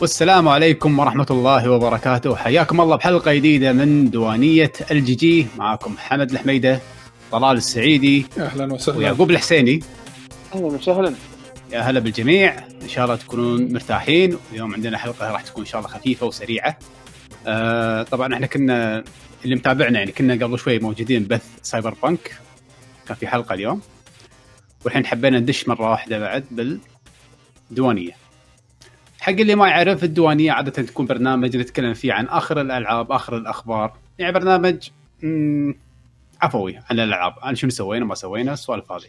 والسلام عليكم ورحمة الله وبركاته. حياكم الله بحلقة جديدة من دوانية الجي جي. معكم حمد الحميدة، طلال السعيدي، أهلا وسهلا، ويعقوب الحسيني. أهلا وسهلا، يا هلا بالجميع. إن شاء الله تكونون مرتاحين. اليوم عندنا حلقة راح تكون إن شاء الله خفيفة وسريعة. طبعا احنا كنا اللي متابعنا يعني كنا قبل شوي موجودين بث سايبر بانك، كان في حلقة اليوم، والحين حبينا ندش مرة واحدة بعد بالديوانية. حق اللي ما يعرف، الديوانية عادة تكون برنامج نتكلم فيه عن آخر الألعاب، آخر الأخبار، يعني برنامج عفوي عن الألعاب، عن شنو سوينا ما سوينا، السوالف هذه.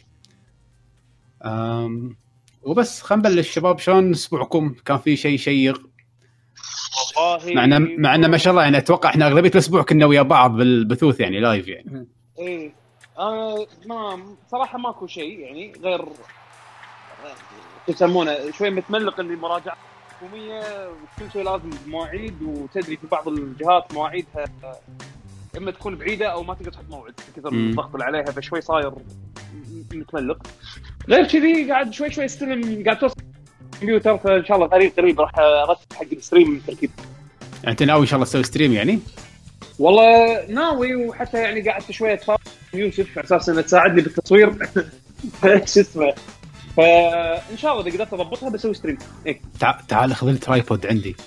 وبس خلينا نبلش. شباب شلون أسبوعكم؟ كان في شيء شيق؟ معنا ما شاء الله، يعني أتوقع إحنا أغلبية الأسبوع كنا ويا بعض بالبثوث يعني لايف يعني. إيه ما صراحة ماكو شيء يعني غير يسمونه شوي متملق اللي مراجعة حكومية وكل شيء لازم بمواعيد، وتدري في بعض الجهات مواعيدها إما تكون بعيدة أو ما تقدر تحط موعد كثر الضغط اللي عليها، فشوي صاير متملق. غير كذي قاعد شوي استلم، قاعد توصل كمبيوتر، فإن شاء الله قريب راح أرتب حق الستريم تركيب. يعني أنت ناوي إن شاء الله تسوي ستريم يعني؟ والله ناوي، وحتى يعني قاعد شوية أتفاهم يوسف على أساس إنه تساعدني بالتصوير شو اسمه، فإن شاء الله إذا قدرت أضبطها بسوي ستريم. إيه تعال خذ الترايبود عندي.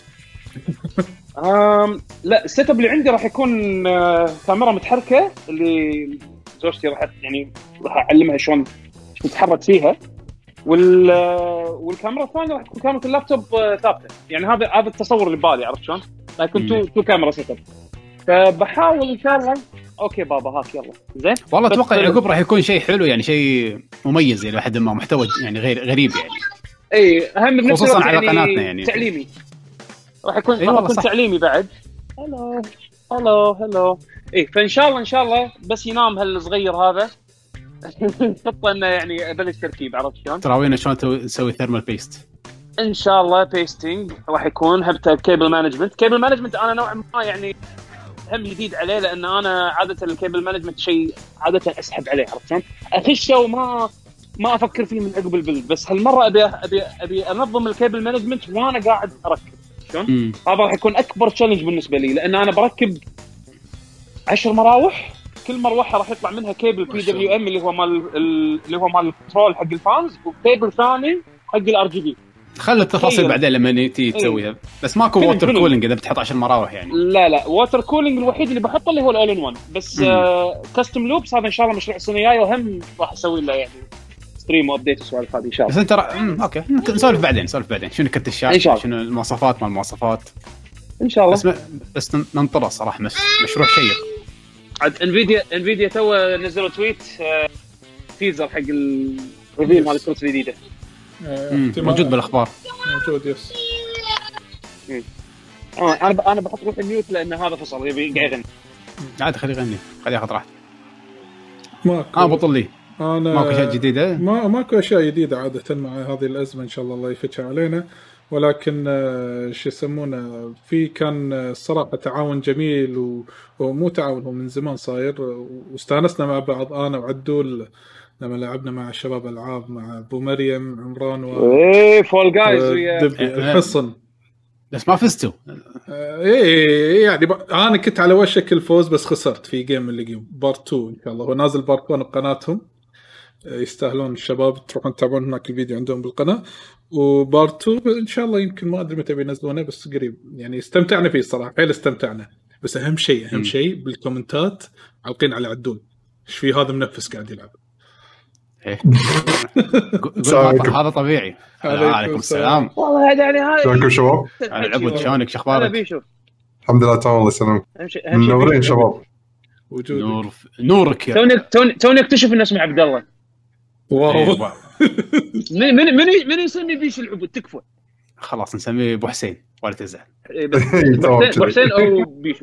لا، السيت اب اللي عندي راح يكون كاميرا متحركة اللي زوجتي راح أعلمها شلون تتحرك فيها، والكاميرا الثانية راح تكون كاميرا اللابتوب ثابتة. يعني هذا التصور اللي ببالي، عرفت شلون؟ راح يكون تو كاميرا سيت اب، فبحاول إن شاء الله. أوكي بابا هاك يلا زين. والله أتوقع يعقوب راح يكون شيء حلو، يعني شيء مميز يعني لحد ما، محتوى يعني غريب يعني. اي اهم خصوصا على يعني قناتنا يعني تعليمي راح يكون تعليمي بعد. هلو اي، فان شاء الله بس ينام هالصغير هذا خطه انه يعني ابلش تركيب، عرفت شلون؟ تراوينا شلون تسوي ثيرمال بيست. ان شاء الله بيستينج راح يكون هبته كيبل مانجمنت. انا نوعا ما يعني هم جديد عليه، لان انا عاده الكيبل مانجمنت شيء عاده اسحب عليه، عرفت شلون؟ اخشه وما افكر فيه من عقب البلد، بس هالمره ابي انظم الكيبل مانجمنت وانا قاعد اركب شلون. هذا راح يكون اكبر تشالنج بالنسبه لي، لان انا بركب 10 مراوح، كل مروحه راح يطلع منها كيبل PWM اللي هو مال الكنترول حق الفانز، وكيبل ثاني حق الار جي بي. خلي التفاصيل بعدين لما تيجي تسويها. بس ماكو ووتر كولينج اذا بتحط 10 مراوح يعني؟ لا ووتر كولينج الوحيد اللي بحطه اللي هو الاول ان 1 بس. كاستم لوبس هذا ان شاء الله مشروع السنه الجايه، وهم راح اسوي له يعني ستريم وابديت وسوالف هذه ان شاء الله. بس انت اوكي نسولف بعدين شنو كرت الشاشه، شنو المواصفات ان شاء الله. بس ننطره صراحه مشروع شيق. عاد انفيديا تو نزلوا تويت تيزر حق الريفيل مال الكروت الجديده. موجود بالاخبار، موجود يس. انا بحط روحي ميوت لان هذا فصل يبي قاعد يغني. عاد خليه يغني، خليه ياخذ راحته. ماكو بطل لي ماكو اشياء جديده، ماكو اشياء جديده عاده مع هذه الازمه. ان شاء الله يفتح علينا، ولكن شو يسمونه، في كان الصراحه تعاون جميل، ومو تعاون، هو من زمان صاير، واستانسنا مع بعض انا وعدول لما لعبنا مع الشباب العاب مع ابو مريم عمران فول جايز ويا الحصن. بس ما فزتوا. يعني انا كنت على وشك الفوز بس خسرت في جيم اللي جيم بارت 2. ان شاء الله هو نازل بارت 1 بقناتهم، يستاهلون الشباب تروحون تتابعون هناك الفيديو عندهم بالقناه. وبارت 2 ان شاء الله يمكن ما ادري متى بينزلونه، بس قريب يعني. استمتعنا فيه الصراحه، حيل استمتعنا. بس اهم شيء بالكومنتات علقين على عدول ايش في هذا منفس قاعد يلعب. هذا طبيعي. عليكم السلام. والله يعني هذا شلونكم شباب؟ العبود شلونك شخبارك؟ الحمد لله تمام الله يسلمك. منورين شباب. نورك يا توني اكتشف ان اسمه عبد الله. واو. من يسمي بيش العبود؟ تكفى خلاص نسميه ابو حسين ولا تزعل. ابو حسين او بيشو.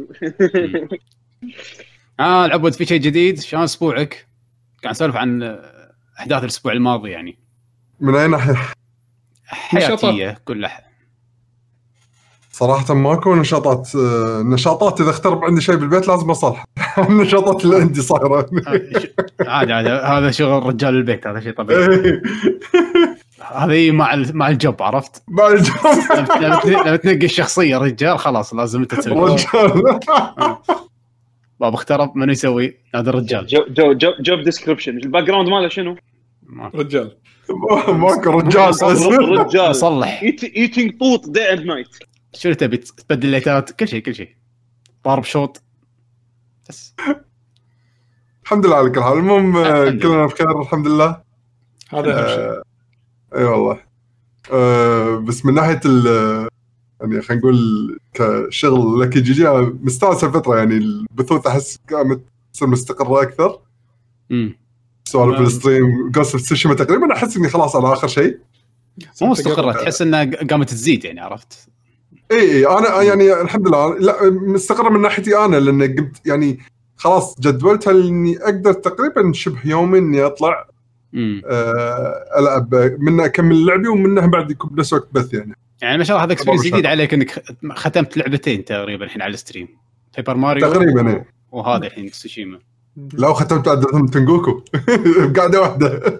العبود في شيء جديد؟ شلون اسبوعك؟ قاعد نسولف عن احداث الاسبوع الماضي يعني. من اي ناحيه؟ حياتيه كلها صراحه ماكو نشاطات اذا اخترب عندي شيء بالبيت لازم اصلح. النشاطات اللي عندي صايره عادي هذا شغل رجال البيت، هذا شيء طبيعي. هذه مع الجوب عرفت. مع الجوب لما تنقي الشخصيه رجال خلاص لازم انت تسوي. رجال باب اخترب منو يسوي هذا الرجال. جوب ديسكريبشن الباك جراوند ماله شنو؟ رجال ماكو رجال رجال مصلح ايتينج طوط داي اند نايت. شو تبي تبدل ليتات كل شيء ضارب شوط بس. الحمد لله على كل حال. المهم كلنا بخير الحمد لله. هذا اهم شيء. اي والله. بس من ناحيه يعني خلينا نقول كشغل لك جي مستانس الفتره يعني البثوث احس قامت تصير مستقره اكثر. سوالف الستريم قصة سوشيما تقريبا احس اني خلاص على اخر شيء. مو مستقره تحس انها قامت تزيد يعني عرفت. اي انا يعني الحمد لله لا مستقره من ناحيتي انا لان قمت يعني خلاص جدولتها اني اقدر تقريبا شبه يومي اني اطلع العب منها اكمل لعبي ومنها بعد يكون بنفس وقت بث يعني ما شاء الله هذا اكسبيرينس جديد عليك انك ختمت لعبتين تقريبا الحين على الستريم بيبر ماريو تقريبا وهذا الحين سوشيما. لو ختمت عدتهم تنجوكو بقعده واحده.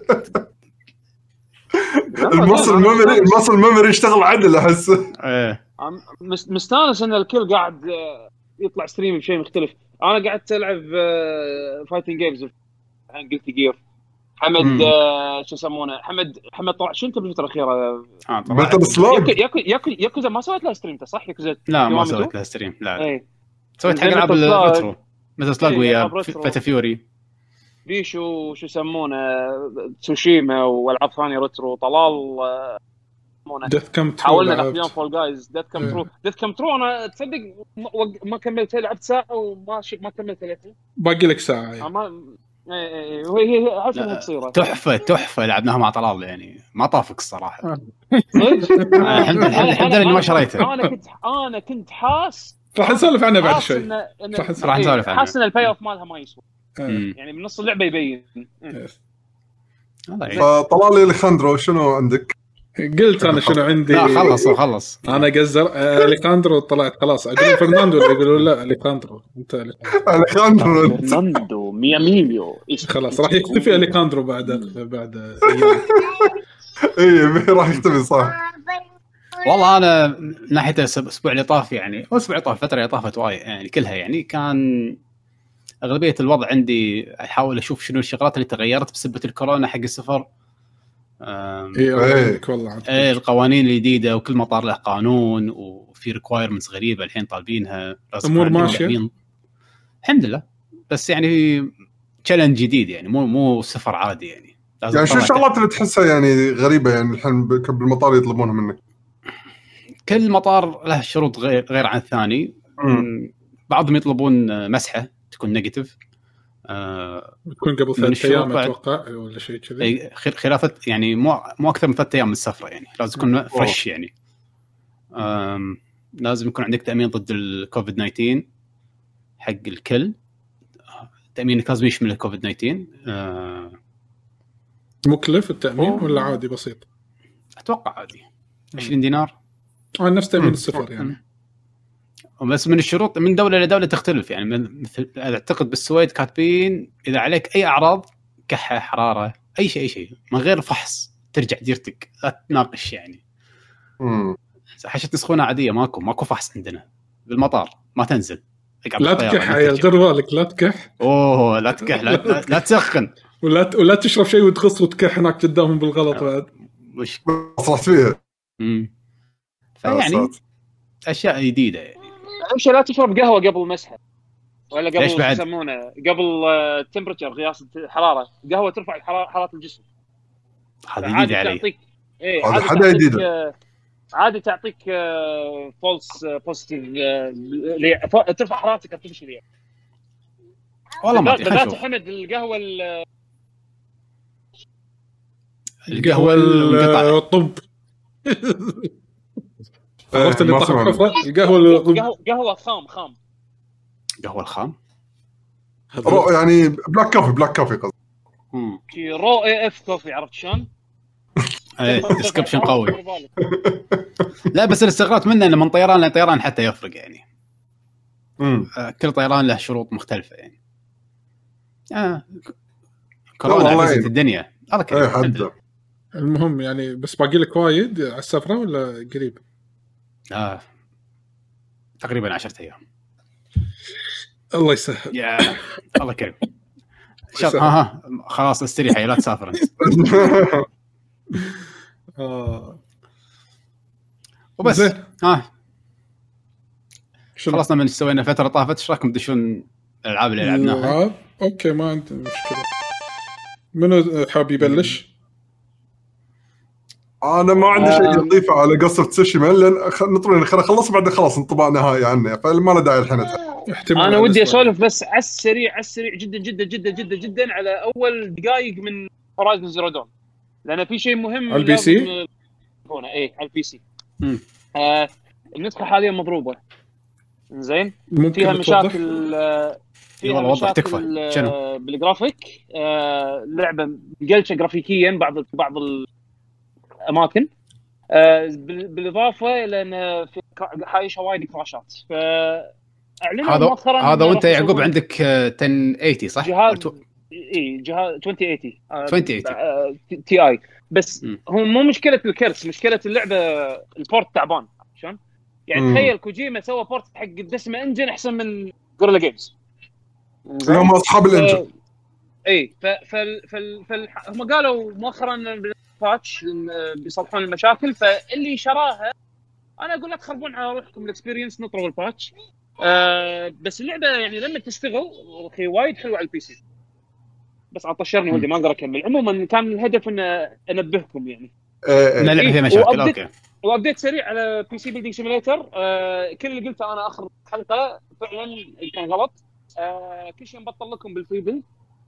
المصل ميموري يشتغل عدل احس. مستانس ان الكل قاعد يطلع ستريم بشيء مختلف. انا قعدت العب فايتنج جيمز عن قلت جير حمد شو يسمونه حمد طلع شو انت بالفتره الاخيره متل سلاج ياكوزا ما سويت لها ستريم صح ياكوزا؟ لا ما سويت لها ستريم لا ايه. سويت حق العاب الريترو مثل سلاج ويا فاتا فيوري بيشو شو يسمونه تسوشيما والعاب ثانيه ريترو طلال ديث كم ترو حاولنا نلعب فول جايز ديث كم ترو انا تصدق ما كملت لعبت ساعه وما ما كملت لعبتها باقي لك ساعه هي عشان تصير تحفه لعبناها مع طلال يعني ما طافك الصراحه. الحمد لله اني ما شريته. انا كنت حاس راح نسولف عنها بعد شوي. راح نسولف عنها. حاسس ان الباي اوف مالها ما يسوى يعني من نص اللعبه يبين. فطلال اليخاندرو شنو عندك؟ قلت انا شنو عندي. لا خلص انا قزر اليخاندرو طلعت خلاص اقول فرناندو اللي يقولوا لا اليخاندرو انت اليخاندرو فرناندو مياميليو خلاص راح يختفي اليخاندرو بعد اي راح يختفي صح. والله انا ناحيه الاسبوع اللي طاف يعني اسبوع طاف فتره اللي طافت وايد يعني كلها يعني كان اغلبيه الوضع عندي احاول اشوف شنو الشغلات اللي تغيرت بسبب الكورونا حق السفر. القوانين الجديده وكل مطار له قانون وفي ريكوايرمنتس غريبه الحين طالبينها. امور ماشيه الحمد لله بس يعني تشالنج جديد يعني مو سفر عادي يعني شو الشغلات اللي تحسها يعني غريبه يعني الحين بالمطار يطلبونها منك؟ كل مطار له شروط غير عن الثاني. بعضهم يطلبون مسحه تكون نيجاتيف تكون قبل 3 أيام اتوقع ولا شيء كذي خلافه يعني مو اكثر من 3 أيام من السفره يعني لازم يكون فريش يعني. لازم يكون عندك تامين ضد الكوفيد 19 حق الكل. تامينك لازم يشمل الكوفيد 19. مكلف التامين ولا عادي بسيط؟ اتوقع عادي 20 دينار نفس تامين السفر يعني. وبس من الشروط من دولة لدولة تختلف يعني مثل أعتقد بالسويد كاتبين إذا عليك أي أعراض كحة حرارة أي شيء من غير فحص ترجع ديرتك لا تناقش يعني. حشة سخونة عادية ماكو فحص عندنا بالمطار ما تنزل لا تكح يا غير بالك لا تكح لا تكح لا تسخن ولا تشرب شيء وتغص وتكح هناك قدامهم بالغلط بعد مش صرت فيها. فيعني أشياء جديدة يعني. امشي لا تشرب قهوه قبل مسحه ولا قبل يسمونه قبل التمبرتشر قياس الحراره. قهوه ترفع حراره الجسم هذا جديد علي. هذا حدا جديد عادي تعطيك فولس بوزيتيف ترفع حرارتك تمشي ليه. والله ما ادري حمد القهوه الطب عرفت اللي طاح حفره قهوه خام قهوه الخام يعني بلاك كوفي قصدي رو اي اف كوفي عرفت شلون؟ ديسكربشن قوي. لا بس الاستغراب منه انه من طيران لطيران حتى يفرق يعني. كل طيران له شروط مختلفه يعني. كورونا عزت الدنيا هذا كذا. المهم يعني بس باقي لك وايد على السفره ولا قريب؟ تقريبا 10 ايام. الله يسهل. يا الله كريم. ها خلاص استريحي لا تسافر انت. وبس زين. خلصنا من سوينا فتره طافت. ايش رايكم تدشون الالعاب اللي لعبناها؟ اوكي ما عندي مشكله. منو حاب يبلش؟ انا ما عندي شيء اضيفه على قصه تسوشيما لان نطلع خلص بعد خلاص انطباع نهائي عنه فما له داعي الحين. انا ودي اسولف بس على السريع جدا جدا جدا جدا جدا على اول دقائق من هورايزن زيرو دون لان في شيء مهم على البي سي. على البي سي. النسخه حاليا مضروبه زين فيها مشاكل والله وضح تكفى بالجرافيك. لعبه مقلشه جرافيكيا بعض الاماكن. بالاضافه الى ان في حايشه وايد كراشات. فاعلنوا مؤخرا هذا وانت يعقوب عندك 1080 صح؟ جهاز 2080 تي اي بس هو مو مشكله الكرت مشكله اللعبه البورت تعبان شلون يعني تخيل كوجيما سوى بورت حق الدسمه انجن احسن من غوريلا جيمز هم اصحاب الانجن. اي هم قالوا مؤخرا بالباتش بيصلحون المشاكل فاللي شراها انا اقول لا تخربون على روحكم الاكسبيرينس نطروا الباتش. بس اللعبه يعني لما تشتغل اخي وايد حلوه على البي سي بس عطشرني ولدي ما اقدر اكمل. عموما كان الهدف ان انبهكم يعني نلعب فيها مشاكل. اوكي وابديت سريع على بي سي بيلدينج سيميليتر. كل اللي قلته انا اخر حلقه فعلا كان غلط. كل شيء مبطل لكم بالفري بيلد.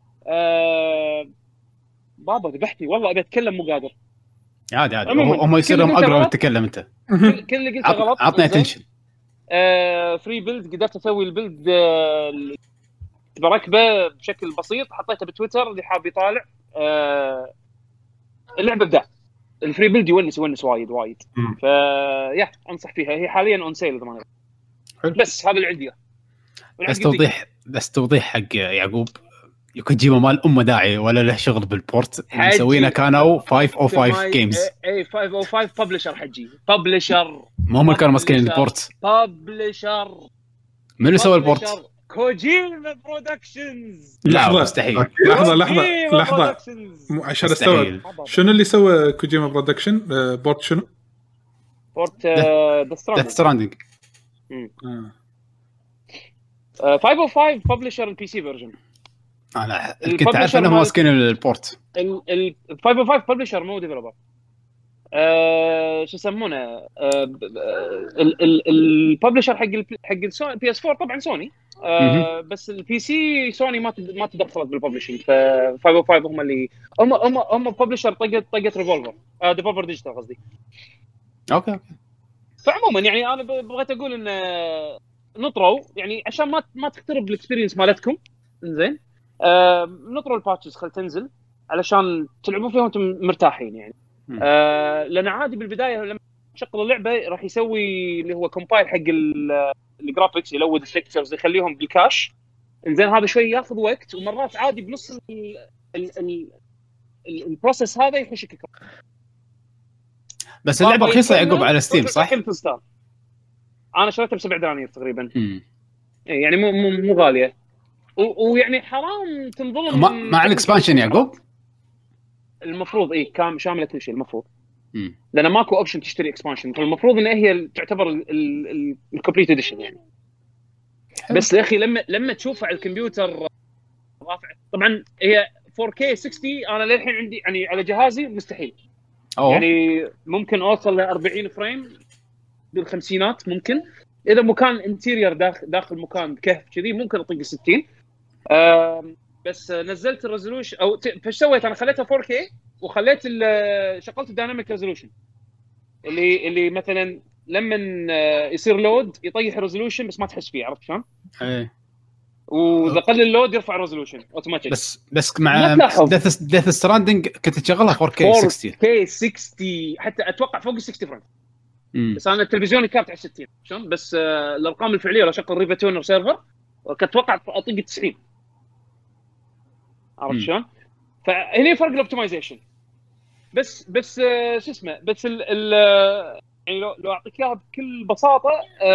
بابا ذبحتي والله ابي اتكلم مو قادر. عادي هم يصيرهم اقرب تتكلم انت. كل اللي قلته غلط. عطني اتنشن. فري بيلد قدرت اسوي البيلد بركبه بشكل بسيط حطيته بتويتر اللي حاب يطالع. اللعبه ابداع. الفري بيلد يونس وايد فيا انصح فيها. هي حاليا اون سيل ضمان. بس هذا اللي عندي. بس توضيح حق يعقوب كوجيما مال امه داعي ولا له شغل بالبورت مسوينا كانوا 505 جيمز. اي 505 ببلشر حجي ببلشر ما هم كانوا ماسكين البورت. ببلشر من اللي سوى البورت؟ كوجيما برودكشنز. لا مستحيل. لحظه عشان استوعب شنو اللي سوى كوجيما برودكشن. بورت شنو؟ بورت ديث ستراندينج. 505 ببلشر البي سي فيرجن. انا كنت عارف انهم ماسكين البورت. ال 505 ببلشر مو ديفلوبر. شو يسمونه الببلشر حق البي اس 4 طبعا سوني. بس البي سي سوني ما تدخلت بالببلشنج. ف 505 هم اللي هم ببلشر طقت ريفولفر ديفولفر ديجيتال قصدي. اوكي فعموما يعني انا بغيت اقول ان نطروا يعني عشان ما تخترب الاكسبيرينس مالتكم زين. نطروا الباتشز خل تنزل علشان تلعبون فيها وانتم مرتاحين يعني. لان عادي بالبدايه لما تشغل اللعبه راح يسوي اللي هو كومبايل حق الجرافيكس يلود التكتشرز يخليهم بالكاش زين. هذا شوي ياخذ وقت ومرات عادي بنص البروسيس هذا يخشك. بس اللعبه رخيصه يعقوب على ستيم صح؟ انا شريتها ب $7 تقريبا. يعني مو غاليه ويعني حرام تنظلم. مع الاكسبانشن يعقوب المفروض كان شامله كل شيء المفروض. لان ماكو اوبشن تشتري اكسبانشن فالمفروض ان هي تعتبر الكومبليت اديشن يعني. بس يا اخي لما تشوفها على الكمبيوتر رافع طبعا هي 4K 60 انا للحين عندي يعني على جهازي مستحيل. يعني ممكن اوصل ل 40 فريم بالخمسينات ممكن اذا مكان انتيرير داخل مكان كهف كذي ممكن اطق 60. بس نزلت الريزولوشن او فايش سويت انا خليتها 4K وخليت شغلت الدايناميك ريزولوشن اللي مثلا لما يصير لود يطيح الريزولوشن بس ما تحس فيه. عرفت شلون؟ اي واذا قل اللود يرفع الريزولوشن اوتوماتيك. بس مع ديث ستراندينج كنت تشغلها 4K 60 حتى اتوقع فوق 60 فريم. بس انا التلفزيون كان على 60 شلون بس الارقام الفعليه لو شغل ريفا تونر سيرفر كنت اتوقع اطق 90. عرفت شلون؟ فهني فرق الاوبتمايزيشن. بس شو اسمه، بس يعني لو اعطيك اياها بكل بساطه،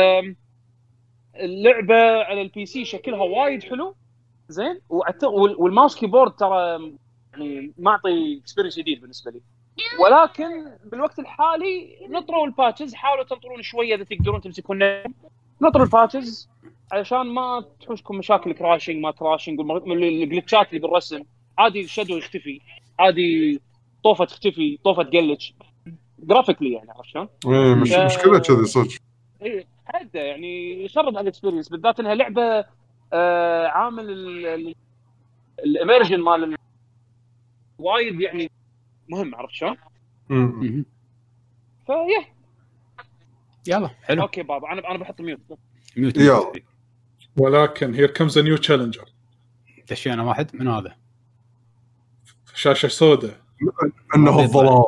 اللعبه على البي سي شكلها وايد حلو زين، والماوس كيبورد ترى يعني معطي اكسبيرينس جديد بالنسبه لي. ولكن بالوقت الحالي نطروا الباتشز، حاولوا تنطرون شويه اذا تقدرون تمسكون، نطروا الباتشز علشان ما تحوشكم مشاكل كراشنج ما كراشنج الجلتشات اللي بالرسم. عادي الشادو يختفي، عادي طوفه تختفي، طوفه تقلج جرافيكلي يعني، عرفت شلون؟ مشكله كذا صدق. اي حده يعني يخرب على الاكسبيرينس، بالذات انها لعبه عامل الاميرجن مال وايد يعني مهم، عرفت شلون؟ فيه يلا حلو. اوكي بابا انا بحط ميوت يلا. ولكن هير كمز ا نيو تشالنجر. دشي انا واحد من هذا شاشه سوداء انه الظلام.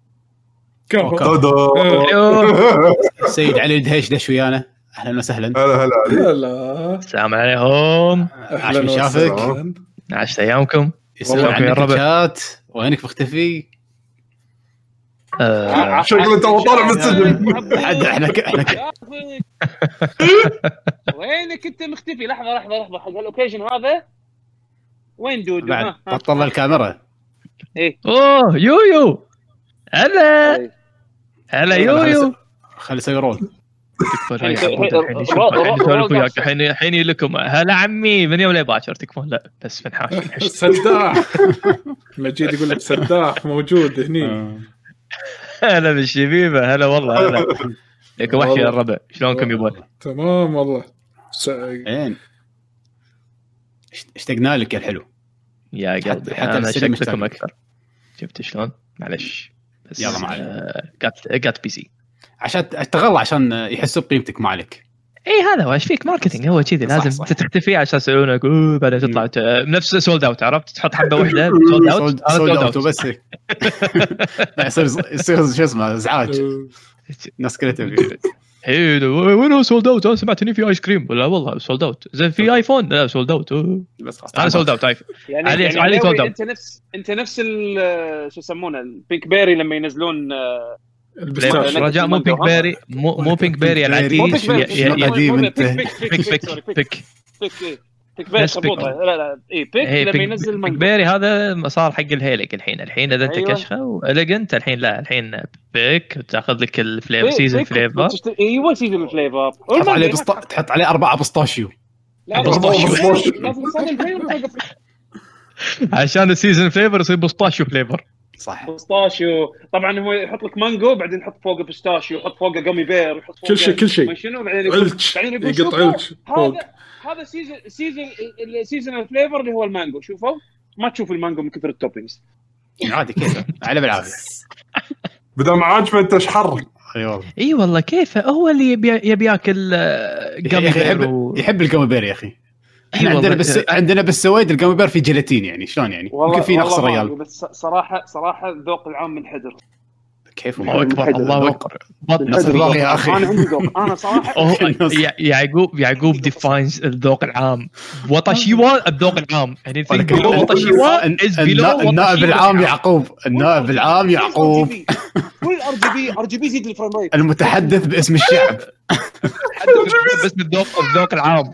سيد علي الدهيش دش ويانا، اهلا وسهلا. هلا السلام عليكم. عاش من شافك، عشت ايامكم. يسلمك يا ربع. وينك مختفي؟ شكله انت طالع من السجن. احنا وينك انت مختفي؟ لحظه حق الاوكيجن هذا وين دودو؟ بعد بطل الكاميرا. ايه اوه يويو هلا يويو خلي يصيرون. تكفون الحين لكم هلا عمي من يوم لا باكر تكفون. لا بس فنحاش سداح مجيد يقول لك سداح موجود هني. هلا بالشبيبه، هلا والله هلا لك وحشي يا الربع، شلونكم يبون؟ تمام والله زين. اشتقنا لك يا الحلو يا قلبي. انا اشتقتكم اكثر، شفت شلون؟ معلش بس يلا معلش. قات بي سي عشان تغلى، عشان يحسوا بقيمتك ما عليك. اي هذا هو ايش فيك ماركتينج، هو كذي لازم تختفي عشان يسوونك بعدين تطلع نفس سولد اوت، عرفت؟ تحط حبه واحده سولد اوت وبس هيك. لا يصير شو اسمه ازعاج ناس كلها تبي. وين سولد اوت؟ سمعتني في ايس كريم ولا والله سولد اوت. زين في ايفون لا سولد اوت بس خلاص انا سولد اوت ايفون يعني علي سولد اوت. انت نفس شو يسمونه البينك بيري لما ينزلون رجاء مو بينك بيري، مو بينك بيري العتيش قديم انت. بيك بيري لا بيك لما ينزل بيك بيري هذا صار حق الهيلك الحين اذا انت كشخه واليجنت الحين بيك تاخذ لك الفليفر سيزن فليفر. ايوه سيزن فليفر تحط عليه 4 بسطاشيو. عشان السيزن فليفر يصير بسطاشيو فليفر. صح بسطاشيو طبعا. هو يحط لك مانجو بعدين يحط فوقه بيستاشيو، يحط فوقه جامي بير، يحط فوقه كل شيء شنو بعدين يقطع هذا سيزن الفليفر اللي هو المانجو. شوفوا ما تشوف المانجو من كثر التوبينجز عادي كذا على بالعافيه. بدل ما عاجبه انت شحر. اي والله كيف هو اللي يبي ياكل جامي بير يحب الجامي بير يا اخي. احنا عندنا بالسويد الجامي بير في جيلاتين يعني شلون يعني ممكن في نقص ريال. بس صراحه الذوق العام منحدر. كيف الله اكبر الله اكبر الله يا اخي. انا عندي ذوق انا صراحه. يعقوب ديفاينز الذوق العام. وطشيوا الذوق العام يعني وطشيوا النائب العام يعقوب كل ار جي بي زيد الفريم ريت. المتحدث باسم الشعب باسم الذوق العام.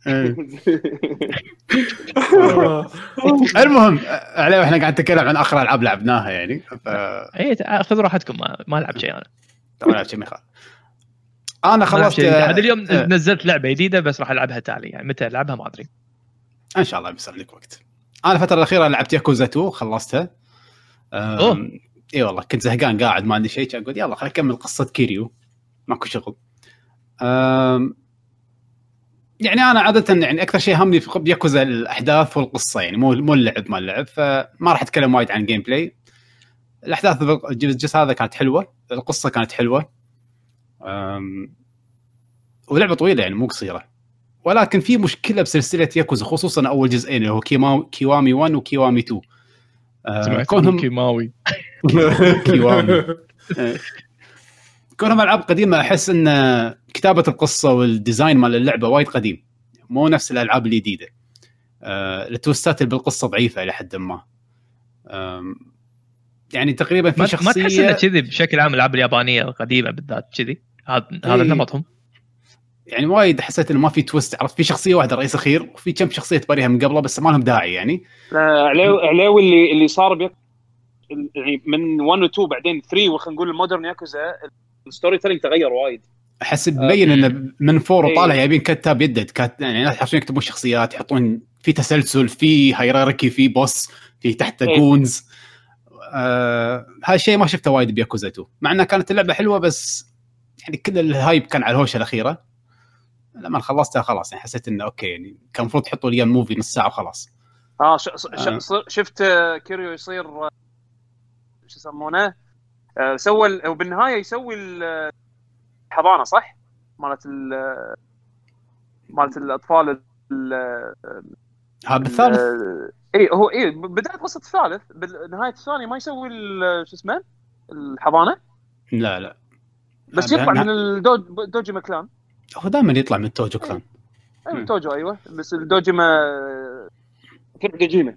المهم عليه احنا قاعد نتكلم عن اخر العاب لعبناها يعني اي خذوا راحتكم ما لعب شيء انا طبعا شيء مخال. انا خلصت هذا اليوم نزلت لعبه جديده بس راح العبها تالي يعني متى العبها ما ادري ان شاء الله بيصير لك وقت. انا الفتره الاخيره لعبت ياكوزا 2 خلصتها. اي والله كنت زهقان قاعد ما عندي شيء اقول يلا خلينا نكمل قصه كيريو ماكو شغل. يعني انا عاده يعني اكثر شيء همني في ياكوزا الاحداث والقصه يعني مو اللعب ما اللعب، فما راح اتكلم وايد عن جيم بلاي. الاحداث الجزء هذا كانت حلوه، القصه كانت حلوه، ولعبه طويله يعني مو قصيره. ولكن في مشكله بسلسله ياكوزا خصوصا اول جزئين اللي هو كيوامي 1 وكيوامي 2. كونهم كيماوي كيوامي كونهم العاب قديمه احس ان كتابه القصه والديزاين مال اللعبه وايد قديم مو نفس الالعاب الجديده. التويستات اللي بالقصه ضعيفه الى حد ما. يعني تقريبا في ما شخصيه تحس انه كذي بشكل عام الالعاب اليابانيه القديمه بالذات كذي هذا نمطهم يعني وايد حسيت انه ما في تويست. عرفت في شخصيه واحده رئيس اخير وفي كم شخصيه تباريها من قبله بس ما لهم داعي يعني. علاوي اللي صار يعني من 1 و 2 بعدين 3 وخلينا نقول المودرن ياكوزا الستوري تيلينج تغير وايد. احس مبين انه من فور وطالع جايبين كتاب يدد يعني ناس حرفيا يكتبون شخصيات يحطون في تسلسل في هيراركي في بوس في تحت جونز. هذا الشيء ما شفته وايد بياكوزا 2 مع انها كانت اللعبه حلوه بس يعني كل الهايب كان على الهوشه الاخيره. لما خلصتها خلاص يعني حسيت انه اوكي يعني كان المفروض تحطوا لي موفي نص ساعه وخلاص. شفت كيريو يصير شو يسمونه سوى وبالنهايه يسوي الحضانه صح مالت الاطفال هذا بالثالث هو بدايه قصه الثالث بالنهايه الثاني ما يسوي شو اسمه الحضانه. لا بس يطلع من الدوجي مكلان. هو دائما يطلع من توجو كلان. توجو ايوه بس الدوجيما ديجيما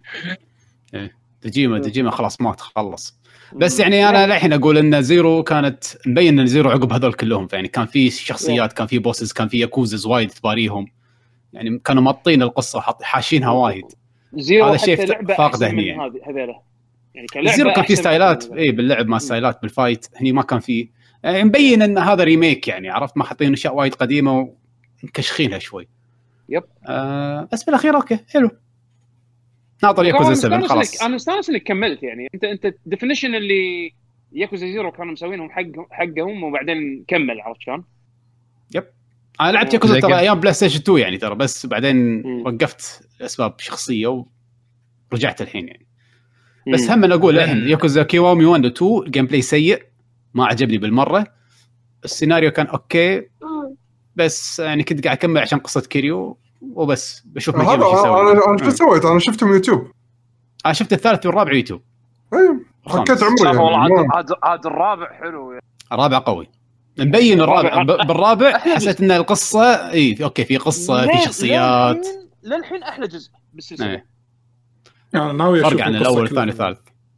ديجيما خلاص مات خلص. بس يعني انا الحين اقول ان زيرو كانت مبين ان زيرو عقب هذول كلهم يعني كان في شخصيات كان في بوسز كان في ياكوزز وايد تباريهم يعني كانوا مطين القصه وحاشينها وايد. هذا الشيء فاقده هني يعني هذول يعني كلعبه زيرو كان في ستايلات باللعب ما ستايلات بالفايت هني ما كان في يعني مبين ان هذا ريميك يعني عرفت ما حاطين اشياء وايد قديمه ومكشخينها شوي. يب بس بالاخير اوكي حلو ناطر ياكوزا 7 خلاص. انا مستانس انك كملت يعني انت ديفينيشن اللي ياكوزا زيرو كانوا مسوينهم حقهم وبعدين كمل عرفت شلون. يب انا لعبت ياكوزا ترى ايام بلاي ستيشن 2 يعني ترى بس بعدين وقفت اسباب شخصيه ورجعت الحين يعني. بس هم انا اقول الحين ياكوزا كيوامي 1 و 2 الجيم بلاي سيء ما عجبني بالمره. السيناريو كان اوكي بس يعني كنت قاعد اكمل عشان قصه كيريو وبس بشوف ما يجيب شيء يسوي. انا شو سويت؟ انا شفته من يوتيوب. انا شفت الثالث والرابع يوتيوب. ايوه حكيت عمري والله عاد الرابع حلو يعني. الرابع قوي مبين الرابع بالرابع حسيت ان القصه اوكي في قصه في شخصيات للحين احلى جزء بالسلسله. يعني ناوي اشوف فرق عن الاول والثاني والثالث.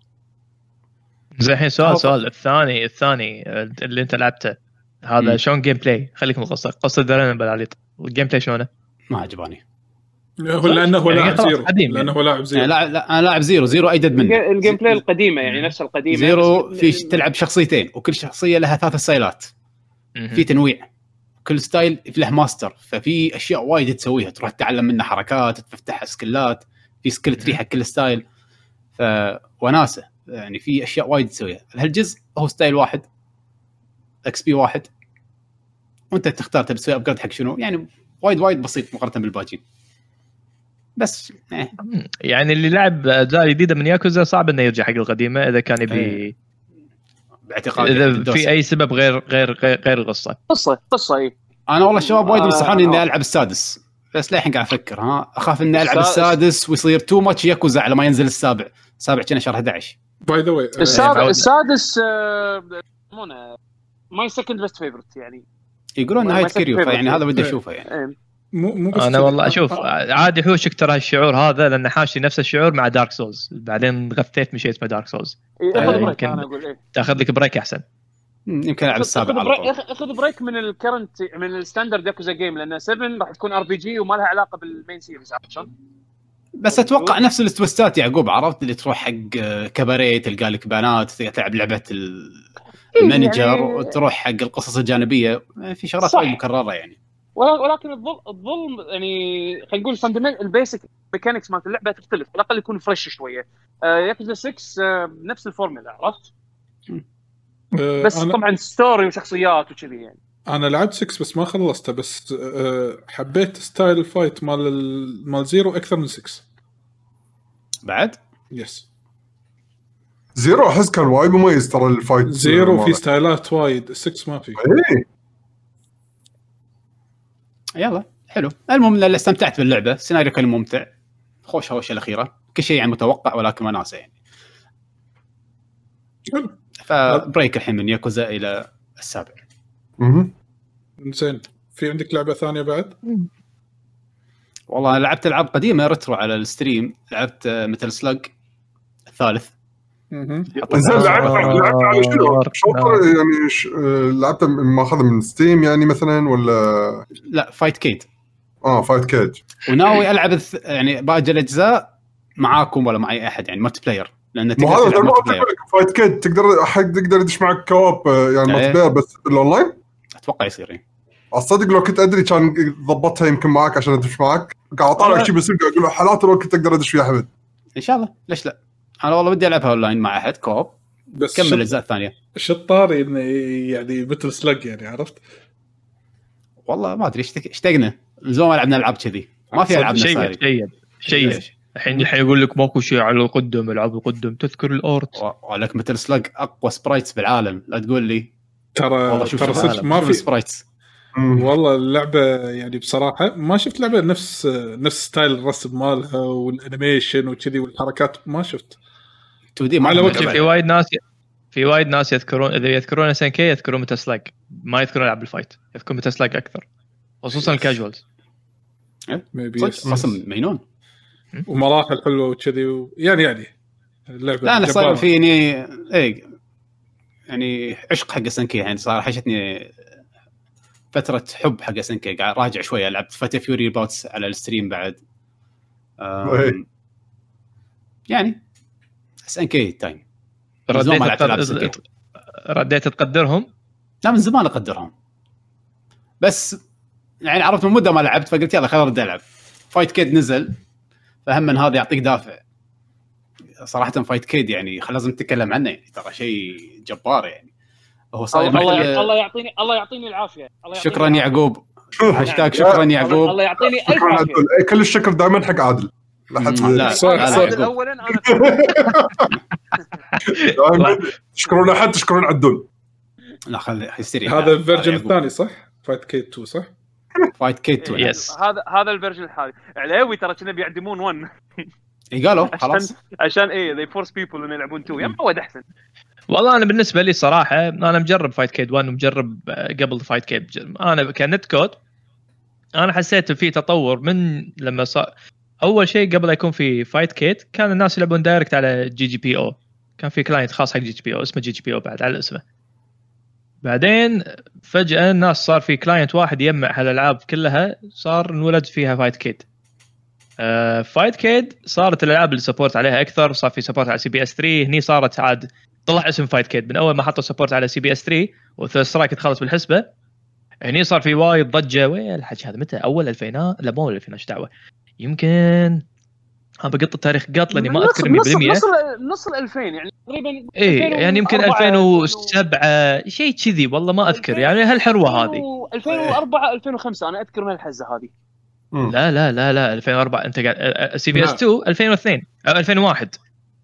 زين الحين سؤال الثاني اللي انت لعبته هذا شلون جيم بلاي؟ خليك من قصه درنا بالعليط والجيم بلاي شلونه؟ ما عجباني. هو لانه هو لاعب زيرو لانه هو لاعب زيرو. لا انا لاعب زيرو ايدد منه. الجيم بلاي القديمه يعني نفس القديمه. زيرو في تلعب شخصيتين وكل شخصيه لها 3 ستايلات في تنويع كل ستايل له ماستر ففي اشياء وايد تسويها تروح تتعلم منها حركات تفتح سكيلات في سكيل تري حق كل ستايل وناسه يعني في اشياء وايد تسويها. هالجزء هو ستايل واحد اكس بي واحد وانت تختار تبي تسوي ابجريد حق شنو يعني وايد بسيط مقارنه بالباقي. بس يعني اللي لعب اجزاء جديده من ياكوزا صعب انه يرجع حق القديمه اذا كان يبي باعتقاد اذا في اي سبب غير القصه اي. انا والله الشباب وايد ينصحوني اني العب السادس بس لا الحين قاعد افكر اخاف اني العب السادس ويصير تو ماتش ياكوزا على ما ينزل السابع كنا شهر 11. باي ذا واي السادس ماي سكند بيست فيفورت يعني يقولون نهايه كيريو يعني هذا بدي اشوفه يعني مو بس انا والله اشوف عادي حوشك ترى الشعور هذا لان حاشي نفس الشعور مع دارك سولز بعدين غثيت مشيت مع دارك سولز. يمكن تاخذ لك بريك احسن. يمكن العب السابع على طول. اخذ بريك من الكرنت من الستاندرد ياكوزا جيم لان 7 راح تكون ار بي جي وما لها علاقه بالمين سيريز عشان بس اتوقع نفس التويستات يعقوب عرفت اللي تروح حق كباريه تلقى لك بنات تلعب لعبه المانجر يعني وتروح حق القصص الجانبيه في شغلات وايد مكرره يعني. ولكن الظلم يعني خلينا نقول فاندمنتال البيسك ميكانكس مالت اللعبه تختلف على الاقل يكون فريش شويه. ياكوزا 6 نفس الفورمولا عرفت بس طبعا ستوري وشخصيات وكذي يعني. انا لعبت 6 بس ما خلصته بس حبيت ستايل الفايت مال زيرو اكثر من 6 بعد. يس زيرو احس كان وايد مميز ترى الفايت. زيرو في ستايلات وايد 6 ما في. يلا حلو. المهم اللي استمتعت باللعبه السيناريو كان ممتع خوش هوشه الاخيره كل شيء يعني متوقع ولكن وناسه يعني. فبريك الحين من ياكوزا الى السابع. زين في عندك لعبه ثانيه بعد؟ والله أنا لعبت العاب قديمه ريترو على الستريم. لعبت مثل سلاج الثالث زين لعبت على شنو شوطر يعني لعبت ماخذ من ستيم يعني مثلا ولا لا فايت كيد فايت كيد وناوي العب يعني باقي الاجزاء معاكم ولا مع اي احد يعني مالتي بلاير لان هذا فايت كيد تقدر احد يقدر يدش معك كواب يعني مالتي بلاير بس الاونلاين اتوقع يصير يعني اصدق لو كنت ادري كان ضبطها يمكن معك عشان ادش معك قاعد اطالع شيء بيصير اقول له حالات لو كنت اقدر ادش فيها احمد ان شاء الله ليش لا انا والله بدي العبها اونلاين مع احد كوب بس كمل الاجزاء الثانيه الشطار يعني مثل سلق يعني عرفت والله ما ادري اشتقنا زوم لعبنا العاب كذي ما في العاب شيء الحين يقول لك ماكو شيء على القدم العاب القدم تذكر الارت ولك مثل سلق اقوى سبرايتس بالعالم لا تقول لي ترى صدق ما في سبرايتس والله اللعبه يعني بصراحه ما شفت لعبه نفس ستايل الرسم مالها والانيميشن وكذي والحركات ما شفت 2D ما وقت في وايد ناس يذكرون اذا يذكرون SNK يذكرون متى سلاج ما يذكرون لعب الفايت يذكرون متى سلاج اكثر خصوصا الكاجوالز رسم مينون ومراحل حلوه وكذي يعني اللعبه لا انا صار فيني يعني عشق حق SNK يعني صار حشتني فتره حب حق SNK قاعد راجع شويه لعبت فاتا فيوري باوتس على الستريم بعد يعني SNK تايم رديت تقدرهم لا من زمان اقدرهم بس يعني عرفت من مده ما لعبت فقلت يلا خلينا ارد العب فايت كيد نزل فهم من هذا يعطيك دافع صراحه فايت كيد يعني لازم نتكلم عنه يعني ترى شيء جبار يعني هو صاير الله يعطيني العافيه شكرا يعقوب هاشتاج شكرا يعقوب الله يعطيني الف عافيه كل الشكر دائما حق عادل لا اولا انا دائما تشكرون احد تشكرون عدول لا خلي يصير هذا الفيرجن الثاني صح فايت كيد 2 صح فايت كيد 2 يس هذا الفيرجن الحالي علاوي ترى كنا بيعدمون 1 قالوا خلاص عشان they force people انه يلعبون 2 يا ود احسن والله انا بالنسبه لي صراحه انا مجرب فايت كيد 1 ومجرب قبل فايت كيد انا كنت كود انا حسيت في تطور من لما صار اول شيء قبل يكون في فايت كيد كان الناس يلعبون دايركت على GGPO كان في كلاينت خاص حق GGPO اسمه GGPO بعد على اسمه بعدين فجأة الناس صار في كلاينت واحد يجمع هالالعاب كلها صار نولد فيها فايت كيد فايت كيد صارت الالعاب اللي سبورت عليها اكثر صار في سبورت على CBS 3 هني صارت عاد طلع اسم فايت كيد من اول ما حطوا سبورت على CBS 3 وثيرد سترايك تخلص بالحسبه هني صار في وايد ضجه وين الحكي هذا متى اول 2000 لا مو 2000 ايش دعوه يمكن انا بقط التاريخ قاط لاني ما اذكر 100% نص ال 2000 يعني تقريبا ايه يعني يمكن 2007 شيء كذي والله ما اذكر يعني هالحروه هذه 2004 2005 انا اذكر من الحزه هذه لا لا لا لا 2004 انت قاعد CBS 2 2002 او 2001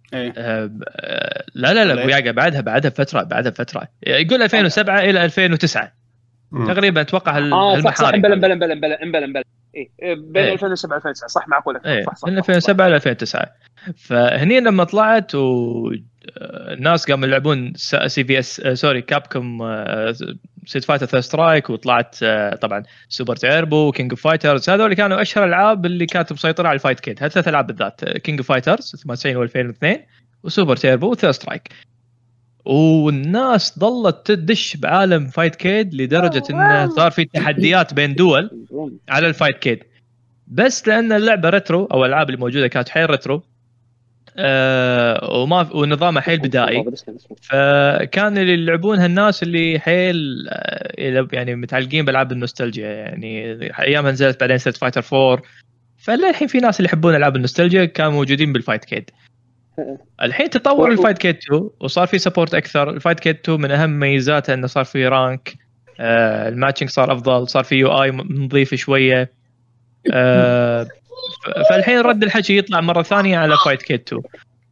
لا لا لا وياقه بعدها بفتره يقول 2007 الى 2009 تقريبا اتوقع المحاري بلا ايه بين 2007 2009 صح معقول صح من 2007 ل 2009 فهني لما طلعت والناس قاموا يلعبون CVS سوري كابكوم ستريت فايتر ثيرد سترايك وطلعت طبعا سوبر تيربو وكينج اوف فايترز هذول كانوا اشهر العاب اللي كانت مسيطره على الفايت كيد هالثلاث العاب بالذات كينج اوف فايترز 98 و2002 وسوبر تيربو وثيرد سترايك والناس ظلت تدش بعالم فايت كيد لدرجة انه صار في تحديات بين دول على الفايت كيد بس لان اللعبة ريترو او الالعاب اللي موجودة كانت حيل ريترو ونظامها حيل بدائي فكان اللي يلعبونها الناس اللي حيل يعني متعلقين بالعاب النوستالجيا يعني ايامها نزلت بعدين ستريت فايتر 4 فالحين في ناس اللي يحبون العاب النوستالجيا كانوا موجودين بالفايت كيد الحين تطور الفايت كيد 2 وصار في سبورت اكثر الفايت كيد 2 من اهم ميزاته انه صار في رانك الماتشنج صار افضل صار في UI نظيف شويه فالحين رد الحكي يطلع مره ثانيه على فايت كيد 2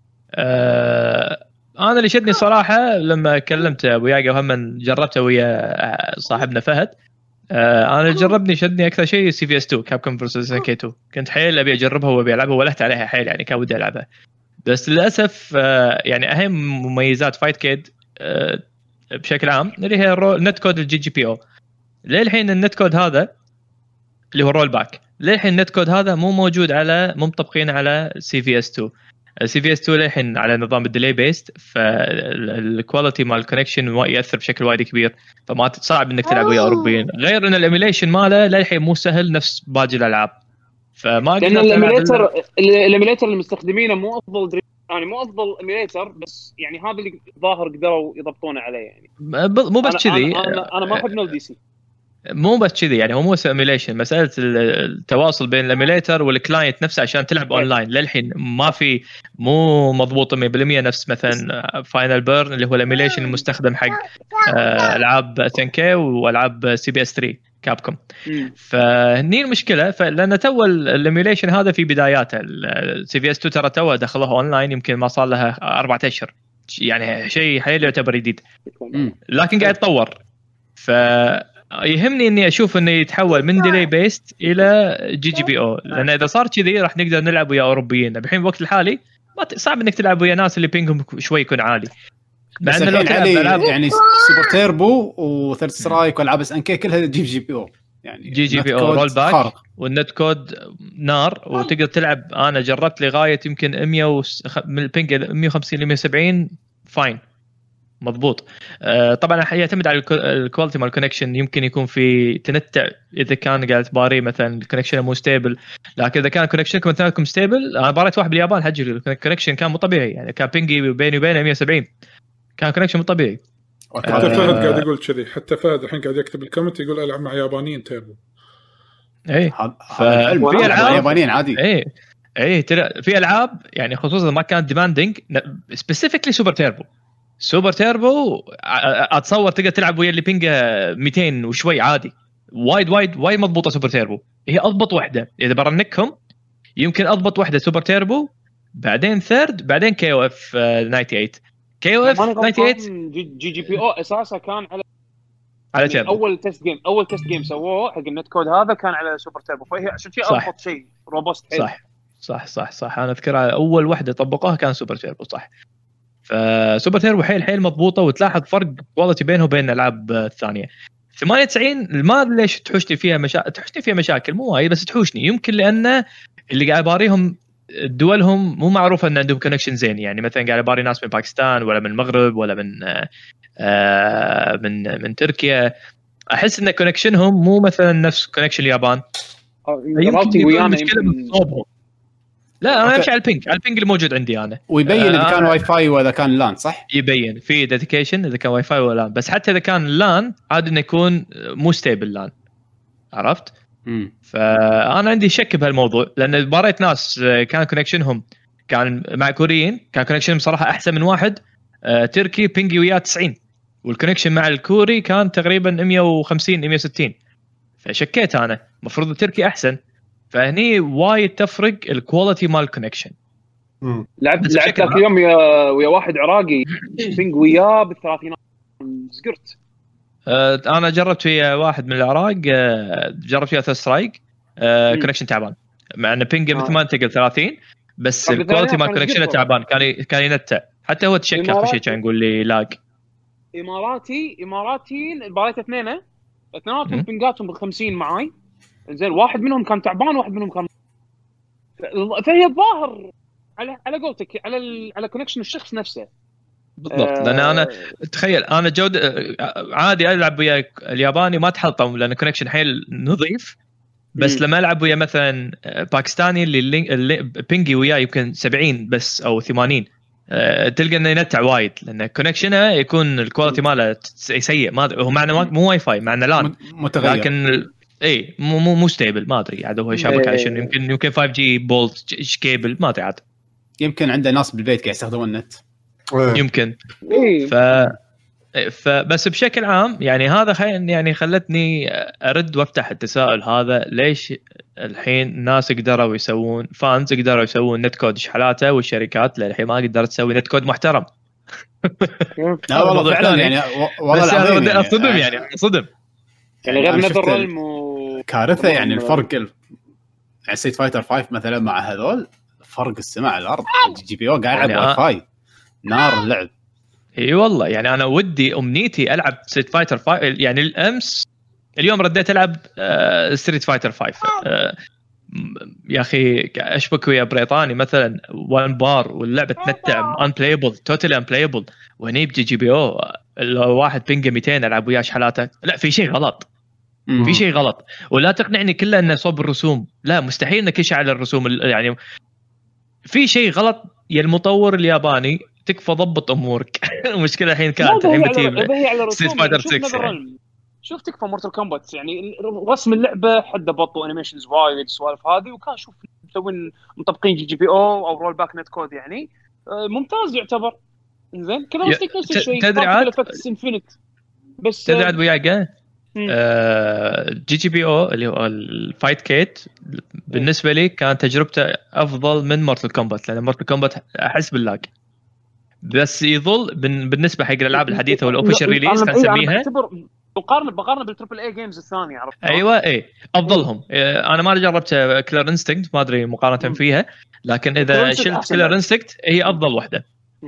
انا اللي شدني صراحه لما كلمت وياقه وهم جربته ويا صاحبنا فهد انا اللي شدني اكثر شيء CVS 2 كابكوم فيرسس SNK 2 كنت حيل ابي اجربها وابي العبها ولهت عليها حيل يعني كان ودي العبها بس للاسف يعني اهم مميزات فايت كيد بشكل عام اللي هي النت كود الGGPO للحين النت كود هذا اللي هو رول باك للحين النت كود هذا مو موجود على مطبقين على CVS 2 سي في اس 2 للحين على نظام الديلي بيست، فالكواليتي مال الكونكشن ياثر بشكل وايد كبير، فما صعب انك تلعب ويا اوروبيين، غير ان الايميليشن ماله للحين مو سهل نفس باقي الالعاب. فما لان الايميليتر اللي مستخدمينه مو افضل يعني مو افضل ايميليتر، بس يعني هذا اللي ظاهر قدروا يضبطونه عليه يعني. مو بس كذي، انا ما احب نول دي سي، مو بس كذي يعني، هو مو ايميليشن، مساله التواصل بين الايميليتر والكلاينت نفسه عشان تلعب اونلاين للحين ما في، مو مضبوط 100% نفس مثلا فاينل بيرن اللي هو الايميليشن المستخدم حق العاب 10K والعاب سي بي اس 3 كابكوم. فهني المشكله، فلان تو الايميليشن هذا في بداياته. السي في اس 2 ترى تو دخلوها اونلاين يمكن ما صار لها 4 أشهر، يعني شيء حيل يعتبر جديد، لكن قاعد يتطور. فيهمني اني اشوف انه يتحول من ديلي بيست الى جي بي او، لان اذا صار كذي راح نقدر نلعب ويا اوروبيين. الحين الوقت الحالي صعب انك تلعب ويا ناس اللي بينجهم شوي يكون عالي، بس الحين يعني سوبر تيربو وثيرد سترايك والعاب اس ان كي كلها جي بي او، يعني جي بي او رول باك والنت كود نار، وتقدر تلعب. انا جربت لغايه يمكن 100 من البينج 150 ل 170 فاين مضبوط. طبعا يعتمد على الكواليتي مال الكونكشن، يمكن يكون في تنتع اذا كان قاعد تباري مثلا الكونكشن مو ستيبل، لكن اذا كان كونكشنكم مثلكم ستيبل. انا باريت واحد باليابان حجي الكونكشن كان مو طبيعي، يعني كان بينجي بيني وبينه 170، كان كونكشن مو طبيعي. حتى فهد قاعد يقول كذي، حتى فهد الحين قاعد يكتب الكومنت يقول العب مع يابانيين تيربو. اي في العاب يابانيين عادي. اي ترى في العاب يعني خصوصا ما كانت ديماندينج سبيسيفيكلي سوبر تيربو اتصور تقدر تلعب ويا اللي بينجا 200 وشوي عادي، وايد مضبوطه. سوبر تيربو هي اضبط وحده، اذا برنكهم يمكن اضبط وحده سوبر تيربو، بعدين ثيرد، بعدين كي او اف 98. كي او اف 98 جي بي او اساسا كان على تيربو. اول تيست جيم سووه حق النت كود هذا كان على سوبر تيربو، فهي عشان شيء اضبط شيء روبوست حيل. صح انا اذكر اول وحده طبقوها كان سوبر تيربو صح. فسوبر تيربو حيل مضبوطه، وتلاحظ فرق كواليتي بينه وبين الالعاب الثانيه. 98 ما ليش تحوشني فيها مشاكل مو وايد، بس تحوشني يمكن لان اللي قاعد باريهم دولهم مو معروفه ان عندهم كونكشن زين، يعني مثلا قاعد باري ناس من باكستان ولا من المغرب ولا من تركيا، احس ان كونكشنهم مو مثلا نفس كونكشن اليابان. يمكن ويانا مشكله من صوبهم. لا انا امشي على البينج اللي موجود عندي انا، ويبين اذا كان واي فاي ولا كان لان صح، يبين في ديديكيشن اذا كان واي فاي ولا لان، بس حتى اذا كان لان عاد انه يكون مو ستيبل لان، عرفت. فانا عندي شك بهالموضوع، لان باريت ناس كان كونكشنهم كان مع كوريين، كان كونكشنهم صراحه احسن من واحد تركي بينجي وياه 90، والكونكشن مع الكوري كان تقريبا 150 160. فشكيت انا المفروض التركي احسن، فهني وايد تفرق الكواليتي مال الكونكشن. لعبت ذاك اليوم ويا واحد عراقي بينج وياه بالثلاثينات سقرت. انا جربت ويا واحد من العراق، جربت ويا سترايك، كونكشن تعبان، مع ان بينج مثل ما انت قلت 30، بس الكواليتي مال الكونكشن تعبان، كان ينتع، حتى هو تشيك اخر شيء كان يقول لي لاج. اماراتي الباريت اثنيناتهم بينجاتهم بال50 معاي زين، واحد منهم كان تعبان واحد منهم كان، فهي الظاهر على قولتك على كونكشن الشخص نفسه بالضبط. لان انا تخيل انا عادي العب ويا الياباني ما تحلطم لان كونكشن حيل نظيف، بس لما العب ويا مثلا باكستاني اللي بينجي وياه يمكن 70 بس او 80، تلقى انه ينتع وايد، لان كونكشنه يكون الكواليتي ماله سيء، ما هو معنى مو واي فاي، معنى لان متغير، لكن اي مو ستيبل، ما ادري عاد هو شبكه عشان يمكن 5G بولت كيبل، ما ادري عاد، يمكن عنده ناس بالبيت قاعد يستخدمون النت يمكن. بس بشكل عام يعني هذا يعني خلتني ارد وافتح التساؤل هذا، ليش الحين الناس قدروا يسوون فانز قدروا يسوون نت كود شحالاته، والشركات للحين ما قدرت تسوي نت كود محترم. لا والله فعلا يعني والله العظيم اصدم يعني صدم يعني غير نذر كارثه يعني الفرق يعني ستريت فايتر 5 مثلا مع هذول فرق السماء على الارض. جي بي او قاعد يلعب واي فاي نار اللعب. اي والله يعني انا ودي امنيتي العب ستريت فايتر 5، يعني اليوم رديت العب ستريت فايتر 5 يا اخي اشبك ويا بريطاني مثلا 1 بار واللعبه تمتع ان بلايبل توتالي ان بلايبل، وهني بجي جي بي او واحد بينجا 200 العب وياه شحالاته. لا في شيء غلط، في شيء غلط. ولا تقنعني كله انه صوب الرسوم، لا مستحيل انك يشعل الرسوم يعني في شيء غلط. يا المطور الياباني تكفى ضبط امورك. المشكله الحين كانت الحين بتجيب ستريت فايتر 6 يعني. شوف تكفى مورتال كومبات يعني رسم اللعبه حده بطوا انيميشنز وايد السوالف هذه، وكان شوف مسوين مطبقين جي بي او رول باك نت كود يعني ممتاز يعتبر. زين كذا نفس الشيء تدري عاد بس تدري عاد وياك جي جي بي او اللي هو الفايت كيت بالنسبه لي كان تجربته افضل من مورتال كومبات، لان مورتال كومبات احس باللاج، بس يظل بالنسبه حق الالعاب الحديثه والاوفيشال ريليس نسميها بقارن بالتربل اي جيمز الثانيه، عرفت؟ ايوه اي افضلهم. انا ما جربت كلير انستنكت، ما ادري مقارنه فيها، لكن اذا شلت كلير انستنكت هي افضل واحده.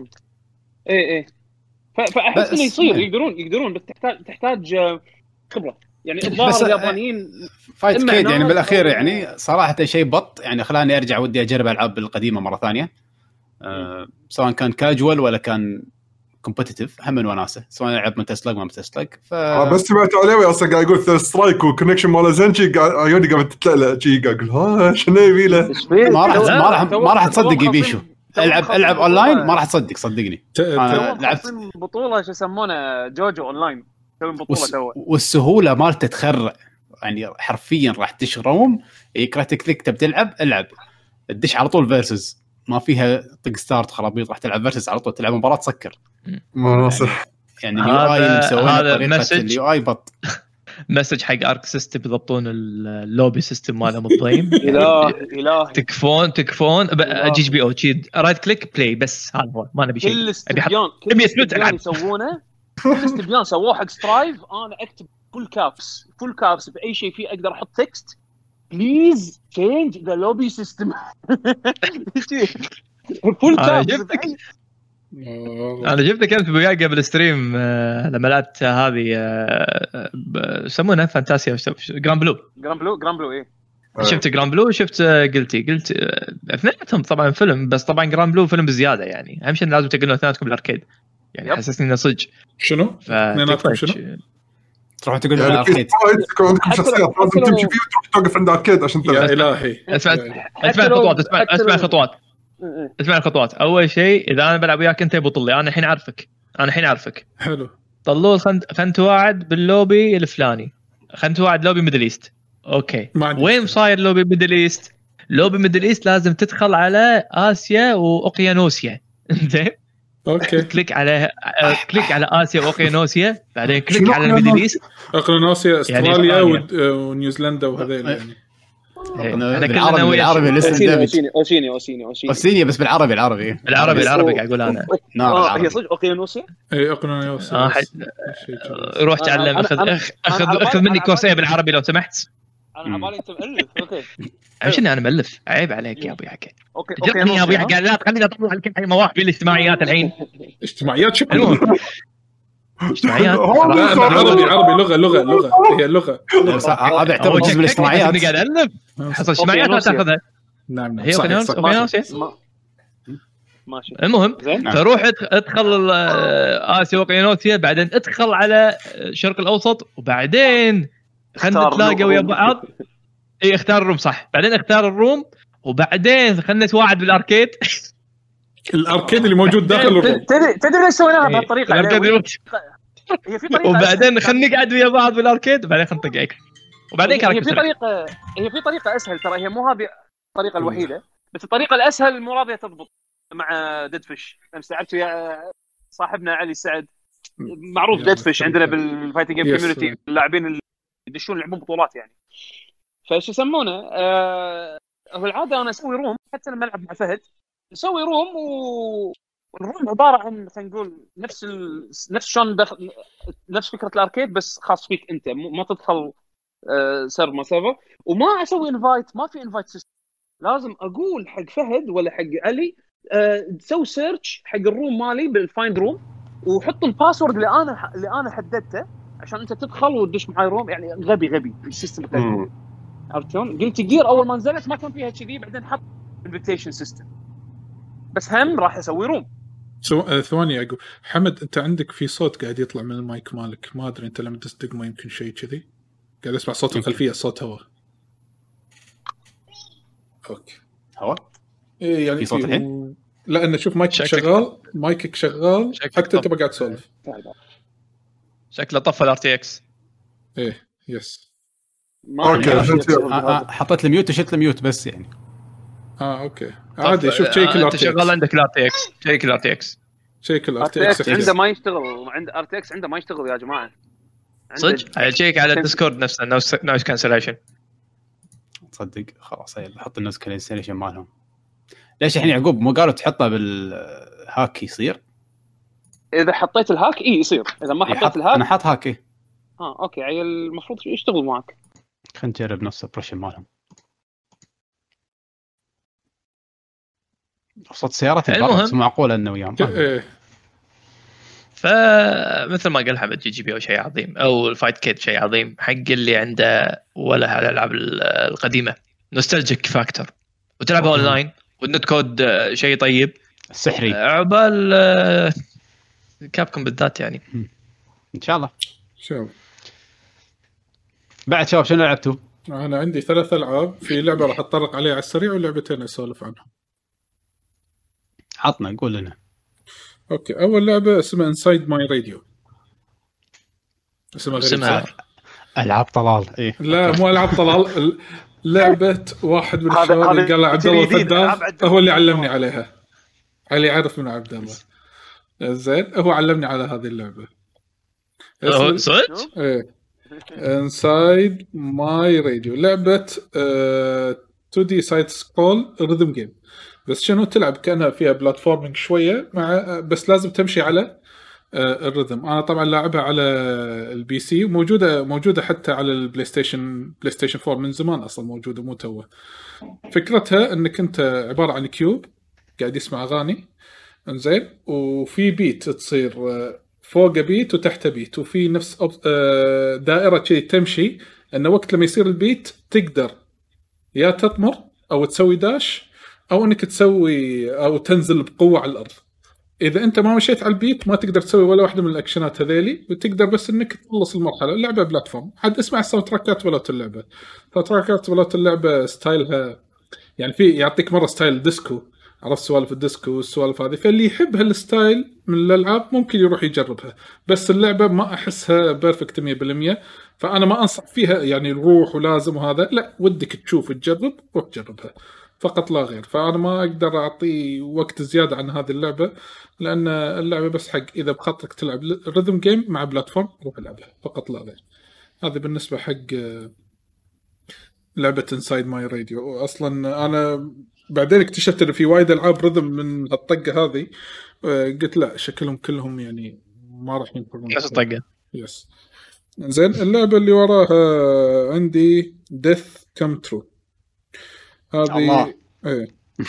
اي فاحس انه يصير يقدرون بس تحتاج خبره يعني. الظاهر اليابانيين فايت كيد يعني بالاخير يعني صراحه شيء بط يعني، خلاني ارجع ودي اجرب العاب القديمه مره ثانيه، سواء كان كاجوال ولا كان كومبتيتيف، هم من وناسه سواء لعب متسلق ما متسلق. بس سمعت عليه اصلا قاعد يقول ثيرد سترايك وكونكشن مال زنشي، قاعد عيوني قاعد تتلألأ شي، قاعد اقول ها شنو يبي له. ما راح تصدق يبيشو العب اونلاين، ما راح تصدق صدقني. لعبت بطوله شو يسمونه جوجو اونلاين، سوي بطوله والسهوله مالته تخرع يعني حرفيا راح تشروم يكرتك تكتب تلعب العب تدش على طول فيرسز، ما فيها طق ستارت خرابيط، راح تلعب فيرسز على طول، تلعب مباراه تسكر مناصح. يعني اليو اي مسوينه بطريقه اليو اي بط. مسج حق ارك سيستم يضبطون اللوبي سيستم مالهم الضيم. اله تكفون جي بي او رايت كليك بلاي، بس هذا هو، ما نبي شيء. كل استبيان يسوونه، كل استبيان سووه حق سترايف. انا اكتب فول كابس باي شيء فيه اقدر احط تكست بليز تشينج ذا لوبي سيستم. فول كابس. انا جبتك انت وياي قبل ستريم لما لعبت هذه يسمونها فانتاسيا جران بلو ايه. شفت جران بلو وشفت قلت اثنيناتهم طبعا فيلم، بس طبعا جران بلو فيلم بزياده يعني، اهم شيء لازم تقولون اثنيناتكم بالاركيد يعني. حسسني انه صج شنو اثنيناتكم شنو تروح تقول يعني الاركيد يكون عندكم شخصيات لازم تمشي فيه وتروح توقف عند الاركيد عشان تلعب. يا الهي اسمع الخطوات. اول شيء اذا انا بلعب وياك انت بطل لي، انا الحين عارفك حلو. طلول خنت واعد باللوبي الفلاني، خنت واعد لوبي ميدل ايست. اوكي وين صاير لوبي ميدل ايست؟ لوبي ميدل ايست لازم تدخل على اسيا واوقيانوسيا. زين اوكي كليك على اسيا واوقيانوسيا، بعدين كليك على الميدل ايست. اوقيانوسيا استراليا يعني ونيوزيلندا وهذيل يعني. انا بالعربي اوسينيا بس بالعربي قاعد اقول انا. هي صدق اوقيانوسيا. اي اوقيانوسيا. روح تعلم، اخذ مني كورسين بالعربي لو سمحت. انا عبالي انت مؤلف. اوكي عشان انا مؤلف، عيب عليك يا ابو يحكي. اوكي يا ابو يحكي لا تخليني اطلع على كل مواقف الاجتماعيات الحين. اجتماعيات شو اجتماعيات؟ عربي لغه هي اللغه هذا يعتبر جزء من الاجتماعيات. قاعد الف حصل اجتماعيات ما تاخذها. نعم هي اوكيانوسيا ماشي. المهم فروح ادخل اسيا واوقيانوسيا، بعدين ادخل على الشرق الاوسط، وبعدين خلينا نتلاقى ويا بعض. اي اختار الروم صح، بعدين اختار الروم، وبعدين خلينا نتواعد بالاركيد. الاركيد اللي موجود داخل الروم. تدري ليش سويناها بهالطريقه؟ هي في طريقه، وبعدين خلينا نقعد ويا بعض بالاركيد، وبعدين خلينا نطقك، وبعدين هي في طريقه اسهل ترى. هي مو هذه الطريقه الوحيده، بس الطريقه الاسهل المراضيه تضبط مع ديدفش. امس لعبت ويا صاحبنا علي السعد، معروف ديدفش عندنا بالفايتنج جيم كوميونتي، اللاعبين اللي يدشون يلعبون بطولات يعني. فايش يسمونه هو العاده انا اسوي روم، حتى لما العب مع فهد نسوي روم، والروم عباره عن خلينا نقول نفس شلون نفس فكره الاركيد، بس خاص فيك انت، ما تدخل سيرفر وما اسوي انفايت. ما في انفايت سيستم، لازم اقول حق فهد ولا حق علي تسوي سيرش حق الروم مالي بالفايند روم، وحط الباسورد اللي انا حددته عشان انت تدخل وتدش معي روم. يعني غبي السيستم بتاعي. عرفت شلون؟ قلت جير اول ما نزلت ما كان فيها كذي، بعدين حط انفيتيشن سيستم، بس هم راح اسوي روم. ثواني اقول حمد، انت عندك في صوت قاعد يطلع من المايك مالك، ما ادري انت لما تصدق ما يمكن شيء كذي، قاعد اسمع صوت الخلفيه، صوت هواء. اوكي هو إيه يعني في صوت الحين؟ لا شوف مايك شغال، مايكك شغال حتى انت قاعد تسولف. شكله طفى الار تي اكس. ايه يس اوكي حطيت الميوت وشلت الميوت بس يعني. اوكي عادي. شوف شيك الار انت تي شغال اكس، عندك الار تي اكس، شيك الار تي اكس. شيك الار تي RTX اكس عنده ما يشتغل، عند RTX عنده ما يشتغل يا جماعه. صدق تشيك على الديسكورد نفسه نويز كانسليشن. تصدق خلاص يلا حط الناس كانسليشن مالهم. ليش الحين يعقوب مو قالوا تحطه بالهاك يصير؟ اذا حطيت الهاك يصير، اذا ما حطيت الهاك انا حاط هاك. ايه اوكي عيل المفروض يشتغل معك. خلينا نجرب نفس البروشن مالهم. صوت سيارات المهم معقوله انه وياهم. فمثل ما قال حمد جي بي او شيء عظيم، او الفايت كيد شيء عظيم حق اللي عنده ولا على الالعاب القديمه، نوستالجيك فاكتور، وتلعبها اونلاين والنت كود شيء طيب سحري عقبال كابكم بالذات يعني. ان شاء الله. شوف بعد شباب شنو لعبتوا؟ انا عندي 3 ألعاب، في لعبه راح اتطرق عليها على السريع ولعبتين اسولف عنها. عطنا قول لنا. اوكي اول لعبه اسمها انسايد ماي راديو. اسمها العاب طلال. ايه لا مو العاب طلال، لعبه واحد من الشباب قال عبد الله الفداف هو اللي علمني عليها. علي يعرف من عبد الله زين، هو علمني على هذه اللعبه. صدق؟ ايه انسايد ماي راديو، لعبه 2 دي سايد سكرول ريذم جيم، بس شنو تلعب كانها فيها بلاتفورمينج شويه مع بس لازم تمشي على الريذم. انا طبعا لاعبها على البي سي، موجوده حتى على البلاي ستيشن 4 من زمان اصلا موجوده مو توه. فكرتها انك انت عباره عن كيوب قاعد يسمع اغاني انزين، وفي بيت تصير فوق بيت وتحت بيت، وفي نفس دائره كذي تمشي، انه وقت لما يصير البيت تقدر يا تطمر او تسوي داش او انك تسوي او تنزل بقوه على الارض. اذا انت ما مشيت على البيت ما تقدر تسوي ولا واحده من الاكشنات هذيلي، وتقدر بس انك تخلص المرحله. اللعبه بلاتفورم، حد اسمع الساوند تراكات مالت اللعبه؟ تراكات مالت اللعبه ستايلها يعني في يعطيك مره ستايل ديسكو، عرفت سوالف الديسكو والسوالف هذه، فاللي يحب هالستايل من الالعاب ممكن يروح يجربها. بس اللعبه ما احسها بيرفكت 100%، فانا ما انصح فيها يعني الروح ولازم وهذا، لا ودك تشوف تجرب روح جربها فقط لا غير. فانا ما اقدر اعطي وقت زياده عن هذه اللعبه، لان اللعبه بس حق اذا بخاطرك تلعب ريذم جيم مع بلاتفورم روح العبها فقط لا غير. هذا بالنسبه حق لعبه انسايد ماي راديو. اصلا انا بعدين اكتشفت ان في وايد العاب رذم من هالطقه هذه، قلت لا شكلهم كلهم يعني ما راح ينفعون نفس الطقه. يس زين. اللعبه اللي وراها عندي ديث كم ترو، هذه ايه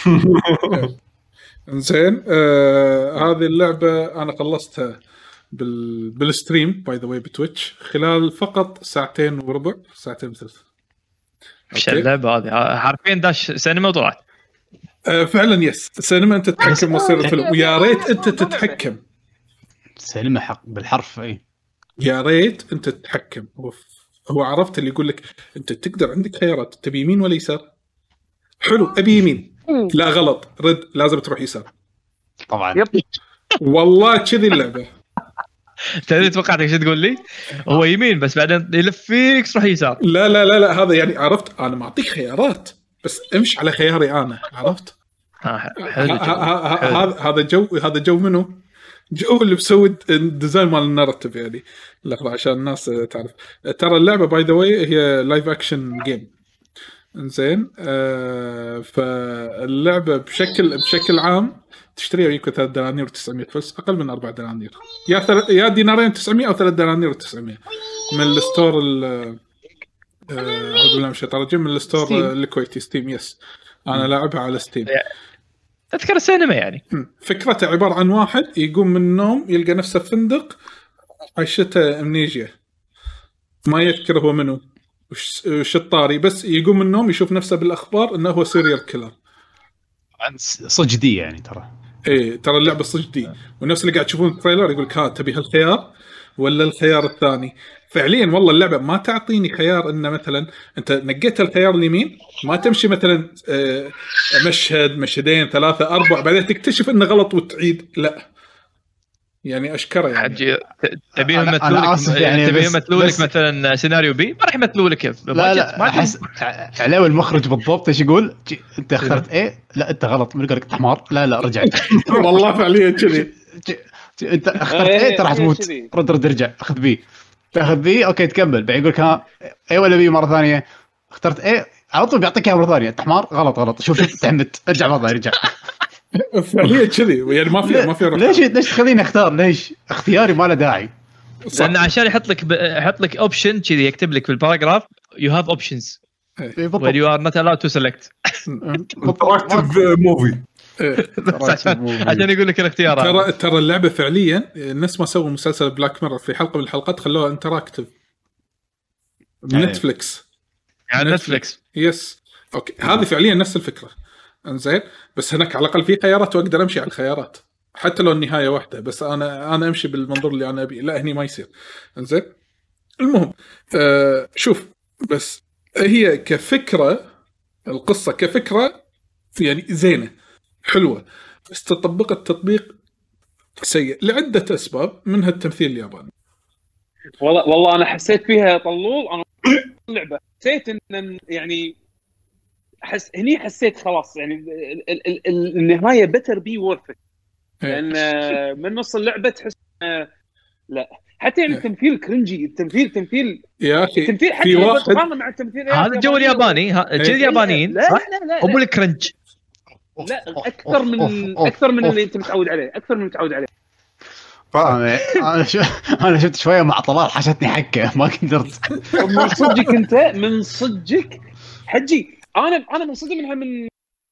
زين. هذه اللعبه انا خلصتها بالستريم باي ذا واي بتويتش خلال فقط 2 وربع، 2 ساعتين وثلث. ايش اللعبه هذه؟ حرفيا داش سينما وطلعت. فعلا يس سينما، انت تتحكم مصير الفيلم، ويا ريت انت تتحكم سينما حق بالحرف. اي يا ريت انت تتحكم. هو عرفت اللي يقول لك انت تقدر عندك خيارات، تبي يمين ولا يسار؟ حلو ابي يمين، لا غلط رد لازم تروح يسار طبعا. والله كذي اللعبه. تدري توقعتك ايش تقول لي؟ هو يمين بس بعدين يلف فيك تروح يسار. لا لا لا لا هذا يعني عرفت انا معطيك خيارات بس امش على خياري انا، عرفت؟ هذا جو منه جو اللي بسوي الديزاين مال النارتيف يعني. لحظه عشان الناس تعرف، ترى اللعبه باي ذا واي هي لايف اكشن جيم انزين. فاللعبه بشكل عام تشتريها يمكن 3 دنانير و900 فلس، اقل من 4 دنانير، يا دينارين 900 او 3 دنانير و900 من الستور اعوذ بالله من الشيطان الرجيم، من الستور الكويتي ستيم. يس انا لاعبها على ستيم. تذكر السينما يعني. فكرته عباره عن واحد يقوم من النوم يلقى نفسه في فندق عيشته امنيجيا، ما يذكر هو منو وش الطاري بس يقوم من النوم يشوف نفسه بالاخبار انه هو سيريال كيلر. صجدي يعني ترى. ايه ترى اللعبه صجدي، ونفس اللي قاعد تشوفون التريلر يقول ها تبي هالخيار ولا الخيار الثاني. فعليا والله اللعبه ما تعطيني خيار ان مثلا انت نقيت الخيار اليمين ما تمشي مثلا مشهد مشهدين ثلاثه اربع بعدين تكتشف انه غلط وتعيد، لا يعني اشكره يعني. حجي تبيهم أنا يمثلوا لك آسف يعني تبيهم بس- يمثلوا لك بس- مثلا سيناريو بي، ما راح يمثلوا لك لا احس علاوي المخرج بالضبط ايش يقول؟ انت اخترت ايه؟ لا انت غلط. من قال لك حمار؟ لا رجع. والله فعليا كذي. انت اخترت ايه؟ انت راح تموت. رد ارجع اخذ بي. تاخذ بي اوكي تكمل. بعدين يقول لك ها ايه ولا بي مره ثانيه. اخترت ايه على طول بيعطيك اياها مره ثانيه. انت حمار. غلط. شوف تعمد ارجع مره ارجع. فعليا كذي يعني ما في ليش تخليني اختار؟ ليش اختياري ما له داعي؟ لان عشان يحط لك اوبشن كذي يكتب لك في الباراجراف يو هاف اوبشنز where you are not allowed to select انتراكتيف موفي. عشان يقول لك الاختيارات. ترى اللعبه فعليا الناس ما سووا مسلسل بلاك ميرور في حلقه من الحلقات خلوها انتراكتيف نتفليكس على نتفليكس. يس اوكي هذه فعليا نفس الفكره. انزين بس هناك على الاقل في خيارات واقدر امشي على الخيارات حتى لو النهايه واحده، بس انا امشي بالمنظور اللي انا ابي. لا هني ما يصير. انزين المهم شوف بس هي كفكره القصه كفكره يعني زينه حلوه، بس تطبق التطبيق سيء لعده اسباب منها التمثيل الياباني. والله انا حسيت فيها طلول. انا اللعبه حسيت ان يعني حسيت خلاص يعني النهايه بتر بي وورث، لان من نص اللعبه تحس لا حتى يعني التمثيل كرنجي. التمثيل يا اخي التمثيل حتى في واحد مع التمثيل هذا الجو الياباني الجو اليابانيين لا ابو الكرنج. لا اكثر من اللي انت متعود عليه، اكثر من متعود عليه. انا شفت شويه مع طلال حشتني حكه ما قدرت. من صدقك انت من صدقك حجي انا منصدم منها من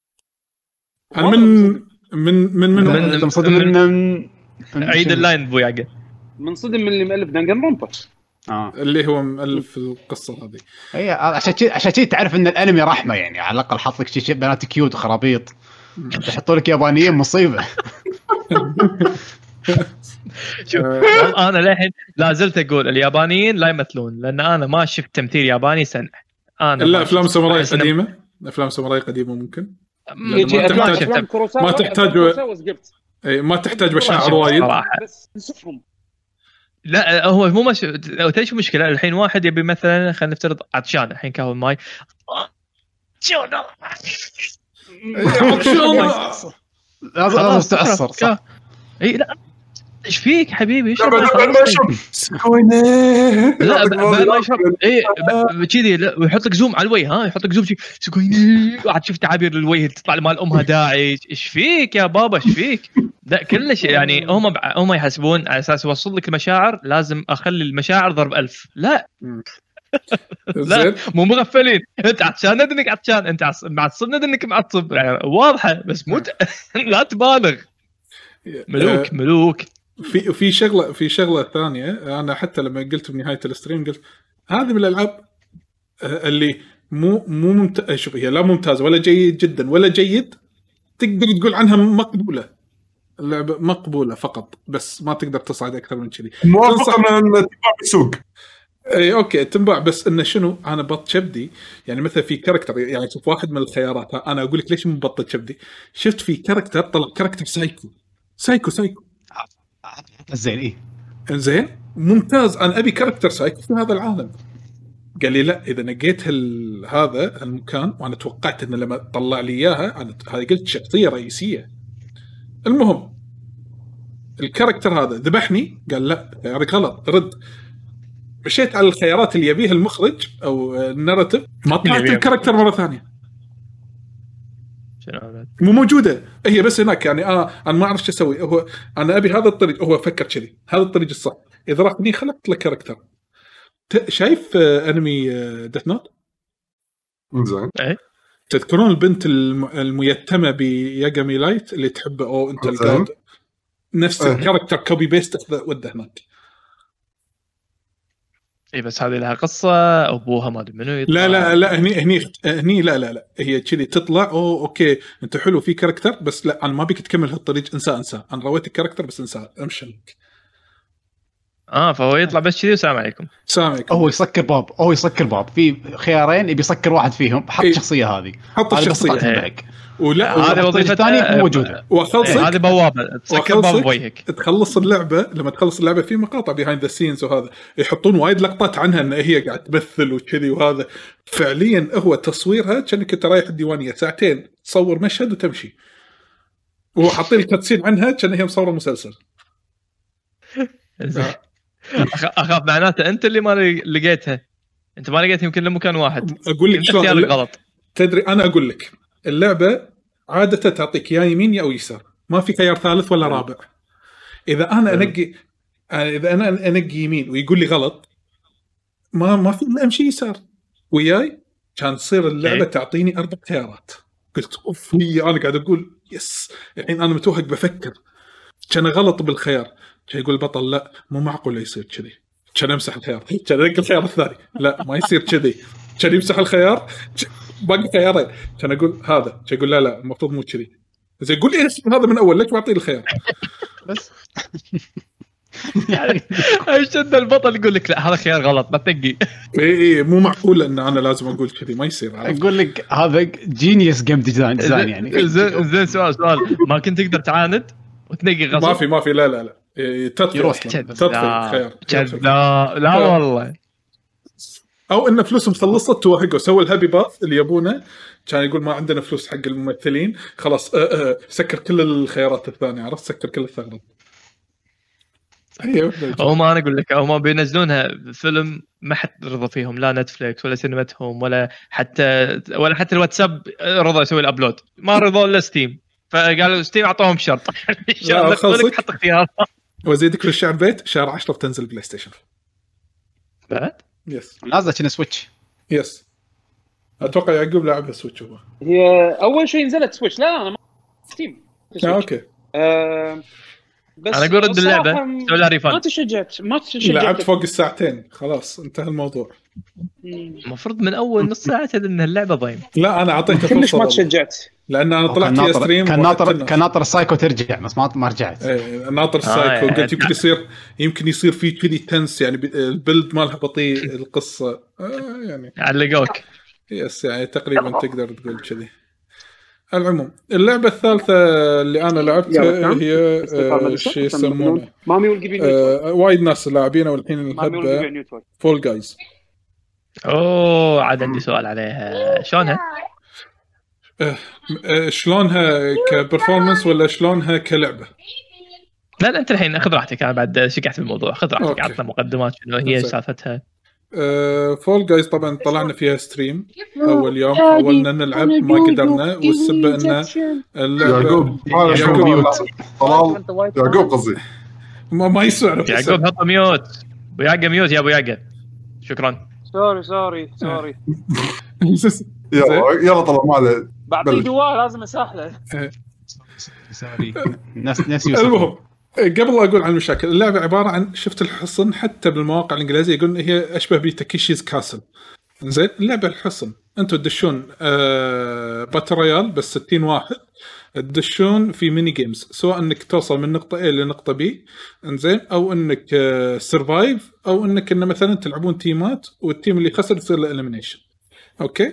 منصدم من عيد اللاين ابو يعقوب. منصدم من اللي مؤلف دانجن رومبا اللي هو مؤلف القصه هذه. هي عشان شيء تعرف ان الانمي رحمه يعني على الاقل حط لك شيء بنات كيوت وخرابيط. يحطوا لك يابانيين مصيبه. شوف انا للحين لا زلت اقول اليابانيين لا يمثلون، لان انا ما شفت تمثيل ياباني سنه. انا لا افلام ساموراي قديمه، افلام ساموراي قديمه ممكن ما تحتاج مشاعر وايد بس نشوفهم. لا هو مو مش ايش المشكله الحين واحد يبي مثلا خلينا نفترض عطشان الحين كاهو ماي لازم تعصر صح. اي لا ايش فيك حبيبي؟ ايش لا ما يشرب اي كذي. لا ويحط لك زوم على الوجه. ها يحط لك زوم سكويني وقاعد تشوف تعابير الوجه تطلع مال امها داعي. ايش فيك يا بابا ايش فيك؟ لا كل شيء يعني هم يحسبون على اساس يوصل لك المشاعر لازم اخلي المشاعر ضرب 1000. لا لا مو مغفلين. انت عطشان ندنك عطشان، انت معصب ندنك معصب يعني واضحه بس مو لا تبالغ. ملوك في شغله ثانيه. انا حتى لما قلت بنهايه الستريم قلت هذه من الالعاب اللي مو شوف هي لا ممتازه ولا جيد جدا ولا جيد، تقدر تقول عنها مقبوله. اللعبه مقبوله فقط بس ما تقدر تصعد اكثر من كذي. موافقه من تباع السوق. اي اوكي تنباع، بس انه شنو انا بط شبدي يعني مثلا في كاركتر يعني شوف واحد من الخيارات. انا اقول لك ليش مبطل شبدي. شفت في كاركتر طلع كاركتر سايكو زين ايه زين ممتاز. انا ابي كاركتر سايكو في هذا العالم. قال لي لا اذا نقيت هذا المكان، وانا توقعت انه لما طلع لي اياها انا هذه قلت شخصيه رئيسيه. المهم الكاركتر هذا ذبحني. قال لا يعني غلط رد. مشيت على الخيارات اللي يبيها المخرج او الناراتيف ما طلعت الكاركتر مره ثانيه مو موجوده هي بس هناك. يعني انا ما اعرف شو اسوي. هو انا ابي هذا الطريق. هو فكر كذي هذا الطريق الصح. اذا راحني خلقت له كاركتر. شايف انمي ديث نوت؟ زين تذكرون البنت الميتمه بياغامي لايت اللي تحبه او انت الجاد؟ نفس الكاركتر كوبي بيست وده هناك. اي بس هذه لها قصه، ابوها ما ادري منو يطلع. لا هني لا هي كذي تطلع اوكي انت حلو في كاركتر، بس لا انا ما بيك تكمل هالطريق، انسى انا رويت الكاركتر بس انسى امشي. فهو يطلع بس كذي والسلام عليكم. السلام عليكم. هو يسكر باب في خيارين، يبي يسكر واحد فيهم، حط الشخصيه هذه، حط الشخصيه تنبعك. ولا هذه وظيفة الثانيه مو موجوده. هذه بوابه تسكر باب بوجهك. تخلص اللعبه، لما تخلص اللعبه في مقاطع بيهايند ذا سينز وهذا يحطون وايد لقطات عنها ان هي قاعد تمثل وكذي، وهذا فعليا هو تصويرها كأنك انت رايح الديوانيه ساعتين تصور مشهد وتمشي، وحاطين الكاتسين عنها كأنها هي مصوره مسلسل. اخاف معناته انت اللي ما لقيتها، انت ما لقيتها يمكن لمكان واحد. اقول لك شلون غلط. تدري انا اقول لك اللعبه عاده تعطيك يا يمين او يسار، ما في خيار ثالث ولا رابع. اذا انا انقي يمين ويقول لي غلط، ما في امشي يسار وياي، كان تصير اللعبه تعطيني 4 خيارات. قلت اوف، انا قاعد اقول يس، الحين انا متوهق بفكر، كان غلط بالخيار. كان يقول البطل لا مو معقول يصير كذي، كان امسح الخيار، كان انقل الخيار الثاني لا ما يصير كذي، كان يمسح الخيار، باقي خيارين، كان اقول هذا، كان يقول لا المفروض مو كذي. زين يقول لي هذا من اول، ليش معطيه الخيار؟ بس يعني اشد البطل يقول لك لا هذا خيار غلط ما تنقي. اي مو معقول ان انا لازم اقول كذي، ما يصير. اقول لك هذا جينيوس جيم ديزاين يعني. زين سؤال ما كنت تقدر تعاند وتنقي غصب؟ ما في لا يروح تطفي خيار. لا والله. او ان فلوسهم خلصت توهقوا، سووا الهابي باث اللي يبونه، كان يقول ما عندنا فلوس حق الممثلين خلاص، سكر كل الخيارات الثانيه، عرفت، سكر كل الثغرات. او ما انا اقول لك، او ما بينزلونها فيلم ما حد رضى فيهم، لا نتفليكس ولا سينماتهم ولا حتى الواتساب رضى يسوي الابلود، ما رضوا الا ستيم، فقالوا ستيم اعطوهم شرط لك حط اختيار. وزيدك في الشعر بيت شهر 10 بتنزل بلاي ستيشن بعد. يس نازله كنا سويتش. يس اتوقع يعقوب لعبها سويتش. هو هي اول شيء نزلت سويتش. لا انا ما ستيم. اوكي. بس انا اقول رد اللعبه سوي لها ريفاند. ما تشجعت لعبت فوق الساعتين خلاص انتهى الموضوع. المفروض من اول نص ساعه ان اللعبه ضايم. لا انا اعطيتها فرصه ما تشجعت لان انا طلعت في ستريم كان ناطر السايكو ترجع بس ما رجعت. ناطر السايكو قلت يمكن يصير في كذي تنس، يعني البلد مالها بطيء القصه يعني علقوك. يس يعني تقريبا تقدر تقول كذي. العموم اللعبه الثالثه اللي انا لعبتها هي شيء يسمونه مامي والجيبين وايد ناس لاعبينها والحين الهبه فول جايز. عاد عندي سؤال عليها، شلونها؟ شلونها كبرفورمانس ولا شلونها كلعبه؟ لا انت الحين اخذ راحتك، انا بعد شقعت في الموضوع، خذ راحتك عطنا مقدمات شنو هي سالفتها. فول جايز طبعا طلعنا فيها ستريم اول يوم، حاولنا نلعب ما قدرنا، والسبب ان اللعبه يعقوب قصدي ما يسمع. يعقوب حط ميوت، ابو يعقوب ميوت يا ابو يعقوب. شكرا. سوري يلا طلع ماله بعطيه جوال لازم اسهله. سوري ناس المهم قبل اقول عن المشاكل، اللعبه عباره عن شفت الحصن حتى بالمواقع الانجليزيه يقولون هي اشبه بتاكيشيز كاسل. زين اللعبه الحصن انتم تدشون باتل رويال بس 60 واحد، تدشون في ميني جيمز، سواء انك توصل من نقطه A لنقطه B انزين، او انك سرفايف، او انك مثلا تلعبون تيمات والتيم اللي خسر يصير له اليمينيشن. اوكي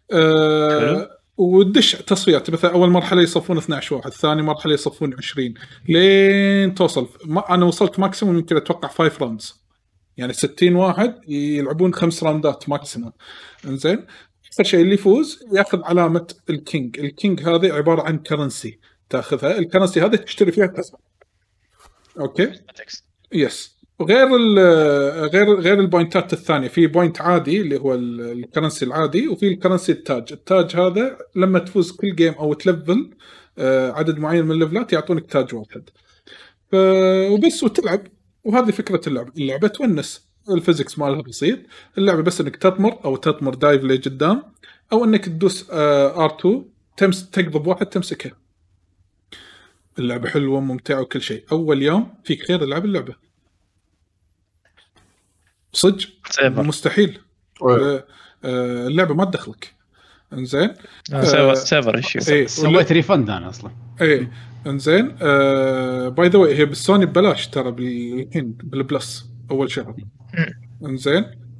ودش تصفيات، مثلا اول مرحله يصفون 12 واحد، ثاني مرحله يصفون 20 لين توصل انا وصلت ماكسيموم يمكن اتوقع 5 راوندز، يعني 60 واحد يلعبون 5 راوندات ماكسيموم. انزين اخر شيء اللي يفوز ياخذ علامه الكينج هذه عباره عن كرنسي تاخذها، الكرنسي هذه تشتري فيها كسب. اوكي يس. غير البوينتات الثانيه، في بوينت عادي اللي هو الكرنسي العادي، وفي الكرنسي التاج هذا لما تفوز كل جيم او تلفل عدد معين من الليفلات يعطونك تاج واحد وبس وتلعب. وهذه فكره اللعبه تونس، الفيزيكس مالها بسيط، اللعبه بس انك تطمر دايف لقدام، او انك تدوس R2 تقضب واحد تمسكه. اللعبه حلوه ممتعه وكل شيء. اول يوم فيك خير العب اللعبه صدق سيفر. مستحيل. اللعبه ما تدخلك. انزين سيفر ايشيو. سويت ريفند انا اصلا. ايه انزين. باي ذا واي هي بالسوني ببلاش ترى الحين بالبلس اول شهر. انزين.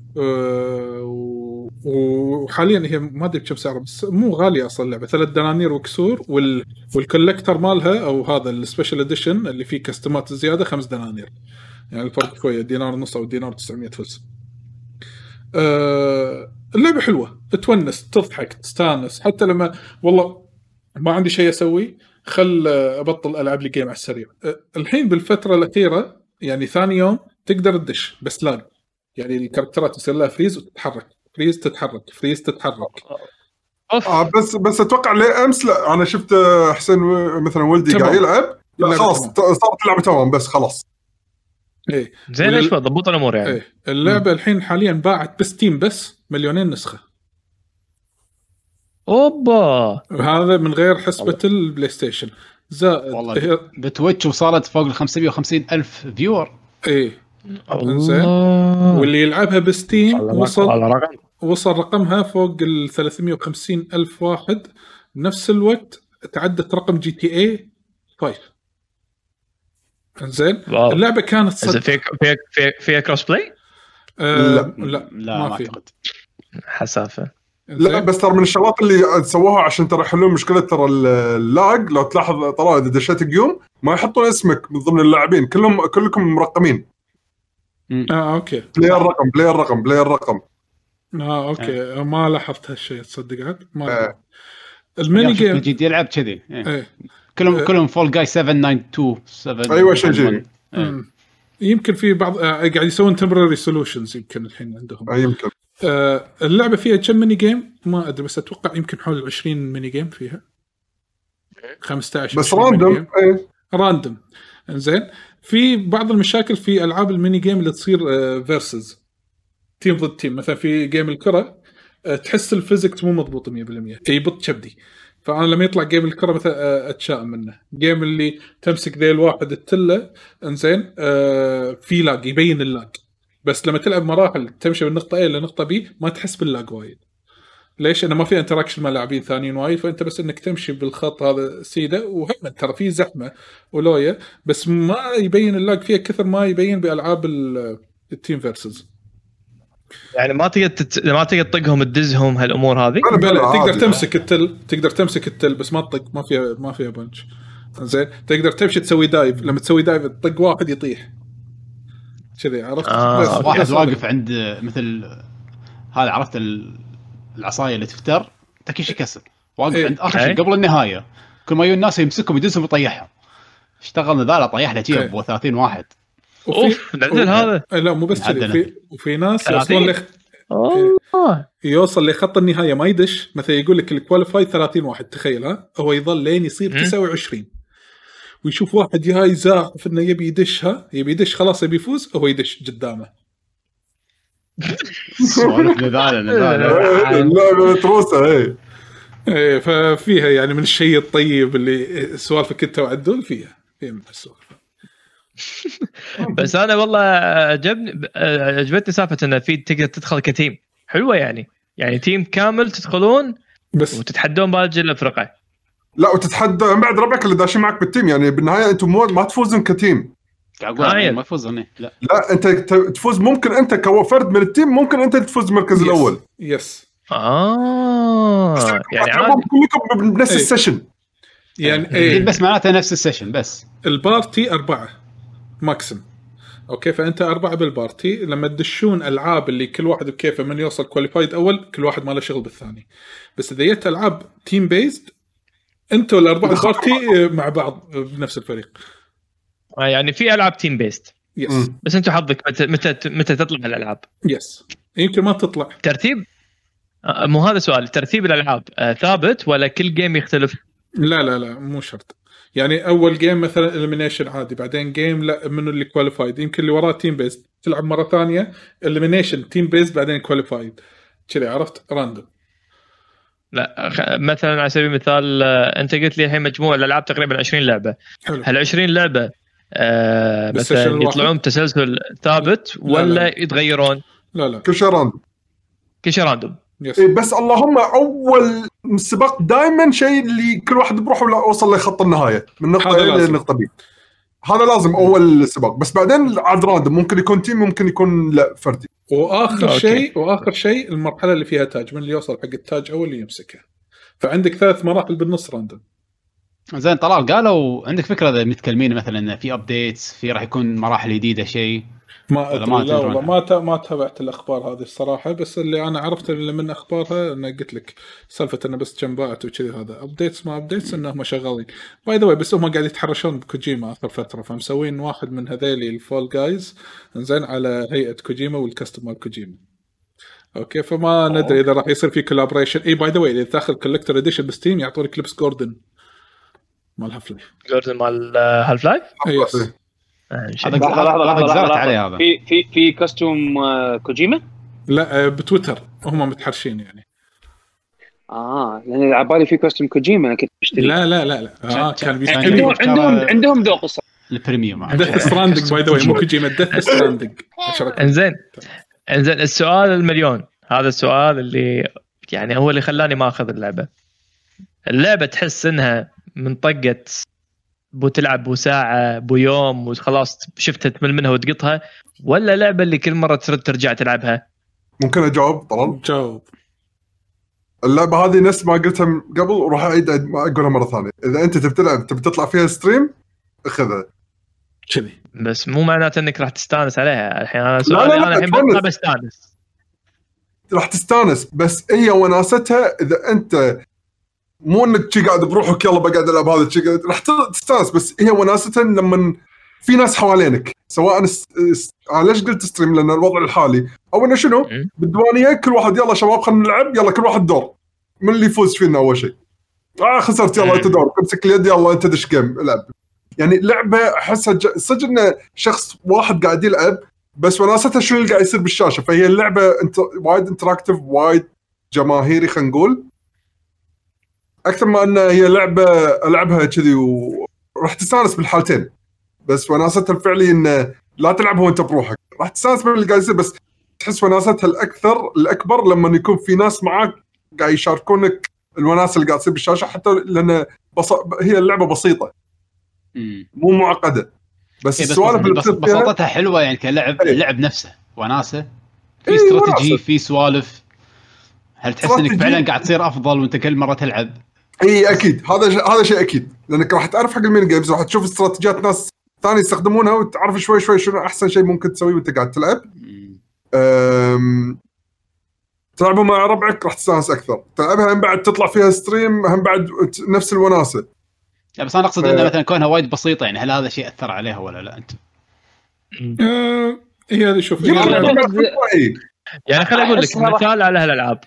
وحاليا هي ما ادري بكم سعرها بس مو غاليه اصلا اللعبه 3 دنانير وكسور. والكولكتر مالها او هذا السبيشال اديشن اللي فيه كاستمات زياده 5 دنانير. يعني الفرق شويه دينار ونص او دينار 900 فلس. اللعبه حلوه تونس تضحك تستانس حتى لما والله ما عندي شيء اسوي خل ابطل العب لي جيم على السريع. الحين بالفتره الاخيره يعني ثاني يوم تقدر تدش بس لاج. يعني الكاركترات يصير لها فريز وتتحرك فريز تتحرك فريز تتحرك. بس اتوقع ليه امس لا انا شفت حسين مثلا ولدي قاعد يلعب خلاص صارت اللعبه تمام بس خلاص. ايه زين ايش ضبط الامور يعني. ايه اللعبه الحين حاليا باعت بستيم بس 2,000,000 نسخه. اوبا هذا من غير حسبه البلاي ستيشن. زائد والله بتويتش وصلت فوق ال 550,000 فيور. ايه واللي يلعبها بستيم وصل رقمها فوق ال 350,000 واحد. بنفس الوقت تعدت رقم جي تي اي 5. انزين اللعبه كانت صدق فيها كروس بلاي. لا ما اعتقد حسافه. لا بس ترى من الشغلات اللي سووها عشان ترى يحلون مشكله ترى اللاج. لو تلاحظ ترى اذا دشيت اليوم ما يحطون اسمك من ضمن اللاعبين كلكم مرقمين. اوكي بلاير رقم اوكي ما لاحظت هالشيء تصدق عاد ما الميني جيم جديد يلعب كذي. كلهم فول جاي 7927. ايوه شيء يمكن في بعض قاعد يسوون تمبرري سولوشنز يمكن الحين عندهم. يمكن اللعبه فيها كم ميني جيم ما ادري بس اتوقع يمكن حول 20 ميني جيم فيها 15 بس راندوم. راندوم. انزين في بعض المشاكل في العاب الميني جيم اللي تصير فيرسز تيم ضد تيم. مثلا في جيم الكره تحس الفيزيكس مو مضبوط 100% يبط كبدي. فانا لما يطلع جيم الكره مثلا اتشائم منه. جيم اللي تمسك ذيل واحد التله انزين في لاج يبين اللاج. بس لما تلعب مراحل تمشي من نقطه A لنقطه B ما تحس باللاج وايد. ليش؟ انه ما في انتراكشن مع لاعبين ثانيين وايد. فانت بس انك تمشي بالخط هذا سيده. وهم ترى في زحمه ولويا بس ما يبين اللاج فيها كثر ما يبين بالعاب التيم فيرسز. يعني ما تقدر تطقهم تدزهم هالامور هذه. تقدر تمسك التل بس ما تطق. ما فيها بنش. زين تقدر تمشي تسوي دايف. لما تسوي دايف تطق واحد يطيح كذي عرفت. بس واحد واقف عند مثل هذا عرفت العصايه اللي تفتر تكيش كسر واقف عند اخر شيء قبل النهايه. كل ما يجوا الناس يمسكهم يدزهم ويطيحهم. اشتغلنا ذا طيح له شيء ب 30 واحد. نعدل هذا. لا مو بس كذي. وفي ناس يوصل لخط النهايه ما يدش. مثلا يقول لك الكواليفاي 30 واحد تخيل هو يظل لين يصير 29 ويشوف واحد جاي زاحف انه يبي يدش خلاص يبي يفوز هو يدش قدامه. سوالف لا تروسه ايه ففيها يعني من الشيء الطيب اللي سوالفك انت وعدول فيها من السوالف. بس انا والله عجبتني سالفه انه في تقدر تدخل كتيم حلوه يعني تيم كامل تدخلون بس وتتحدون باقي الافرقه. لا وتتحدى بعد ربعك اللي داشين معك بالتيم. يعني بالنهايه انتم ما تفوزون كتيم. ما يفوزون. لا انت تفوز. ممكن انت كفرد من التيم ممكن انت تفوز المركز الاول. يس يعني كلكم بنفس السيشن. يعني بس معناته نفس السيشن بس البارتي 4 ماكسيم. اوكي فانت 4 بالبارتي. لما تدشون العاب اللي كل واحد بكيفه من يوصل كواليفايد اول كل واحد ما له شغل بالثاني. بس اذا جت العاب تيم بيزد انتوا الاربعه البارتي مع بعض بنفس الفريق. يعني في العاب تيم بيست يس. بس انتوا حظك متى تطلع الالعاب. يس يمكن ما تطلع ترتيب. مو هذا سؤال. ترتيب الالعاب ثابت ولا كل جيم يختلف؟ لا مو شرط. يعني اول جيم مثلا اليمينيشن عادي بعدين جيم لا منه اللي كواليفايد. يمكن اللي وراه تيم بيست تلعب مره ثانيه اليمينيشن تيم بيست بعدين كواليفايد كذا عرفت راندوم. لا مثلا على سبيل المثال انت قلت لي الحين مجموع الالعاب تقريبا 20 لعبه. هل 20 لعبه بالسيشن مثلا الواحد؟ يطلعون تسلسل ثابت ولا لا. يتغيرون؟ لا كل شيء راندوم. كل شيء راندوم. يس. إيه بس اللهم اول سباق دائما شيء اللي كل واحد بروحه ولا اوصل لخط النهايه من نقطه هذا A لازم. لنقطه B. هذا لازم اول سباق، بس بعدين عاد راندوم، ممكن يكون تيم ممكن يكون لا فردي. واخر شيء المرحله اللي فيها تاج، من اللي يوصل حق التاج اول اللي يمسكه. فعندك 3 مراحل بالنص راندوم. زين طلال، قالوا عندك فكره اذا متكلمين مثلا إن في ابديتس، في راح يكون مراحل جديده شيء؟ ما ولا ادري، ما لا تدرون؟ والله ما تابعت الاخبار هذه الصراحه، بس اللي انا عرفته اللي من اخبارها انا قلت لك سالفه انه بس كم باعت وكذي. هذا ابديتس ما ابديتس انهم شغالين باي ذا واي. بس هم قاعد يتحرشون بكوجيما اخر فتره، فمسوين واحد من هذيلي الفول جايز زين على هيئه كوجيما والكاستم مال كوجيما. اوكي، فما ندري اذا راح يصير في كولابريشن. اي باي ذا واي، اذا تاخذ كولكتر اديشن بستيم يعطونك لبس جوردن مال هاف لايف. جوردن مال هالف لايف. يس. هذا قزرت عليه هذا. في كاستوم كوجيما. لا بتويتر هم متحرشين يعني. لان عبالي في كاستوم كوجيما انا كنت بشتري. لا كان بيشتري. عندهم ذوق الصراحه. البريميوم ديث ستراندنج باي ذا واي، مو كوجيما، ديث ستراندنج. انزين السؤال المليون، هذا السؤال اللي يعني هو اللي خلاني ما اخذ اللعبه تحس انها من طقه بو تلعب بو ساعه بو يوم وخلاص شفتها تمل منها وتقطها، ولا لعبه اللي كل مره ترد ترجع تلعبها؟ ممكن اجاوب طبعا. جاوب. اللعبه هذه نفس ما قلتها قبل، وراح اعيد ما اقولها مره ثانيه. اذا انت تبي تلعب تبي تطلع فيها ستريم اخذها كذي، بس مو معناته انك راح تستانس عليها. الحين انا لا، سؤالي لا، انا الحين تونس. بستانس. راح تستانس، بس هي وناستها. اذا انت مو انك شي قاعد بروحك يلا بقعد العب هذا الشيء، راح تستانس، بس هي وناستها لما في ناس حوالينك. سواء ليش قلت ستريم؟ لان الوضع الحالي او انه شنو بالديوانيه كل واحد يلا شباب خلينا نلعب، يلا كل واحد دور، من اللي يفوز فينا اول شيء. خسرت يلا انت دور، امسك اليد يلا انت دش جيم العب. يعني لعبه احسها صدق انه شخص واحد قاعد يلعب، بس وناستها شنو اللي قاعد يصير بالشاشه. فهي اللعبه انت وايد انتراكتيف، وايد جماهيري خلينا نقول، اكثر ما ان هي لعبه العبها كذي وراح تستانس بالحالتين. بس وناستها الفعلي انه لا تلعبها وانت بروحك، راح تستانس باللي قاعد يصير، بس تحس وناستها الاكبر لما يكون في ناس معك قاعد يشاركونك الوناسه اللي قاعد تصير بالشاشه. حتى لان هي اللعبه بسيطه مو معقده، بس السوالف اللي بساطتها حلوه يعني كلعب. اللعب نفسه وناسه، في استراتيجي، في سوالف. هل تحس انك فعلا قاعد تصير افضل وانت كل مره تلعب؟ اي اكيد، هذا شيء اكيد، لانك راح تعرف حق المين جيمز، راح تشوف استراتيجيات ناس ثاني يستخدمونها وتعرف شوي شنو احسن شيء ممكن تسويه وانت قاعد تلعب. تلعبها مع ربعك راح تستانس اكثر. تلعبها هم بعد تطلع فيها ستريم هم بعد نفس الوناسه. لا بس انا اقصد انه مثلا كونها وايد بسيطه، يعني هل هذا شيء اثر عليها ولا لا انت؟ هي هذه شوف يعني خليني اقول لك مثال على هالالعاب.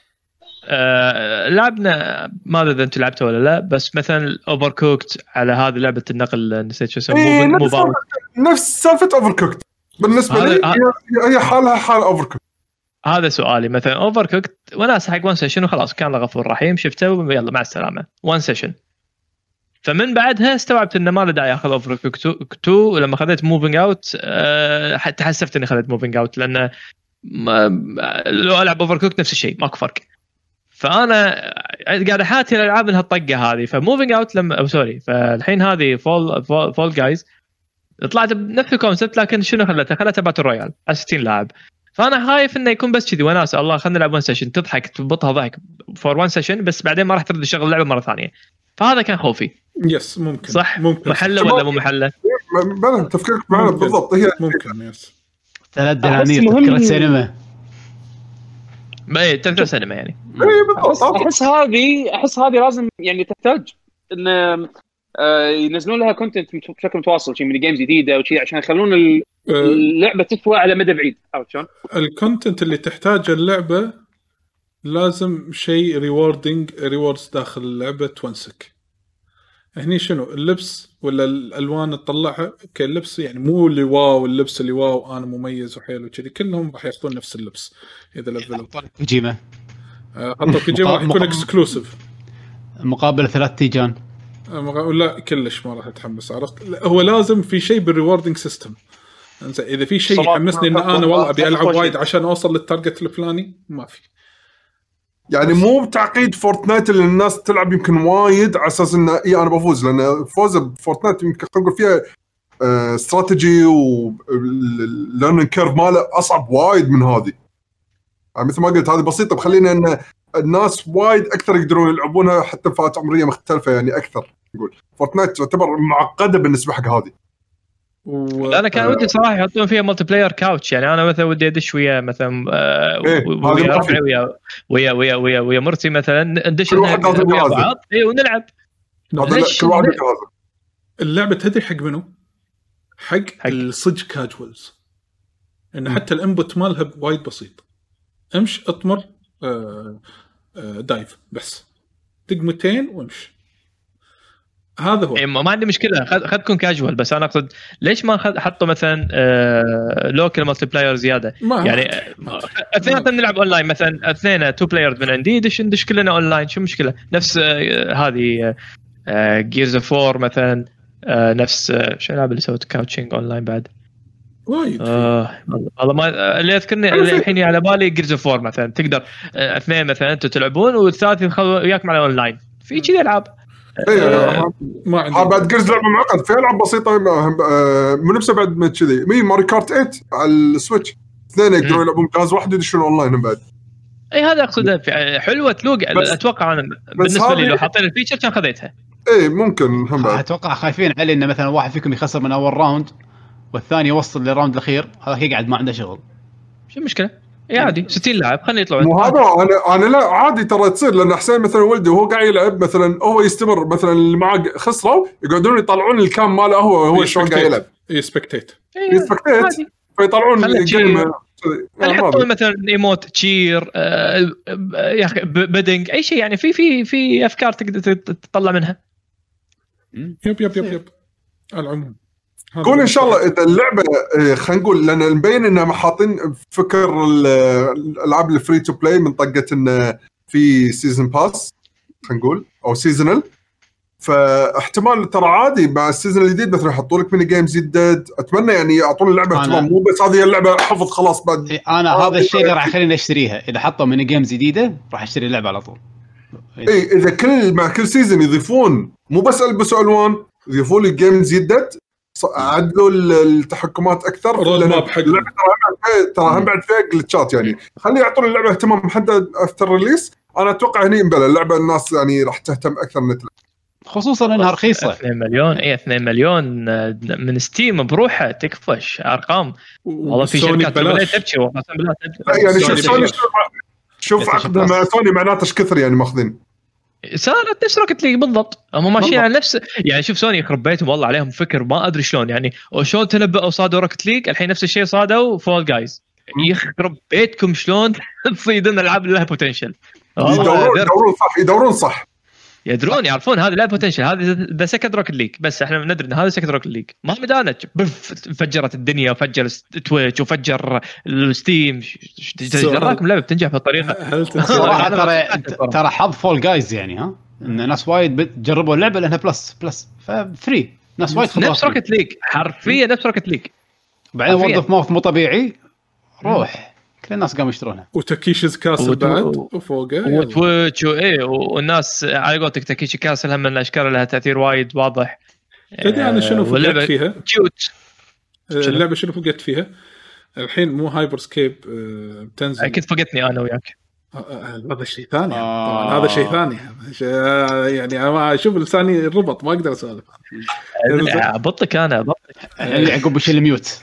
لعبنا ما ادري اذا انت لعبتها ولا لا، بس مثلا اوفر كوكت على هذه لعبه النقل، نسيت شو اسمه، مو نفس سالفه اوفر كوكت بالنسبه لي. هي حالها حال اوفر كوكت. هذا سؤالي. مثلا اوفر كوكت وناس حق وان سيشن وخلاص، كان الله غفور رحيم، شفته يلا مع السلامه وان سيشن. فمن بعدها استوعبت انه ما له داعي اخذ اوفر كوكت 2. ولما خذيت موفينج اوت حتى حسفت اني خذيت موفينج اوت، لانه لو العب اوفر كوكت نفس الشيء ماكو فرق. فانا قاعد احاتي الالعاب من هالطقه هذه. فموفينج اوت لما فالحين هذه فول جايز طلعت بنفس الكونسبت، لكن شنو خلتها باتل رويال على 60 لاعب. فانا خايف انه يكون بس كذي وناس الله خلينا نلعب وان سيشن، تضحك تبطها ضحك فور وان سيشن، بس بعدين ما راح ترد تشغل اللعبه مره ثانيه. فهذا كان خوفي. يس ممكن صح، ممكن محله ولا مو محله؟ بلا تفكيرك معنا بالضبط. هي ممكن يس 3 دنانير تذكرة سينما. ما تذكرة سينما يعني. احس هذه لازم يعني تحتاج ان ينزلون لها كونتنت بشكل متواصل، شيء من جيمز جديده وشيء عشان يخلون اللعبه تفوى على مدى بعيد. عرفت شلون؟ الكونتنت اللي تحتاجه اللعبه لازم شيء ريوردز داخل اللعبه تونسك. هني شنو اللبس ولا الالوان تطلعها كاللبس، يعني مو اللي واو اللبس اللي واو انا مميز وحيل وكذي، كلهم راح ياخذون نفس اللبس. اذا لفلوا كوجيما حطوا كوجيما راح يكون اكسكلوسيف مقابل 3 تيجان. لا كلش ما راح اتحمس. عرفت هو لازم في شيء بالريوردنج سيستم. اذا في شيء يحمسني ان انا والله ابي العب وايد عشان اوصل للتارجت الفلاني ما في. يعني مو بتعقيد فورتنايت اللي الناس تلعب يمكن وايد على اساس ان انا بفوز، لان فوز بفورتنايت يمكن نقول فيها استراتيجي وليرنينج كيرف ماله اصعب وايد من هذه. يعني مثل ما قلت هذه بسيطه بخلينا ان الناس وايد اكثر يقدرون يلعبونها حتى بفئات عمريه مختلفه يعني اكثر. نقول فورتنايت تعتبر معقده بالنسبه حق هذه. انا كان ودي صراحه يحطون فيها ملتي بلاير كاوتش. يعني انا مثلا ودي ادش ويا مثلا ويا ربعي ويا مرتي مثلا ندش ويا بعض ونلعب. اللعبه تدري حق منو؟ حق الصج كاجوالز. ان حتى الانبوت مالها وايد بسيط. امش اطمر دايف بس دقمتين وامش. هذا هو. ما عندي مشكله خذكم كاجوال، بس انا اقصد ليش ما حطوا مثلا لوكال مالتي بلاير زياده؟ يعني اثنين نلعب اونلاين مثلا، اثنين تو بلايرز من عندي ندش كلنا اونلاين. شو المشكله؟ نفس هذه جيرز اوف 4 مثلا، نفس شو العاب اللي سوت كاوتشنج اونلاين بعد وايد. والله ما اللي اذكرني الحين على بالي جيرز اوف 4 مثلا تقدر اثنين مثلا انتم تلعبون والثالث يدخل وياكم على اونلاين في كذا العاب. ما عندي بعد جيرز لعبه معقد، في العاب بسيطه من نفسه بعد ما كذي. ماري كارت 8 على السويتش اثنين يقدرون يلعبون جهاز واحد يدشون اونلاين بعد. اي هذا اقصده حلوه تلوق. اتوقع انا بالنسبه لي لو حاطين الفيتشر كان خذيتها. اي ممكن هم بعد. اتوقع خايفين علي ان مثلا واحد فيكم يخسر من اول راوند والثاني يوصل للراوند الاخير، هذا يقعد ما عنده شغل. شو المشكله؟ اي عادي 60 لاعب خليه يطلعون. مو هذا انا لا عادي ترى تصير، لان حسين مثلا ولدي وهو قاعد يلعب مثلا هو يستمر مثلا اللي معاه خسروا يقعدون يطلعون الكام ماله هو شلون قاعد يلعب يسبكتيت فيطلعون الجيم. يحطون مثلا ايموت تشير يا اخي بدنج اي شيء. يعني في افكار تقدر تطلع منها. يب العموم قول ان شاء الله اذا اللعبه خلينا نقول لان مبين انها حاطين فكر الالعاب الفري تو بلاي من طقه ان في سيزن باس خلينا نقول او سيزونال، فاحتمال ترى عادي مع السيزون الجديد مثلا يحطوا لك ميني جيمز جديد. اتمنى يعني يعطون اللعبه اهتمام، مو بس هذه اللعبه حفظ خلاص بعد. انا هذا الشيء اللي راح يخليني اشتريها. اذا حطوا ميني جيمز جديده راح اشتري اللعبه على طول. اي اذا مع كل سيزون يضيفون مو بس البسوا الوان، يضيفون لي جيمز جديد، عدلوا التحكمات اكثر. ترى هم بعد فيها جلتشات يعني. خلي يعطون اللعبه اهتمام محدد افتر ريليس. انا اتوقع هني مبلا اللعبه الناس يعني راح تهتم اكثر من خصوصا انها رخيصه. 2 مليون 2 مليون من ستيم بروحها تكفش ارقام. والله في شركات تبكي والله يعني شوف عقدها مع سوني معناته ايش كثر يعني ماخذين. صارت نفس روكت ليج بالضبط. هم ماشيين على نفس يعني. شوف سوني يخرب بيتهم والله عليهم فكر ما ادري شلون يعني. وشلون تنبأوا صادوا روكت ليج الحين نفس الشيء صادوا فول جايز. يخرب بيتكم شلون تصيدون العاب لها بوتنشل. يدورون صح يدرون يعرفون هذا لا بوتنشل. هذا ذا سكند روكت ليج بس احنا ندري ان هذا سكند روكت ليج ما مدانه فجرت الدنيا وفجر تويتش وفجر الستيم. جراكم لعبه بتنجح بهالطريقه. ترى حظ فول جايز يعني ها ان ناس وايد بتجربوا اللعبه لانها بلس ففري. ناس وايد نفس روكت ليج حرفيا نفس روكت ليج. بعدين وورد اوف ماوث مو طبيعي روح كل الناس قاموا يشترونها. وتكيشيز كاسل بعد وفوقه وتويتش والناس على قولتك تكيشي كاسل هم من الاشكال لها تاثير وايد واضح. تدري انا شنو فقدت فيها؟ كيوت. اللعبه شنو فقدت فيها الحين؟ مو هايبر سكيب بتنزل. اكيد فقدتني انا وياك. هذا شيء ثاني. هذا شيء ثاني يعني انا اشوف لساني ربط ما اقدر اسولف. ابطك انا اللي عقب بشيل الميوت.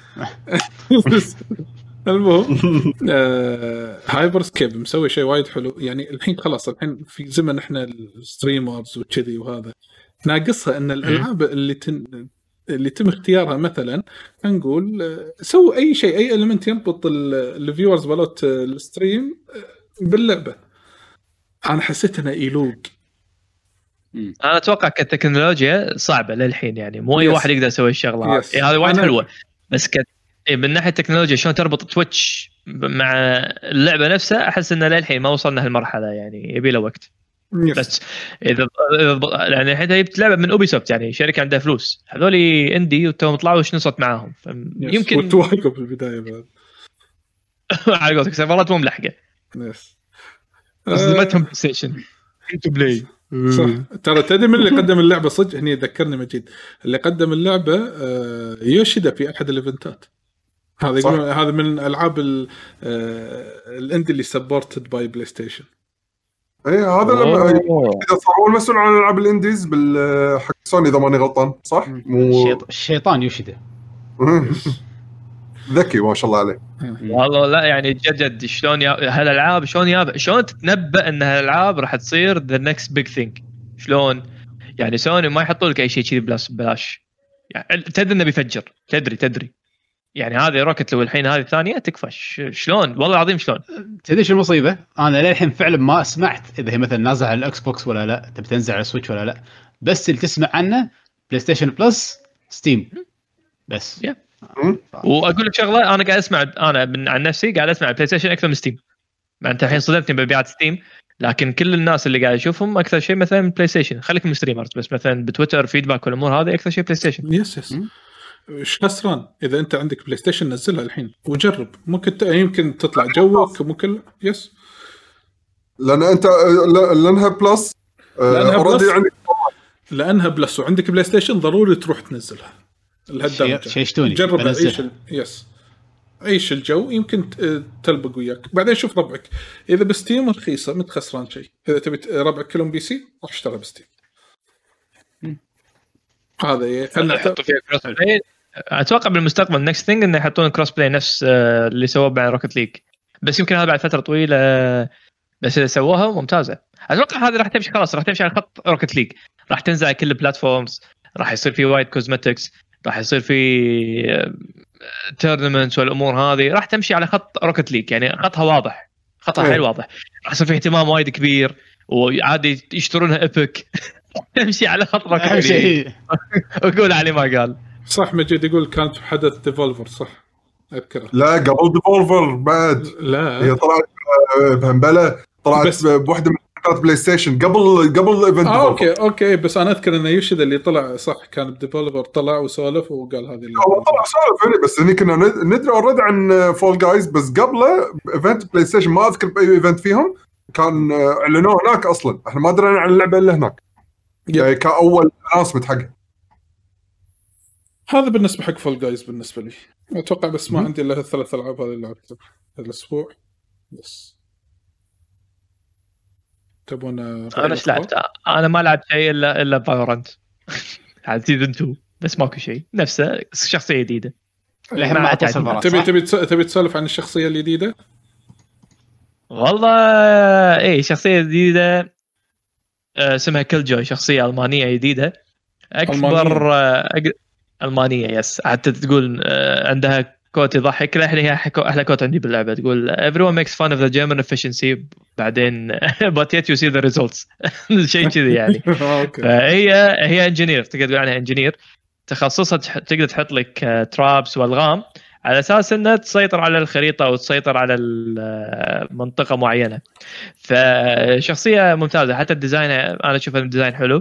المهم هايبر سكيب مسوي شيء وايد حلو يعني. الحين خلاص الحين في زمن احنا الستريمرز وكذي وهذا ناقصها ان الالعاب اللي تم اختيارها مثلا نقول سووا اي شيء اي إليمنت يربط الفيورز مالت الستريم باللعبه. انا حسيت انه يلوق. انا اتوقع كتكنولوجيا صعبه للحين يعني مو اي واحد يقدر يسوي الشغله هذه وايد حلوه. بس من ناحيه التكنولوجيا شلون تربط تويتش مع اللعبه نفسها احس ان للحين ما وصلنا هالمرحله يعني يبي له وقت. بس اذا يعني الحين جبت لعبه من اوبي سوفت يعني شركه عندها فلوس هذول اندي وتوم طلعوا وش نصت معاهم يمكن وتوقف في البدايه بعد على قولتك سيرفرات مو ملحقه يس صدمتهم بلاي ستيشن تو بلاي صح. ترى تدري من اللي قدم اللعبه صدق هني ذكرني مجيد اللي قدم اللعبه يوشيدا في احد الايفنتات هذا يقول هذا من العاب الاندي اللي سبورتد باي بلاي ستيشن ايه هذا لما اذا صار هو المسؤول عن العاب الانديز حق سوني اذا ماني غلطان صح الشيطان يوشيدا ذكي ما شاء الله عليه والله لا يعني جد شلون هالالعاب شلون تتنبأ ان هالالعاب راح تصير ذا نكست بيج ثينج شلون يعني سوني ما يحطوا لك اي شيء كذي بلاش يعني تدري انه بيفجر تدري يعني هذه روكت لو الحين هذه الثانيه تكفش شلون والله العظيم شلون تدري شو المصيبه انا للحين فعلا ما سمعت اذا هي مثلا نازله على الاكس بوكس ولا لا تبي تنزل على السويتش ولا لا بس اللي تسمع عنه بلاي ستيشن بلس ستيم بس واقول لك شغله انا قاعد اسمع انا عن نفسي قاعد اسمع بلاي ستيشن اكثر من ستيم ما انت الحين صدمتني بمبيعات ستيم لكن كل الناس اللي قاعد اشوفهم اكثر شيء مثلا بلاي ستيشن خليك من ستريمرز بس مثلا بتويتر فيدباك والامور هذه اكثر شيء بلاي ستيشن يس ايش خسران اذا انت عندك بلاي ستيشن نزلها الحين وجرب ممكن يمكن تطلع جوك ممكن يس لان انت لانها بلس اوريدي عندك لانها بلس وعندك بلاي ستيشن ضروري تروح تنزلها لهالدرجه شيشتوني جرب عيش الجو يمكن تلبق وياك بعدين شوف ربعك اذا بستيم رخيصه ما تخسران شيء اذا تبي ربعك كلهم بي سي راح اشتري بستيم هذا خلنا نحط فيها كروس بلاي اتوقع بالمستقبل نكست ثينج انه يحطون كروس بلاي نفس اللي سووه مع روكت ليج بس يمكن هذا بعد فتره طويله بس اذا سووها ممتازه اتوقع هذه راح تمشي خلاص راح تمشي على خط روكت ليج راح تنزل على كل البلاتفورمز راح يصير في وايد كوزمتكس راح يصير في تورنمنتس والامور هذه راح تمشي على خط روكت ليج يعني خطها واضح خطها حيل واضح راح يصير في اهتمام وايد كبير وعادي يشترونها ايبك تمشي على خط روكت ليج وقول علي ما قال صح مجد يقول كانت حدث ديفولفر صح اذكر لا قبل ديفولفر بعد لا هي طلعت بهمبله طلعت بوحده من شركات بلاي ستيشن قبل الايفنت اوكي بس انا اذكر ان يوشيدا اللي طلع صح كان بديفولفر طلع وسولف وقال هذه اللي هو طلع سولف هنا بس هني كنا ندري اوريدي عن فول جايز بس قبله ايفنت بلاي ستيشن ما اذكر باي ايفنت فيهم كان اعلنوه هناك اصلا احنا ما درينا عن اللعبه الا هناك يعني كاول اناونسمنت حقه هذا بالنسبه حق فول جايز بالنسبه لي اتوقع بس ما عندي الا الثلاث العاب هذه اللي لعبتها هذا الاسبوع بس تبون انا ايش لعبت انا ما لعبت شيء الا فالورانت على سيزون 2 بس ماكو شيء نفسه شخصيه جديده تبي تسولف عن الشخصيه الجديده والله ايه شخصيه جديده اسمها كل جوي شخصيه المانيه جديده اكبر المانيه يس حتى تقول عندها كوت يضحك لا هي احلى كوت عندي باللعبه تقول everyone makes fun of the German efficiency بعدين but yet you see the results شيء كذي يعني هي انجينير تقدر تقول عنها انجينير تخصصها تقدر تحط لك ترابس والغام على اساس انها تسيطر على الخريطه وتسيطر على منطقه معينه فشخصيه ممتازه حتى الديزاين انا اشوف الديزاين حلو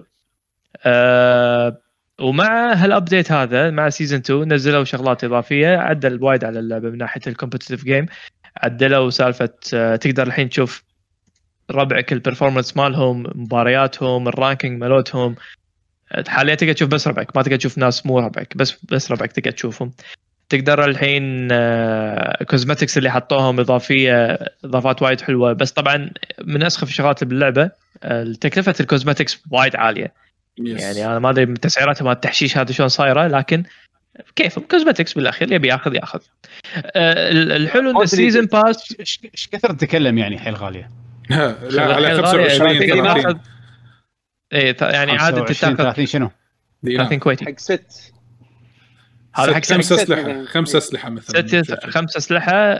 ومع هالابديت هذا مع سيزن 2 نزلوا شغلات اضافيه عدل وايد على اللعبه من ناحيه الكومبتيتيف جيم عدلوا سالفه تقدر الحين تشوف ربعك البرفورمانس مالهم مبارياتهم الرانكينج مالتهم حاليا تقدر تشوف بس ربعك ما تقدر تشوف ناس مو ربعك بس ربعك تقدر تشوفهم تقدر الحين كوزمتكس اللي حطوهم اضافيه اضافات وايد حلوه بس طبعا من اسخف الشغلات باللعبه تكلفه الكوزمتكس وايد عاليه يعني انا ما ادري من تسعيراتها ما التحشيش هذا شلون صايره لكن كيف كوزمتكس بالاخير يبي ياخذ الحلو ان السيزون باس ايش كثر تتكلم يعني حيل غاليه لا على 25 ايه يعني عاده تاخذ 30 شنو 30 كويتي حق ست هذا حق 5 اسلحه 5 اسلحه مثلا 5 اسلحه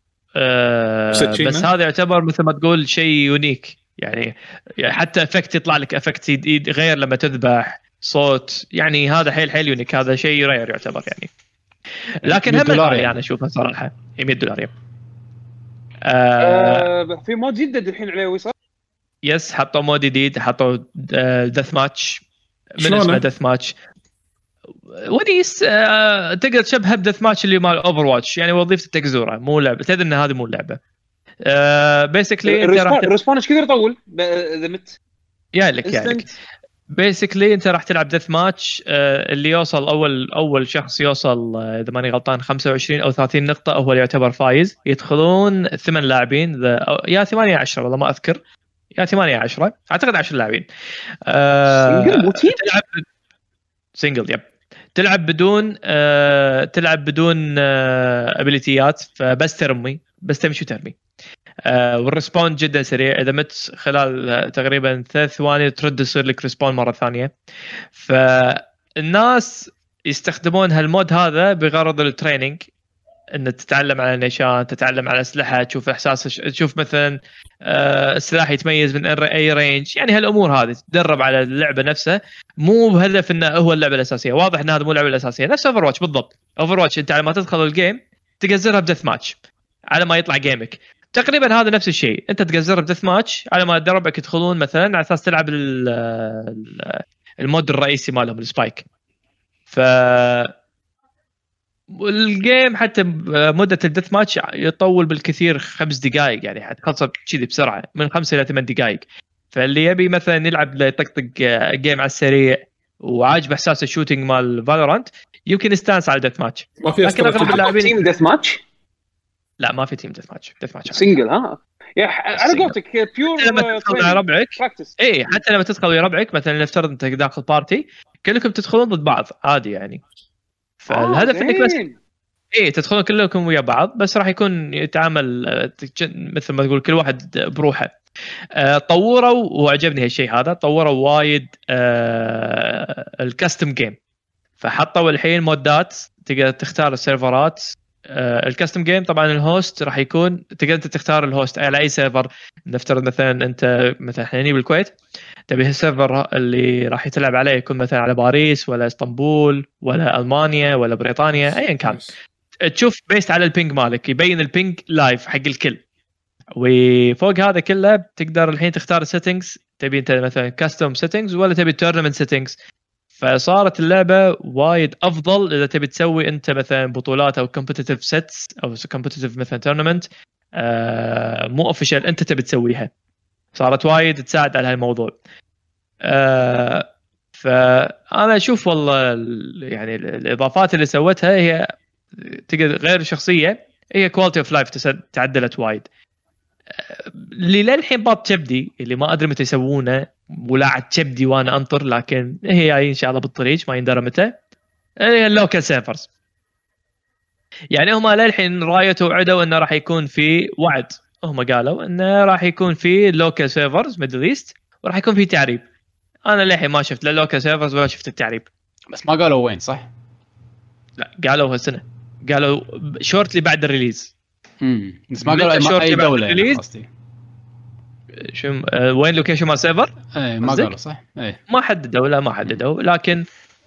بس هذا يعتبر مثل ما تقول شيء يونيك يعني حتى افكت يطلع لك افكت غير لما تذبح صوت يعني هذا حيل يونيك هذا شيء رير يعتبر يعني لكن هم يعني انا اشوفها صراحه $100 في مود جديد الحين عليه وصل يس حطوا مود جديد، حطوا دث ماتش من شلونه؟ اسمه دث ماتش ونيس. تقدر تشبهه بدث ماتش اللي مال اوفر واتش، يعني وظيفه تكزوره مو لعبه. تدري ان هذه مو لعبه. بيسكلي انت راح الريسبون ايش كثر يطول اذا مت يالك بيسكلي انت راح تلعب دث ماتش. اللي يوصل اول شخص يوصل اذا ماني غلطان 25 او 30 نقطه هو اللي يعتبر فايز. يدخلون 8 لاعبين يا 8 10 والله ما اذكر، يا 8 10 اعتقد 10 لاعبين. تلعب سنجل يب. تلعب بدون ابيليتيات، فبس ترمي بس تمشي وترمي. والريسبون جدا سريع، اذا مت خلال تقريبا 3 ثواني ترد يصير لك ريسبون مره ثانيه. فالناس يستخدمون هالمود هذا بغرض التريننج، ان تتعلم على النيشان، تتعلم على اسلحه، تشوف احساس، تشوف مثلا السلاح يتميز من اي رينج، يعني هالامور هذه تدرب على اللعبه نفسها، مو بهدف انه هو اللعبه الاساسيه. واضح ان هذا مو اللعبه الاساسيه، نفس اوفر واتش بالضبط. اوفر واتش انت على ما تدخل الجيم تقزرها بدث ماتش على ما يطلع جيمك، تقريبا هذا نفس الشيء. انت تقزرها بدث ماتش على ما دربك يدخلون مثلا على اساس تلعب المود الرئيسي مالهم السبايك. ف الجيم حتى مدة الدث ماتش يطول بالكثير 5 دقائق، يعني حتخلص كذي بسرعة من 5 إلى 8 دقائق. فاللي يبي مثلا يلعب يطقطق جيم على السريع وعاجب إحساس الشوتينج مال فالورانت يمكن يستانس على الدث ماتش. ما في لكن أغلب اللاعبين تيم دث ماتش؟ لا ما في تيم دث ماتش. دث ماتش سنجل. ها على قولتك بيور لما تدخل مع ربعك. براكتس. اي حتى لما تدخل ويا ربعك مثلا نفترض انت داخل بارتي كلكم تدخلون ضد بعض عادي يعني. فالهدف انك بس تدخلون كلكم ويا بعض، بس راح يكون يتعامل مثل ما تقول كل واحد بروحه. طوروا وعجبني هالشيء هذا، طوروا وايد الكاستم جيم. فحطوا الحين مودات تقدر تختار السيرفرات. الكاستم جيم طبعا الهوست راح يكون تقدر انت تختار الهوست على اي سيرفر. نفترض مثلا انت مثلا احنا بالكويت تبي السيرفر اللي راح يتلعب عليه يكون مثلا على باريس ولا اسطنبول ولا المانيا ولا بريطانيا ايا كان. تشوف بيست على البينج مالك، يبين البينج لايف حق الكل. وفوق هذا كله تقدر الحين تختار السيتنجز، تبي انت مثلا كاستم سيتنجز ولا تبي تورنمنت سيتنجز. فصارت اللعبه وايد افضل اذا تبي تسوي انت مثلا بطولات او كومبيتيتيف سيتس او كومبيتيتيف مثلا تورنمنت مو اوفيشال انت تبي تسويها. صارت وايد تساعد على هالموضوع. فانا اشوف والله يعني الاضافات اللي سوتها هي تقدر غير شخصيه، هي كواليتي اوف لايف تعدلت وايد. اللي للحين باط كبدي اللي ما ادري متى يسوونه ولا كبدي وانا انطر، لكن هي ان شاء الله بالطريق ما يندرى متى. هي اللوكال سيرفرز، يعني هم للحين رايتوا وعدوا انه راح يكون في وعد. هم قالوا انه راح يكون في لوكال سيرفرز ميدل ايست وراح يكون في تعريب. انا للحين ما شفت لا لوكال سيرفرز ولا شفت التعريب. بس ما قالوا وين صح؟ لا قالوا هالسنه، قالوا شورتلي بعد الريليز. بس ما قالوا اي دوله يعني قصدي. شو وين لوكيشن مال سيرفر؟ اي ما قالوا صح. اي ما حددوا، لا ما حددوا، لكن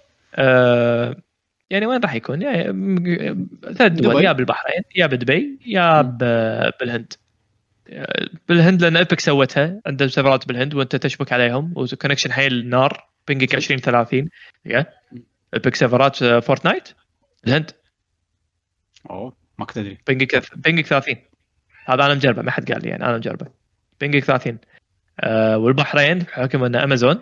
يعني وين راح يكون؟ يعني 3 دول، يا بالبحرين يا بدبي يا بالهند. بالهند لان ايبك سوتها، عندهم سيرفرات بالهند وانت تشبك عليهم وكونكشن حيل نار بينجك 20 30. يا ايبك سيرفرات فورتنايت الهند. ما كنت ادري. بينجك 30. هذا انا مجربه، ما حد قال لي يعني، انا مجربه بينجك 30. والبحرين حكم انه امازون.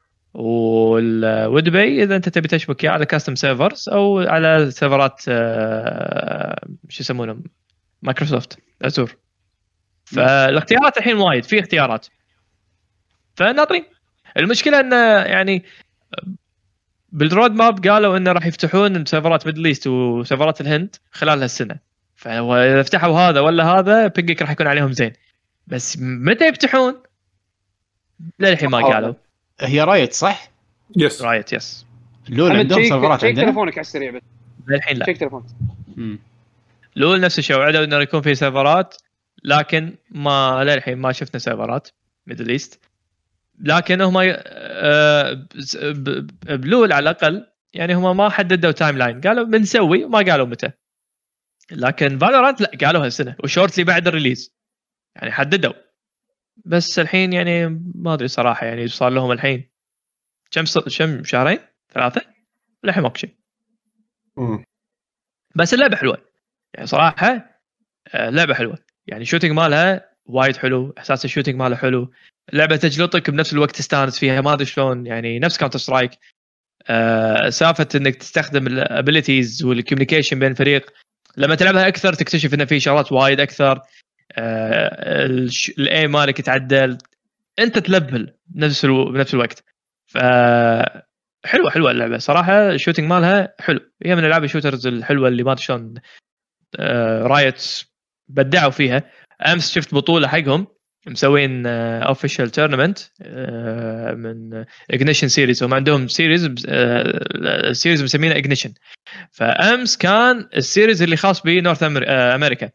ودبي اذا انت تبي تشبك على كاستم سيرفرز او على سيرفرات شو يسمونهم مايكروسوفت ازور. فالاختيارات الحين وايد، في اختيارات، فناطرين. المشكله انه يعني بالرود ماب قالوا انه راح يفتحون سيرفرات ميدل ايست وسيرفرات الهند خلال هالسنه. فاذا فتحوا هذا ولا هذا بينجك راح يكون عليهم زين، بس متى يفتحون للحين ما قالوا. هي رايت صح؟ يس رايت يس. لول عندهم سيرفرات عندنا. تليفونك على السريع بس للحين لا. تشيك تليفونك. لول نفس الشيء، وعدوا انه يكون في سيرفرات، لكن ما للحين ما شفنا سيرفرات ميدل ايست. لكن هم بلول على الاقل يعني هم ما حددوا تايم لاين، قالوا بنسوي وما قالوا متى. لكن فالورانت لا قالوا هالسنه وشورتلي بعد الريليز، يعني حددوا بس الحين يعني ما ادري صراحه، يعني صار لهم الحين كم شهرين 3 للحين ماكو شيء. بس اللعبه حلوه يعني صراحه، لعبه حلوه يعني، شوتينج مالها وايد حلو، احساس الشوتينج مالها حلو، اللعبه تجلطك بنفس الوقت تستانس فيها، ما ادري شلون يعني، نفس كاونتر سترايك. سالفه انك تستخدم الابيليتيز والكوميونيكيشن بين الفريق، لما تلعبها اكثر تكتشف ان في شغلات وايد اكثر. الاي مالك يتعدل، انت تلبل بنفس الوقت. ف حلوه اللعبه صراحه، الشوتينج مالها حلو، هي من العاب الشوترز الحلوه اللي ما ادري شلون رايت بدعوا فيها. امس شفت بطوله حقهم مسوين اوفيشال تورنمنت من اجنيشن سيريز، هم عندهم سيريز مسمينها اجنيشن. فامس كان السيريز اللي خاص بنورث امريكا،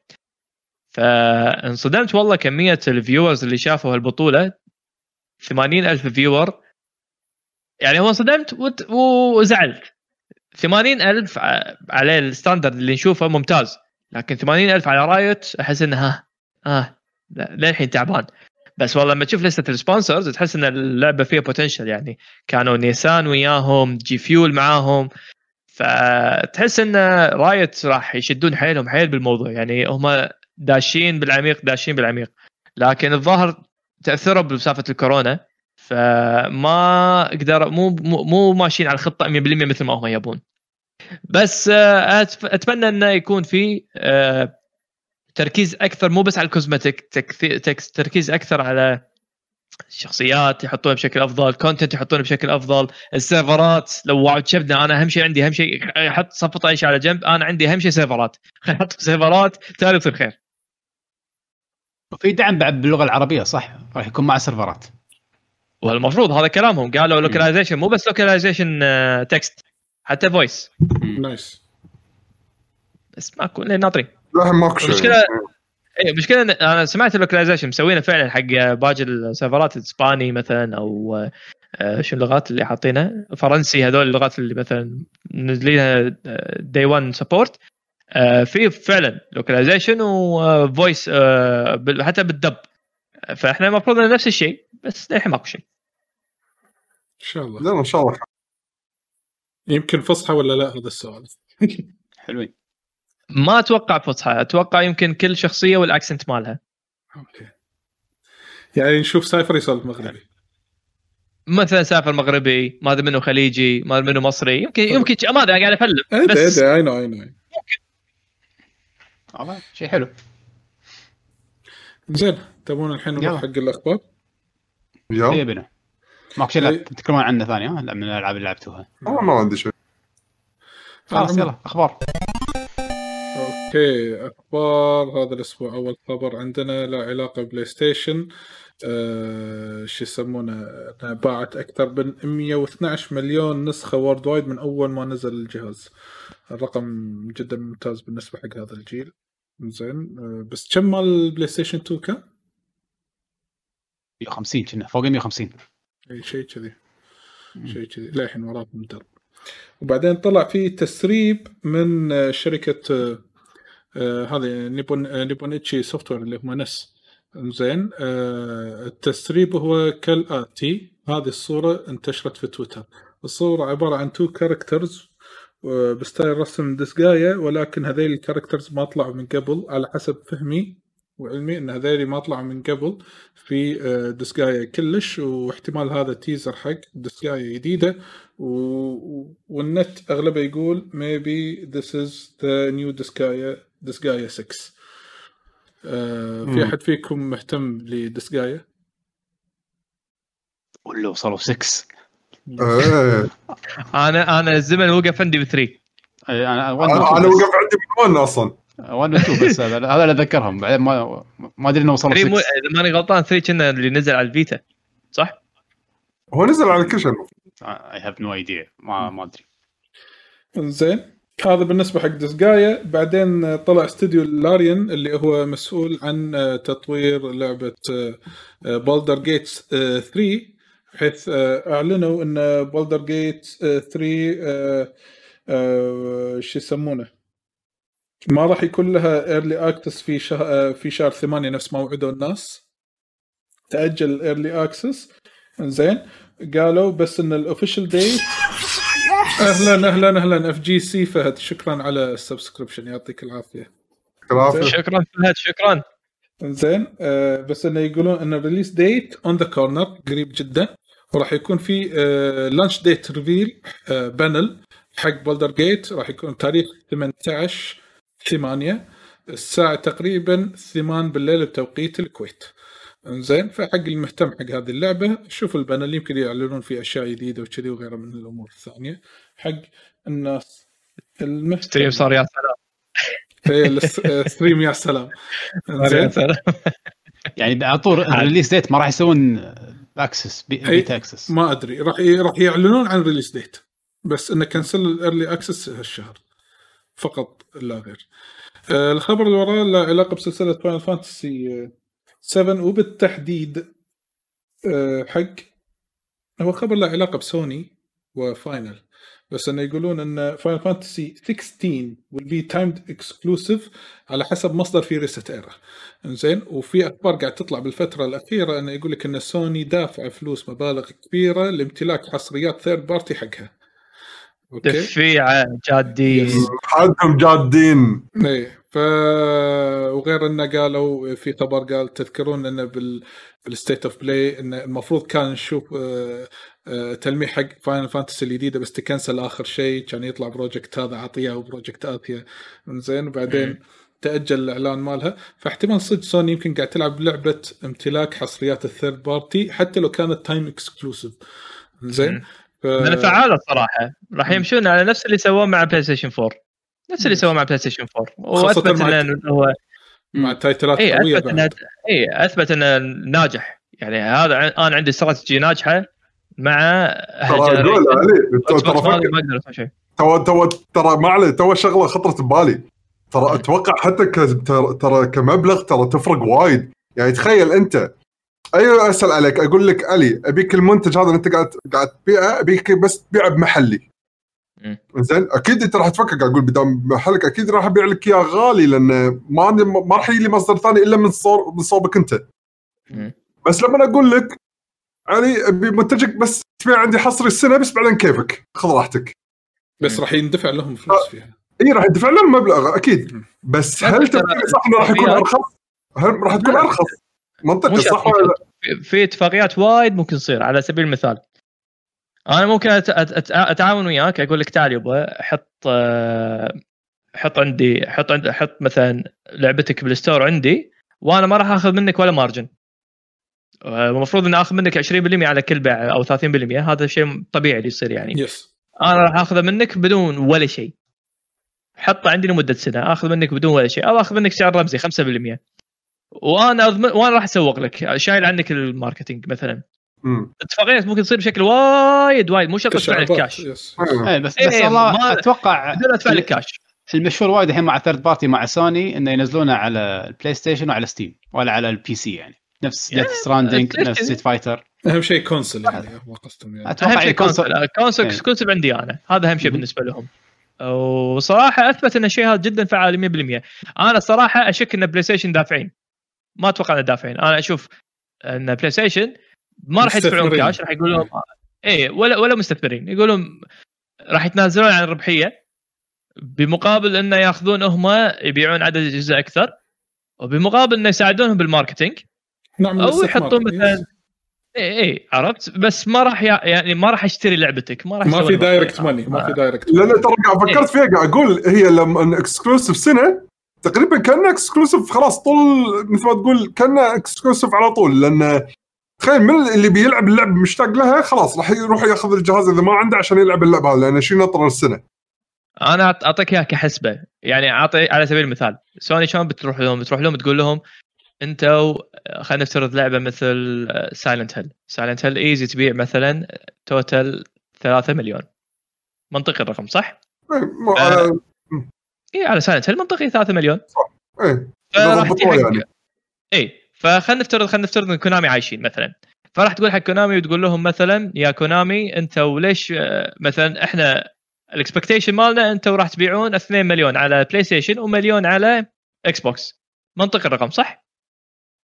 فانصدمت والله كميه الفيورز اللي شافوا هالبطوله، 80,000 فيور. يعني هو انصدمت وزعلت. 80,000 على الستاندرد اللي نشوفه ممتاز، لكن 80,000 على رايت احس انها للحين تعبان. بس والله لما تشوف لسته السبونسرز تحس ان اللعبه فيها بوتنشل، يعني كانوا نيسان وياهم، جي فيول معاهم، فتحس ان رايت راح يشدون حيلهم حيل بالموضوع، يعني هم داشين بالعميق. لكن الظاهر تاثروا بسالفه الكورونا، فما قدر مو ماشيين على الخطه 100% مثل ما هم يبون. بس اتمنى انه يكون في تركيز اكثر، مو بس على الكوزمتيك، تركيز اكثر على الشخصيات، يحطونها بشكل افضل، كونتنت يحطونه بشكل افضل، السيرفرات لو وعد شبنا. انا اهم شيء احط صفط اي شيء على جنب، انا عندي اهم شيء سيرفرات، حط سيرفرات تالي يصير خير. وفي دعم بعد باللغه العربيه صح، راح يكون مع سيرفرات، والمفروض هذا كلامهم، قالوا لوكاليزيشن، مو بس لوكاليزيشن تكست، حتى فويس. نايس. بس ماكو لين ناطرين. لا ماكو شيء. المشكله انا سمعت اللوكاليزيشن مسوينه فعلا حق باقي السيرفرات، الاسباني مثلا، او شو اللغات اللي حاطينها، فرنسي، هذول اللغات اللي مثلا نزلينها داي 1 سبورت، في فعلا لوكاليزيشن وفويس حتى بالدب. فاحنا المفروض نفس الشيء، بس الحين ماكو شيء. ان شاء الله. لا ان شاء الله. يمكن فصحى ولا لا، هذا السؤال. حلوين. ما اتوقع فصحى، اتوقع يمكن كل شخصيه والاكسنت مالها. اوكي، يعني نشوف سايفر يسولف مغربي مثلا سافر مغربي، ما ادري منه خليجي، ما ادري منه مصري، يمكن ما ادري، قاعد افلم بس اي نو والله شيء حلو. زين، تبون الحين نروح حق الاخبار؟ يلا بنا. ماكو شيء تتكلمون عنه ثاني لا من الالعاب اللي لعبتوها؟ ما عندي شيء. خلاص يلا اخبار. اوكي، اخبار هذا الاسبوع. اول خبر عندنا له علاقه بلاي ستيشن. شو يسمونه، باعت اكثر من 112 مليون نسخه وورد وايد من اول ما نزل الجهاز. الرقم جدا ممتاز بالنسبه حق هذا الجيل. زين، بس كم مال البلاي ستيشن 2 كان؟ 150 كنا فوق 150. اي شيء كذي للحين وراكم الدرب. وبعدين طلع في تسريب من شركه هذه نيبون اتشي سوفت وير اللي هم نس. زين، التسريب هو كالآتي. هذه الصورة انتشرت في تويتر. الصورة عبارة عن 2 كاركترز بستايل رسم دسقاية، ولكن هذيل الكاركترز ما طلعوا من قبل، على حسب فهمي وعلمي ان هذيل ما طلعوا من قبل في دسقاية كلش، واحتمال هذا تيزر حق دسقاية جديدة. والنت اغلبه يقول maybe this is the new دسقاية 6. في احد فيكم مهتم لدسقاية؟ ولا وصلوا 6؟ انا الزمن وقف عندي ب3. انا وقف عندي ب1 اصلا. 1 و 2 بس هذا اللي اتذكرهم. بعدين ما ادري انه وصلوا 6. اذا ماني غلطان 3 كنا اللي نزل على الفيتا صح؟ هو نزل على كل شيء. I have no idea. ما ادري. زين، هذا بالنسبة حق دسقاية. بعدين طلع استوديو لاريان اللي هو مسؤول عن تطوير لعبة بولدر جيتس 3، حيث اعلنوا ان بولدر جيتس 3 شو يسمونه ما راح يكون لها ايرلي اكسس في شهر 8 نفس ما وعدوا الناس. تاجل الايرلي اكسس. زين قالوا بس ان الاوفيشال ديت. اهلا اف جي سي فهد، شكرا على السبسكريبشن، يعطيك العافيه. شكرا فهد، شكرا. زين بس انه يقولون ان الريليس ديت اون ذا كورنر قريب جدا، وراح يكون في لانش ديت ريفيل بانل حق بولدر جيت، راح يكون تاريخ 18/8 الساعه تقريبا 8 بالليل بتوقيت الكويت. زين فحق المهتم حق هذه اللعبه شوف البانل، يمكن يعلنون فيه اشياء جديده وكذي وغيرها من الامور الثانيه حق الناس المهتم. ستريم صار يا سلام. ستريم يا سلام. زين يعني على طول الريليس ديت ما راح يسوون اكسس بيتا اكسس، ما ادري راح يعلنون عن ريليس ديت، بس انه كنسل الايرلي اكسس هالشهر فقط لا غير. الخبر اللي وراه له علاقه بسلسله فاينل فانتسي 7 وبالتحديد حق هو خبر له علاقه بسوني وفاينل، بس انه يقولون ان فاينل فانتسي 16 will be timed exclusive على حسب مصدر في ريست ايرا. زين وفي اخبار قاعد تطلع بالفتره الاخيره انه يقول لك ان سوني دافع فلوس مبالغ كبيره لامتلاك حصريات ثيرد بارتي حقها. اوكي دفيعه جادين، حالهم جادين. ايه وغير انه قالوا في خبر قال تذكرون انه بالستيت اوف بلاي ان المفروض كان نشوف تلميح حق فاينل فانتسي الجديده، بس تكنسل اخر شيء، كان يطلع بروجكت هذا عطيه وبروجكت آثيا. زين وبعدين تأجل الإعلان مالها، فاحتمال صدق سوني يمكن قاعد تلعب لعبة امتلاك حصريات الثيرد بارتي حتى لو كانت تايم اكسكلوسيف. زين من فعالة صراحة راح يمشون على نفس اللي سووه مع بلاي ستيشن 4، نفس اللي سووه مع بلاي ستيشن 4، واثبت انه هو مع تايتلات قوية اثبت انه ناجح. يعني هذا انا عندي استراتيجي ناجحة مع ترى ما عليه تو شغله خطرت ببالي. ترى اتوقع حتى ترى كمبلغ ترى تفرق وايد. يعني تخيل انت ايوه اسال عليك اقول لك علي ابيك المنتج هذا اللي انت قاعد تبيعه ابيك بس تبيعه بمحلي. زين اكيد انت راح تفكر قاعد اقول بدام محلك اكيد راح ابيع لك اياه غالي لان ما راح يجي لي مصدر ثاني الا من صوبك انت. بس لما أنا اقول لك علي ابي منتجك بس تبيع عندي حصري السنه بس بعدين كيفك خذ راحتك، بس راح يندفع لهم فلوس فيها. اي راح يدفع لهم مبلغ اكيد، بس هل تفكير صح انه راح يكون ارخص؟ هل راح تكون ارخص؟ منطقي صح ولا في اتفاقيات وايد ممكن تصير. على سبيل المثال انا ممكن اتعاون وياك اقول لك تعال يبا حط مثلا لعبتك بالستور عندي وانا ما راح اخذ منك ولا مارجن. المفروض ان اخذ منك 20% على كل بيع او 30%، هذا شيء طبيعي اللي يصير يعني. انا راح اخذه منك بدون ولا شيء، حطه عندي لمده سنه اخذ منك بدون ولا شيء، او اخذ منك سعر رمزي 5%، وانا راح اسوق لك شايل عنك الماركتينج مثلا. اتفاقيات ممكن تصير بشكل وايد مو شرط تدفع لك كاش. بس والله اتوقع بدون ادفع لك كاش. المشهور وايد الحين مع ثيرد بارتي مع سوني انه ينزلونه على البلاي ستيشن وعلى ستيم ولا على البي سي، يعني نفس ديث ستراندينج نفس ستريت فايتر. اهم شيء كونسول يعني ما قصدهم يعني. اهم شيء كونسول اكسكلوسيف عندي انا، هذا اهم شيء بالنسبه لهم. وصراحه اثبت ان الشيء هذا جدا فعال 100%. انا الصراحه اشك ان بلاي ستيشن دافعين، ما اتوقع ان دافعين. انا اشوف ان بلاي ستيشن ما راح يدفعون كاش، راح يقولون ولا مستثمرين، يقولون راح يتنازلون عن الربحيه بمقابل انه ياخذون هم يبيعون عدد اجهزه اكثر، وبمقابل انه يساعدونهم بالماركتينج او يحطون مثلا عرفت. بس ما راح يعني ما راح اشتري لعبتك، ما في دايركت ماني، ما في دايركت. لا ترى قاعد فكرت فيها قاعد اقول هي لما اكسكلوسيف سنه تقريبا كان اكسكلوسيف خلاص طول مثل ما تقول كان اكسكلوسيف على طول، لان تخيل من اللي بيلعب اللعبه مشتاق لها خلاص راح يروح ياخذ الجهاز اذا ما عنده عشان يلعب اللعبه هذه، لان شيء نطر السنه. انا اعطيك اياها كحسبه، يعني اعطي على سبيل المثال سوني شلون بتروح لهم تقول لهم انتوا خلينا نفترض لعبه مثل سايلنت هيل ايزي تبيع مثلا توتال 3 مليون، منطقي الرقم صح؟ على سايلنت هيل منطقي 3 مليون صح. فخلينا نفترض ان كونامي عايشين مثلا، فراح تقول حق كونامي وتقول لهم مثلا يا كونامي انتوا ليش مثلا احنا الاكسبكتيشن مالنا انتوا راح تبيعون 2 مليون على بلاي ستيشن ومليون على اكس بوكس، منطقي الرقم صح؟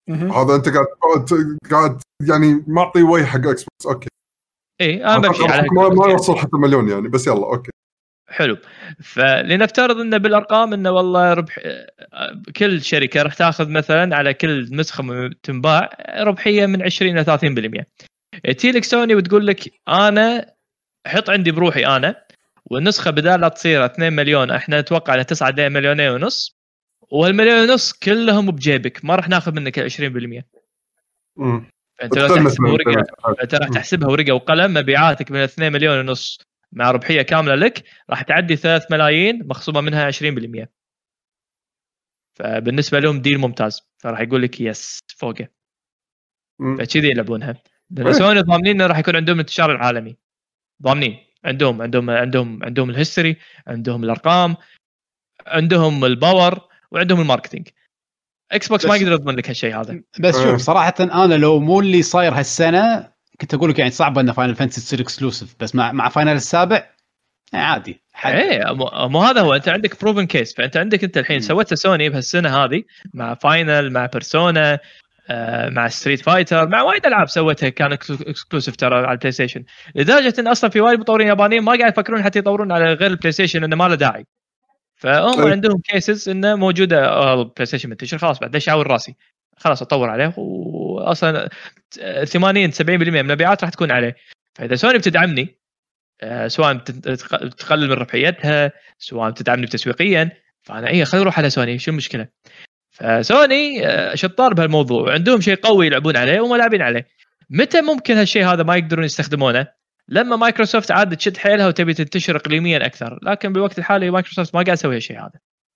هذا انت قاعد يعني معطي وجه حق اكس بوكس. اوكي اي انا بمشي على ما يوصل حتى مليون يعني، بس يلا اوكي حلو. فلنفترض انه بالارقام انه والله ربح كل شركه راح تاخذ مثلا على كل نسخه تنباع ربحيه من 20 الى 30%. تيلك سوني وتقول لك انا حط عندي بروحي انا، والنسخه بدال لا تصير 2 مليون احنا نتوقع انها 9 مليونين ونص، والمليون ونص كلهم بجيبك، ما راح ناخذ منك 20%. فانت لو تحسب ورقه، انت راح تحسبها ورقه وقلم، مبيعاتك من 2 مليون ونص مع ربحيه كامله لك راح تعدي 3 ملايين مخصومه منها 20%. فبالنسبه لهم ديل ممتاز، فراح يقول لك يس فوقه. فكذي يلعبونها. لان سوني ضامنين انه راح يكون عندهم انتشار العالمي، ضامنين عندهم الهيستوري، عندهم الارقام، عندهم الباور، وعندهم الماركتينج. اكس بوكس ما يقدر يضمن لك هالشيء هذا. بس شوف صراحه انا لو مو اللي صاير هالسنه كنت اقول لك يعني صعبه ان فاينل فانتسي تصير اكسكلوسيف، بس مع فاينل السابع عادي. ايه مو هذا هو، انت عندك بروفن كيس. فانت عندك انت الحين سويت سوني بهالسنه هذه مع فاينل، مع بيرسونا، مع ستريت فايتر، مع وايد العاب سوتها كان اكسكلوسيف ترى على البلاي ستيشن، لدرجه ان اصلا في وايد مطورين يابانيين ما قاعد يفكرون حتى يطورون على غير البلاي ستيشن انه ما له داعي. فهم عندهم كيسز انه موجوده البلاي ستيشن منتشر، خلاص بعد ليش اعور راسي، خلاص اطور عليه، واصلا 80-70% من المبيعات راح تكون عليه. فاذا سوني بتدعمني سواء تقلل من ربحيتها، سواء تدعمني تسويقيا، فانا خلينا نروح على سوني، شو المشكله؟ فسوني شطار بهالموضوع، عندهم شيء قوي يلعبون عليه وما لاعبين عليه. متى ممكن هالشيء هذا ما يقدرون يستخدمونه؟ لما مايكروسوفت عاد تشد حيلها وتبي تنتشر اقليميا اكثر، لكن بالوقت الحالي مايكروسوفت ما قاعد تسوي هالشيء هذا.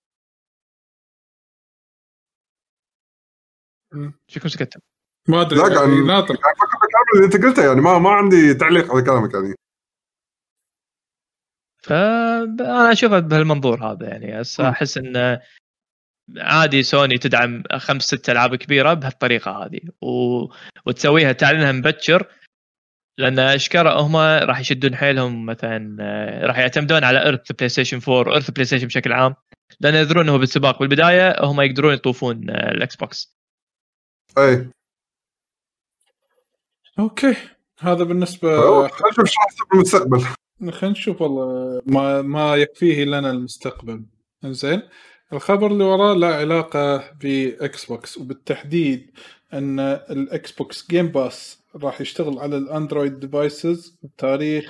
شكون سكت؟ ما ادري ناطر اللي انت قلته يعني ما عندي تعليق على كلامك يعني. فانا اشوفها بهالمنظور هذا يعني. احس ان عادي سوني تدعم 5-6 العاب كبيره بهالطريقه هذه وتسويها تعلنها مبكر، لان اشكره هم راح يشدون حيلهم مثلا، راح يعتمدون على ارث بلاي ستيشن 4 ارث بلاي ستيشن بشكل عام، لان يدرون انه بالسباق بالبدايه هم يقدرون يطوفون الاكس بوكس. اي اوكي هذا بالنسبه. خلينا نشوف شو راح بالمستقبل. خلينا نشوف والله ما يكفيه لنا المستقبل. زين الخبر اللي وراه لا علاقه باكس بوكس، وبالتحديد ان الاكس بوكس جيم باس راح يشتغل على الاندرويد ديفايسز بتاريخ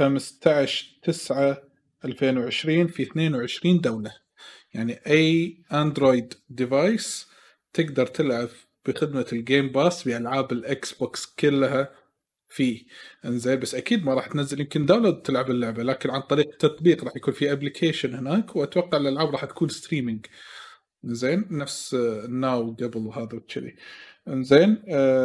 15/9/2020 في 22 دولة. يعني اي اندرويد ديفايس تقدر تلعب بخدمة الجيم باس بألعاب الاكس بوكس كلها فيه. انزين بس اكيد ما راح تنزل يمكن داونلود تلعب اللعبة، لكن عن طريق تطبيق راح يكون في ابليكيشن هناك، واتوقع الالعاب راح تكون ستريمينج زين نفس ناو قبل وهذا وكذي. انزين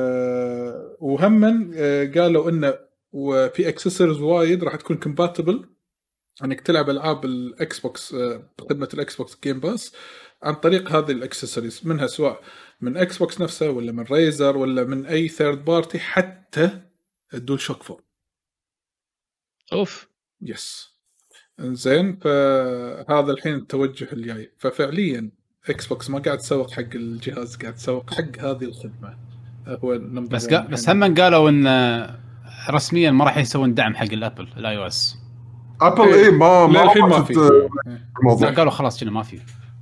وهم قالوا انه وفي اكسسوارز وايد راح تكون كومباتبل انك تلعب العاب الاكس بوكس بخدمه الاكس بوكس جيم باس عن طريق هذه الاكسسوارز، منها سواء من اكس بوكس نفسه ولا من ريزر ولا من اي ثيرد بارتي، حتى الدول شوك 4. اوف يس انزين فهذا الحين التوجه الجاي. ففعليا اكس بوكس ما قاعد تسوق حق الجهاز، قاعد تسوق حق هذه الخدمه. هو بس هم قالوا ان رسميا ما راح يسوون دعم حق الابل الاي او اس. ابل اي ما الحين ما في الموضوع. قالوا خلاص كذا ما في.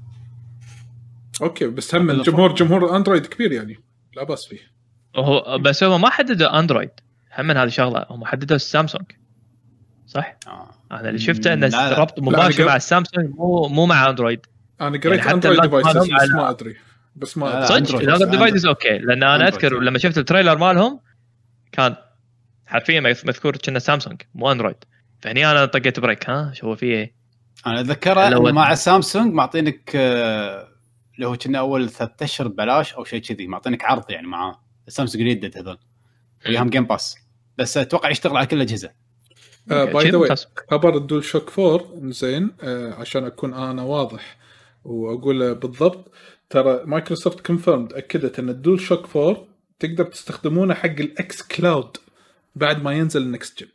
اوكي بس هم جمهور اندرويد كبير يعني لا باس فيه. هو بس هم ما حددوا اندرويد، هم من هذه شغله هم حددوا السامسونج صح؟ انا اللي شفته ان الربط مباشر مع السامسونج مو مع اندرويد. انا قريت يعني اندرويد ديفايسز بس ما ادري صدق الاندرويد ديفايسز اوكي، لان انا اذكر لما شفت التريلر مالهم كان حرفيا مذكور كنا سامسونج مو اندرويد، فهني انا طقيت بريك شو هو فيه. انا اتذكره انه مع سامسونج معطينك اللي هو كنا اول 3 اشهر ببلاش او شيء كذي، معطينك عرض يعني مع سامسونج جديد هذول وياهم جيم باس، بس اتوقع يشتغل على كل الاجهزه. باي ذا واي خبر الدول شوك 4 زين عشان اكون انا واضح واقول بالضبط، ترى مايكروسوفت كونفيرمد اكدت ان الدول شوك 4 تقدر تستخدمونه حق الاكس كلاود بعد ما ينزل النكست جن.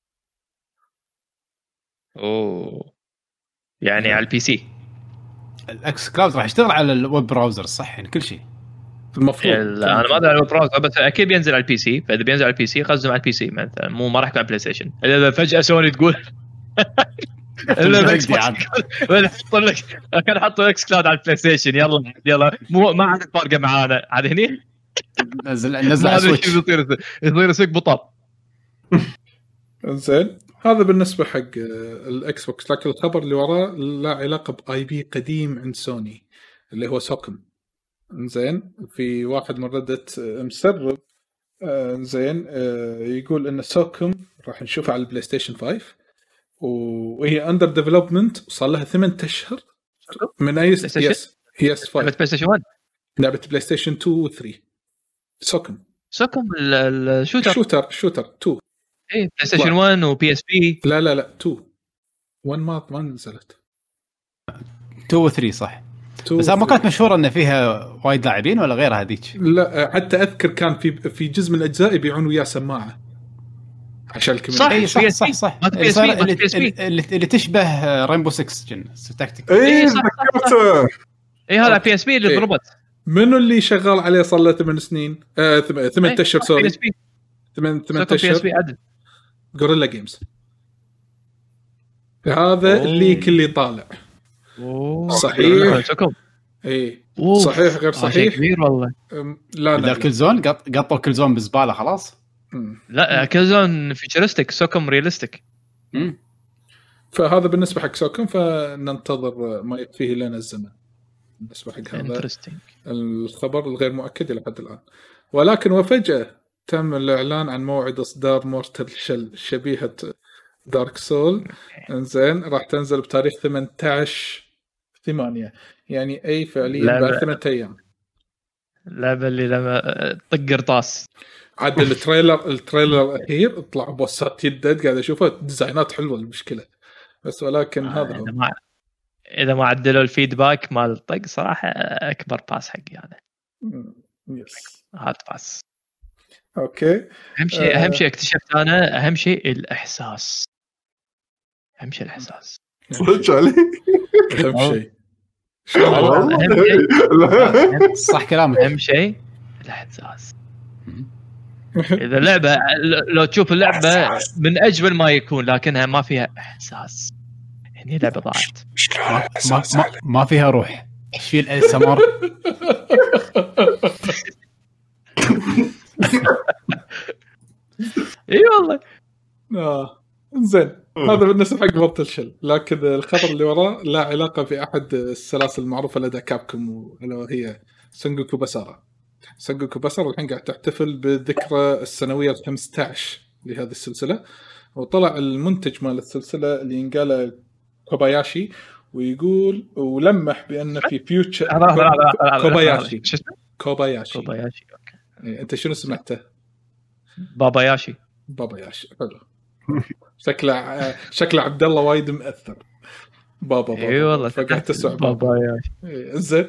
اوه يعني على البي سي الاكس كلاود راح يشتغل على الويب براوزر صح يعني كل شيء. المفروض انا ما ادري عن البراوزر، بس اكيد بينزل على البي سي. فاذا بينزل على البي سي خزنه على البي سي مثلا، مو ما راح يكون على بلاي ستيشن. اذا فجاه سوني تقول الا نحط لك كان حطوا اكس كلاود على البلاي ستيشن، يلا مو ما عاد فارقه معانا عاد هني نزل على سويتش يصير سوق بطل. زين هذا بالنسبه حق الاكس بوكس. لكن الخبر اللي وراه لا علاقه باي بي قديم عند سوني اللي هو سوكم. زين في واحد من ردت مسرب زين يقول ان سوكم راح نشوفها على البلاي ستيشن 5 وهي اندر ديفلوبمنت وصار لها 8 اشهر من اي يس 5 لعبه بلاي ستيشن 1 لعبه بلاي ستيشن 2 و 3 سوكم الشوتر 2 اي بلاي ستيشن 1 وبي اس بي. لا 2 1 ما نزلت 2 و 3 صح. بس ما كانت مشهوره ان فيها وايد لاعبين ولا غيرها هذيك؟ لا حتى اذكر كان في جزء من الاجزاء يبيعون وياه سماعه عشان الكوميونتي. صح اللي تشبه رينبو 6 جن تكتيك. اي هذا بي اس بي اللي ضربت. منو اللي شغال عليه صار له 8 سنين 8 اشهر سوري 8 اشهر غوريلا جيمز. هذا الليك اللي طالع صحيح اي صحيح غير صحيح كبير والله. لا كل زون قطوا كل زون بزباله خلاص. لا كل زون فيتشرستيك سوكم رياليستيك. فهذا بالنسبه حق سوكم فننتظر ما يكفيه لنا الزمن بالنسبه حق هذا الخبر الغير مؤكد الى حد الان. ولكن وفجاه تم الاعلان عن موعد اصدار مورتال شل شبيهه دارك سول. انزين راح تنزل بتاريخ 18/8 يعني اي فعليا بعد 8 ايام. اللعبه اللي لما طق قرطاس عاد التريلر الاخير طلع بوسات يدد قاعد اشوفه ديزاينات حلوه المشكله بس ولكن هذا هو. اذا ما عدلوا الفيدباك مال الطق صراحه اكبر باس حقي هذا. يس هات باس. اوكي اهم شيء اكتشفت انا اهم شيء الاحساس. صدق عليك اهم شيء صح كلامك. اهم شيء الاحساس. اذا لعبه لو تشوف اللعبه من اجمل ما يكون لكنها ما فيها احساس يعني لعبه ضاعت. ما فيها روح. ايش في الاسمر؟ اي والله. زين هذا بالنسبه حق مورتال شل. لكن الخبر اللي وراه لا علاقه في احد السلاسل المعروفه لدى كابكوم الا وهي سنجوكو باسارا. سنجوكو باسارا الحين قاعد تحتفل بالذكرى السنويه 15 لهذه السلسله. وطلع المنتج مال السلسله اللي ينقال كوباياشي ويقول ولمح بان في فيوتشر كوباياشي اوكي. انت شنو سمعته؟ باباياشي حلو. شكله عبد الله وايد مؤثر. بابا اي والله فقعدت اسمع باباياشي. زين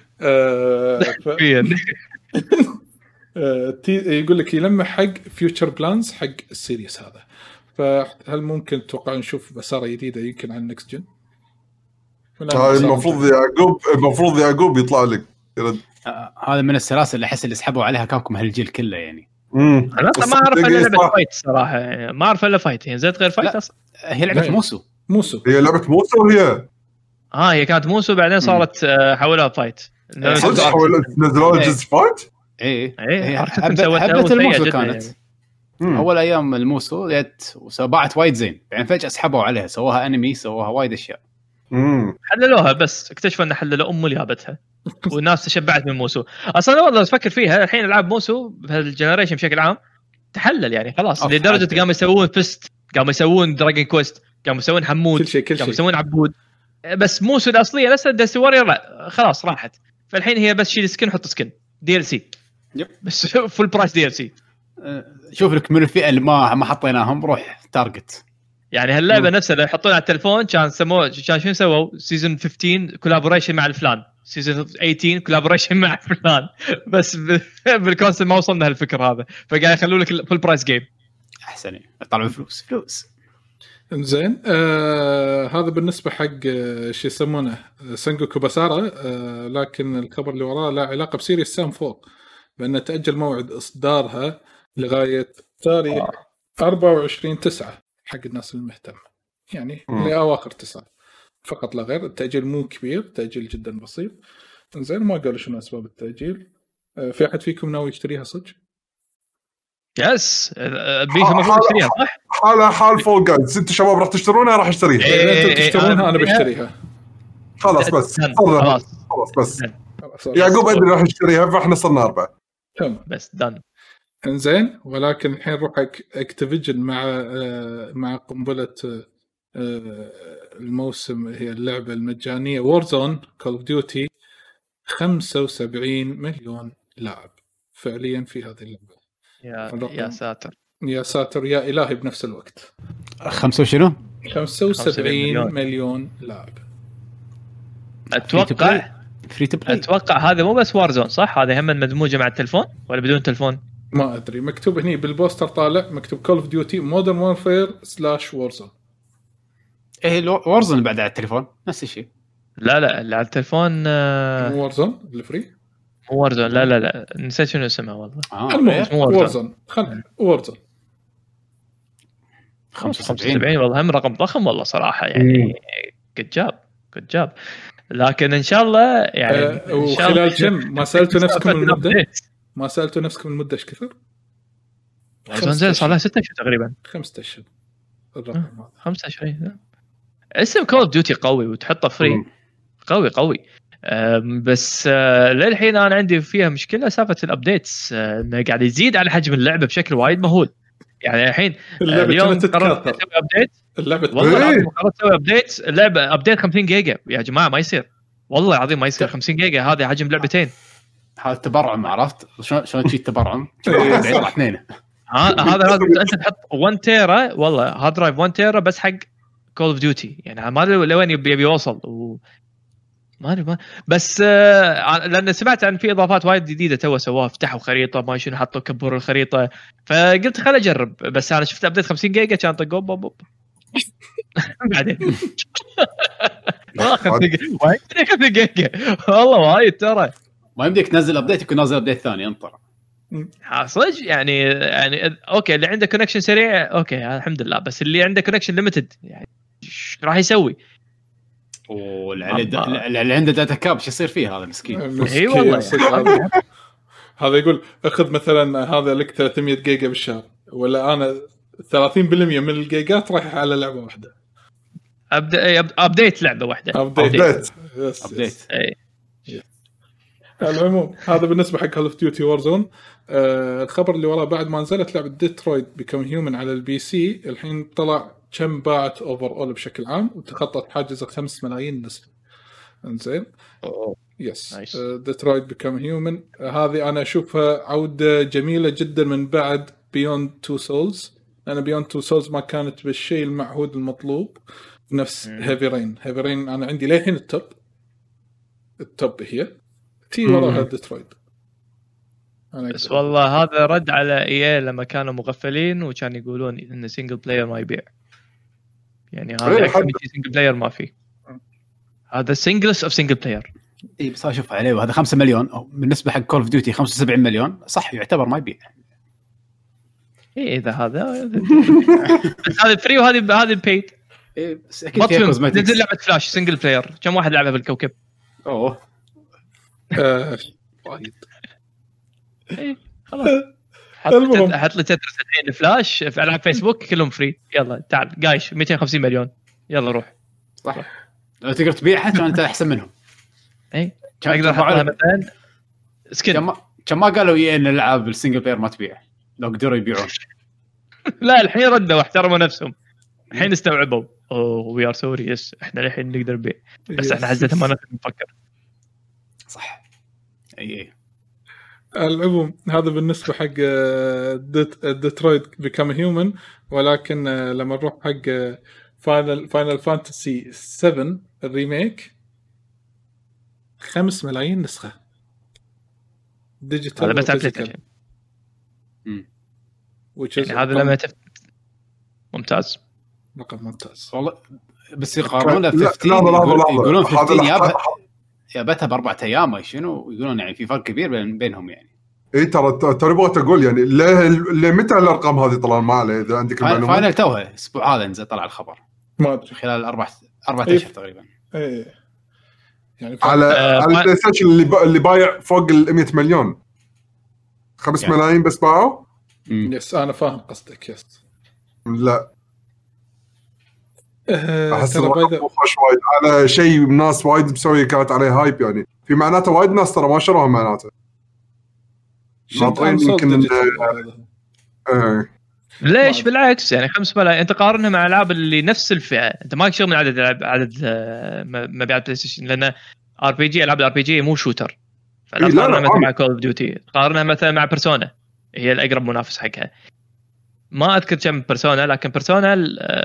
يقول لك يلمح حق فيوتشر بلانز حق السيريس هذا. فهل ممكن تتوقع نشوف بسارة جديدة يمكن عن نكست جن؟ المفروض يعقوب يطلع لك يرد. هذا من السلاسل اللي احس اللي سحبوا عليها كابكم هالجيل كله يعني. انا ما اعرف الا لعبه فايت صراحه يعني. ما اعرف الا فايت يعني زيت غير فايت اصلا. هي لعبه موسو هي لعبه موسو هي كانت موسو بعدين صارت حولها فايت. نزلوا جزء فايت. اي حبت الموسو كانت اول ايام الموسو وسبعت وايد زين يعني فجاه سحبوا عليها سووها انمي سووها وايد اشياء. حللوها بس اكتشفوا ان حللوا اللي جابتها والناس تشبعت من موسو. اصلا والله افكر فيها الحين العاب موسو بهالجنريشن بشكل عام تحلل يعني خلاص لدرجه قاموا يسوون فيست قاموا يسوون دراجون كويست قاموا يسوون حمود قاموا يسوون عبود. بس موسو الاصليه لسه دستي وارير لا خلاص راحت. فالحين هي بس شيل سكن حط سكن دي ال سي بس فول برايس دي ال سي. شوف لك من الفئه اللي ما حطيناهم روح تارجت. يعني هاللعبه نفسها اللي يحطونها على التلفون كان شنو سووا سيزون 15 كولابوريشن مع الفلان سيزون 18 كولابوريشن مع فلان بس بالكونسل ما وصلنا هالفكر هذا فقاعد يخلوا لك فول برايس جيم. احسن يطلعوا فلوس. زين هذا بالنسبه حق شو يسمونه سانجوكو باسارا. لكن الخبر اللي وراه له علاقه بسيريس سام 4 بأن تأجل موعد إصدارها لغاية تاريخ 24/9 حق الناس المهتمة، يعني لأواخر 9 فقط لا غير. التأجيل مو كبير، تأجيل جدا بسيط. زين ما قالوا شنو أسباب التأجيل. في أحد فيكم ناوي يشتريها صدق؟ يس بيف المفروض يشتريها صح؟ حال فول جايدز. انتم شباب راح تشترونها؟ راح اشتريها. إذا أنتم تشترونها أنا بشتريها. خلاص بس خلاص بس يعقوب أدري راح يشتريها، فاحنا صرنا 4 تمام بس دان. انزين ولكن الحين روح اكتيفيجن مع قنبله الموسم، هي اللعبه المجانيه وورزون كول اوف ديوتي. 75 مليون لاعب فعليا في هذه اللعبه. يا ساتر يا ساتر يا الهي بنفس الوقت. 75 مليون لاعب. اتوقع فري تو بلاي. اتوقع هذا مو بس وارزون صح؟ هذا هم مدموجه مع التلفون ولا بدون تلفون؟ ما ادري، مكتوب هني بالبوستر طالع مكتوب كول اوف ديوتي مودرن وورفير / وورزون. ايه وورزون بعد على التليفون نفس الشيء. لا اللي على التلفون وورزون الفري مو وارزون. لا نسيت شنو اسمها والله. المهم وورزون. خلنا وورزون 75 والله هم رقم ضخم والله صراحه يعني. جود جاب لكن ان شاء الله يعني وخلال كم ما سالتوا نفسكم المده؟ ما سالتوا نفسكم المده ايش كثر؟ زين صار لها 6 اشهر تقريبا. 5 اشهر الرقم هذا. 5 اشهر. اسم كول اوف ديوتي قوي وتحطه فري قوي بس للحين انا عندي فيها مشكله سالفه الابديتس انه قاعد يزيد على حجم اللعبه بشكل وايد مهول. يعني الحين اليوم قررت اسوي ابديت والله قررت اسوي ابديت اللعبه ابديت 50 جيجا يا جماعه ما يصير والله العظيم ما يصير. 50 جيجا هذا حجم لعبتين. هذا تبرعم عرفت شلون شيء تبرعم يطلع اثنين. هذا انت تحط 1 تيرا والله هارد درايف 1 تيرا بس حق كول اوف ديوتي يعني ما ادري لوين يبي يوصل ما ادري بس لان سمعت عن في اضافات وايد جديده تو سووها فتحوا خريطه ما شنو حطوا كبروا الخريطه فقلت خل اجرب. بس انا شفت ابديت 50 جيجا كان طق بوب بعدين وايد 50 جيجا والله وايد ترى. ما يمديك تنزل ابديت يكون نازل ابديت ثاني انطر صدق يعني اوكي اللي عنده كونكشن سريع اوكي الحمد لله. بس اللي عنده كونكشن ليميتد يعني ايش راح يسوي؟ اللي عنده داتا كاب شو يصير فيه هذا مسكين؟ اي والله هذا يقول اخذ مثلا هذا لك 300 جيجا بالشهر ولا انا 30% من الجيجات رايح على لعبه واحده. ابديت لعبه واحده. ابديت. العموم هذا بالنسبه حق كول اوف ديوتي وورزون. الخبر اللي وراه بعد ما نزلت لعبه ديترويت بيكم هيومن على البي سي الحين طلع كم باعت اوفر اول بشكل عام وتخطت حاجز 5 ملايين نسخه. انزين يس ديترويت بيكم هيومن هذه انا اشوفها عوده جميله جدا من بعد بيوند 2 سولز. انا بيوند 2 سولز ما كانت بالشيء المعهود المطلوب نفس هيفي رين. انا عندي للحين التوب هي تي وراها ديترويت. بس والله هذا رد على ايه لما كانوا مغفلين وكان يقولون ان سينجل بلاير ما يبيع. يعني هذا اكتيفيتي سينجل بلاير ما فيه. هذا سينجلس اوف سينجل بلاير. اي بس اشوف عليه وهذا 5 مليون بالنسبه حق كول اوف ديوتي 75 مليون صح يعتبر ما يبيع. ايه اذا هذا بس هذا فري وهذه البيد. ايه بس اكيد فيها كوزماتكس. نزل لعبه فلاش سينجل بلاير كم واحد لعبها بالكوكب؟ اوه وايد. ايه خلاص حط لي تترس الحين فلاش في العاب فيسبوك كلهم فري. يلا تعال قايش 250 مليون يلا روح. صح لو تقدر تبيعها كان انت احسن منهم. اي اقدر احطها مثلا سكن كم ما قالوا ان الالعاب السنجل بلاير ما تبيع لو قدروا يبيعون. لا الحين ردوا واحترموا نفسهم الحين استوعبوا وي ار سوري يس احنا الحين نقدر نبيع بس احنا حزتها ما نفكر. صح اي العموم هذا بالنسبه حق ديترويت بيكم هيومن. ولكن لما نروح حق فاينل فانتسي 7 الريميك 5 ملايين نسخه ديجيتال. هذا بس ابليكيشن يعني هذا لما ممتاز رقم ممتاز والله بس يقارنونه ب لا، 15 لحظة. يقولون هذا 15 يابتها ب4 ايام ما شنو يقولون يعني في فرق كبير بينهم يعني. اي ترى بغيت اقول يعني ليه متى الارقام هذه طلع ما عليه اذا عندك المعلومه. فاينل توها الاسبوع هذا نزل طلع الخبر ما ادري خلال 4 إيه. اشهر تقريبا. ايه يعني على البلاي ستيشن اللي بايع فوق ال 100 مليون 5 يعني. ملايين بس باعوا. يس انا فاهم قصدك يس. لا احس ترى الرقم خوش وايد على شيء ناس وايد مسوي كانت عليه هايب يعني في معناته وايد ناس ترى ما شروها معناته ناطرين يمكن ليش بالعكس يعني 5 ملايين انت قارنها مع العاب اللي نفس الفئه انت ما تشوف من عدد مبيعات بلاي ستيشن لان ار بي جي العاب الار بي جي مو شوتر فلا تقارنها مثلا مع كول اوف ديوتي قارنها مثلا مع بيرسونا هي الاقرب منافس حقها ما اذكر كم بيرسونا لكن بيرسونا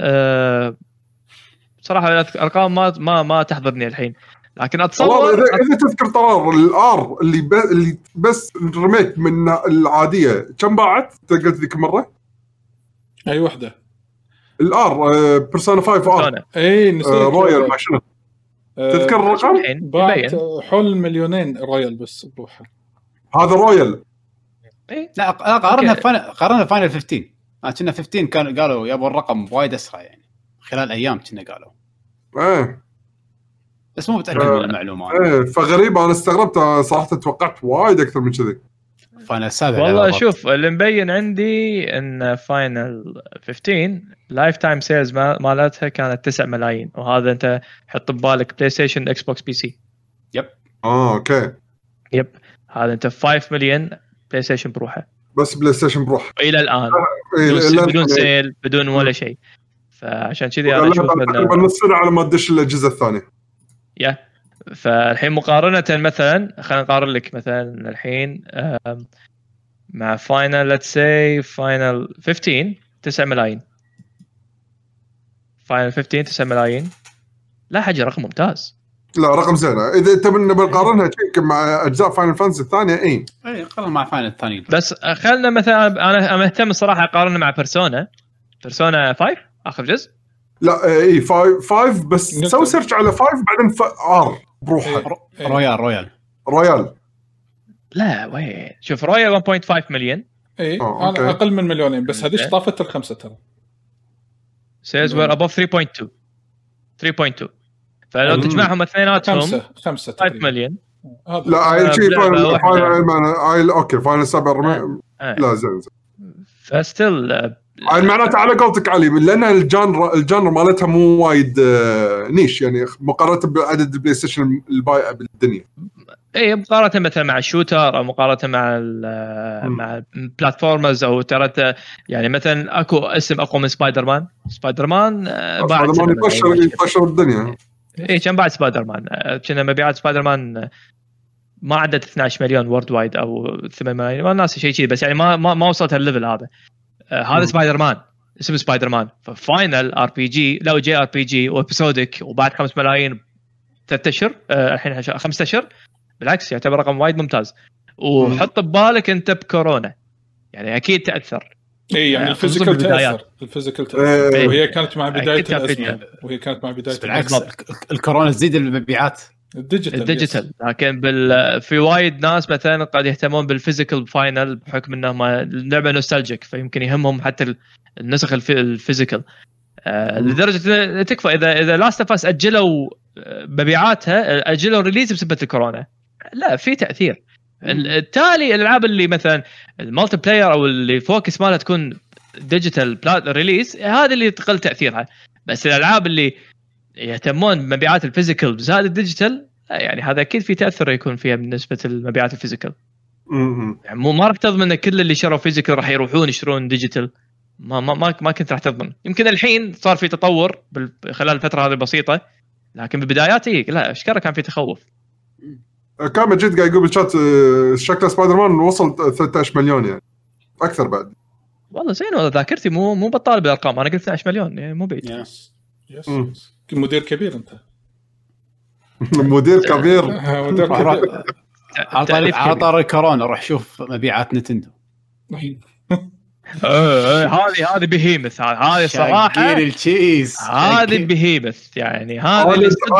صراحه الارقام ما تحضرني الحين لكن اتصور اذا تذكر طرار الار اللي بس رميت من العاديه كم باعت قلت ذيك مره اي وحده الار بيرسونا 5 ار اي نسيت رويال ما شنو تذكر الرقم باعت حول 2,000,000 رويال بس بروحها هذا رويال. لا قارنها فاينل 15 كنا 15 كانوا قالوا يابوا الرقم وايد اسرع يعني خلال ايام كنا قالوا بس مو متاكد من المعلومه. فغريب انا استغربت صراحه توقعت وايد اكثر من كذي. فاينل 7 والله شوف اللي مبين عندي ان فاينل 15 لايف تايم سيلز مالتها كانت 9 ملايين وهذا انت حط ببالك بلاي ستيشن اكس بوكس بي سي. يب اوكي يب هذا انت 5 مليون بلاي ستيشن بروحه بس بلاي ستيشن بروحه الى الان بدون سيل بدون ولا شيء فعشان كذي انا اشوف انه نص سنه على ما تدش الاجهزه الثانيه. فالحين مقارنه مثلا خلينا نقارن لك مثلا الحين مع فاينل ليتس سي فاينل 15 9 ملايين فاينل 15 9 ملايين لا حاجه رقم ممتاز. لا رقم زين اذا انت بنقارنها يمكن مع اجزاء فاينل فانتسي الثانيه اي قارن مع فاينل الثانيين بس خلنا مثلا انا مهتم الصراحه اقارنه مع بيرسونا 5 اخر جزء. لا اي 5 بس سوي سيرش على 5 بعدين ار بروحها رويال لا وين شوف رويال 1.5 مليون اي انا اقل من 2,000,000 بس هذيش طافت ال5 ترى سيلز وير ابوف 3.2 فلو تجمعهم اثنيناتهم 5 مليون. لا هاي شيء فاينل اوكي فاينل 7 لا زين فستيل هاي معناته على قولتك علي لان الجانر مالتها مو وايد نيش يعني مقارنه بعدد البلاي ستيشن البايع بالدنيا. اي مقارنه مثلا مع الشوتر او مقارنه مع بلاتفورمرز او ترى يعني مثلا اكو اسم اقوى من سبايدر مان بعد يطشر الدنيا. اي كم بعد سبايدر مان كنا مبيعات سبايدر مان ما عدت 12 مليون وورد وايد او 8 ملايين ما الناس شيء بس يعني ما وصلت هالليفل هذا. هذا سبايدر مان اسم سبايدر مان ففاينل ار بي جي لو جي ار بي جي وابيسودك وبعد 5 ملايين 3 اشهر الحين 5 اشهر بالعكس يعتبر رقم وايد ممتاز. وحط ببالك انت بكورونا يعني اكيد تاثر اي يعني الفيزيكال تاثر وهي كانت مع بدايه الازمه بالعكس الكورونا تزيد المبيعات الديجيتال لكن في وايد ناس مثلا قاعد يهتمون بالفيزيكال فاينل بحكم انهم اللعبه نوستالجيك فيمكن يهمهم حتى النسخ الفيزيكال لدرجه تكفى اذا لاست اوف اس اجلوا مبيعاتها اجلوا ريليز بسبب الكورونا لا في تاثير. التالي الالعاب اللي مثلا المالتي بلاير او اللي فوكس مالها تكون ديجيتال ريليز هذا اللي تقل تاثيرها بس الالعاب اللي يهتمون بمبيعات الفيزيكال زائد الديجيتال يعني هذا اكيد في تاثر يكون فيها بالنسبه للمبيعات الفيزيكال. يعني مو ما راح تضمن ان كل اللي شروا فيزيكال راح يروحون يشترون ديجيتال ما كنت راح تضمن. يمكن الحين صار في تطور خلال الفتره هذه البسيطه لكن بالبدايات لا اشكره كان في تخوف. كان مجيد قاعد يقول بالشات شكل سبايدر مان وصل 13 مليون يعني اكثر بعد. والله زين والله ذاكرتي مو بطال بالارقام انا قلت 12 مليون يعني مو بعيد. يس مدير كبير انت مدير كبير على طار الكورونا روح شوف مبيعات نينتندو هذه بهيمث هذه صراحه شاقين التشيز هذه بهيمث يعني هذه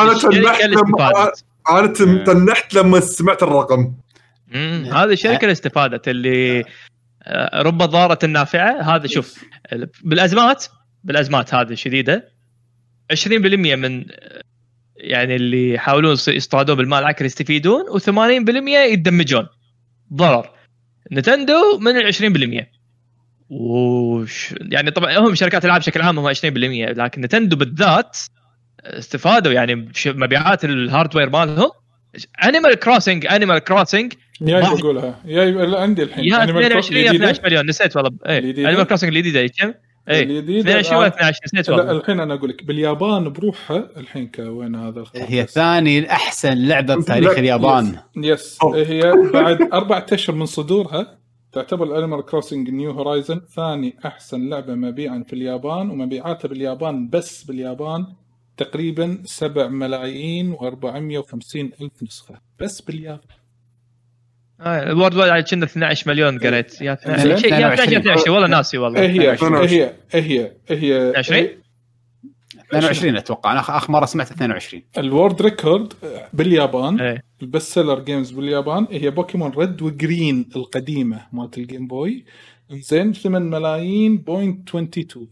انا تنحت لما سمعت الرقم. هذه الشركه اللي استفادت اللي رب ضارة النافعه. هذا شوف بالازمات هذه شديده 20% من يعني اللي يحاولون يصطادون بالمال العكر يستفيدون و80% يدمجون ضرر. نتندو من 20% يعني طبعا هم شركات العاب بشكل عام هم 20%، لكن نتندو بالذات استفادوا يعني مبيعات الهاردوير مالهم. انيمال كروسنج يا يقولها يا عندي الحين يا 22 يا 12 مليون نسيت والله. انيمال كروسنج الجديده كم؟ 22 ولا 12 نسيت والله. الحين انا اقول لك باليابان بروحها الحين كوين هذا هي ثاني احسن لعبه بتاريخ اليابان. يس هي بعد 4 أشهر من صدورها تعتبر أنيمال كروسنج نيو هورايزن ثاني احسن لعبه مبيعا في اليابان، ومبيعاتها باليابان بس باليابان تقريبا 7,450,000 نسخه بس باليابان. الورد وايد كنا 12 مليون قريت يا 12 والله ناسي والله. هي 22 اتوقع انا اخر مره سمعت 22. الورد ريكورد باليابان البست سيلر جيمز باليابان هي بوكيمون ريد وجرين القديمه مالت الجيم بوي، زين 8,000,000.22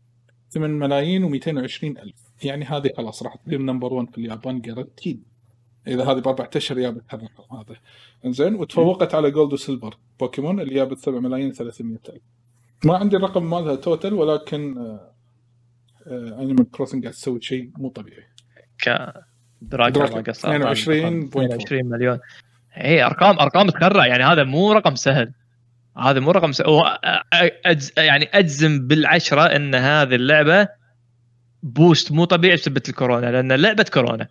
8,220,000. يعني هذه خلاص راح تصير نمبر 1 في اليابان جارنتيد اذا هذه ب4 أشهر جابت الرقم هذا. انزين وتفوقت على جولد وسيلفر بوكيمون اللي جابت 7,300,000. ما عندي الرقم مالها توتال، ولكن انيمال كروسنج قاعد تسوي شيء مو طبيعي. دراجون قصر 22 مليون. هي ارقام تخرع يعني. هذا مو رقم سهل، هذا مو رقم سهل. يعني اجزم بالعشرة ان هذه اللعبه بوست مو طبيعي بسبب الكورونا، لان لعبه كورونا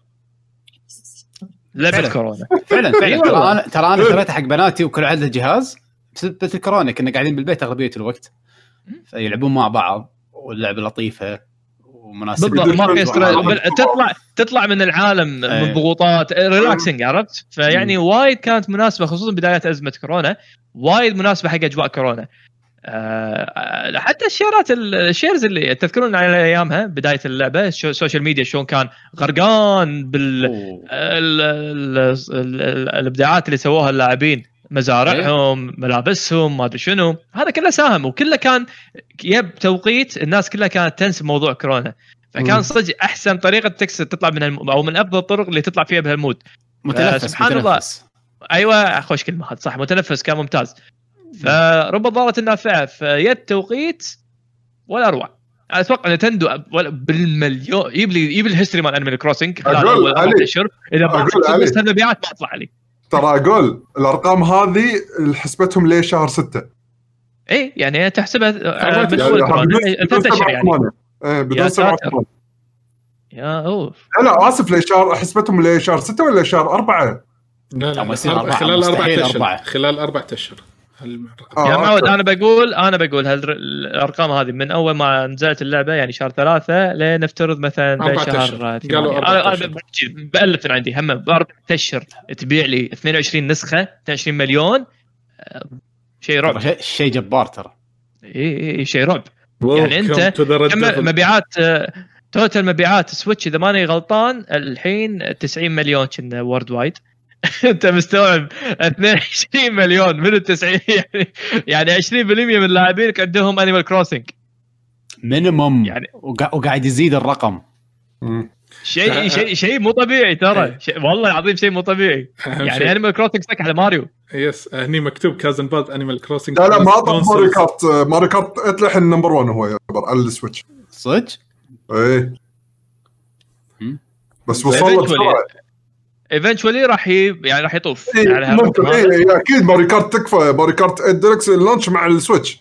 فعلا ترى انا شريتها حق بناتي وكل عندها جهاز بسبب الكورونا. كنا قاعدين بالبيت اغلبيه الوقت فيلعبون مع بعض واللعبه لطيفه ومناسبه بالضبط. ما في تطلع من العالم من ضغوطات ريلاكسنج عرفت. فيعني وايد كانت مناسبه خصوصا بدايات ازمه كورونا، وايد مناسبه حق اجواء كورونا. حتى الشيرز اللي تذكرون على ايامها بدايه اللعبه السوشيال ميديا شلون كان غرقان الابداعات اللي سووها اللاعبين، مزارعهم ملابسهم ما ادري شنو، هذا كله ساهم وكله كان يب توقيت الناس كلها كانت تنسى موضوع كورونا. فكان صدق احسن طريقه تطلع من او من افضل الطرق اللي تطلع فيها بهالمود. متنفس سبحان الله. ايوه خوش كلمه هذا صح، متنفس كان ممتاز. فرب ضارة النافعه في يد توقيت ولا اروع. اتوقع نتندو بالمليون يجيب لي الهيستوري مال انيمال كروسنج خلال اول 4 اشهر. اذا ما بس المبيعات ما اطلع علي. ترى اقول الارقام هذه حسبتهم ليه شهر 6. اي يعني تحسبها من اول كورونا 3 اشهر يعني. بدون 7 شهور. يا اوف لا اسف ليه شهر حسبتهم ليه شهر 6 ولا شهر 4؟ لا خلال 4 اشهر. يا معود انا بقول هالارقام هذه من اول ما نزلت اللعبه يعني شهر 3 لنفترض مثلا بشهر قالوا بألف عندي هم ب4 اشهر تبيع لي 22 نسخه 22 مليون. شيء رعب، شيء جبار ترى. اي شيء رعب يعني. انت مبيعات توتال مبيعات سويتش اذا ماني غلطان الحين 90 مليون كنا وورد وايد. انت مستوعب 22 مليون من ال90 يعني 20% من اللاعبين عندهم انيمال كروسنج مينيمم يعني، وقاعد يزيد الرقم. شيء مو طبيعي ترى. والله العظيم شيء مو طبيعي يعني. انيمال كروسنج سك على ماريو. يس هني مكتوب كازن باد انيمال كروسنج. لا ما طب ماريو كارت اطلع النمبر 1 هو يعتبر على السويتش صدق. ايه بس وصل بسرعه ايفنتشولي راح يطوف على هذا. اكيد ماريو كارت تكفى. ماريو كارت ديلكس اللانش مع السويتش.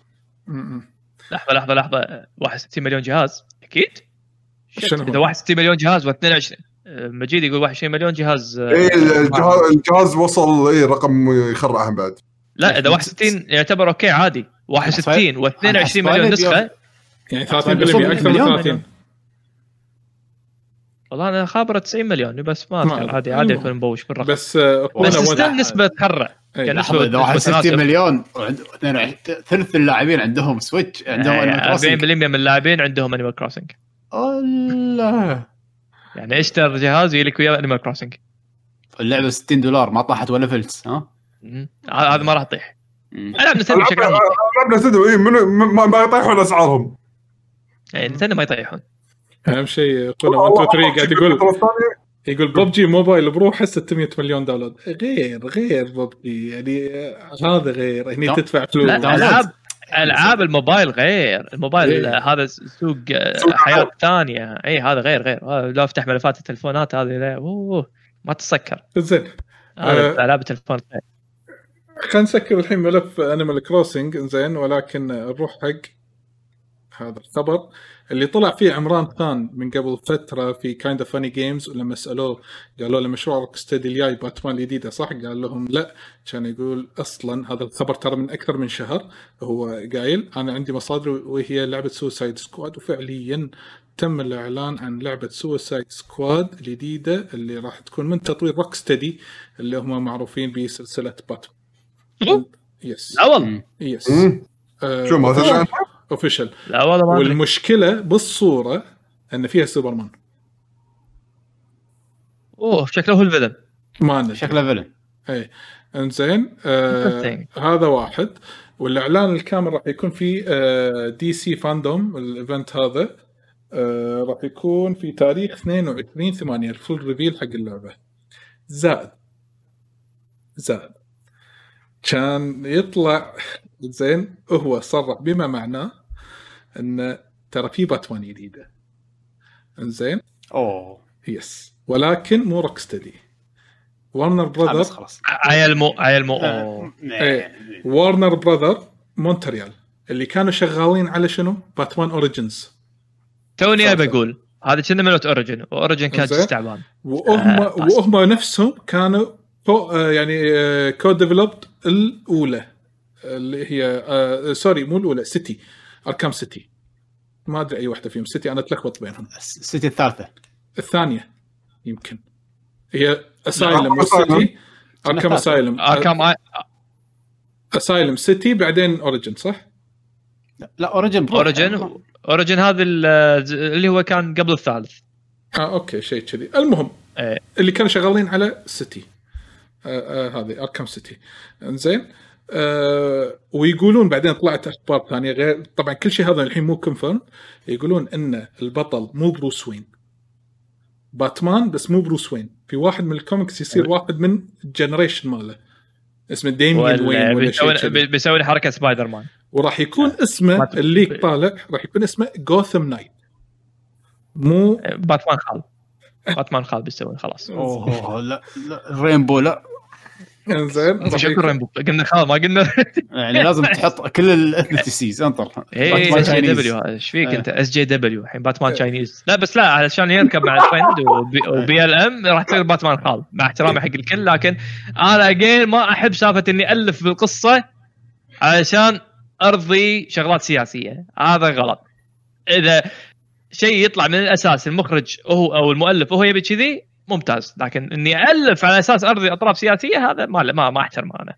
لحظه 61 مليون جهاز اكيد. اذا 61 مليون جهاز و22 مجيد يقول 21 مليون جهاز. الجهاز وصل رقم يخرعهم بعد. لا اذا 61 يعتبر اوكي عادي. 61 و22 مليون نسخه يعني 30% اكثر من 30. والله انا خابره 90 مليون بس ما اذكر. عادي المهم. يكون مبوش بالرقم. بس ستيل نسبه تخرع. لحظه اذا 61 مليون ثلث اللاعبين عندهم سويتش عندهم انيمال كروسنج 40% من اللاعبين عندهم انيمال كروسنج. الله يعني اشتري جهاز يجيلك وياه انيمال كروسنج. اللعبه $60 ما طاحت ولا فلس. ها هذا ما راح تطيح. العاب نتندو بشكل عام العاب نتندو ما يطيحون اسعارهم. يعني نتندو ما يطيحون. اهم شيء يقولون 1 2 3 قاعد يقول ببجي موبايل بروحه 600 مليون داونلود. غير ببجي يعني هذا غير هني تدفع فلوس. العاب الموبايل غير. الموبايل هذا سوق حياة ثانية. اي هذا غير لو افتح ملفات التلفونات هذه ما تسكر. زين العاب التلفون خلينا نسكر الحين ملف انيمال كروسنج. زين ولكن نروح حق هذا الخبر اللي طلع فيه عمران خان من قبل فترة في كايند اوف فاني جيمز. ولما سألوه قالوا له مشروع روكستدي الجاي باتمان الجديدة صح؟ قال لهم لا. كان يقول أصلا هذا الخبر ترى من أكثر من شهر. هو قايل أنا عندي مصادر وهي لعبة سوسايد سكواد. وفعليا تم الإعلان عن لعبة سوسايد سكواد الجديدة اللي راح تكون من تطوير روكستدي اللي هم معروفين بسلسلة باتمان. يس أول يس شو ما تشان اوفيشال. لا والله ما والمشكله بالصوره ان فيها سوبرمان. شكله هو الفيلن. ما شكله فيلن. اي انزين هذا واحد. والاعلان الكامل راح يكون في دي سي فاندوم. الايفنت هذا راح يكون في تاريخ 22/8 الفول ريفيل حق اللعبه. زائد كان يطلع زين هو صرح بما معناه ان ترى في باتمان جديده. انزين يس ولكن مو روكستدي. وارنر براذر خلاص عيل مو وارنر براذر مونتريال اللي كانوا شغالين على شنو باتمان اوريجينز. توني بقول هذا كنا ملوت اوريجين واوريجين كان استعبان. وهم نفسهم كانوا يعني كود ديفلوبد الاولى اللي هي سوري مو الاولى سيتي اركام سيتي. ما ادري اي واحده فيهم سيتي انا اتلخبط بينهم. سيتي الثانيه يمكن هي اسايلم والسيتي اركام اسايلم اسايلم سيتي بعدين اوريجين صح؟ لا اوريجين هذا اللي هو كان قبل الثالث. اوكي شيء كذي. المهم اللي كانوا شغالين على سيتي هذه اركام سيتي. انزين ويقولون بعدين طلعت اخبار ثانيه غير طبعا كل شيء هذا الحين مو كونفيرم. يقولون ان البطل مو بروس وين باتمان بس مو بروس وين. في واحد من الكوميكس يصير واحد من الجنريشن ماله اسمه ديميان وين ولا شيء بيسوي حركه سبايدر مان. وراح يكون اسمه اللي طالع راح يكون اسمه غوثم نايت مو باتمان خال بيسوي خلاص. لا رينبو لا انزين شكرا رينبو قلنا خلاص ما قلنا يعني لازم تحط كل الاثنتيسيز انطر. اس جي دبليو ايش فيك انت اس جي دبليو الحين باتمان تشاينيز. لا بس لا علشان يركب مع الترند وبي ال ام راح تصير باتمان خال مع احترامي حق الكل. لكن انا اجين ما احب سالفه اني الف بالقصه علشان ارضي شغلات سياسيه. هذا غلط. اذا شيء يطلع من الاساس المخرج هو او المؤلف وهو يبي كذي ممتاز. لكن اني الف على اساس ارضي اطراف سياسيه هذا ما احترم انا.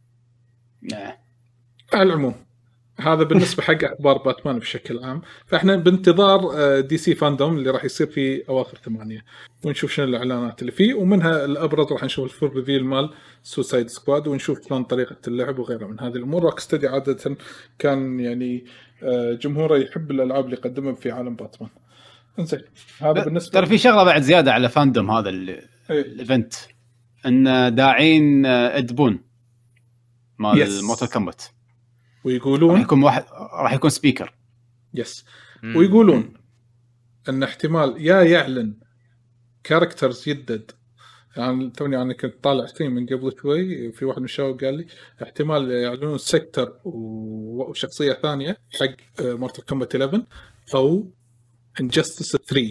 العموم هذا بالنسبه حق اخبار باتمان بشكل عام. فاحنا بانتظار دي سي فاندوم اللي راح يصير في اواخر 8 ونشوف شنو الاعلانات اللي فيه. ومنها الابرز راح نشوف الفول ريفيل مال سوسايد سكواد ونشوف شلون طريقه اللعب وغيرها من هذه الامور. روكستدي عاده كان يعني جمهوره يحب الالعاب اللي يقدمها في عالم باتمان. انزين هذا بالنسبه. ترى في شغله بعد زياده على فاندوم هذا الايفنت ان داعين ادبون مال الموتور كومبات ويقولون راح يكون سبيكر. يس ويقولون ان احتمال يا يعلن كاركترز يدد. يعني توني انا كنت طالع ستريم من قبل شوي في واحد من الشباب قال لي احتمال يعلنون سيكتر وشخصيه ثانيه حق مورتال كومبات 11 او انجستس 3.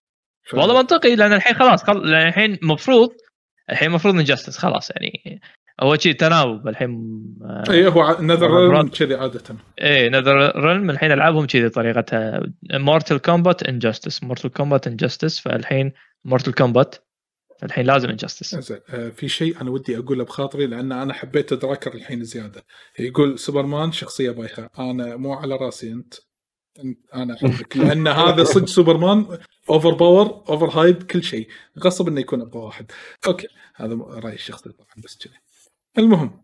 والله منطقي لان الحين خلاص لان الحين المفروض انجستس خلاص يعني هو شيء تناوب الحين. اي هو نذر ريلم كذي عاده. ايه نذر ريلم الحين العابهم كذي طريقتها مورتال كومبات انجستس، مورتال كومبات انجستس، فالحين مورتال كومبات الحين لازم انجستس. في شيء انا ودي اقوله بخاطري لان انا حبيت دراكر الحين زياده. يقول سوبرمان شخصيه بايخه، انا مو على راسي انت انا احبك لان هذا صدق سوبرمان اوفر باور اوفر هايب كل شيء، غصب انه يكون اقوى واحد. اوكي هذا رايي الشخصي طبعا بس كذا. المهم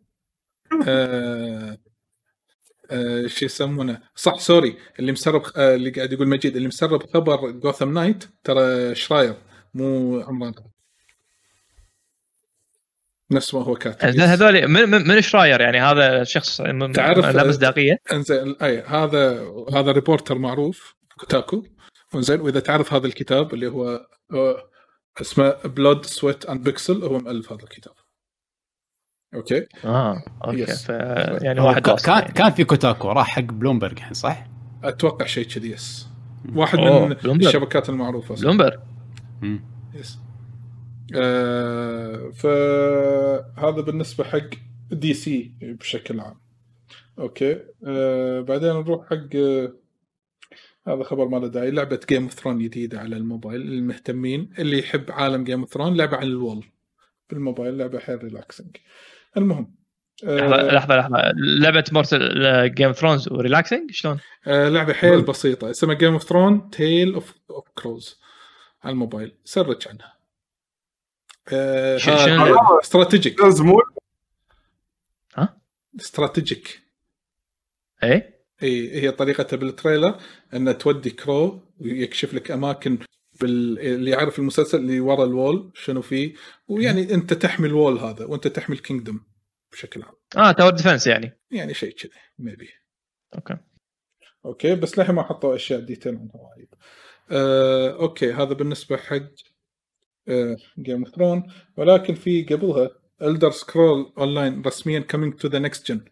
شو يسمونه صح سوري اللي مسرب اللي قاعد يقول مجيد اللي مسرب خبر جوثام نايت ترى شراير مو عمران نفس ما هو كاتب. هذول من شراير يعني هذا شخص تعرف لا مصداقيه. انزين اي هذا ريبورتر معروف كوتاكو. انزين واذا تعرف هذا الكتاب اللي هو اسمه بلود سويت اند بيكسل هو مؤلف هذا الكتاب. اوكي اوكي يعني هو واحد كان في كوتاكو راح حق بلومبرج الحين صح؟ اتوقع شيء كذي يس واحد من بلومبرج. الشبكات المعروفه بلومبرج يس. فهذا بالنسبه حق دي سي بشكل عام. اوكي بعدين نروح حق هذا خبر ما له داعي. لعبه جيم اوف ثرون جديده على الموبايل المهتمين اللي يحب عالم جيم اوف ثرون. لعبه على الوول بالموبايل، لعبه حيل ريلاكسنج. المهم لحظه لعبه مورتال جيم اوف ثرونز وريلاكسنج شلون؟ لعبه حيل بسيطه اسمها جيم اوف ثرون تيل اوف كروز على الموبايل. سرج عنها. استراتيجيك استراتيجيك اي هي طريقتها بالتريلر ان تودي كرو ويكشف لك اماكن اللي يعرف المسلسل اللي ورا الوول شنو فيه، ويعني انت تحمي الوول هذا وانت تحمي الكينجدوم بشكل عام. تاور ديفنس يعني شيء كذا ميبي. اوكي بس لحين ما حطوا اشياء ديتيل عنها وايد. اوكي هذا بالنسبه حق جيم اوف ثرون. ولكن في قبلها Elder Scroll Online رسميا coming to the next gen.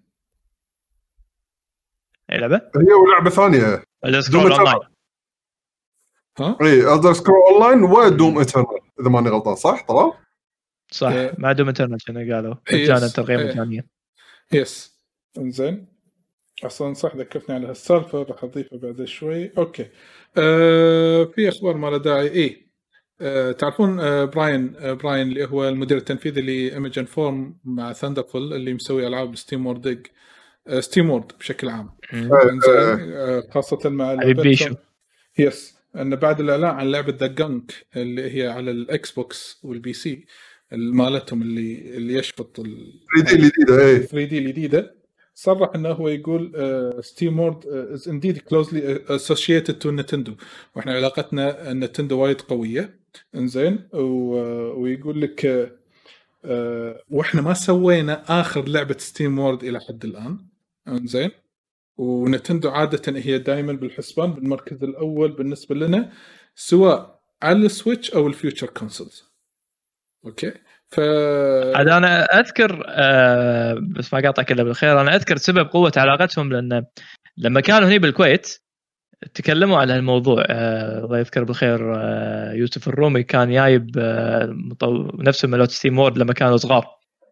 اي لعبه؟ هي ولعبه ثانيه Elder Scroll Online. ها اي Elder Scroll Online ودوم إترنال اذا ماني غلطان صح طلال؟ صح مع دوم إترنال كانوا قالوا مجانا ترغيب مجانيا. يس انزين اصلا صح ذكرتني على هالسالفه راح اضيفها بعد شوي. اوكي في اخبار ما له داعي. تعرفون براين اللي هو المدير التنفيذي لإيميجن فورم مع ثاندرفول اللي مسوي العاب ستيم وورد بشكل عام. خاصه مع لعبه يس ان بعد الاعلان عن لعبه ذا جانك اللي هي على الاكس بوكس والبي سي مالتهم اللي يشفط 3D الجديده صرح انه هو يقول ستيم وورد is indeed closely associated to Nintendo واحنا علاقتنا نينتندو وايد قويه. انزين ويقول لك واحنا ما سوينا اخر لعبه ستيم وورد الى حد الان. انزين ونينتندو عاده هي دائما بالحسبان بالمركز الاول بالنسبه لنا سواء على السويتش او الفيوتشر كونسولز. اوكي هذا انا اذكر بس ما قاطعك الا بالخير. انا اذكر سبب قوه علاقتهم لان لما كانوا هنا بالكويت تكلموا على الموضوع. الله يذكر بالخير يوسف الرومي كان جايب نفسه ملوت ستيم وورد لما كانوا صغار.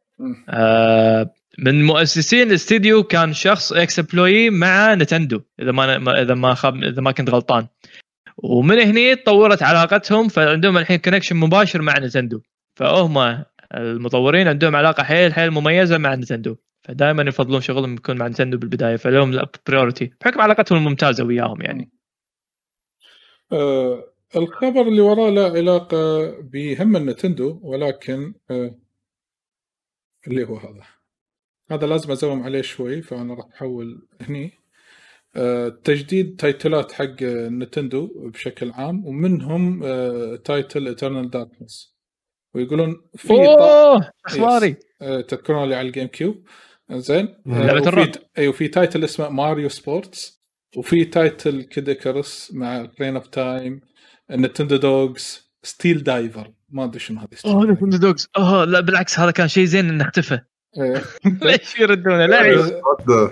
من مؤسسين الاستديو كان شخص اكسبلوي مع نينتندو اذا ما كنت غلطان. ومن هنا تطورت علاقتهم فعندهم الحين كونكشن مباشر مع نينتندو. فهم المطورين عندهم علاقه حيل مميزه مع نينتندو فدائما يفضلون شغلهم يكون مع نينتندو بالبدايه فلهم بريورتي بحكم علاقتهم الممتازه وياهم يعني. الخبر اللي وراه له علاقه بهم نينتندو ولكن اللي هو هذا لازم ازوم عليه شوي فانا راح احول هني. تجديد تايتلات حق نينتندو بشكل عام ومنهم تايتل إترنال داركنس ويقولون في اخباري تذكرون اللي على الجيم كيوب. زين وفي تايتل اسمه ماريو سبورتس وفي تايتل كده كرس مع كرين اوف تايم نينتندو دوغز ستيل دايفر ما ادري شنو هذا نينتندو دوغز. لا بالعكس هذا كان شيء زين انه اختفى. ليش يردونه لا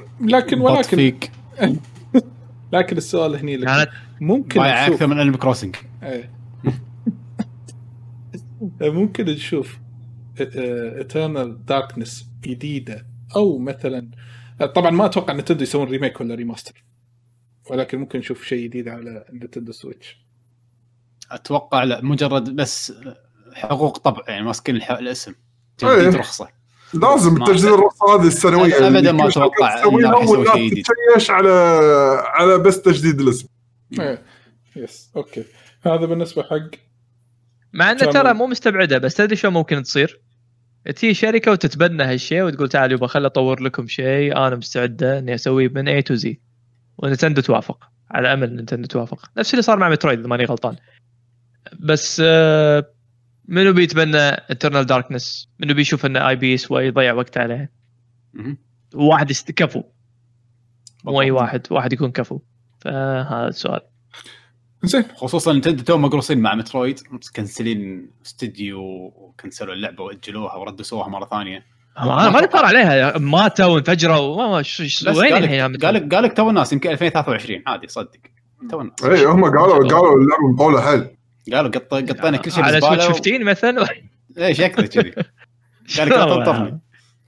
لكن السؤال هني لك ممكن اكثر من انيمال كروسنج. ممكن نشوف Eternal Darkness جديدة أو مثلا طبعا ما أتوقع نتندو يسوون ريميك ولا ريماستر، ولكن ممكن نشوف شيء جديد على نتندو سويتش. اتوقع لا، مجرد بس حقوق طبع يعني ماسكين الاسم تجديد رخصه. لازم التجديد الرخصه هذه السنويه ابدا ما اتوقع انه راح يسوي شيء جديد تشيش على بس تجديد الاسم. يس اوكي. هذا بالنسبه حق مع انه ترى مو مستبعده، بس تدري شو ممكن تصير؟ تي شركه وتتبنى هالشيء وتقول تعالوا يبغى خل اطور لكم شيء انا مستعده اني اسويه من A to Z، ونتندو توافق، على امل نتندو توافق. نفس اللي صار مع مترويد اذا ماني غلطان. بس منو بيتبنى انترنال داركنس؟ منو بيشوف ان اي بي يسوى يضيع وقت عليه؟ واحد كفو، مو اي واحد يكون كفو. فهذا السؤال. زين، خصوصا نتندو تو مقروصين مع مترويد، متكنسلين استديو وكنسلوا اللعبه واجلوها وردوا سووها مره ثانيه. ما صار عليها، ماتوا وانفجروا وين الحين؟ قال لك تو الناس يمكن 2023 عادي صدق تو الناس. اي هم قالوا اللعبه مطوله حيل، قالوا قطينا كل شيء على سويتش 15 مثلا. ايش شكله كذي؟ قال لك لا تنطرني،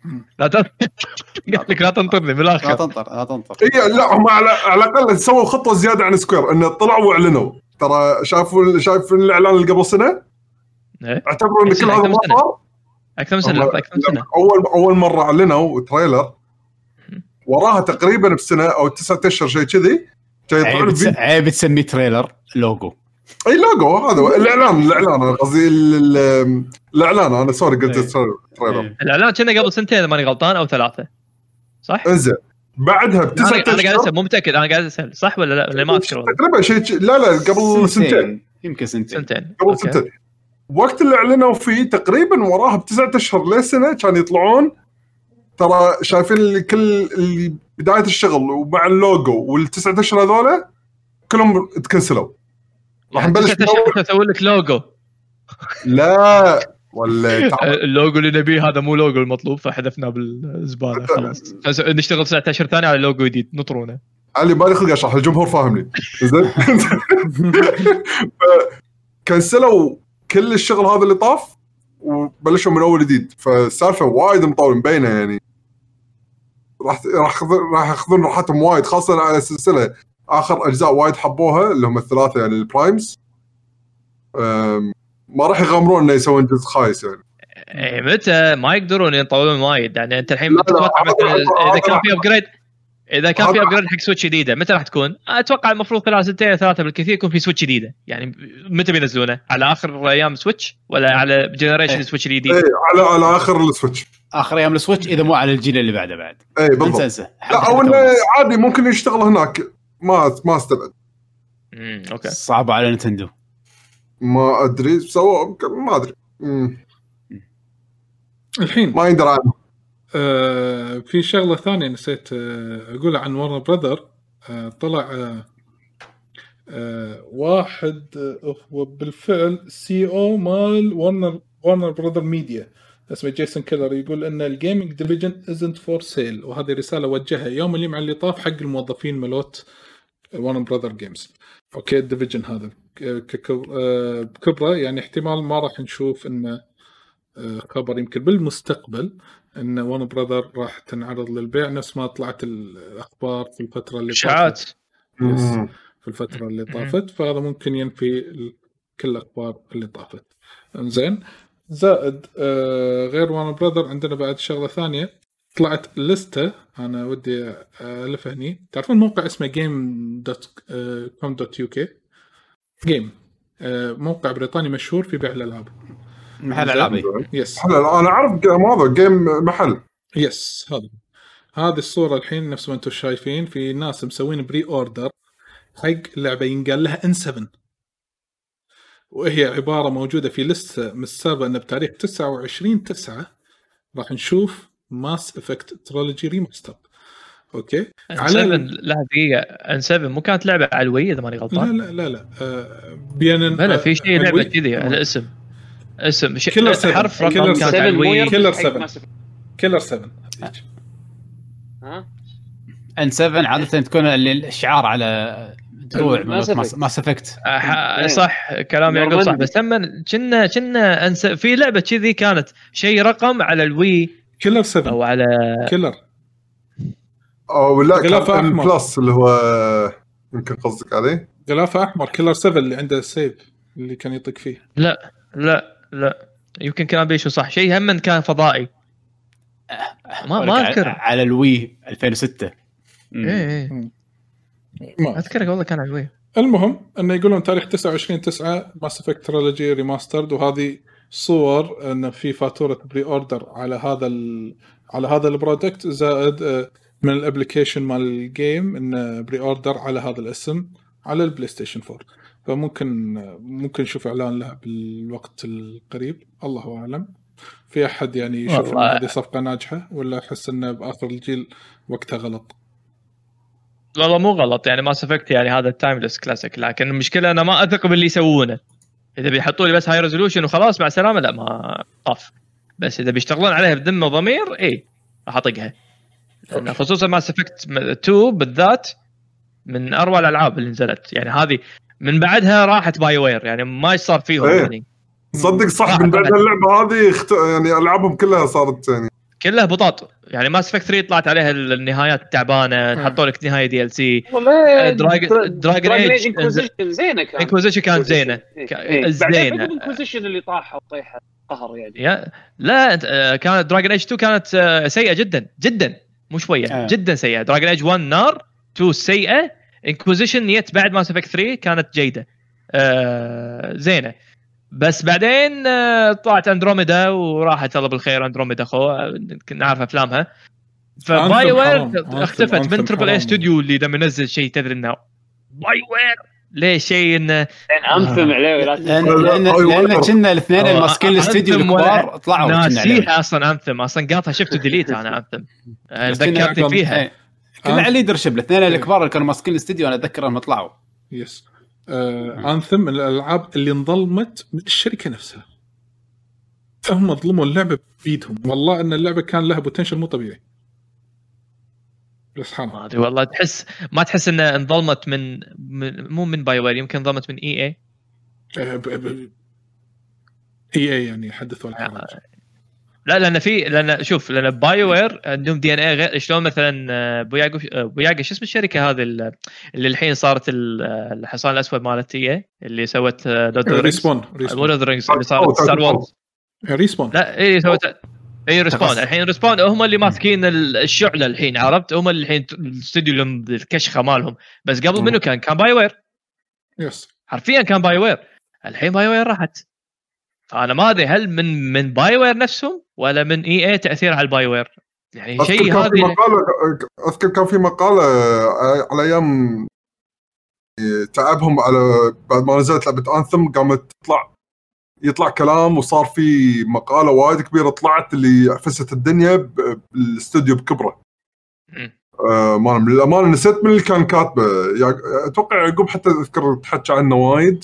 لا تنطرني بالاخر، لا تنطر. اي لا هم على الاقل سووا خطوه زياده عن سكوير، انه طلعوا واعلنوا. ترى شايف الاعلان اللي قبل سنه اعتبروا ان كل هذا ما صار اكثر من سنه. اول مره اعلنوا تريلر وراها تقريبا بسنه او 9 اشهر شيء كذي. عيب تسميه تريلر، لوجو. اي لوجو هذا الاعلان قصدي الاعلان. انا سوري قلت تريلر. الاعلان كنا قبل سنتين ماني غلطان او 3 صح؟ انزين بعدها ب9 اشهر. انا قاعد اسال، مو متاكد، انا قاعد اسال صح ولا لا، ولا ما اذكر تقريبا شيء. لا قبل سنتين، يمكن سنتين قبل سنتين. وقت اللي اعلنوا فيه تقريبا وراها ب9 اشهر لسنه كان يطلعون. ترى شايفين كل اللي بدايه الشغل ومع اللوجو وال9 اشهر هذول كلهم تكنسلوا. راح نبلش اسوي لك لوجو. لا ولا اللوجو اللي نبيه هذا مو لوجو المطلوب، فحذفناه بالزباله خلاص. نشتغل 19 ثانيه على لوجو جديد نطرونه. علي بالي خلق اشرح الجمهور فاهمني زين. كنسلوا كل الشغل هذا اللي طاف وبلشوا من اول جديد. فالسالفه وايد مطول مبينه يعني. راح ياخذون راحتهم وايد، خاصه على السلسله. اخر اجزاء وايد حبوها اللي هم الثلاثه يعني البرايمز. ما راح يغامرون انه يسوون جزء خايس يعني. متى ما يقدرون يطولون وايد يعني. انت الحين تتوقع مثلا اذا كان في ابجريد، حق سويتش جديده متى راح تكون؟ اتوقع المفروض خلال 2 3 بالكثير يكون في سويتش جديده. يعني متى بينزلونه؟ على اخر ايام سويتش ولا على جنريشن سويتش الجديد؟ على اخر السويتش، اخر ايام السويتش، اذا مو على الجيل اللي بعده بعد. اي بالضبط. لا او انه عادي ممكن يشتغل هناك. ما استبعد. اوكي. صعب على نينتندو، ما ادري سووا ما ادري. الحين ما يندرى عنه. في شغله ثانيه نسيت اقول عن ورنر براذر. طلع واحد هو بالفعل CEO مال ورنر براذر ميديا اسمه جيسون كيلر، يقول ان الجيمنج ديفيجن ازنت فور سيل، وهذه رساله وجهها يوم الجمعه اللي طاف حق الموظفين ملوت ورنر براذر جيمز. اوكي الديفيجن هذا بكبره يعني احتمال ما راح نشوف انه خبر يمكن بالمستقبل ان ون براذر راح تنعرض للبيع نفس ما طلعت الاخبار في الفتره اللي طافت. في الفتره اللي طافت، فهذا ممكن ينفي كل الاخبار اللي طافت. زين، زائد غير ون براذر عندنا بعد شغله ثانيه طلعت لسته. انا ودي الفها هني. تعرفون موقع اسمه game.com.uk؟ جيم موقع بريطاني مشهور في بيع الالعاب، محل العابي. يس انا اعرف هذا جيم محل. يس هذه الصوره الحين نفس ما انتم شايفين. في ناس مسوين بري اوردر حق اللعبه ينقال لها N7، وهي عباره موجوده في لسته من السابق ان بتاريخ 29/9 راح نشوف ماس افكت ترولوجي ريماستر. اوكي على لها دقيقه. N7 مو كانت لعبه على الوي اذا ماني غلطان؟ لا بلا في شيء لعبه كذي على اسم حرف رقم كانت على الوي. كيلر 7 N7 عاده تكون الشعار على دروع ماس افكت. صح كلام يعقوب صح، بس لما كنا في لعبه كذي كانت شيء رقم على الوي كيلر 7 او على كيلر او لا غلاف كان أحمر. بلس اللي هو يمكن قصدك عليه غلاف احمر كيلر 7 اللي عنده السيف اللي كان يطق فيه. لا يمكن كان بيشو صح شيء هم كان فضائي ما اذكر على الوي 2006. ايه ما اذكر والله كان على الوي. المهم انه يقولون تاريخ 29/9 ماس افكت تريلوجي ريماسترد، وهذه صور ان في فاتوره بري اوردر على هذا البرودكت زائد من الابلكيشن مال الجيم ان بري اوردر على هذا الاسم على البلاي ستيشن 4. فممكن نشوف اعلان له بالوقت القريب، الله اعلم. في احد يعني يشوف ان هذه صفقه ناجحه ولا يحس انه باخر الجيل وقتها غلط؟ والله مو غلط يعني ماس افكت يعني هذا التايمليس كلاسيك، لكن المشكله انا ما اثق باللي يسوونه. اذا بيحطوا لي بس هاي ريزولوشن وخلاص مع السلامه لا ما طاف، بس اذا بيشتغلون عليها بذمه وضمير ايه راح اطقها. خصوصا ماس افكت 2 بالذات من اروع الالعاب اللي نزلت، يعني هذه من بعدها راحت باي وير يعني ما صار فيهم يعني صدق صح من بعد اللعبه هذه يعني العابهم كلها صارت يعني كلها بطاط. يعني ماس افكت 3 طلعت عليها النهايات التعبانه، حطوا لك نهايه دي ال سي. دراجون ايج زينه كانت، انكوزيشن كانت زينه زينه. انكوزيشن اللي طاح وطيحه قهر يعني لا كانت دراجون ايج 2 كانت سيئه جدا مو شويه جدا سيئه. دراجون ايج 1 نار، 2 سيئه. انكوزيشن يت بعد ماس افكت 3 كانت جيده زينه. بس بعدين طلعت اندروميدا وراحت الله بالخير اندروميدا كنا نعرف افلامها. فباي وير اختفت من تريبل اي استوديو اللي لما نزل شيء تدري انه باي وير ليش شيء انه انثم عليه لان كنا الاثنين الماسكين الاستوديو الكبار طلعوا ناسيها اصلا. انثم اصلا قاطها شفته ديليت انا انثم ذكرت فيها كنا على ليدرشيب الاثنين الكبار اللي كانوا ماسكين الاستوديو انا اتذكر انهم طلعوا. يس انثم من الالعاب اللي انظلمت من الشركه نفسها. هم ظلموا اللعبه بيدهم، والله ان اللعبه كان لها بوتنشل مو طبيعي. بس ما ادري والله ما تحس انها انظلمت من مو من باي وير، يمكن انظلمت من اي اي. اي يعني حدث ولا حرج. لا لان شوف لان باي وير عندهم دي ان اي غير. شلون مثلا بوياغو شو اسم الشركه هذه اللي الحين صارت الحصان الاسود مالت اي اللي سوت ريسبون اللي صارت ستار وورز ريسبون. لا اي سوت اي ريسبون. الحين ريسبون هم اللي ماسكين الشعله الحين، عرفت؟ هم اللي الحين الاستوديو الكشخه مالهم. بس قبل منه كان باي وير. يس حرفيا كان باي وير. الحين باي وير راحت. انا ما ادري هل من باي وير نفسهم ولا من اي تاثير على الباي وير يعني شيء. هذه اذكر كان في مقاله على ايام تعبهم على بعد ما نزلت لعبه انثم قامت يطلع كلام، وصار في مقاله وايد كبيره طلعت اللي عفست الدنيا بالاستوديو بكبره. ما من الامانه نسيت من اللي كان كاتبه، اتوقع يعقوب حتى اذكر تحكي عنه وايد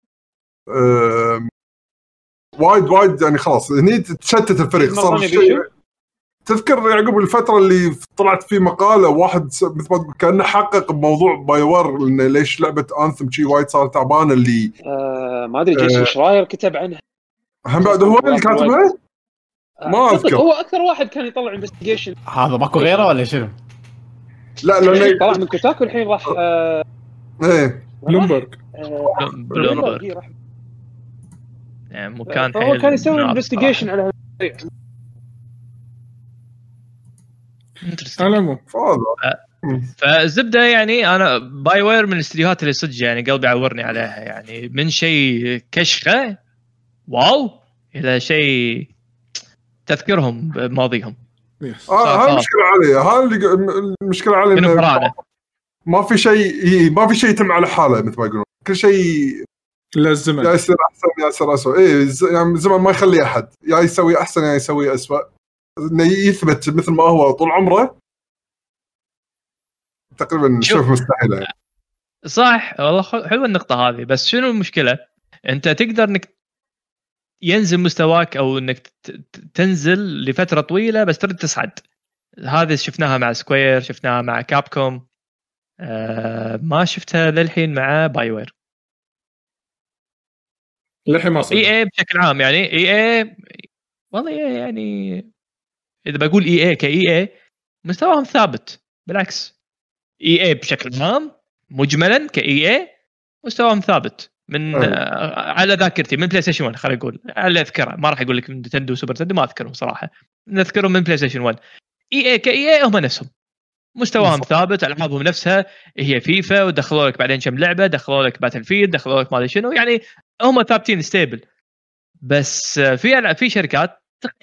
يعني خلاص هني تشتت الفريق صار شيء. تذكر يعقوب الفتره اللي طلعت فيه مقاله واحد مثل ما كانه حقق بموضوع باي وير انه ليش لعبه انثم شي وايد صار تعبانه اللي ما ادري جيسون شراير كتب عنها هم بعد هو اللي كاتبها ما اذكر. هو اكثر واحد كان يطلع انفستيجيشن. هذا ماكو غيره ولا شنو؟ لا لانه طلع من كوتاكو الحين راح ايه بلومبرج يعني مكان هو كان يسوي انفستيجيشن على علمه. فالزبده يعني انا باي وير من الاستديوهات اللي صدق يعني قلبي عورني عليها، يعني من شيء كشخه واو الى شيء تذكرهم بماضيهم. هاي مشكله علي، هاي المشكله علي انه ما في شيء يتم على حاله مثل ما يقولون. كل شيء لازم يا يصير احسن يا يصير اسوء. ايه يعني زمان ما يخلي احد يا يسوي احسن يا يسوي اسوء، انه يثبت مثل ما هو طول عمره تقريبا شوف مستحيل يعني. صح والله حلوه النقطه هذه. بس شنو المشكله؟ انت تقدر انك ينزل مستواك او انك تنزل لفتره طويله بس ترد تصعد. هذه شفناها مع سكوير، شفناها مع كابكوم. ما شفتها للحين مع باي وير. للحين ما صار. اي بشكل عام يعني اي والله يعني اذا بقول اي كاي مستواهم ثابت. بالعكس اي بشكل عام مجملا كاي مستواهم ثابت من على ذاكرتي من بلاي ستيشن 1. خلينا نقول على اذكره، ما راح اقول لك من نينتندو سوبر نينتندو، ما اذكرهم صراحه، نذكرهم من بلاي ستيشن 1. كاي هم نفسهم مستواهم ثابت، العابهم نفسها هي فيفا، ودخلوا لك بعدين كم لعبه، دخلوا لك باتل فيلد، دخلوا لك ما ادري شنو، يعني هم ثابتين ستيبل. بس في شركات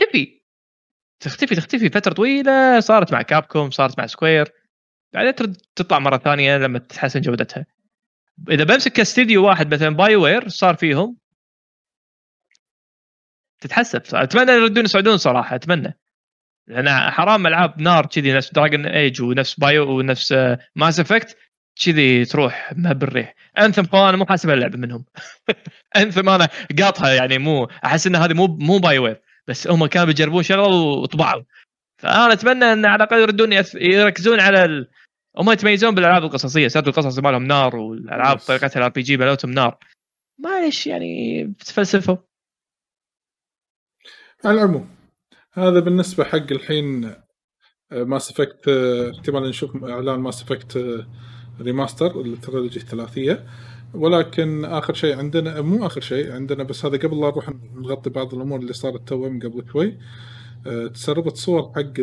تختفي فتره طويله، صارت مع كابكوم، صارت مع سكوير، بعدين ترد تطلع مره ثانيه لما تتحسن جودتها. اذا بمسك كاستديو واحد مثلا باي وير صار فيهم تتحسب. اتمنى يردون يسعدون صراحه، اتمنى، لان حرام العاب نار كذي نفس دراجون ايج ونفس بايو ونفس ماس افكت كذي تروح ما بالريح. انثم انا مو حاسب اللعبه منهم. انثم انا قاطها يعني، مو احس ان هذه مو باي وير، بس هم كانوا بيجربون شغله وطبعوا. فانا اتمنى ان على الاقل يردون يركزون على هم يتميزون بالالعاب القصصيه، سرد القصص مالهم نار، والالعاب طريقتها الار بي جي مالتهم نار. معليش يعني بتفلسفوا. على العموم هذا بالنسبه حق الحين ماس افكت. احتمال نشوف اعلان ماس افكت ريماستر التريلوجي الثلاثيه. ولكن اخر شيء عندنا، مو اخر شيء عندنا، بس هذا قبل لا نروح نغطي بعض الامور اللي صارت تو من قبل شوي. تسربت صور حق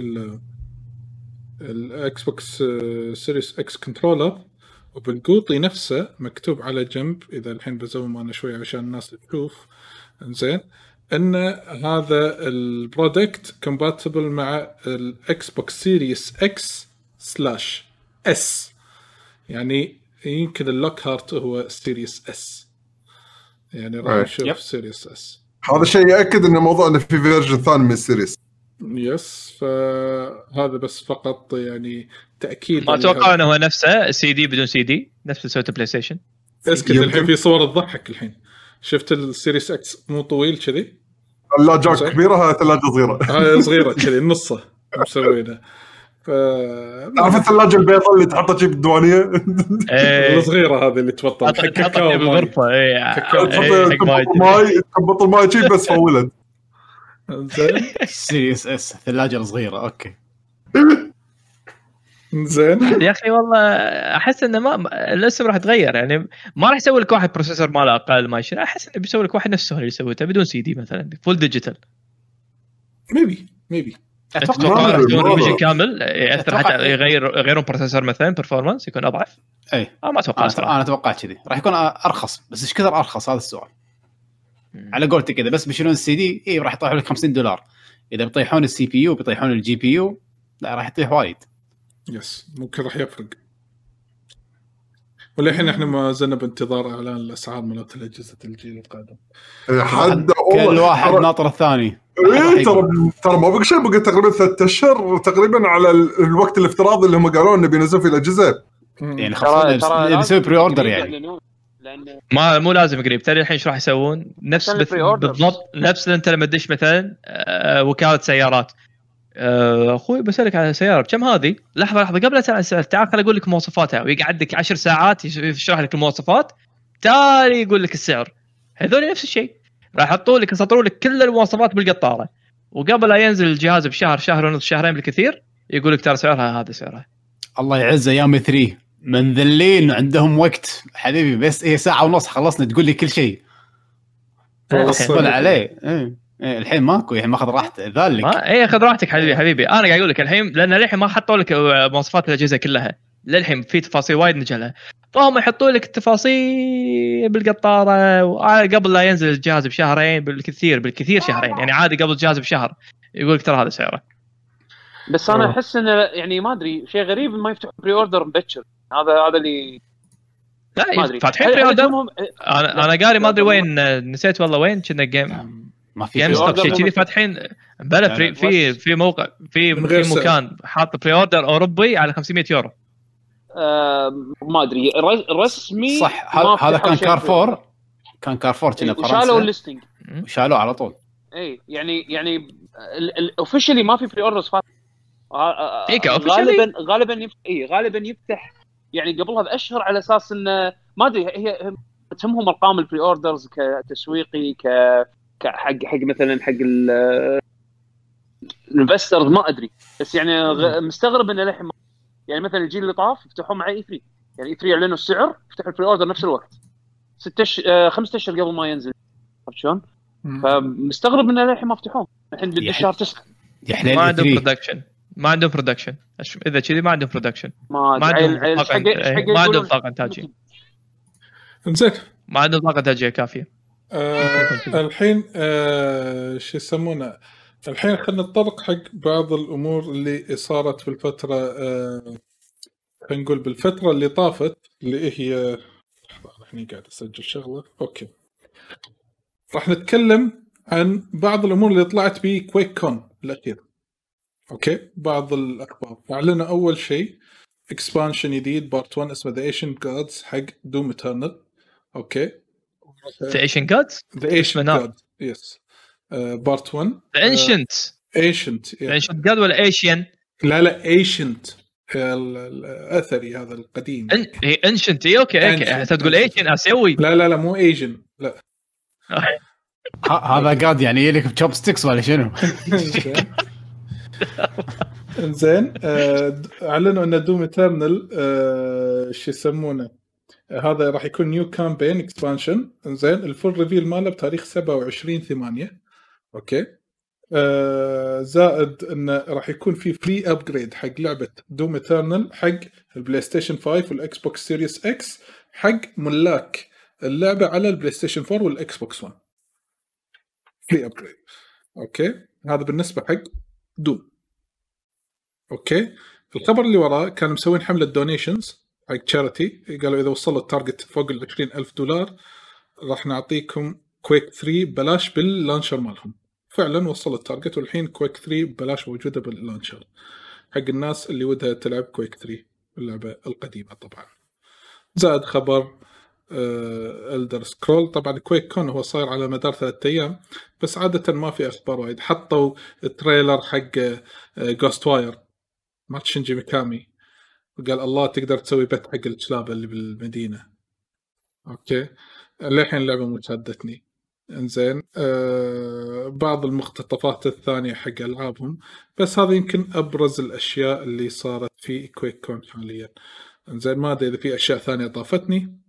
الاكس بوكس سيريس اكس كنترولر، وبالقوطي نفسه مكتوب على جنب، اذا الحين بزوم انا شوي عشان الناس تشوف زين، ان هذا البرودكت كومباتبل مع الاكس بوكس سيريس اكس سلاش اس، يعني يمكن اللوك هارت هو سيريس اس، يعني راح نشوف سيريس اس. هذا شيء يأكد ان الموضوع انه في فيرجن ثاني من السيريس. يس، فهذا بس فقط يعني تأكيد. ما اتوقع انه هو نفسه سي دي بدون سي دي، نفس سويت بلاي ستيشن. اسكت، الحين في صور تضحك. الحين شفت السيريس اكس مو طويل كذي، ثلاجة كبيرة، هاي ثلاجة صغيرة. هاي صغيرة كذي نصه مسوينها. تعرف الثلاجة البيضاء اللي تحطها شيء بالديوانية؟ الصغيرة هذه اللي تبطل كاكاو بالغرفة. تبطل الماء شيء بس فولت. زين سيريس اس الثلاجة الصغيرة. اوكي زين يا اخي والله احس انه ما الاسم راح يتغير، يعني ما راح يسوي لك واحد بروسيسور ماله اقل ما يشيل، احس انه بيسوي لك واحد نفسه اللي يسويته بدون سي دي مثلا فول ديجيتال. ميبي اتوقع ريفيجن كامل ياثر حتى يغيرون بروسيسور مثلا برفورمانس يكون اضعف. اي ما اتوقع انا اتوقع كذي راح يكون ارخص، بس ايش كثر ارخص؟ هذا السؤال. على قولتك كذا بس بيشيلون السي دي اي راح يطيحوا لك $50. اذا بيطيحون السي بي يو بيطيحون الجي بي يو لا راح يطيح وايد. يس ممكن راح يفرق. وللحين احنا ما زلنا بانتظار اعلان الاسعار مالت الاجهزه الجيل القادم. حد كل واحد ناطر الثاني. ترى ما بقى شيء، بقى تقريبا 3 أشهر تقريبا على الوقت الافتراضي اللي هم قالوا انه بينزلوا في الاجهزه. يعني خاصه بيسوي بري اوردر يعني ما مو لازم قريب. ترى الحين ايش راح يسوون؟ نفس بالضبط نفس انت لما تدش مثلا وكاله سيارات، اخوي بسالك على سياره بكم هذه، لحظه قبل اسال تعال خليني اقول لك مواصفاتها، ويقعدك 10 ساعات يشرح لك المواصفات، تالي يقول لك السعر. هذول نفس الشيء راح يحطوا لك يسطروا لك كل المواصفات بالقطاره، وقبل لا ينزل الجهاز بشهر شهر ونص شهرين بالكثير يقول لك ترى سعرها هذا سعرها. الله يعز ايام 3 منذلين عندهم وقت حبيبي، بس هي ساعه ونص خلصنا تقول لي كل شيء اصبر عليه. الحين ماكو، يعني ماخذ راحته ذلك. خذ راحتك حبيبي. انا قاعد اقول لك الحين لان الحين ما حطوا لك مواصفات الاجهزه كلها، للحين في تفاصيل وايد نجلها، فهم يحطوا لك التفاصيل بالقطاره قبل لا ينزل الجهاز بشهرين بالكثير شهرين، يعني عادي قبل الجهاز بشهر يقول لك ترى هذا سعره. بس انا احس انه يعني ما ادري شيء غريب ما يفتح بري اوردر مبكر. هذا اللي ما ادري فاتحين بري اوردر. انا قاري ما ادري وين، نسيت والله وين كنا جيم ما في شيء كذي فاتحين بلا في موقع في مكان حاط بري اوردر اوروبي على 500 يورو. ما ادري رسمي صح. هذا كان كارفور كنا فرنسا شالوا الليستنج وشالوه على طول. اي يعني الاوفيشلي ما في بري اوردرز غالبا يفتح يعني قبلها باشهر على اساس انه ما ادري هي تهمهم ارقام البري اوردرز كتسويقي حق مثلا حق الانفسترز ما ادري، بس يعني مستغرب انه للحين يعني مثلا الجيل اللي طاف فتحوا مع اي 3، يعني اي 3 اعلنوا السعر فتحوا البري اوردر نفس الوقت 5 اشهر قبل ما ينزل، عرفت شلون؟ فمستغرب انه للحين ما فتحوه الحين بالشهر 9. ما عندهم برودكشن، ما عندهم برودكشن. اذا كذي ما عندهم برودكشن، ما عندهم طاقه انتاجيه. انزين ما عندهم طاقه انتاجيه كافيه. الحين شو يسمونه، الحين خلينا نتطرق حق بعض الامور اللي صارت في الفتره خلينا نقول بالفتره اللي طافت، اللي هي الحين قاعد اسجل شغله. اوكي، راح نتكلم عن بعض الامور اللي طلعت بكويك كون الاخير. اوكي، بعض الاخبار اعلنوا اول شيء اكسبانشن جديد بارت 1 اسمه ذا ايشن جادز حق دوم ايترنال. اوكي، ذا ايشن جادز، ذا ايشن جاد يس بارت 1 ذا انشنت انشنت جاد ولا ايشن؟ لا ايشنت الاثري هذا القديم. هي انشنت. اوكي انت تقول ايشن اسيوي. لا مو ايجن، لا هذا قاد يعني يلك بتشوب ستيكس ولا شنو؟ انزين اعلنوا ان دوم ايترنال شو يسمونه هذا راح يكون نيو كامبين اكسبانشن. انزين الفول ريفيل ماله بتاريخ 27/8. اوكي، زائد انه راح يكون في فري ابجريد حق لعبه دوم ايترنال حق البلاي ستيشن 5 والاكس بوكس سيريس اكس حق ملاك اللعبه على البلاي ستيشن 4 والاكس بوكس 1 فري ابجريد. اوكي، هذا بالنسبه حق دوم. اوكي، الخبر اللي وراه كانوا مسوين حمله دونيشنز حق تشاريتي، قالوا اذا وصلوا التارجت فوق $20,000 راح نعطيكم كويك 3 ببلاش باللانشر مالهم. فعلا وصلوا التارجت، والحين كويك 3 ببلاش موجوده باللانشر حق الناس اللي ودها تلعب كويك 3 اللعبه القديمه. طبعا زاد خبر إلدر سكرول. طبعا كويك كون هو صاير على مدار 3 أيام، بس عاده ما في اخبار وايد. حطوا التريلر حق جوست واير مع شينجي ميكامي وقال الله تقدر تسوي بيت حق الكلاب اللي بالمدينه. اوكي، للحين اللعبه مشدتني. انزين بعض المقتطفات الثانيه حق العابهم، بس هذا يمكن ابرز الاشياء اللي صارت في كويك كون حاليا. انزين ما ادري اذا في اشياء ثانيه طافتني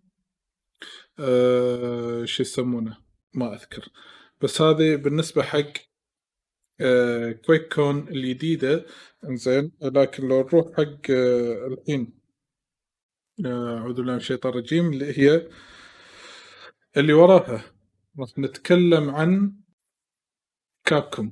شو يسمونه ما اذكر، بس هذه بالنسبه حق كويك كون الجديده. انزين لكن لو نروح حق الحين اعوذ بالله من الشيطان الرجيم اللي هي اللي وراها، راح نتكلم عن كابكوم.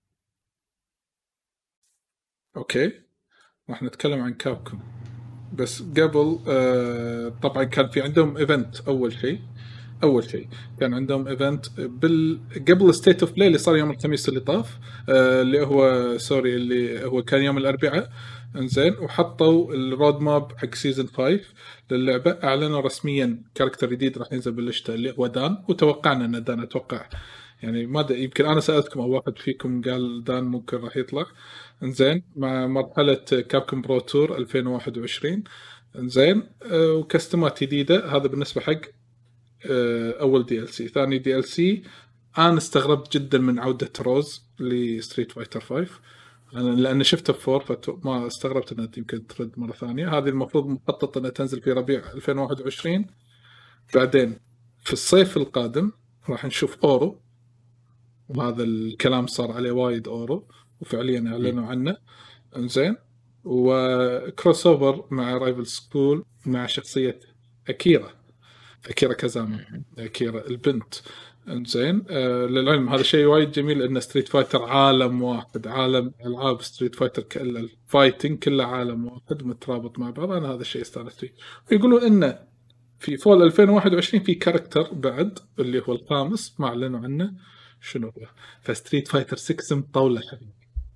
اوكي، راح نتكلم عن كابكوم، بس قبل طبعا كان في عندهم ايفنت. اول شيء كان عندهم ايفنت قبل ستيت اوف بلاي اللي صار يوم الخميس اللي طاف اللي هو كان يوم الاربعاء. انزين وحطوا الرود ماب حق سيزن 5 للعبه، اعلنوا رسميا كاركتر جديد راح ينزل بالشتاء اللي هو دان، وتوقعنا ان دان اتوقع يعني ما يمكن انا سالتكم او واحد فيكم قال دان ممكن راح يطلع. انزين مع مرحله كابكوم برو تور 2021. انزين وكستمات جديده. هذا بالنسبه حق اول دي ال سي. ثاني دي ال سي انا استغربت جدا من عوده روز لستريت فايتر 5 لان شفتها في 4 فما استغربت انها يمكن ترد مره ثانيه. هذه المفروض مخطط انها تنزل في ربيع 2021. بعدين في الصيف القادم راح نشوف اورو، وهذا الكلام صار عليه وايد اورو وفعليا اعلنوا عنه. انزين وكروس اوفر مع رايفل سكول مع شخصيه اكيرا كازاما، اكيرا البنت. انزين للعلم هذا شيء وايد جميل ان ستريت فايتر عالم واحد، عالم العاب ستريت فايتر كله الفايتنج كله عالم واحد مترابط مع بعض. انا هذا الشيء استانست فيه. ويقولون انه في فول 2021 في كاركتر بعد اللي هو الخامس ما اعلنوا عنه شنو هو. فستريت فايتر 6 مطوله حبيبي.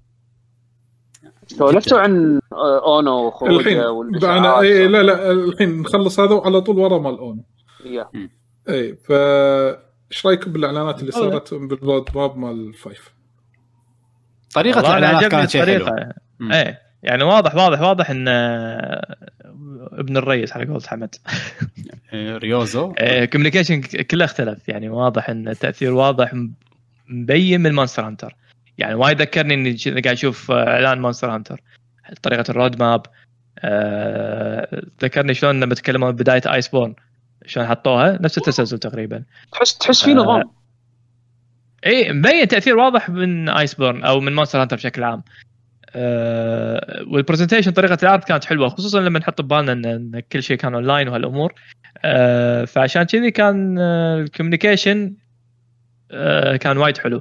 سولفتوا عن اونو وخروجه والاشاعات. لا الحين نخلص هذا وعلى طول ورا مال اونو. اي ايش رايكم بالاعلانات اللي صارت بالرود ماب مال 5؟ طريقه الاعلانات كانت شيء حلو. ايه يعني واضح ان ابن الريس على قولة حمد. ريوزو كوميونيكيشن كله اختلف، يعني واضح ان التاثير واضح مبين من مونستر هانتر. يعني وايد ذكرني اني قاعد اشوف اعلان مونستر هانتر، طريقه الرود ماب. ذكرني شلون لما تكلموا بدايه ايس بورن شلون حطوها نفس التسلسل تقريبا. تحس في نظام. اي مبين تاثير واضح من ايس بورن او من مونستر هانتر بشكل عام. والبرزنتيشن طريقه العرض كانت حلوه، خصوصا لما نحط ببالنا ان كل شيء كان اونلاين وهالامور. فعشان كذي كان الكوميونيكيشن كان وايد حلو.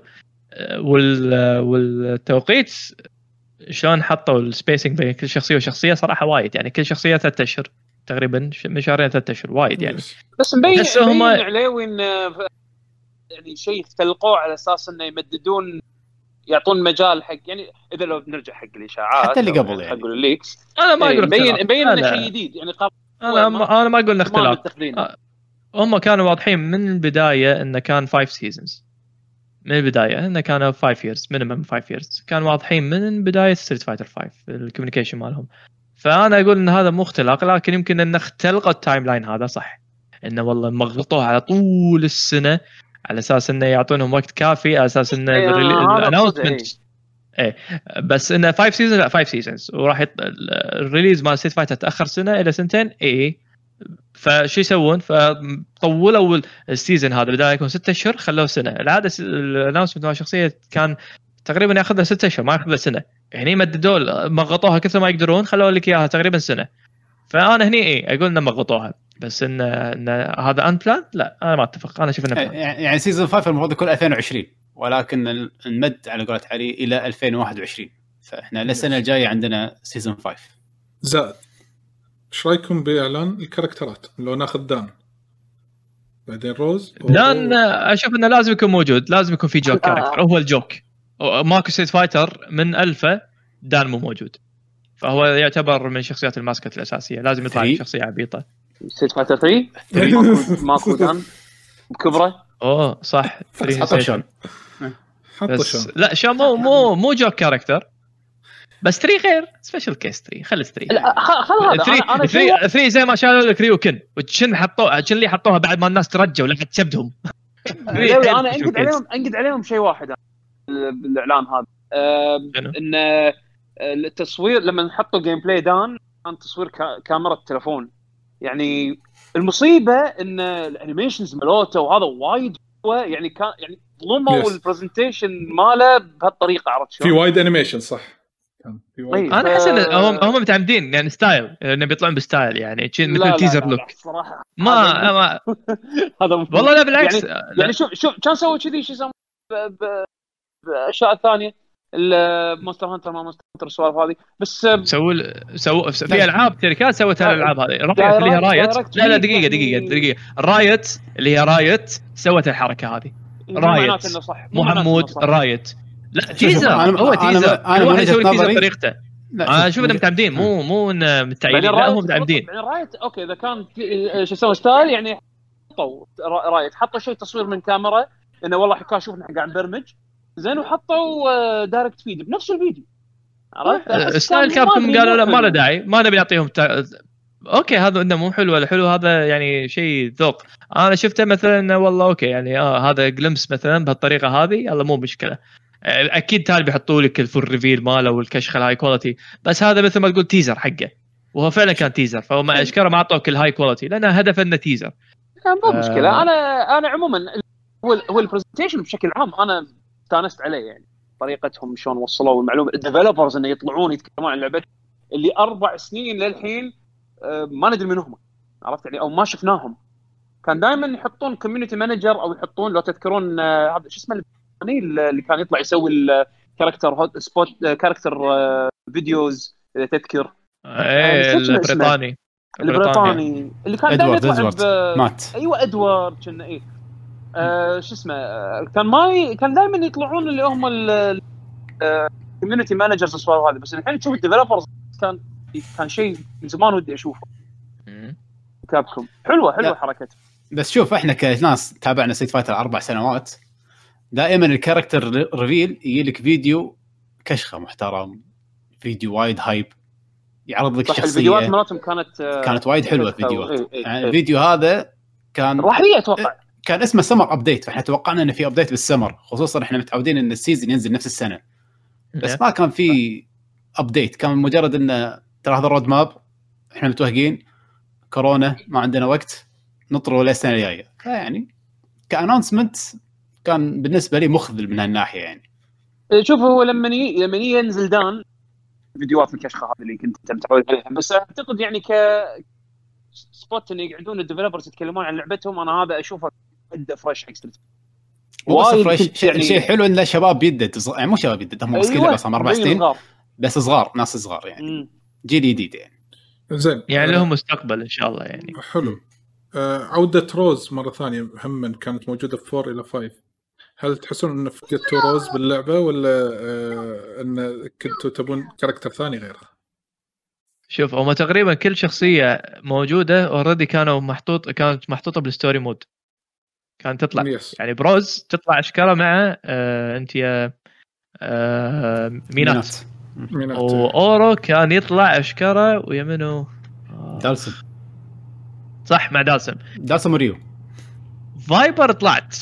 والتوقيت شلون حطوا السبيسنج بين كل شخصيه وشخصيه صراحه وايد، يعني كل شخصيه 3 اشهر تقريبا، من شهرين 3 اشهر وايد يعني. بس مبين عليه ان يعني شيء تلقوه على اساس انه يمددون يعطون مجال حق، يعني اذا لو بنرجع حق الاشاعات حتى اللي قبل يعني حق الليكس. انا ما اقول مبين انه شيء جديد يعني. انا ما اقول اختلاف. هم كانوا واضحين من البدايه انه كان 5 سيزونز من البدايه، انه كانوا 5 years minimum 5 years، كانوا واضحين من بدايه ستريت فايتر 5 الكوميونيكيشن مالهم. فانا اقول ان هذا مو اختلاق، لكن يمكن ان اختلقوا التايم لاين هذا صح، انه والله مغلطوه على طول السنه على اساس انه يعطونهم وقت كافي، على اساس انه الاناونسمنت بس انه 5 سيزونز لا 5 سيزونز، وراح الريليز مال ستريت فايتر تاخر سنه الى سنتين. فشو يسوون؟ فطولوا السيزون هذا بدل يكون 6 اشهر خلوه سنه. العاده الاناونسمنت مال الشخصيه كان تقريبا ياخذ له 6 اشهر ما ياخذ له سنه، هني مددوا مغطوها كثر ما يقدرون، خلوا لك اياها تقريبا سنه. فانا هني اقول انه مغطوها، بس ان هذا ان بلان لا انا ما اتفق. انا اشوف انه يعني سيزون 5 المفروض يكون 2020 ولكن المد على قولة علي الى 2021، فاحنا السنه الجايه عندنا سيزون 5 زائد. ايش رايكم باعلان الكاركترات؟ لو ناخذ دان بعدين روز دان اشوف انه لازم يكون موجود، لازم يكون في جوك كاركتر. هو الجوك ماكو ستريت فايتر من الفا دان مو موجود، فهو يعتبر من شخصيات الماسكت الاساسيه، لازم يطلع شخصيه عبيطه. ستريت فايتر 3 ماكو دان بكبره. صح 3 حطوا شلون لا شو مو جوك كاركتر، بس 3 غير سبيشال كيس 3. خلي 3 انا 3 زي ما شالوا لك ريوكن وشن حطوها اللي حطوها بعد ما الناس ترجوا لحد شبدهم. انا انقد عليهم شيء واحد بالاعلان هذا، ان التصوير لما نحطوا جيم بلاي دان كان تصوير كاميرا التلفون. يعني المصيبه ان الانيميشنز ملوته وهذا وايد يعني كان يعني ظلموا البرزنتيشن ماله بهالطريقه، عرفت شلون؟ في وايد انيميشن صح. انا احس ان هم متعمدين يعني ستايل، انه بيطلعون بستايل يعني مثل تيزر لوك. صراحه ما هذا والله لا بالعكس يعني شوف كان سووا كذي شو يسمون باشياء ثانيه المونستر هانتر ما مونستر هانتر السوالف هذه، بس سووا في العاب شركات سوت الالعاب هذه. رايت اللي هي رايت لا دقيقه الرايت اللي هي رايت سوت الحركه هذه. رايت مو حمود رايت لا تيزر. هو تيزر انا يسوي تيزر بطريقته. انا اشوف انهم متعمدين مو متعينين، لا هم متعمدين. يعني رايت اوكي اذا كان شو يسوي ستايل يعني حطوا رايت حطوا شيء تصوير من كاميرا انه والله حكا شوف نحن قاعد نبرمج زين، وحطوا دايركت فيد بنفس الفيديو. عرفت ستايل كابكم قالوا لا ما له داعي، ما نبي نعطيهم اوكي هذا انه مو حلو ولا حلو، هذا يعني شيء ذوق. انا شفته مثلا والله اوكي يعني هذا جلمس مثلا بهالطريقه هذه يلا مو مشكله. اكيد تالي بيحطوا لك الفول ريفيل ماله والكشخه الهاي كواليتي، بس هذا مثل ما تقول تيزر حقه، وهو فعلا كان تيزر، فهو ما اشكره ما اعطوك الهاي كواليتي لانه هدف انه تيزر. مو مشكله. انا عموما هو البرزنتيشن بشكل عام انا استانست عليه، يعني طريقتهم شلون وصلوا المعلومه الديفلوبرز انه يطلعون يتكلمون عن لعبه اللي 4 سنين للحين ما ندري منهم، عرفت يعني، او ما شفناهم. كان دائما يحطون كوميونتي مانجر او يحطون لو تذكرون هذا شو اسمه اللي كان يطلع يسوي الكاركتر هوت سبوت كاركتر فيديوز اذا تذكر. البريطاني اللي كان دائما يطلع مات. ايوه ادوارد كنا شو اسمه كان دائما يطلعون اللي هم الكوميونتي مانجرز الصور هذه. بس الحين تشوف الديفلوبرز كان شيء من زمان ودي اشوفه. كابكم حلوه حركته. بس شوف احنا كناس تابعنا ستريت فايتر 4 سنوات دائما الكاركتر ريفيل يجيلك فيديو كشخه محترم، فيديو وايد هايب، يعرض لك صح الفيديوهات شخصيه مالتهم كانت وايد حلوه الفيديوهات. يعني الفيديو هذا كان رحليه اتوقع كان اسمه سمر ابديت، فاحنا توقعنا انه في ابديت بالسمر، خصوصا احنا متعودين ان السيزون ينزل نفس السنه، بس ما كان في ابديت، كان مجرد انه ترى هذا الرود ماب احنا متوهقين كورونا ما عندنا وقت نطروا للسنه الجايه. فيعني كانونسمنت كان بالنسبه لي مخذل من هالناحيه. يعني شوف هو لما ينزل دان فيديوهات الكشخه هذه اللي كنت متعود عليها، بس اعتقد يعني سبوت ان يقعدون الديفلوبرز يتكلمون عن لعبتهم، انا هذا اشوفه بدا فريش اكسترا شيء حلو ان الشباب يدد يعني مو شباب يدد هم مسكين أيوة. بس 4 سنين بس صغار ناس صغار يعني جيل جديد يعني زين يعني لهم مستقبل ان شاء الله يعني حلو. عودة روز مرة ثانية هم كانت موجودة في 4 إلى 5، هل تحسون ان فقدتوا روز باللعبة ولا ان كنتوا تبون كاركتر ثاني غيرها؟ شوف هما تقريبا كل شخصية موجودة اوريدي كانت محطوطة بالستوري مود، كانت تطلع يعني بروز تطلع اشكره مع انت يا مينات واورو كان يطلع اشكره ويا منو دالسم صح مع دالسم وريو. فايبر طلعت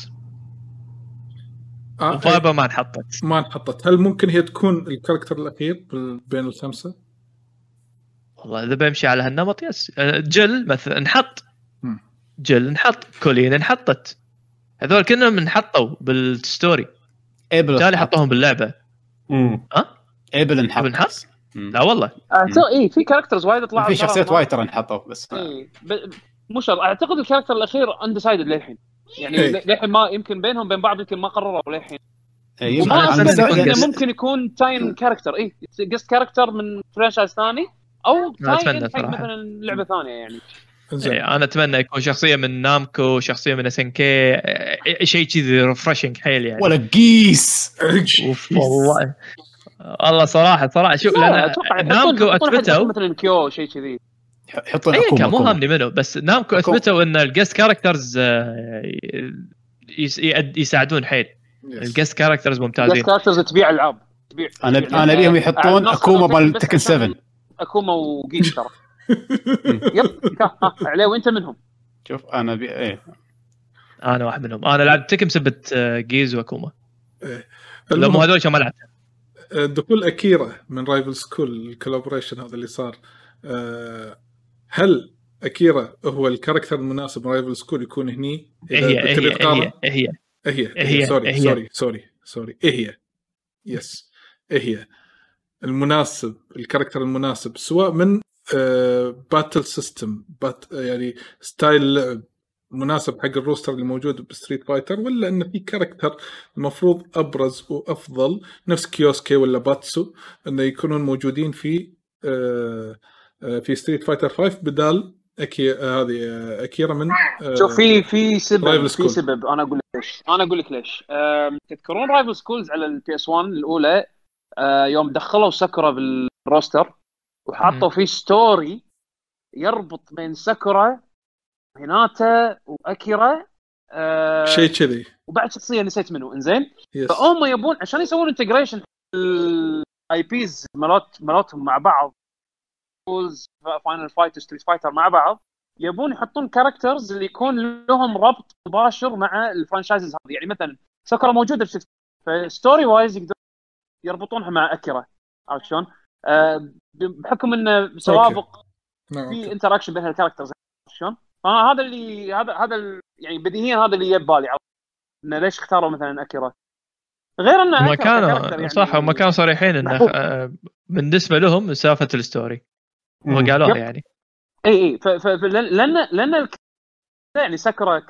وفايبر ما انحطت. هل ممكن هي تكون الكاركتر الأخير بين الخمسة؟ والله إذا بمشي على هالنمط يس. جل مثلا انحط، جل انحط، كولين انحطت، هذول كلهم انحطوا بالستوري، بالتالي حطوهم باللعبة. ايبل انحط لا والله ايه في كاركترز وايد طلعوا، في شخصيات وايد ترى انحطوا بس مو شرط. اعتقد الكاركتر الاخير اندسايدد للحين يعني للحين ما يمكن بينهم بين بعض يمكن ما قرروا للحين. ممكن يكون تاين كاركتر جست كاركتر من فرانشايز ثاني او تاين مثلا لعبه ثانيه يعني. انا اتمنى يكون شخصيه من نامكو، شخصيه من SNK، شيء كذي ريفرشنج حيل يعني. ولا قيس والله الله صراحه شوف لأن نامكو اثبتوا مثلا كيو شيء كذي حطوا حكومه مو هامني منه، بس نامكو اثبتوا ان الجست كاركترز يساعدون حيل. الجست كاركترز ممتازين، الجست كاركترز تبيع العاب انا بيهم يحطون اكوما مال تكن 7 اكوما وجيس ترى يب عليه وانت منهم. شوف انا انا واحد منهم، انا لعبت تكن سبت جيز واكوما لما هذول ما لعبت. دخول أكيرا من رايفل سكول الكولابوريشن هذا اللي صار، هل أكيرا هو الكاركتر المناسب من رايفل سكول يكون هني؟ هي سوري هي يس هي المناسب، الكاركتر المناسب سواء من باتل سيستم يعني ستايل لعب مناسب حق الروستر اللي موجود بستريت فايتر، ولا ان في كاركتر المفروض ابرز وافضل نفس كيوسكي ولا باتسو انه يكونون موجودين في ستريت فايتر 5 بدال هذه اكيرا من شوف في سبب انا اقول لك ليش. تذكرون رايفل سكولز على البي اس 1 الاولى يوم دخلوا ساكورا بالروستر وحطوا فيه ستوري يربط بين ساكورا هيناتا واكيرا شيء كذي وبعد شخصيه نسيت منه انزين فهم يبون عشان يسوون انتجريشن الاي بيز مالتهم مع بعض فاينل فايت وستريت فايتر مع بعض، يبون يحطون كاركترز اللي يكون لهم ربط مباشر مع الفرانشايزز هذه. يعني مثلا ساكورا موجوده في ستوري وايز يقدرون يربطونها مع اكيرا، عرفت شلون؟ بحكم انه سوابق في انتراكشن بين الكاركترز شلون. هذا اللي هذا يعني بديهيا هذا اللي يبالي انه ليش اختاروا مثلا اكيرا غير انه ما كانوا يعني صح وما كانوا صريحين انه بالنسبه لهم سالفه الستوري وقالوها يعني اي لان يعني ساكورا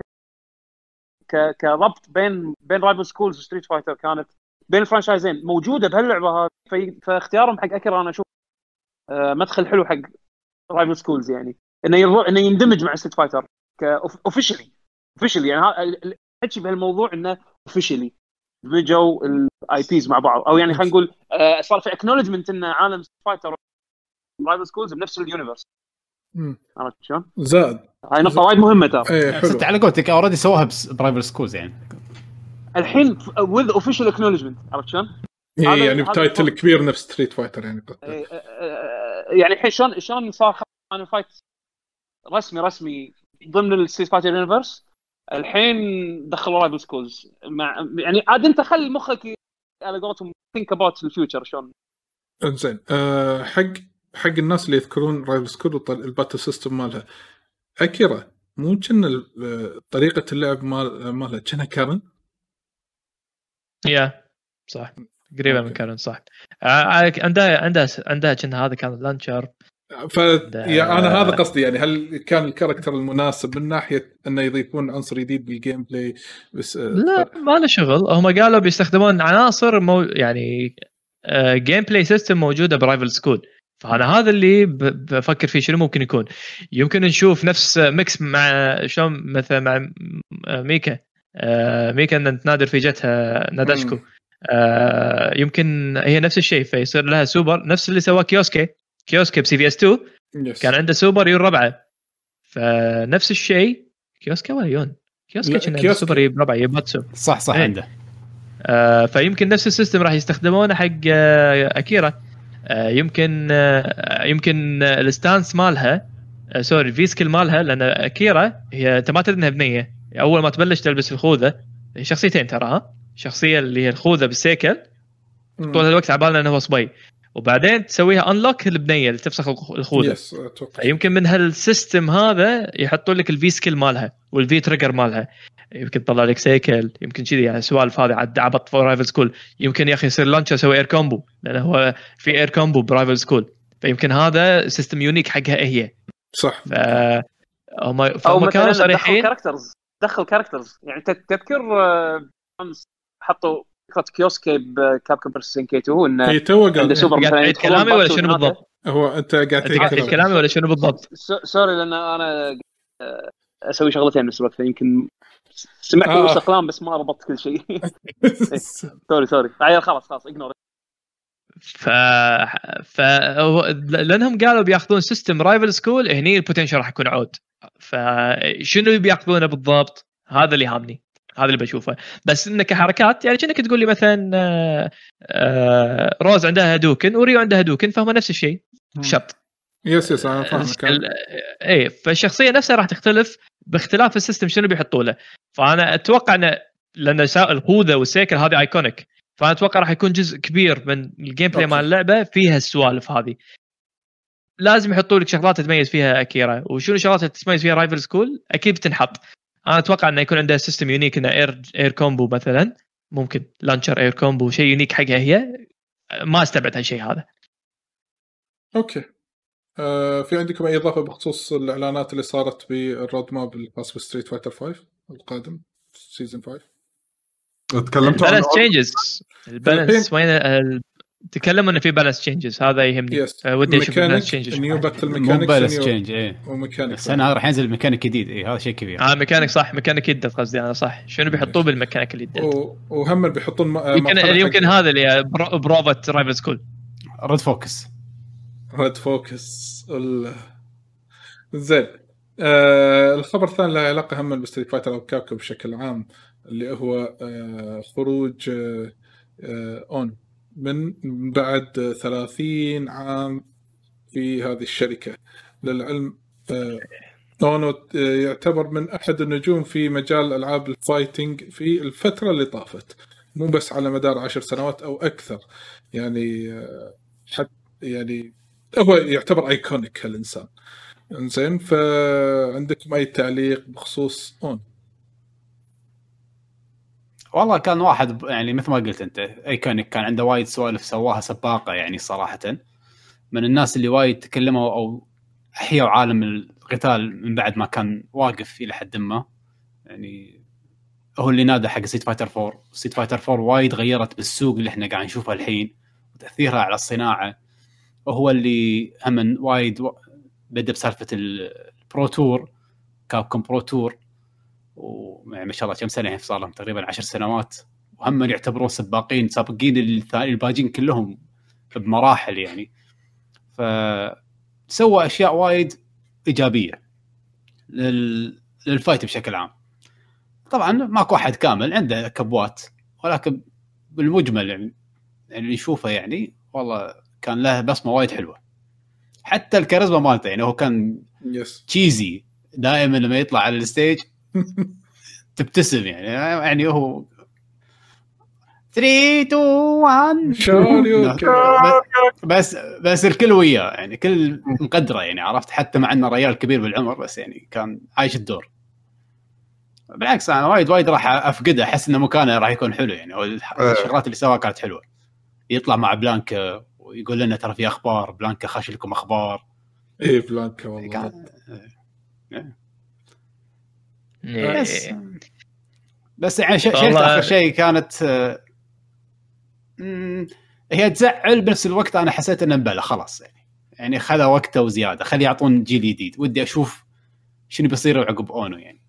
كربط بين رايفل سكولز وستريت فايتر كانت بين الفرانشايزين موجوده بهاللعبه هذه، فاختيارهم حق اكيرا انا اشوف مدخل حلو حق رايفل سكولز، يعني انه يندمج مع ستريت فايتر اوفيشلي يعني الحكي بهالموضوع انه اوفيشلي دمجوا الاي بيز مع بعض، او يعني خلينا نقول صار في اكنولجمنت ان عالم ستريت فايتر رايفل سكولز بنفس اليونيفرس. عرفت شلون؟ زاد هاي نقطه وايد مهمه ترى. حلو على قولتك اوريدي سووها برايفل سكولز يعني الحين with official acknowledgement، عرفت شلون؟ يعني بتايتل كبير نفس ستريت فايتر يعني يعني الحين شلون صار فاينل فايت رسمي ضمن الستريت فايتر يونيفرس. الحين دخلوا رايفل سكولز مع يعني عاد انت خلي مخك على قولتهم ثينك اباوت الفيوتشر شلون. انزين حق الناس اللي يذكرون رايفل سكول الباتل سيستم مالها اكيرا ممكن طريقه اللعب مالها كانها كارن. يا صح قريبه من كارن صح. عندها كان هذا كان لانشر. يعني انا هذا قصدي يعني هل كان الكاركتر المناسب من ناحيه انه يضيفون عنصر جديد بالجيم بلاي بس لا ما له شغل. هم قالوا بيستخدمون عناصر يعني جيم بلاي سيستم موجوده برايفل سكول. فانا هذا اللي بفكر فيه شنو ممكن يكون. يمكن نشوف نفس ميكس مع شلون مثلا مع ميكا ان تنادر في جتها ناداشكو. يمكن هي نفس الشيء فيصير لها سوبر نفس اللي سواه كيوسكي بسي في اس 2 كان عنده سوبر يون ربعه. فنفس الشيء كيوسكي ولا يون كيوسكي كان عنده سوبر يون ربعه يباتسو صح عنده. فيمكن نفس السيستم راح يستخدمونه حق اكيرا. يمكن الستانس مالها سوري الفي سكيل مالها لان اكيرا هي انت ما تدري انها بنيه. اول ما تبلش تلبس الخوذه شخصيتين تراها شخصيه اللي هي الخوذه بالسيكل طول الوقت عبالنا انه هو صبي وبعدين تسويها انلوك البنيه اللي تفسخ الخوذه. يمكن من هالسيستم هذا يحطوا لك الفي سكيل مالها والفي تريجر مالها. يمكن طلع لك سيكل يمكن كذي يعني سوالف هذه عاد عبط في رايفل سكول. يمكن يا اخي يصير لانش يسوي اير كومبو لانه هو في اير كومبو برايفل سكول. فيمكن هذا سيستم يونيك حقها هي صح. فهم كانوا صريحين دخل كاركترز يعني تذكر حطوا فكره كيوسكي بكاب كومبرسين كي 2 انه عنده سوبر قاعد كلامي ولا شنو بالضبط؟ هو انت قاعد تعيد كلامي ولا شنو بالضبط؟ سوري لان انا اسوي شغلتين نفس الوقت يمكن سمعت وش كلام بس ما ربطت كل شيء. سوري عيال خلاص اجنور. لانهم قالوا بياخذون سيستم رايفل سكول هني البوتنشل راح يكون عود. فشنو بياخذونه بالضبط هذا اللي هامني هذا اللي بشوفه. بس انك كحركات يعني كأنك تقول لي مثلا روز عندها هدوكن وريو عندها هدوكن فهم نفس الشيء شط. يس انا فاهمك. اي فالشخصيه نفسها راح تختلف باختلاف السيستم شنو بيحطوا له. فانا اتوقع ان لان الخوذه والسيكل هذه ايكونيك فانا اتوقع راح يكون جزء كبير من الجيم بلاي مال اللعبه فيها السوالف هذه. لازم يحطوا لك شغلات تتميز فيها اكيرا وشنو شغلات تتميز فيها رايفل سكول اكيد بتنحط. انا اتوقع انه يكون عندها سيستم يونيك انه اير كومبو مثلا ممكن لانشر اير كومبو شيء يونيك حقها هي ما استبعد هالشيء هذا. اوكي في عندكم اي اضافه بخصوص الاعلانات اللي صارت بالرود ماب الخاص بستريت فايتر 5 القادم سيزون 5؟ تكلمتوا عن البالانس وين تكلموا انه في بالانس تشينجز هذا يهمني. ودي اشوف بالانس تشينجز نيو باتل ميكانكس بالانس تشينج وميكانيك السنه راح ينزل ميكانيك جديد هذا شيء كبير. ميكانيك صح ميكانيك جديد قصدي انا صح. شنو بيحطوه بالميكانيك الجديد وهم بيحطون يمكن هذا اللي بروفا رايفل سكول ريد فوكس زين. الخبر الثاني له علاقه هم بالستريت فايتر او كابكوم بشكل عام اللي هو خروج اون من بعد 30 عام في هذه الشركة. للعلم اون يعتبر من أحد النجوم في مجال ألعاب الفايتنج في الفترة اللي طافت مو بس على مدار 10 سنوات أو أكثر يعني حتى يعني هو يعتبر ايكونيك هالإنسان. إنزين فعندكم أي تعليق بخصوص اون؟ والله كان واحد يعني مثل ما قلت انت ايكونيك كان عنده وايد سوالف سواها سباقه يعني صراحه من الناس اللي وايد تكلموا او احيوا عالم القتال من بعد ما كان واقف الى حد ما. يعني هو اللي نادى حق ستريت فايتر 4. ستريت فايتر 4 وايد غيرت بالسوق اللي احنا قاعد نشوفه الحين وتاثيرها على الصناعه. وهو اللي هم وايد بدا بسالفه البرو تور كابكوم برو تور ويعني ما شاء الله كم سنه صار لهم تقريبا 10 سنوات وهم يعتبرون سباقين سابقين الباجين كلهم بمراحل يعني. فسوى اشياء وايد ايجابيه للفايت بشكل عام. طبعا ماكو احد كامل عنده كبوات ولكن بالمجمل يعني اللي نشوفه يعني والله كان له بصمه وايد حلوه. حتى الكاريزما مالته يعني هو كان يس تشيزي دائما لما يطلع على الستيج تبتسم يعني هو 3 2 1 شاريو بس الكل وياه يعني كل مقدره يعني عرفت حتى مع انه ريال كبير بالعمر بس يعني كان عايش الدور. بالعكس انا وايد راح افقده احس ان مكانه راح يكون حلو يعني الشغلات اللي سواها كانت حلوه. يطلع مع بلانكا ويقول لنا ترى في اخبار بلانكا خاش لكم اخبار. ايه بلانكا والله بس يعني شفت اخر شيء كانت هي تزعل بنفس الوقت انا حسيت انه مبلغ خلاص يعني خذ وقته وزياده خلي يعطون جيل جديد ودي اشوف شنو بيصير عقب اونو يعني.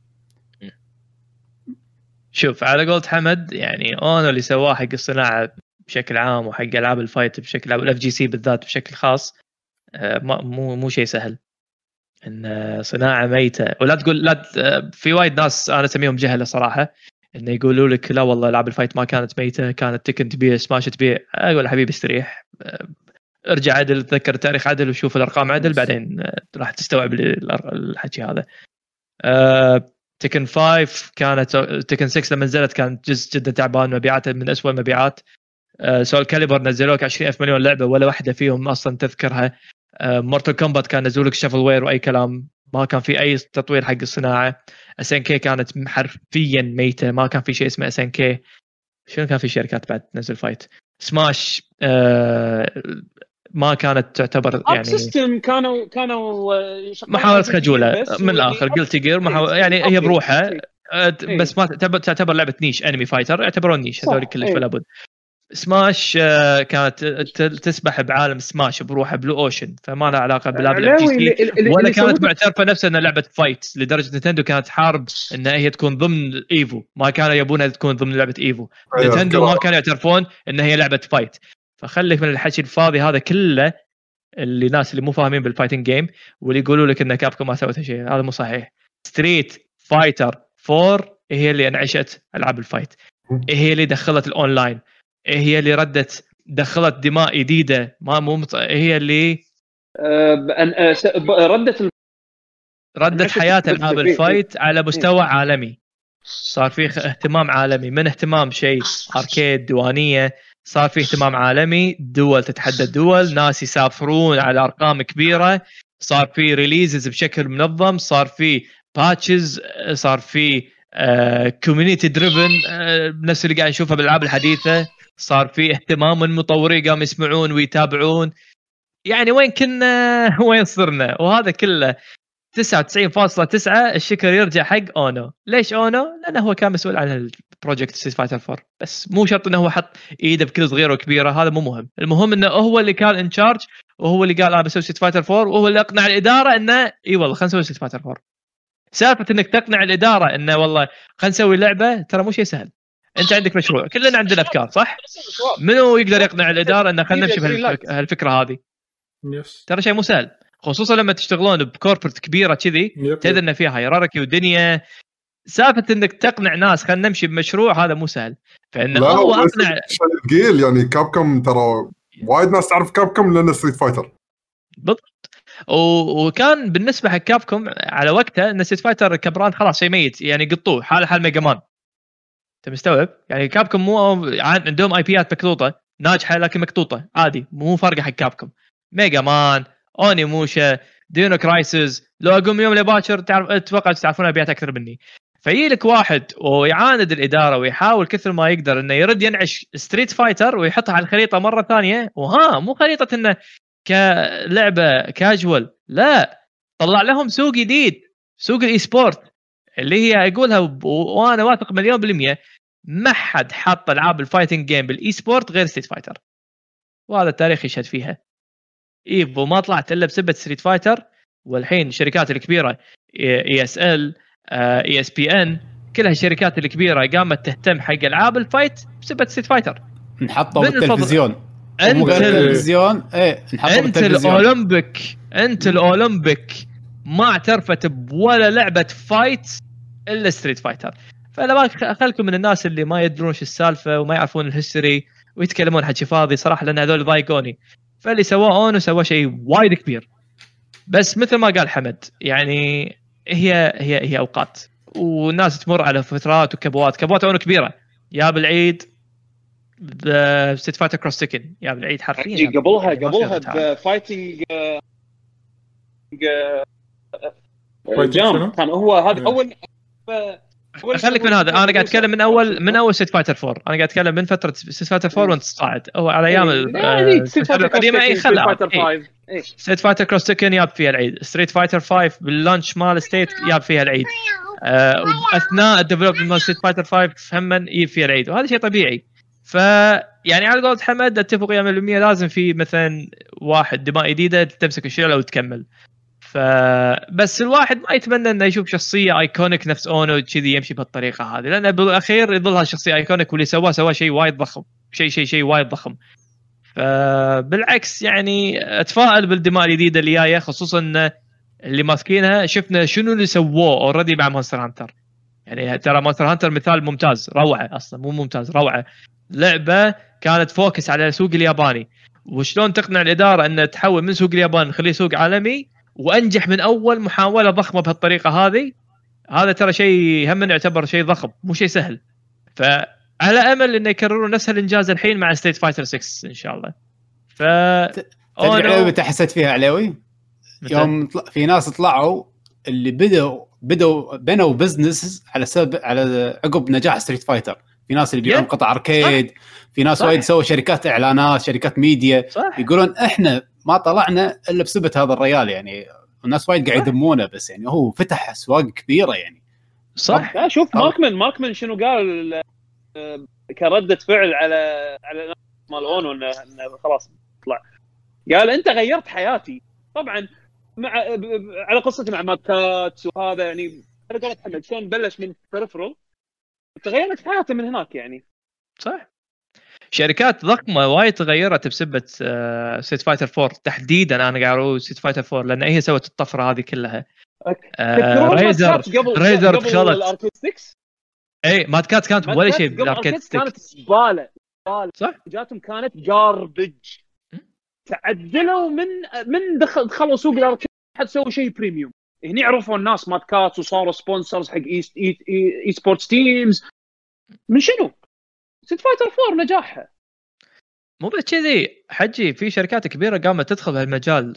شوف على قولة حمد يعني اونو اللي سواه حق الصناعه بشكل عام وحق العاب الفايت بشكل عام والاف جي سي بالذات بشكل خاص مو شيء سهل ان صناعه ميته. ولا تقول لا في وايد ناس انا اسميهم جهله صراحه انه يقولوا لك لا والله العاب الفايت ما كانت ميته كانت تكن تبيع سماش تبيع. اقول حبيبي استريح ارجع عدل تذكر التاريخ عدل وشوف الارقام عدل بعدين راح تستوعب الحكي هذا. تكن 5 كانت تكن 6 لما نزلت كانت جزء جدا تعبان مبيعاتها من أسوأ المبيعات. سول كاليبر نزلوك 20,000 مليون لعبه ولا واحده فيهم اصلا تذكرها. مورتال كومبات كان نزلوك شافل وير واي كلام ما كان في اي تطوير حق الصناعه. اس ان كي كانت حرفيا ميته ما كان في شيء اسمه اس ان كي. شنو كان في شركات بعد تنزل فايت سماش ما كانت تعتبر يعني سيستم كانوا محاولة خجولة من الآخر قلت جير يعني هي بروحها بس ما تعتبر لعبة نيش أنمي فايتر يعتبرون نيش هذول كلش فلا بد. سماش كانت تسبح بعالم سماش بروحها بلو أوشن فما لها علاقة بلعبة ولا كانت معترفة نفسها أنها لعبة فايت لدرجة نينتندو كانت حارب أنها هي تكون ضمن إيفو ما كانوا يبونها تكون ضمن لعبة إيفو. نينتندو ما كانوا يعترفون أنها هي لعبة فايت. فخليك من الحكي الفاضي هذا كله اللي ناس اللي مو فاهمين بالفايتنج جيم واللي يقولوا لك ان كابكوم ما سوت شيء هذا مو صحيح. ستريت فايتر 4 هي اللي انعشت العاب الفايت هي اللي دخلت الاونلاين هي اللي دخلت دماء جديده ما هي اللي ردت حياه العاب الفايت على مستوى عالمي. صار في اهتمام عالمي من اهتمام شيء اركيد ديوانيه صار في اهتمام عالمي دول تتحدى دول ناس يسافرون على ارقام كبيره صار في ريليزز بشكل منظم صار في باتشز صار في كوميونيتي دريفن نفس اللي قاعد نشوفها بالالعاب الحديثه صار في اهتمام من مطورين قاموا يسمعون ويتابعون يعني وين كنا وين صرنا. وهذا كله 99.9 الشكر يرجع حق اونو. ليش اونو؟ لانه هو كان مسؤول عن البروجكت ستريت فايتر 4 بس مو شرط انه هو حط ايده بكل صغيره وكبيره هذا مو مهم. المهم انه هو اللي كان ان تشارج وهو اللي قال انا بسوي ستريت فايتر 4 وهو اللي اقنع الاداره انه اي والله خلينا نسوي ستريت فايتر 4. سالفه انك تقنع الاداره انه والله خلينا نسوي لعبه ترى مو شيء سهل. انت عندك مشروع كلنا عندنا افكار صح منو يقدر يقنع الاداره انه خلينا نمشي بهالفكره هذه ترى شيء مو سهل خصوصا لما تشتغلون بكوربريت كبيره كذي تدري ان فيها هيراركي ودنيا. سالفه انك تقنع ناس خلينا نمشي بمشروع هذا مو سهل. فانه هو اقنع ثقيل يعني كابكوم ترى وايد ناس تعرف كابكوم لان ستريت فايتر بالضبط. وكان بالنسبه حق كابكوم على وقتها ان ستريت فايتر كبراند خلاص شيء ميت يعني قطوه حال ميجا مان. انت مستوعب يعني كابكوم مو عندهم اي بيات مكتوطه ناجحه لكن مكتوطه عادي مو فارقه حق كابكوم. ميجا مان اوني موشا دينو كرايسز لو اقوم يوم لباكر تعرف اتوقع تعرفون ابيات اكثر مني. فيجي لك واحد ويعاند الاداره ويحاول كثر ما يقدر انه يرد ينعش ستريت فايتر ويحطها على الخريطه مره ثانيه وها مو خريطه انه كلعبه كاجوال لا طلع لهم سوق جديد سوق الاي سبورت اللي هي اقولها وانا واثق 100% ما حد حط العاب الفايتنج جيم بالاي سبورت غير ستريت فايتر وهذا التاريخ يشهد فيها. ايفو ما طلعت الا بسبه ستريت فايتر والحين الشركات الكبيره اي اس ال اي اس بي ان كلها الشركات الكبيره قامت تهتم حق العاب الفايت بسبه ستريت فايتر. نحطه بالتلفزيون انت التلفزيون ايه نحطه بالتلفزيون. انت الاولمبيك ما اعترفت بولا لعبه فايت الا ستريت فايتر. فانا ما خلكم من الناس اللي ما يدرون ايش السالفه وما يعرفون الهيستوري ويتكلمون حكي فاضي صراحه لان هذول ضايقوني. فاللي سواه اونو سوى شيء وايد كبير بس مثل ما قال حمد يعني هي اوقات، والناس تمر على فترات وكبوات اونو كبيره. يا بالعيد ستيت فايتر كروس تيكن، يا بالعيد حرفيا قبلها بفايتنج جام كان هو هذا اول. خليك من هذا، انا قاعد اتكلم من اول ستيت فايتر 4. انا قاعد اتكلم من فتره ستيت فايتر 4 وانت صاعد او على ايام القديمه. اي خلها ستيت فايتر كروس تيكن ياب فيها العيد، ستريت فايتر 5 باللانش مال ستيت ياب فيها العيد، اثناء الديفلوبمنت مال ستيت فايتر 5 فهمن يجي فيها العيد، وهذا شيء طبيعي. يعني على قولة حمد اتفق وياه 100%، لازم في مثلا واحد دماء جديده تمسك الشغله وتكمل. فبس الواحد ما يتمنى انه يشوف شخصيه ايكونيك نفس اونو كذي يمشي بهالطريقه هذه، لانه بالاخير يظلها شخصيه ايكونيك، واللي سواه شيء وايد ضخم، شيء وايد ضخم. فبالعكس يعني اتفائل بالدماء الجديده اللي جايه، خصوصا اللي ماسكينها شفنا شنو اللي سووه اوريدي مع مونستر هانتر. يعني ترى مونستر هانتر مثال ممتاز، روعه، اصلا مو ممتاز، روعه. لعبه كانت فوكس على السوق الياباني، وشلون تقنع الاداره ان تحول من سوق اليابان نخليه سوق عالمي، وانجح من اول محاوله ضخمه بهالطريقه هذه. هذا ترى شيء هم يعتبر شيء ضخم، مو شيء سهل. فعلى امل انه يكررون نفس الانجاز الحين مع ستيت فايتر 6 ان شاء الله. تدري متى حسيت فيها عليوي؟ يوم في ناس طلعوا اللي بنوا بزنس على عقب نجاح ستريت فايتر. في ناس اللي بيعون قطع اركيد، في ناس وايد سووا شركات اعلانات، شركات ميديا، يقولون احنا ما طلعنا الا بسبب هذا الرجال. يعني الناس وايد قاعد يذمونه، بس يعني هو فتح اسواق كبيره يعني. صح. لا شوف ماكمن شنو قال كردة فعل على مال اونو انه خلاص طلع، قال انت غيرت حياتي. طبعا على قصه مع ماركات وهذا، يعني انا قلت محمد شلون بلش من بريفرال تغيرت حياته من هناك يعني. صح، شركات ضخمه وايد تغيرت بسبب ستريت فايتر 4 تحديدا. انا قاعد اقول ستريت فايتر 4 لان هي سوت الطفره هذه كلها. ريزر دخلت الاركيد 6. اي ماد كات كانت ولا شيء بالاركيد 6، كانت زباله. صح، جاتهم كانت جاربج. تعدلوا من دخلوا سوق الاركيد حد سووا شيء بريميوم. هني عرفوا الناس ماد كات وصاروا سبونسرز حق اي سبورتس تيمز. من شنو ستريت فايتر 4 نجاحها؟ مو بس كذي حجي، في شركات كبيره قامت تدخل بهالمجال.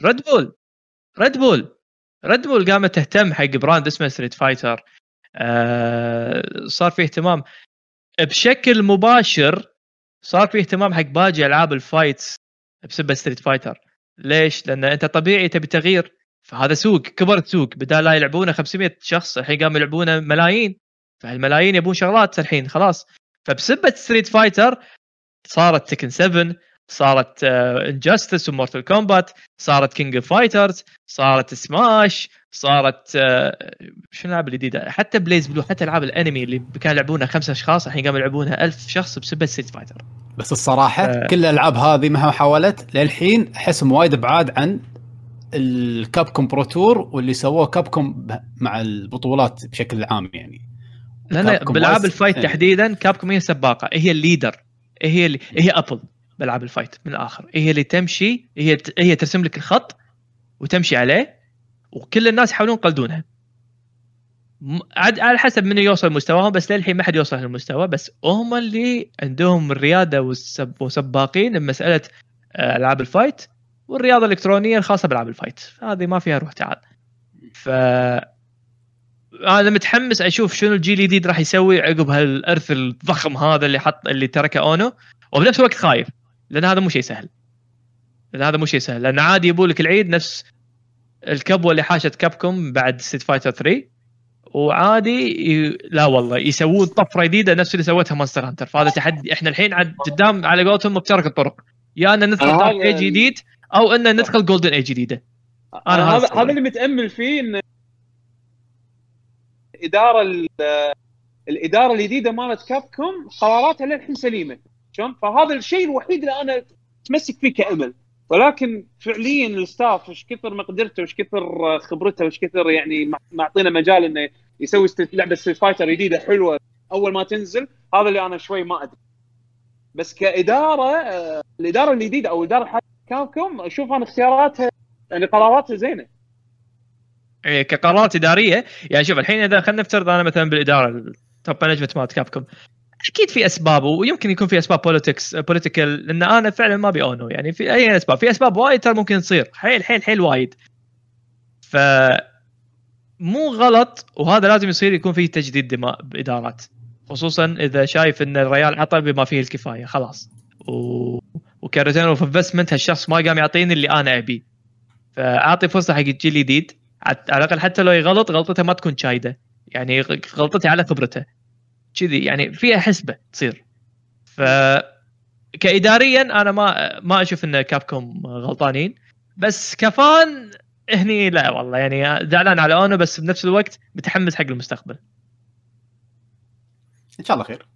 ريد بول قامت تهتم حق براند اسمه ستريت فايتر. صار فيه اهتمام بشكل مباشر، صار فيه اهتمام حق باقي العاب الفايتس بسبب ستريت فايتر. ليش؟ لان انت طبيعي تبي تغيير، فهذا سوق كبر. سوق بدال لا يلعبونه 500 شخص الحين قاموا يلعبونه ملايين، فالملايين يبون شغلات الحين خلاص. فبسبب ستريت فايتر صارت تكن 7، صارت انجستس ومورتال كومبات، صارت كينج اوف فايترز، صارت سماش، صارت شنو العاب الجديده، حتى بليز بلو، حتى العاب الانمي اللي كانوا يلعبونها 5 اشخاص الحين قاموا يلعبونها 1000 شخص بسبب ستريت فايتر. بس الصراحه كل الالعاب هذه مهما حاولت للحين احسهم وايد بعاد عن الكابكوم برو تور واللي سووه كابكوم مع البطولات بشكل عام. يعني لان بالعاب الفايت تحديدا كابكوم هي سباقه، هي الليدر، هي ابل بالعاب الفايت من الاخر. هي اللي تمشي، هي ترسم لك الخط وتمشي عليه، وكل الناس يحاولون يقلدونها على حسب من يوصل مستواهم. بس للحين ما حد يوصل للمستوى، بس هم اللي عندهم الرياده وسباقين بمساله العاب الفايت والرياضه الالكترونيه الخاصه بالعاب الفايت. هذه ما فيها روح تعال. انا متحمس اشوف شنو الجيل الجديد راح يسوي عقب هالارث الضخم هذا اللي تركه اونو. وبنفس الوقت خايف، لان هذا مو شيء سهل، لان عادي يبوا لك العيد نفس الكبوه اللي حاشت كابكوم بعد ستريت فايتر 3، وعادي لا والله يسوون طفره جديده نفس اللي سوتها مونستر هانتر. فهذا تحدي. احنا الحين قدام على قولتهم مبتكر الطرق، يا ان ندخل دارك ايج جديد او ان ندخل جولدن ايج جديده. هذا اللي متامل فيه ان الاداره الجديده مالت كابكوم قراراتها للحين سليمه. شلون؟ فهذا الشيء الوحيد اللي انا اتمسك فيه كامل. ولكن فعليا الستاف وش كثر مقدرته وش كثر خبرته وش كثر يعني معطينا مجال انه يسوي لعبه ستريت فايتر جديده حلوه اول ما تنزل. هذا اللي انا شوي ما ادري. بس كاداره الاداره الجديده او الاداره حق كابكوم اشوف انا اختياراتها يعني قراراتها زينه. يعني كقرارات اداريه. يعني شوف الحين اذا خلينا نفترض انا مثلا بالاداره التوب مانجمنت مالت كابكوم، اكيد في اسباب، ويمكن يكون في اسباب بوليتيكال، لان انا فعلا ما بيونو يعني في اي اسباب، في اسباب وايد ترى ممكن تصير حيل وايد. ف مو غلط، وهذا لازم يصير، يكون فيه تجديد دماء بادارات، خصوصا اذا شايف ان الريال عطى بما فيه الكفايه خلاص، وكريتين اوف انفستمنت هالشخص ما قام يعطيني اللي انا ابي، فاعطي فرصه حق الجيل الجديد على الاقل، حتى لو يغلط غلطته ما تكون شايده، يعني غلطته على خبرته كذي، يعني فيها حسبه تصير. ف كاداريا انا ما اشوف ان كابكوم غلطانين، بس كفان هني لا والله، يعني زعلان على اونو، بس بنفس الوقت متحمس حق المستقبل. ان شاء الله خير.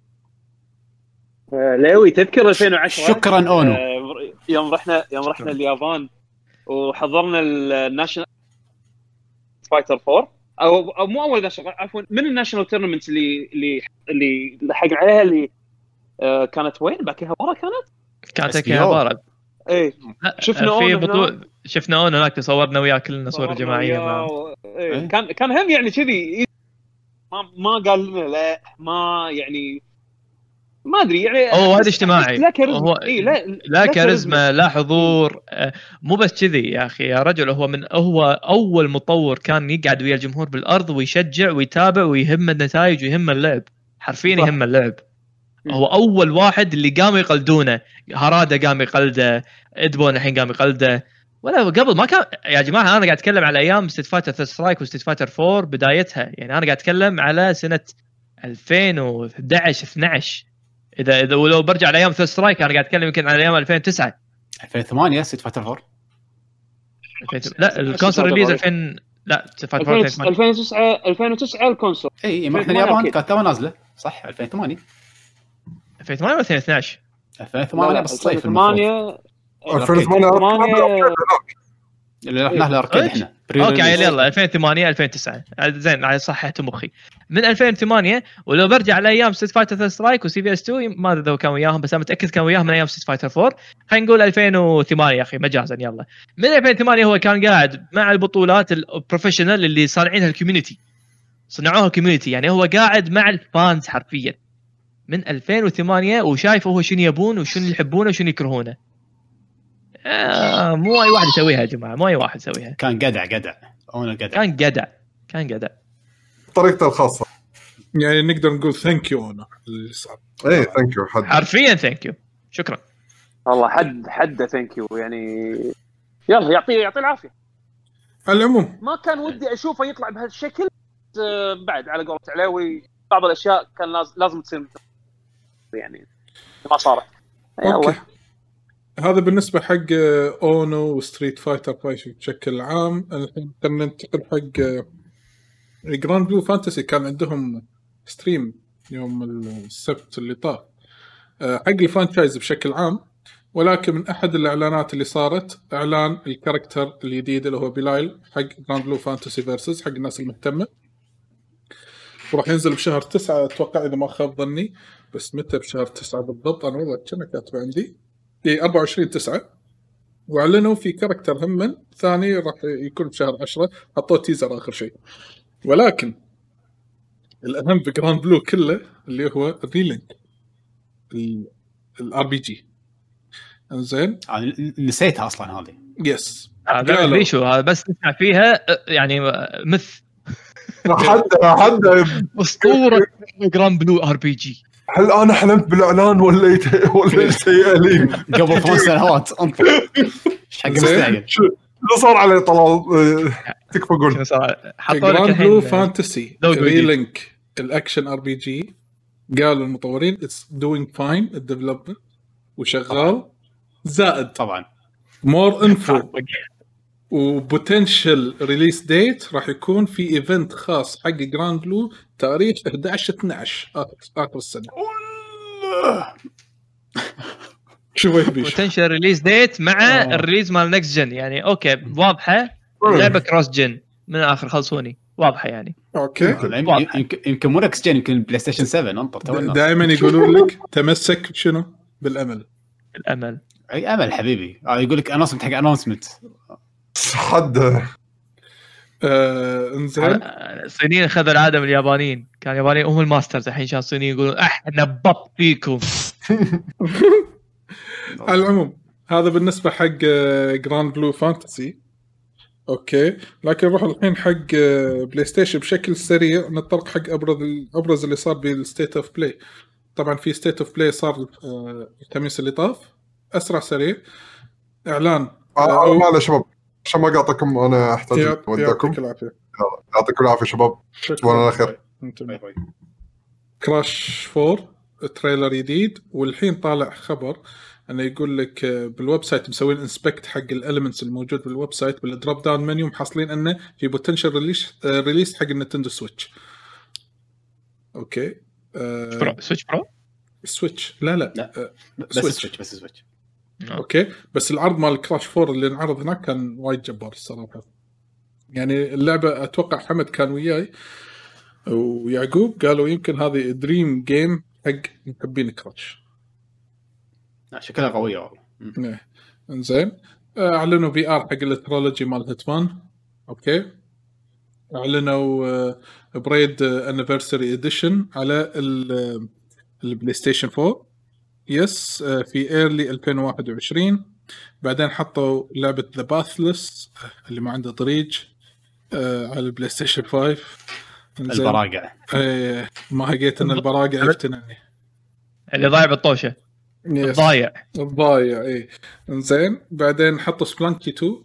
ليوي تذكر 2010 شكرا اونو. يوم رحنا اليابان وحضرنا الناشونال فايتر 4 او مو اول ناشونال، عفوا من الناشونال تورنمنت اللي لحق عليها، اللي كانت وين باكيهابارا كانت كيهابارا. ايه شفنا اونو شفنا اونو هناك، تصورنا وياه كلنا صوره جماعيه إيه. كان هم يعني كذي، ما قال لنا لا، ما يعني ما ادري يعني هو هذا اجتماعي، لا كاريزما. هو لا كاريزما لا حضور. مو بس كذي يا اخي يا رجل، هو اول مطور كان يقعد ويا الجمهور بالارض ويشجع ويتابع ويهم النتائج ويهم اللعب، حرفيا يهم اللعب. هو اول واحد اللي قاموا يقلدونه، هرادا قام يقلده، ادبون الحين قام يقلده، ولا قبل ما كان يا جماعه. انا قاعد اتكلم على ايام ستيت فايتر 3 سترايك وستيت فايتر 4 بدايتها، يعني انا قاعد اتكلم على سنه 2011 12. اذا ولو برجع لايام 3 سترايك انا قاعد اتكلم يمكن على ايام 2009 2008 ستيت فايتر 4. لا الكونسول ريليز 2000، لا 2009 الكونسول. اي ما احنا اليابان كانت تو نازله صح 2008 ولا 2012 2008 بس الصيف 2008 اللي رحنا له اركيد احنا. اوكي يلا 2008 2009 زين، على صحته مخي من 2008. ولو برجع لايام ستيت فايتر 3 سترايك وسي في اس 2 ما ادري اذا كان وياهم، بس انا متاكد كان وياهم من ايام ستيت فايتر 4. خلينا نقول 2008 يا اخي مجازا. يلا من 2008 هو كان قاعد مع البطولات البروفيشنال اللي صانعينها الكوميونتي، صنعوها كوميونتي، يعني هو قاعد مع الفانز حرفيا من 2008 وشايف هو شنو يبون وشنو يحبونه وشنو يكرهونه. مو اي واحد يسويها يا جماعه، مو اي واحد يسويها. كان جدع كان جدع طريقته الخاصه، يعني نقدر نقول ثانك يو انا اللي صار. ايه ثانك يو حرفيا ثانك يو، شكرا والله حد ثانك يو يعني. يلا يعطيه العافيه. على العموم ما كان ودي اشوفه يطلع بهالشكل، بعد على قولة علاوي بعض الاشياء كان لازم تصير يعني ما صارت. اوكي هذا بالنسبه حق اونو وستريت فايتر 5 بشكل عام. الحين خلينا ننتقل حق جراند بلو فانتسي. كان عندهم ستريم يوم السبت اللي طاف حق الفرانشايز بشكل عام، ولكن من احد الاعلانات اللي صارت اعلان الكاركتر الجديد اللي هو بيلايل حق جراند بلو فانتسي فيرسز حق الناس المهتمه، وراح ينزل بشهر 9 اتوقع اذا ما خاب ظني. بس متى بشهر 9 بالضبط انا والله كنا كاتبه عندي 24/9. واعلنوا في كاركتر هم ثاني راح يكون بشهر 10، حطوا تيزر اخر شيء. ولكن الاهم بجراند بلو كله اللي هو الريلينك الار بي جي. انزين نسيتها اصلا هذه. يس هذا ليش هذا بس نسمع فيها يعني مث حد اسطوره جراند بلو ار بي جي. هل انا حلمت بالاعلان ولا يتهيألي قبل 5 سنوات انطر ايش حق مستعجل شو صار عليه طلال تكفى قول حطوا لك جراند بلو فانتسي ريلينك الاكشن ار بي جي. قالوا المطورين اتس دوينج فاين الديفلوبمنت وشغال زائد طبعا مور انفو وبوتنشل ريليس ديت راح يكون في ايفنت خاص حق جراند بلو تاريخ 11/12 اخر السنه. شو يبيش بوتنشل ريليس ديت مع الريليز مال نكست جن، يعني اوكي واضحه لعبه كروس جن من الاخر خلصوني واضحه يعني. اوكي يمكن مو نكست جن يمكن بلاي ستيشن 7 انطر. دائما يقولون لك تمسك شنو بالامل. الامل اي امل حبيبي. يقول لك انونسمنت حق انونسمنت حد انزين الصينيين خذوا العاده من اليابانيين، كان اليابانيين هم الماسترز، الحين شان الصينيين يقولون احنا بط فيكم. على العموم هذا بالنسبه حق جراند بلو فانتسي. اوكي لكن نروح الحين حق بلاي ستيشن بشكل سريع، نتطرق حق ابرز اللي صار بالستيت اوف بلاي. طبعا في ستيت اوف بلاي صار الخميس اللي طاف، اسرع سريع اعلان ما له شباب عشان ما قاطعكم، انا احتاج اودعكم. يعطيك العافيه. يعطيكم العافيه شباب، تصبحون على خير. باي باي. كراش 4 تريلر جديد، والحين طالع خبر انه يقول لك بالويب سايت مسوين انسبكت حق الاليمنتس الموجود بالويب سايت بالدروب داون منيو، محصلين انه في بوتنشال ريليس حق النينتندو سويتش. اوكي سويتش برو سويتش لا بس سويتش. اوكي بس العرض مال كراش 4 اللي انعرض هناك كان وايد جبار الصراحه. يعني اللعبه اتوقع حمد كان وياي ويعقوب قالوا يمكن هذه دريم جيم حق محبين كراش. شكلها قويه والله. انزين اعلنوا في ار حق الترولوجي مال هيتمان. اوكي اعلنوا بريد انيفرساري اديشن على البلاي ستيشن 4 يس في ايرلي 2021. بعدين حطوا لعبه ذا باثلس اللي ما عنده ضريج على البلاي ستيشن 5. البراقع ما هقيت ان البراقع يفتنني اللي ضايع بالطوشه الضايع ايه. انزين بعدين حطوا سبلانكي 2.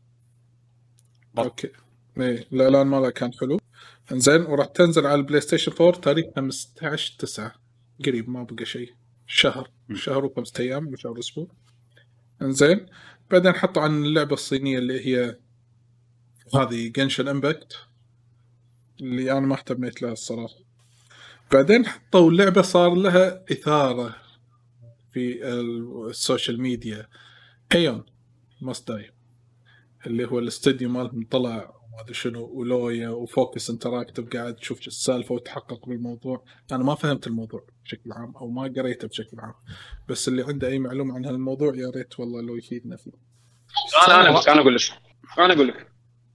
اوكي ايه الاعلان ماله كان حلو. انزين وراح تنزل على البلاي ستيشن 4 تاريخ 15/9 قريب، ما بقى شيء، شهر و5 ايام وشهر اسبوع. انزين بعدين حطوا عن اللعبه الصينيه اللي هي هذه جنشن امباكت اللي انا ما اهتميت لها الصراحه. بعدين حطوا لعبه صار لها اثاره في السوشيال ميديا، ايون ماستاي اللي هو الاستوديو مالهم طلع ما ادري شنو ولويا وفوكس انتراكتيف قاعد تشوف شو السالفه وتحقق بالموضوع. انا ما فهمت الموضوع بشكل عام او ما قريته بشكل عام، بس اللي عنده اي معلومه عن هالموضوع يا ريت والله لو يفيدنا فيه. انا اقول لك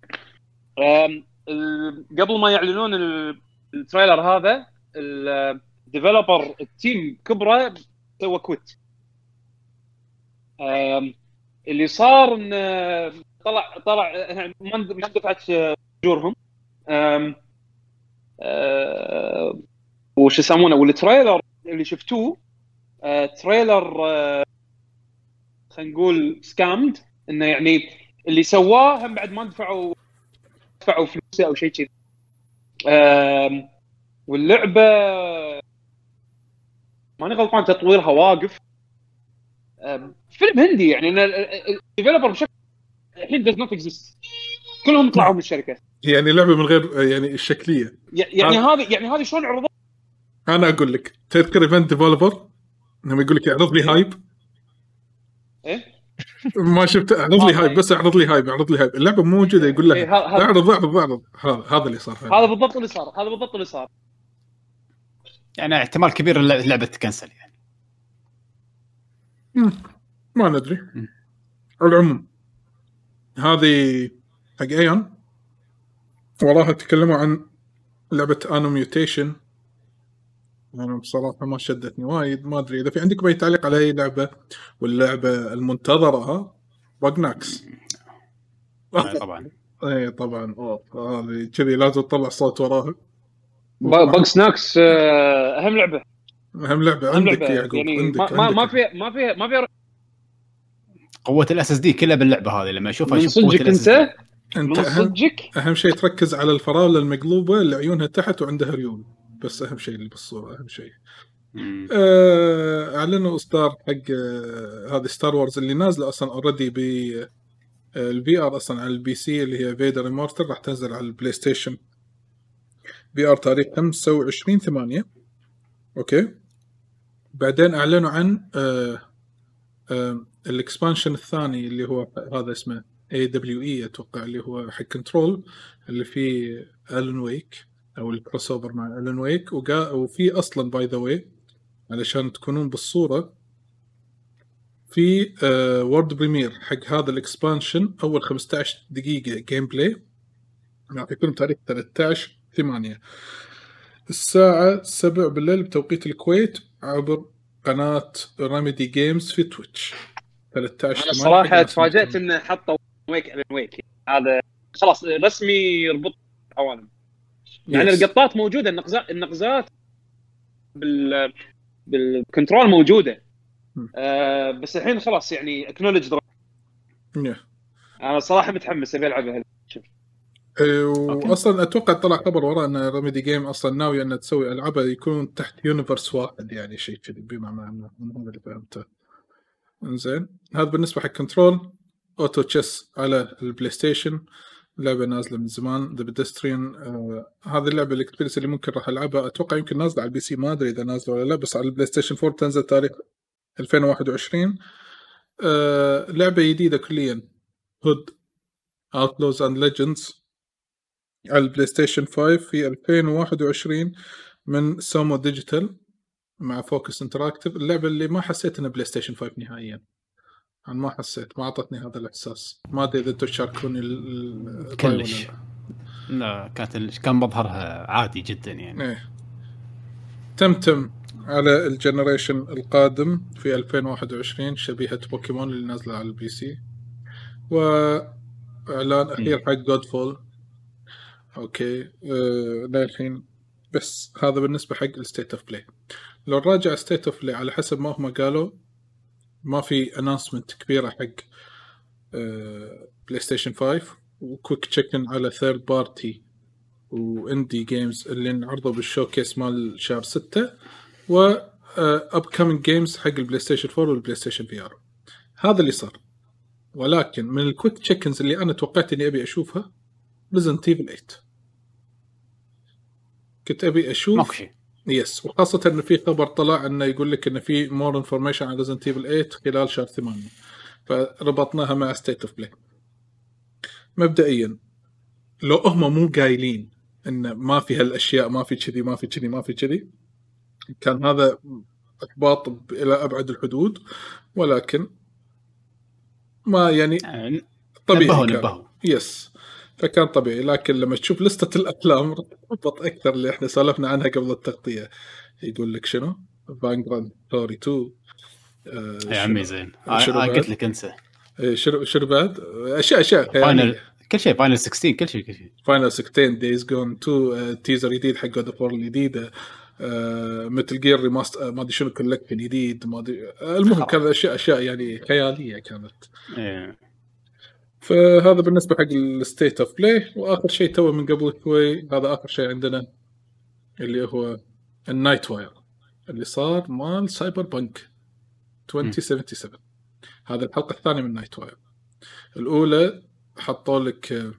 قبل ما يعلنون التريلر هذا الديفلوبر التيم كبره سوى كويت. اللي صار ان طلع ما دفعت اجورهم وش يسمونه. والتريلر اللي شفتوه تريلر خلينا نقول سكامد، انه يعني اللي سواه هم بعد ما دفعوا فلوسه او شيء كذي. واللعبه ماني غلطان تطويرها واقف. فيلم هندي يعني الديفلوبر بشكل الحين does not exist، كلهم طلعوا من الشركه. يعني لعبه من غير يعني الشكليه يعني هذه شلون عرضوا؟ انا اقول لك تذكر ايفنت ديفلوبر لما يقول لك اعرض لي هايب؟ ايه ما شفت اعرض لي هايب، بس اعرض لي هايب. اللعبه موجوده يقول لك اعرض. هذا اللي صار. هذا بالضبط اللي صار. يعني احتمال كبير اللعبه تكنسل يعني. ما ندري. العموم هذه حق ايون وراها تكلموا عن لعبه انو ميوتيشن. انا بصراحه ما شدتني وايد، ما ادري اذا في عندكم اي تعليق على هي لعبه واللعبه المنتظره باجناكس. طبعا اي طبعا هذه كذي لازم تطلع صوت وراها. باج سناكس اهم لعبه عندك يا يعقوب يعني عندك ما فيها قوه الاس اس دي كلها باللعبه هذه. لما اشوفها من صدقك انت اهم شيء تركز على الفراوله المقلوبه اللي عيونها تحت وعندها ريول، بس اهم شيء اللي بالصوره اهم شيء. اعلنوا اصدار حق هذه ستار وورز اللي نازله اصلا اوريدي بالفي ار اصلا على البي سي اللي هي فيدر امورتل، راح تنزل على البلاي ستيشن في ار تاريخ 25/8. اوكي بعدين اعلنوا عن الاكسبانشن الثاني اللي هو هذا اسمه AWE اتوقع، اللي هو حق كنترول اللي فيه ألان ويك او الكروس اوفر مع ألان ويك. وفي اصلا باي ذا واي علشان تكونون بالصوره في وورد بريمير حق هذا الاكسبانشن اول 15 دقيقه جيم بلاي راح يكون تاريخ 13/8 الساعة 7 بالليل بتوقيت الكويت عبر قناة راميدي جيمز في تويتش. 13/8. انا الصراحه تفاجأت انه حطوا ويك الين ويك، هذا خلاص رسمي يربط عوالم. يعني القطات موجوده، النقزات بالكنترول موجوده، بس الحين خلاص يعني اكنولج. انا صراحه متحمس ابي العبها. واصلا اتوقع طلع خبر وراء ان ريميدي جيم اصلا ناوي انها تسوي العابها يكون تحت يونيفرس واحد، يعني شيء كذي بما معناه من هذا اللي فهمته. انزين، هذا بالنسبه حق كنترول. اوتو تشيس على البلاي ستيشن، لعبه نازله من زمان، ذا بيدستريان. هذه اللعبه الاكسبيرينس اللي ممكن راح العبها، اتوقع يمكن نازله على البي سي، ما ادري اذا نازله ولا لا، بس على البلاي ستيشن 4 تنزل تاريخ 2021. لعبه جديده كليا، هود اوتلوز اند ليجندز على البلاي ستيشن 5 في 2021 من سومو ديجيتال مع فوكس انتراكتيف. اللعبة اللي ما حسيت انها بلاي ستيشن 5 نهائيا، انا ما حسيت، ما اعطتني هذا الاحساس. ما ادري اذا انتم تشاركوني كلش. لا كان مظهرها عادي جدا يعني. ايه. تمتم على الجنريشن القادم في 2021 شبيهة بوكيمون اللي نازلة على البي سي. واعلان اخير حق جود فول. اوكي للحين بس هذا بالنسبه حق الستيت اوف بلاي. لو نراجع ستيت اوف بلاي على حسب ما هم قالوا، ما في اناونسمنت كبيره حق بلاي ستيشن 5 وكويك تشيكن على ثيرد بارتي واندي جيمز اللي انعرضوا بالشوكيس مال شهر 6 و اب كامينج جيمز حق البلاي ستيشن 4 والبلاي ستيشن في ار. هذا اللي صار. ولكن من الكويك تشيكنز اللي انا توقعت اني ابي اشوفها ريزنت ايفل 8. كنت ابي اشوف ماكو شيء. يس، وخاصه انه في خبر طلع انه يقول لك انه في مور انفورميشن عن ريزنت ايفل 8 خلال شهر 8، فربطناها مع ستيت اوف بلاي. مبدئيا لو هم مو قايلين ان ما في هالاشياء، ما في كذي ما في كذي ما في كذي، كان هذا احباط الى ابعد الحدود. ولكن ما يعني طبيعي نبهوا. يس، فكان طبيعي. لكن لما تشوف لستة الأفلام ربط أكثر اللي إحنا سولفنا عنها قبل التغطية. يقول لك شنو؟ فانغراند ثوري 2. يا عمي زين، قلت لك انسى. شنو بعد؟ أشياء فاينل، كل شيء فاينل 16، كل شيء فاينل 16 دايز جون 2 تيزر جديد حق جود اوف وور الجديدة، مثل جير ريماستر ما ادري شنو كولكشن جديد ما ادري. المهم كذا اشياء يعني خيالية كانت. فهذا بالنسبة حق الستيت اوف بلاي. واخر شيء تو من قبل شوي، هذا اخر شيء عندنا اللي هو النايت واير اللي صار مال سايبر بانك 2077. هذا الحلقة الثانية من نايت واير. الاولى حطوا لك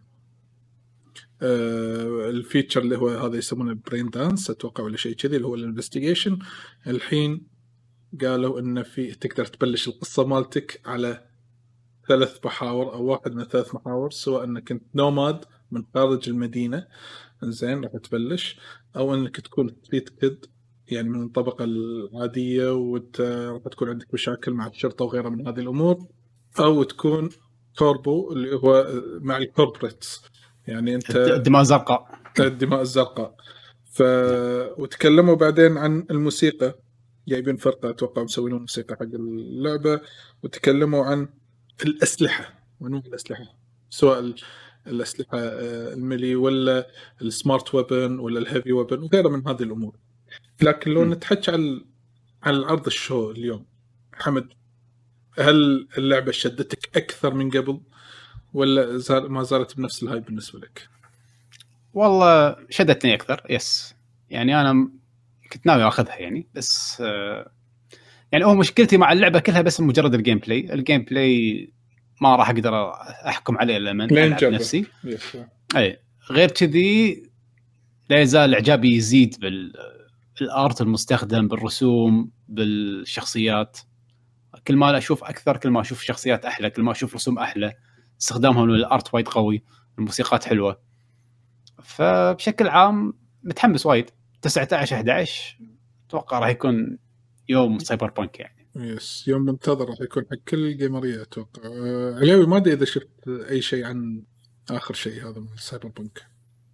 الفيتشر اللي هو هذا يسمونه برين دانس اتوقع ولا شيء كذي، اللي هو الانفستيجيشن. الحين قالوا انه في تقدر تبلش القصة مالتك على 3 محاور او واحد من 3 محاور، سواء انك كنت نوماد من خارج المدينة زين راح تبلش، او انك تكون ستريت كيد يعني من الطبقة العادية وانت راح تكون عندك مشاكل مع الشرطة وغيرها من هذه الامور، او تكون كوربو اللي هو مع الكوربريتس يعني انت الدماء الزرقاء. الدماء الزرقاء. وتكلموا بعدين عن الموسيقى، جايبين فرقة اتوقع مسوين موسيقى حق اللعبة، وتكلموا عن الأسلحة وانواع الأسلحة، سواء الأسلحة الميلي ولا السمارت ويبن ولا الهيفي ويبن وغيرها من هذه الأمور. لكن لو نتحكي عن العرض الشو اليوم حمد، هل اللعبة شدتك أكثر من قبل ولا ما زالت بنفس الهاي بالنسبة لك؟ والله شدتني أكثر يس، يعني أنا كنت ناوي أخذها يعني، بس يعني هو مشكلتي مع اللعبة كلها بس مجرد الجيم بلاي ما راح أقدر أحكم عليه لما ألعب نفسي. أي غير كذي لا يزال إعجابي يزيد بالآرت المستخدم، بالرسوم، بالشخصيات. كل ما أشوف أكثر كل ما أشوف شخصيات أحلى، كل ما أشوف رسوم أحلى، استخدامهم للآرت وايد قوي، الموسيقات حلوة. فبشكل عام متحمس وايد. 19/11 أتوقع راح يكون يوم سايبر بانك يعني. يس، يوم منتظر راح يكون حق كل الجيمرية أتوقع. عليوي ما أدري إذا شفت أي شيء عن آخر شيء هذا من سايبر بانك.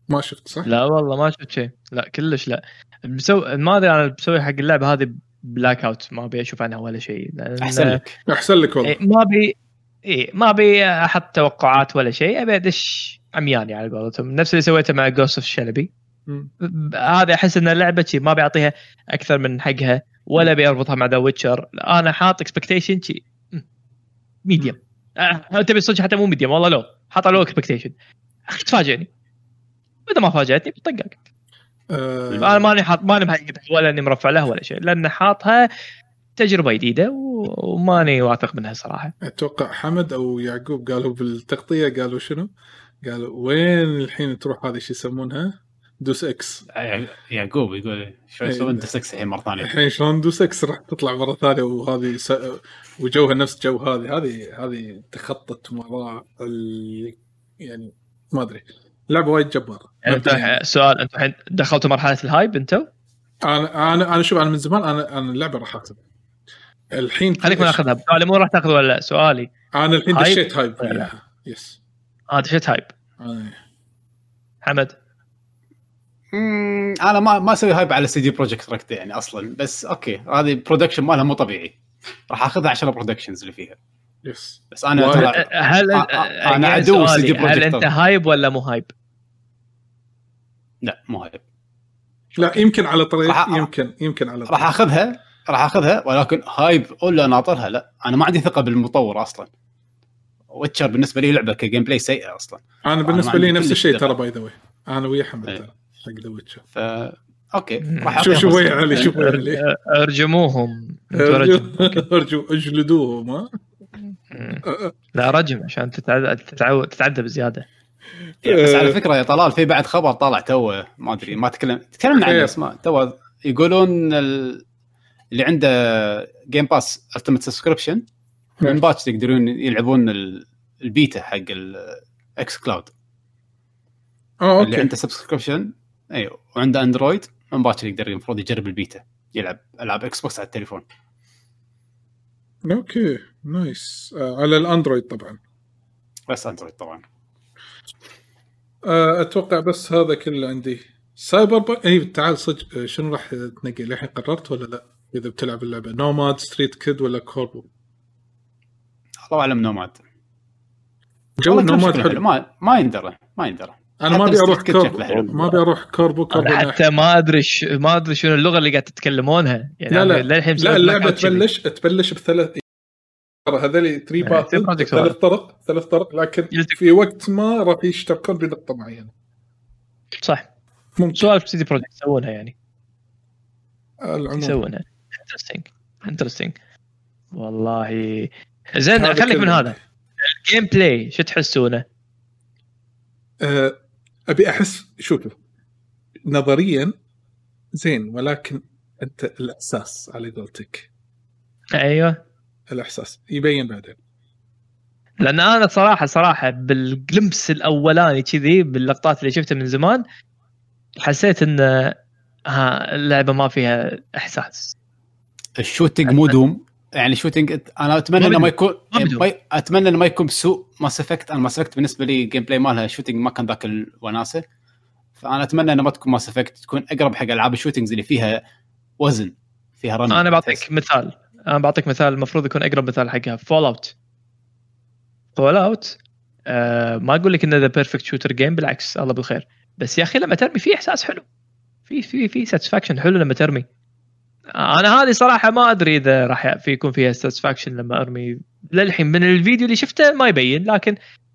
ما شفت صح؟ لا والله ما شفت شيء، لا كلش لا. ما ادري انا بسوي حق اللعبه هذه بلاك اوت، ما ابي اشوف عنها ولا شيء. احسن لك والله. ما ابي احط توقعات ولا شيء، ابي ادش عمياني على قولتهم، نفس اللي سويته مع جوست اوف الشلبي. هذا احس ان اللعبه شيء ما بيعطيها اكثر من حقها، ولا بيربطها مع ذا ويتشر. انا حاط اكسبكتيشن شيء ميديم. تبي صدق حتى مو ميديم والله، لو حاط له اكسبكتيشن تفاجئني، اذا ما فاجأتني بطقك. انا ماني مهيئ ولا اني مرفع له ولا شيء، لان حاطها تجربه جديده وماني واثق منها صراحه. اتوقع حمد او يعقوب قالوا بالتغطيه، قالوا شنو؟ قالوا وين الحين تروح هذه شو يسمونها دوس اكس. يعقوب يقول شو يسوون دوس اكس الحين مره ثانيه. الحين شلون دوس اكس راح تطلع مره ثانيه، وهذه وجوها نفس جو هذه تخطط مع يعني ما ادري، لعبه وايد جباره. يعني سؤال، انتم الحين دخلتوا مرحله الهايب انتم؟ انا شوف، انا من زمان انا اللعبه راح اخذها الحين. خليك ما اخذها سؤالي، مو راح تاخذ ولا لا، سؤالي انا الحين دشيت هايب فيها. يس دشيت هايب. حمد انا ما اسوي هايب على سي دي بروجكت ركض يعني اصلا، بس اوكي هذه برودكشن مالها مو طبيعي، راح اخذها عشان البرودكشنز اللي فيها. يس بس انا هل انا عدو سي دي بروجكت. هل انت هايب ولا مو هايب؟ لا مو هايب. لا يمكن على طريق يمكن على طريق. راح اخذها ولكن هايب ولا ناطرها؟ لا انا ما عندي ثقه بالمطور اصلا. ويتشر بالنسبه لي لعبه كجيم بلاي سيئه اصلا. انا بالنسبه لي نفس الشيء ترى، باي ذا واي انا ويا حمد ترى حق ذا ويتشر. اوكي راح شوف ويا علي، شوف ويا علي، ارجموهم اجلدوهم. ها لا رجم عشان تتعدى بزياده. بس على فكره يا طلال، في بعد خبر طالع تو، ما ادري ما تكلمنا عنه اسمه تو، يقولون اللي عنده جيم باس التيمت سبسكريبشن من باتش يقدرون يلعبون البيتا حق الاكس كلاود. اوكي اللي عنده سبسكريبشن ايوه وعنده اندرويد من باتش يقدر المفروض يجرب البيتا، يلعب العاب اكس بوكس على التليفون. اوكي نايس. على الاندرويد طبعا، بس اندرويد طبعا. اتوقع بس هذا كله عندي. سايبر اي تعال صدق، شنو راح تنقي الحين؟ قررت ولا لا اذا بتلعب اللعبه؟ نوماد، ستريت كيد، ولا كوربو؟ الله اعلم. نوماد جو نوماد حلو. ما يندرى انا ما ابي اروح كوربو، ما ابي اروح كوربو حتى ما ادري شنو اللغه اللي قاعد تتكلمونها يعني. لا اللعبه تبلش بثلاث هذول 3 باث، ثلاث طرق لكن في وقت ما راح يشتركون بنقطه معينه. صح ممكن سؤال في سيدي بروجكت يسوونها يعني يسوونها انترستينج والله. زين خليك من هذا الجيم بلاي، شو تحسونه؟ ابي احس شوفوا نظريا زين، ولكن انت الاحساس على قولتك. ايوه الاحساس يبين بعدين. لان انا صراحه بالجلمس الاولاني كذي باللقطات اللي شفتها من زمان حسيت ان اللعبه ما فيها احساس. الشوتينج مو دوم يعني. شوتينج انا اتمنى انه ما يكون اتمنى انه ما يكون بسوء ماس افكت. انا ماس افكت بالنسبه لي جيم بلاي مالها شوتينج ما كان ذاك الوناسه، فانا اتمنى انه ما تكون ماس افكت، تكون اقرب حق العاب الشوتينجز اللي فيها وزن، فيها رن. انا بعطيك مثال المفروض يكون اقرب مثال حقها فول اوت. ما اقول لك انه ذا بيرفكت شوتر جيم، بالعكس الله بالخير، بس يا اخي لما ترمي في احساس حلو، في ساتسفاكشن حلو لما ترمي. انا هذه صراحه ما ادري اذا راح يكون فيها ساتسفاكشن لما ارمي. للحين من الفيديو اللي شفته ما يبين، لكن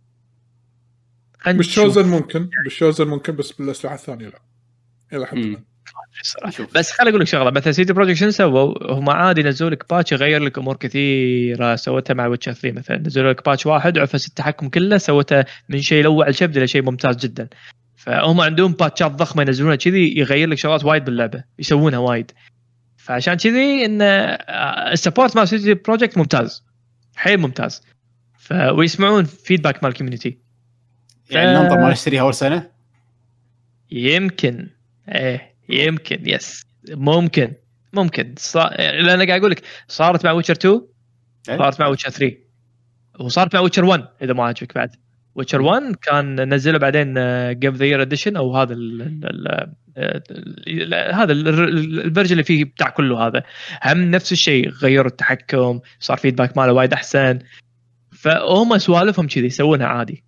بالشوزن ممكن بس بالاسلحه الثانيه لا الى حد بس خليني اقول لك شغله. مثلا سيدي بروجكت شنو سووا؟ هم عادي نزلوا لك باتش يغير لك امور كثيره. سوتها مع ويتشر 3 مثلا، نزلوا لك باتش واحد عفس التحكم كله، سوته من شيء لوع الشبد الى شيء ممتاز جدا. فهم عندهم باتشات ضخمه ينزلونها كذي يغير لك شغلات وايد باللعبه، يسوونها وايد. فعشان كذي ان السبورت مع سيدي بروجكت ممتاز، حيل ممتاز. ويسمعون فيدباك مال الكوميونتي. يعني ننظر ما نشتريها اول سنه يمكن يمكن يس ممكن لأن قاعد أقول لك صارت مع ويتشر 2 صارت مع ويتشر 3 وصارت مع ويتشر 1 إذا ما عجبك بعد. ويتشر 1 كان نزله بعدين جيم ذا يير اديشن او هذا هذا الفيرجن اللي فيه بتاع كله هذا هم نفس الشيء، غيروا التحكم، صار فيدباك ماله وايد احسن، فهم سوالفهم كذي يسوونها عادي.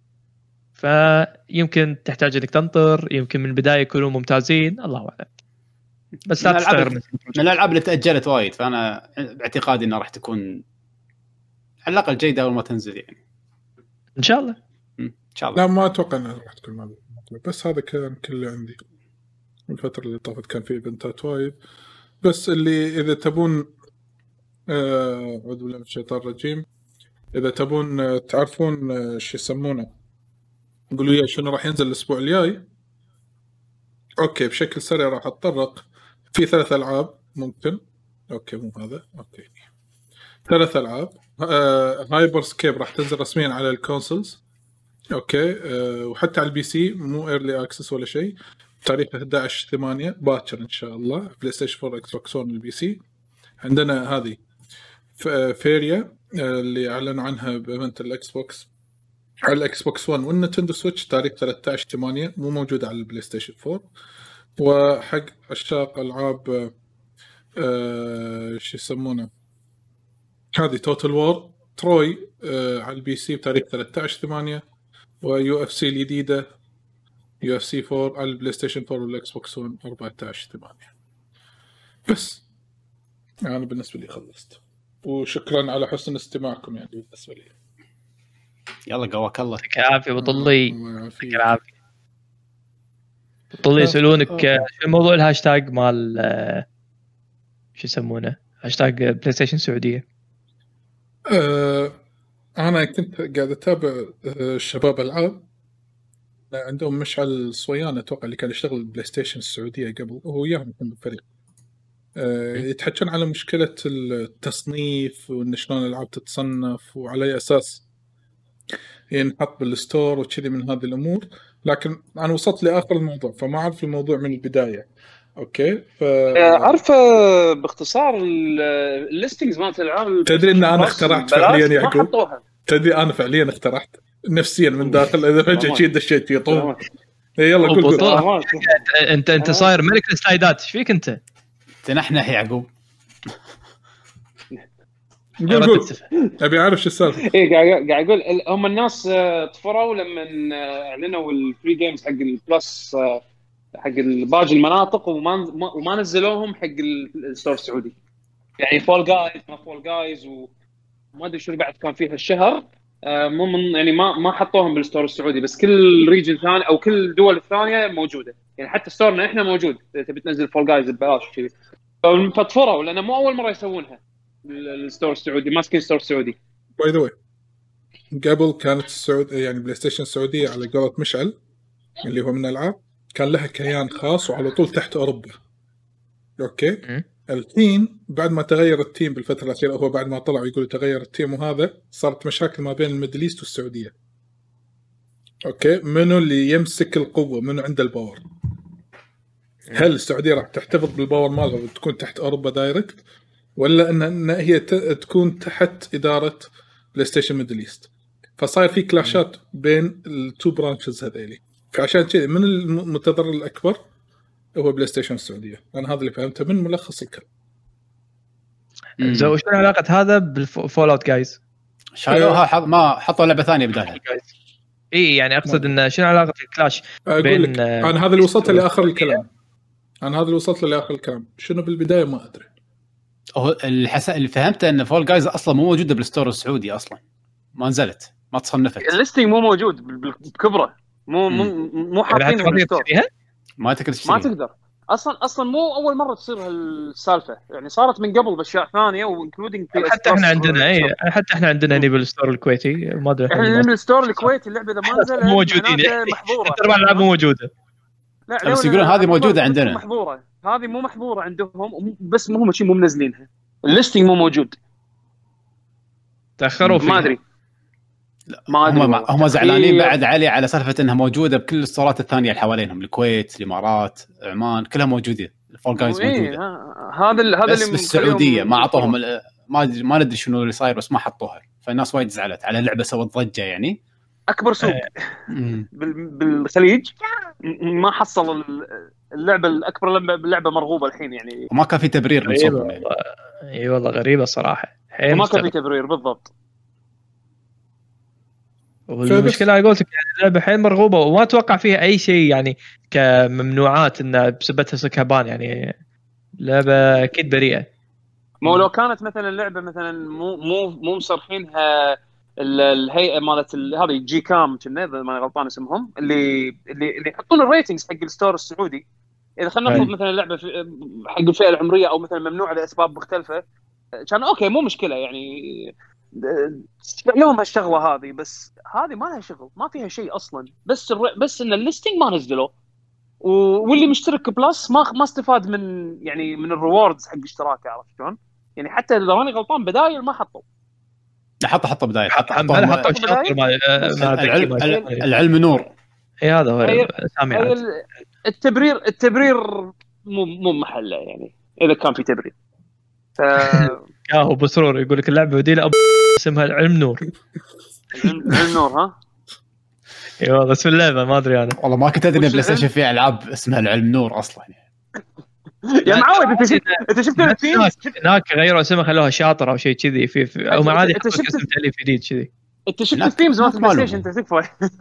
فيمكن تحتاج انك تنطر، يمكن من البدايه يكونوا ممتازين، الله اعلم. بس لا تستغرب من الالعاب اللي تاجلت وايد، فانا باعتقادي انها راح تكون على الاقل جيده اول ما تنزل يعني ان شاء الله. ان شاء الله. لا ما اتوقع انها راح تكون مطلوب، بس هذا كان كله عندي. الفتره اللي طافت كان في ايفنتات وايد، بس اللي اذا تبون اعوذ بالله من الشيطان الرجيم، اذا تبون تعرفون شو يسمونه، قولوا لي شنو راح ينزل الاسبوع الجاي. اوكي بشكل سريع راح اتطرق في 3 ألعاب ممكن. اوكي مو هذا، اوكي 3 ألعاب. هايبر سكيب راح تنزل رسميا على الكونسولز، اوكي وحتى على البي سي، مو ايرلي اكسس ولا شيء. تاريخ 11/8 باكر ان شاء الله، بلاي ستيشن 4 اكس بوكس 1 البي سي. عندنا هذه فيريا اللي اعلن عنها بايفنت الاكس بوكس على الاكس بوكس 1 والنينتندو سويتش، تاريخ 13/8، مو موجوده على البلاي ستيشن 4. وحق عشاق العاب شو يسمونه هذه توتال وور تروي على البي سي بتاريخ 13/8، ويو اف سي الجديده يو اف سي 4 على البلاي ستيشن 4 والاكس بوكس 1 14/8. بس انا يعني بالنسبه لي خلصت، وشكرا على حسن استماعكم. يعني بالنسبه لي يلا قواك الله. يعطيك العافيه بطلي، يعطيك العافيه بطلي. يسألونك شو موضوع الهاشتاج مال شو يسمونه، هاشتاج بلاي ستيشن سعوديه. انا كنت قاعد اتابع الشباب العاب عندهم مشعل الصويان اتوقع اللي كان يشتغل البلاي ستيشن السعوديه قبل، وهو وياهم كان بالفريق. يتحكون على مشكله التصنيف وان شلون الالعاب تتصنف وعلى اي اساس ينحط بالستور وكذي من هذه الامور. لكن انا وصلت لاخر الموضوع فما اعرف الموضوع من البدايه. اوكي عارفه باختصار الليستنجز مالت الالعاب. تدري ان انا اخترعت فعليا يعقوب، تدري انا فعليا اخترعت نفسيا من داخل اذا فجاه شيء دشيت فيه طول. يلا قول انت صاير ملك السلايدات، ايش فيك انت تنحنح يعقوب؟ قول ابي اعرف شو السالفه. ايه قاعد اقول هم الناس طفروا لما اعلنوا الفري جيمز حق البلس حق باقي المناطق وما نزلوهم حق الستور السعودي. يعني فول جايز ما فول جايز وما ادري شو بعد كان فيه هالشهر مو من يعني ما حطوهم بالستور السعودي، بس كل ريجن ثاني او كل الدول الثانيه موجوده. يعني حتى ستورنا احنا موجود اذا تبي تنزل فول جايز ببلاش كذي. فطفروا لان مو اول مره يسوونها الستور السعودي، ماسكين ستور السعودي. باي ذا واي قبل كانت يعني بلاي ستيشن السعوديه على قولة مشعل اللي هو من الالعاب كان لها كيان خاص وعلى طول تحت اوروبا. اوكي الحين بعد ما تغير التيم بالفتره الاخيره، هو بعد ما طلع يقول تغير التيم وهذا صارت مشاكل ما بين الميدل والسعوديه. اوكي منو اللي يمسك القوه، منو عنده الباور؟ هل السعوديه راح تحتفظ بالباور مالها وتكون تحت اوروبا دايركت، ولا ان هي تكون تحت اداره بلاي ستيشن ميدل ايست؟ فصاير في كلاشات بين التو برانشز هذيلي. فعشان كذا من المتضرر الاكبر هو بلاي ستيشن السعوديه. انا هذا اللي فهمته من ملخص الكلام. زين وش علاقه هذا بالفول اوت جايز؟ شالوها ما حطوا لعبه ثانيه بدالها. اي يعني اقصد ان شنو علاقه الكلاش بين انا هذا اللي وصلت لاخر الكلام. شنو بالبدايه ما ادري. هو اللي فهمته ان فول جايز اصلا مو موجوده بالستور السعودي، اصلا ما نزلت، ما تصنفت، الليستنج مو موجود بكبره، مو حاطينها بالستور. ما تقدر اصلا مو اول مره تصير هالسالفه، يعني صارت من قبل باشياء ثانيه وانكلودينج حتى احنا عندنا حتى احنا عندنا بالستور الكويتي ما ادري احنا بالستور الكويتي اللعبه اذا ما نزلت موجودين محظوره. ترى الالعاب موجوده. لا بس يقولون هذه موجوده عندنا. هذه مو محظوره عندهم، بس مو منزلينها. الليستنج مو موجود، تاخروا فيه. ما ادري هم زعلانين بعد على سالفه انها موجوده بكل الستورات الثانيه اللي حوالينهم، الكويت، الامارات، عمان، كلها موجوده. الفول جايز موجوده. هذا اللي بالسعوديه ما اعطوهم، ما ندري شنو اللي صاير، بس ما حطوها. فالناس وايد زعلت على اللعبه، سوت ضجه يعني. اكبر سوق بالخليج ما حصل اللعبه الاكبر، لعبه مرغوبه الحين يعني، وما كان في تبرير من صوبهم يعني. اي والله غريبه صراحه، وما كان في تبرير بالضبط. والمشكله قلت لك يعني اللعبه حيل مرغوبه وما اتوقع فيها اي شيء يعني كممنوعات انها بسبتها سكابان، يعني لعبه اكيد بريئه. مو لو كانت مثلا اللعبه مثلا مو مصرحينها الهيئه مالت هذه جي كام كنا اذا ما غلطان اسمهم، اللي يحطون الريتنجز حق الستور السعودي. اذا خلينا نفرض مثلا اللعبه حق الفئه العمريه او مثلا ممنوعه لاسباب مختلفه، كان اوكي مو مشكله يعني لهم هالشغله هذه، بس هذه ما لها شغل، ما فيها شيء اصلا، بس ان الليستنج ما نزلوه، واللي مشترك بلس ما استفاد من يعني من الريوردز حق اشتراكه، عرفت شلون؟ يعني حتى اذا ماني غلطان بدايل ما حطوا، حطوا بدايل، حطوا العلم نور. اي هذا هو سامي. التبرير مو محله يعني، اذا كان في تبرير هو بسرور يقول لك اللعبه بديله اسمها العلم نور. العلم نور ها. اي والله اسم اللعبه ما ادري انا والله ما كنت ادري بلاي ستيشن فيه العاب اسمها العلم نور اصلا يا معود. انت شفت الثيمز هناك غيروا اسمها خلوها شاطره او شيء كذي في او معادي اسم تاليف جديد كذي. انت شفت الثيمز مالت البلاي ستيشن انت تكفى.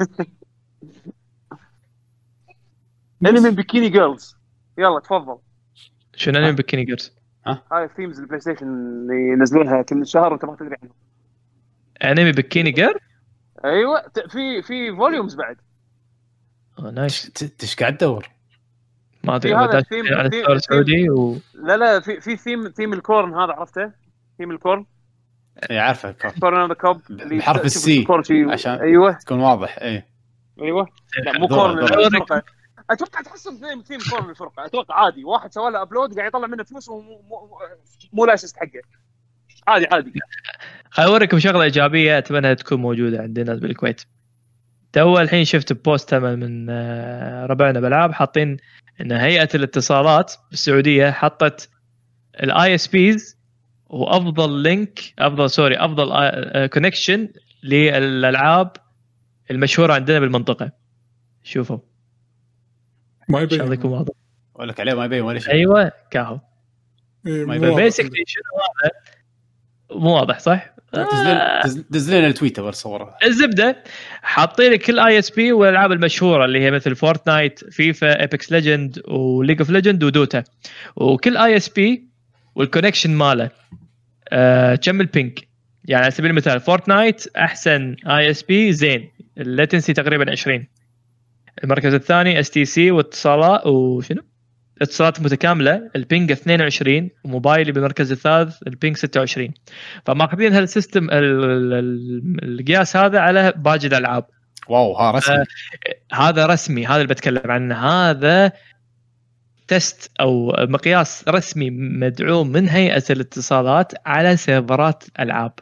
انمي بيكيني جيرلز، يلا تفضل. شنو انمي بيكيني جيرلز؟ هاي الثيمز البلاي ستيشن اللي ينزلونها كل شهر وانت ما تدري عنهم. انمي بيكيني جيرل؟ ايوه في فوليومز بعد. نايس. ايش قاعد تدور؟ ما ادري هذا على الستور السعودي لا في ثيم الكورن هذا، عرفته؟ ثيم الكورن اي عارفه كورن ذا كوب بحرف السي عشان ايوه تكون واضح. ايوه لا مو كورن اتوقع تحسب ثيم كورن الفرقه، اتوقع عادي واحد سوى له ابلود قاعد يطلع منه فلوس مو لايسنس حقه، عادي. اوريكم شغله ايجابيه اتمنى تكون موجوده عندنا بالكويت. تو الحين شفت بوست من ربعنا بالعاب حاطين ان هيئه الاتصالات بالسعوديه حطت الاي اس بيز وافضل لينك افضل كونكشن للالعاب المشهوره عندنا بالمنطقه. شوفوا ما يبين شغلكم واضح اقول لك عليه ما يبين ولا شيء. ايوه كاهو ما يبين بيسكلي شنو هذا مو واضح صح. دز لنا التويتر وصوره. الزبده حاطين لك كل اي اس بي والالعاب المشهوره اللي هي مثل فورتنايت فيفا ايبكس ليجند وليج اوف ليجند ودوتا، وكل اي اس بي والكونكشن ماله كم البينك. يعني على سبيل المثال فورتنايت احسن اي اس بي زين اللاتنسي تقريبا 20. المركز الثاني اس تي سي واتصالات وشنو اتصالات متكامله البينج 22 وموبايلي بالمركز الثالث البينج 26. فماخذين هالسيستم القياس هذا على باقي الالعاب. واو ها رسمي. هذا رسمي، هذا اللي بتكلم عنه، هذا تست او مقياس رسمي مدعوم من هيئه الاتصالات على سيرفرات العاب.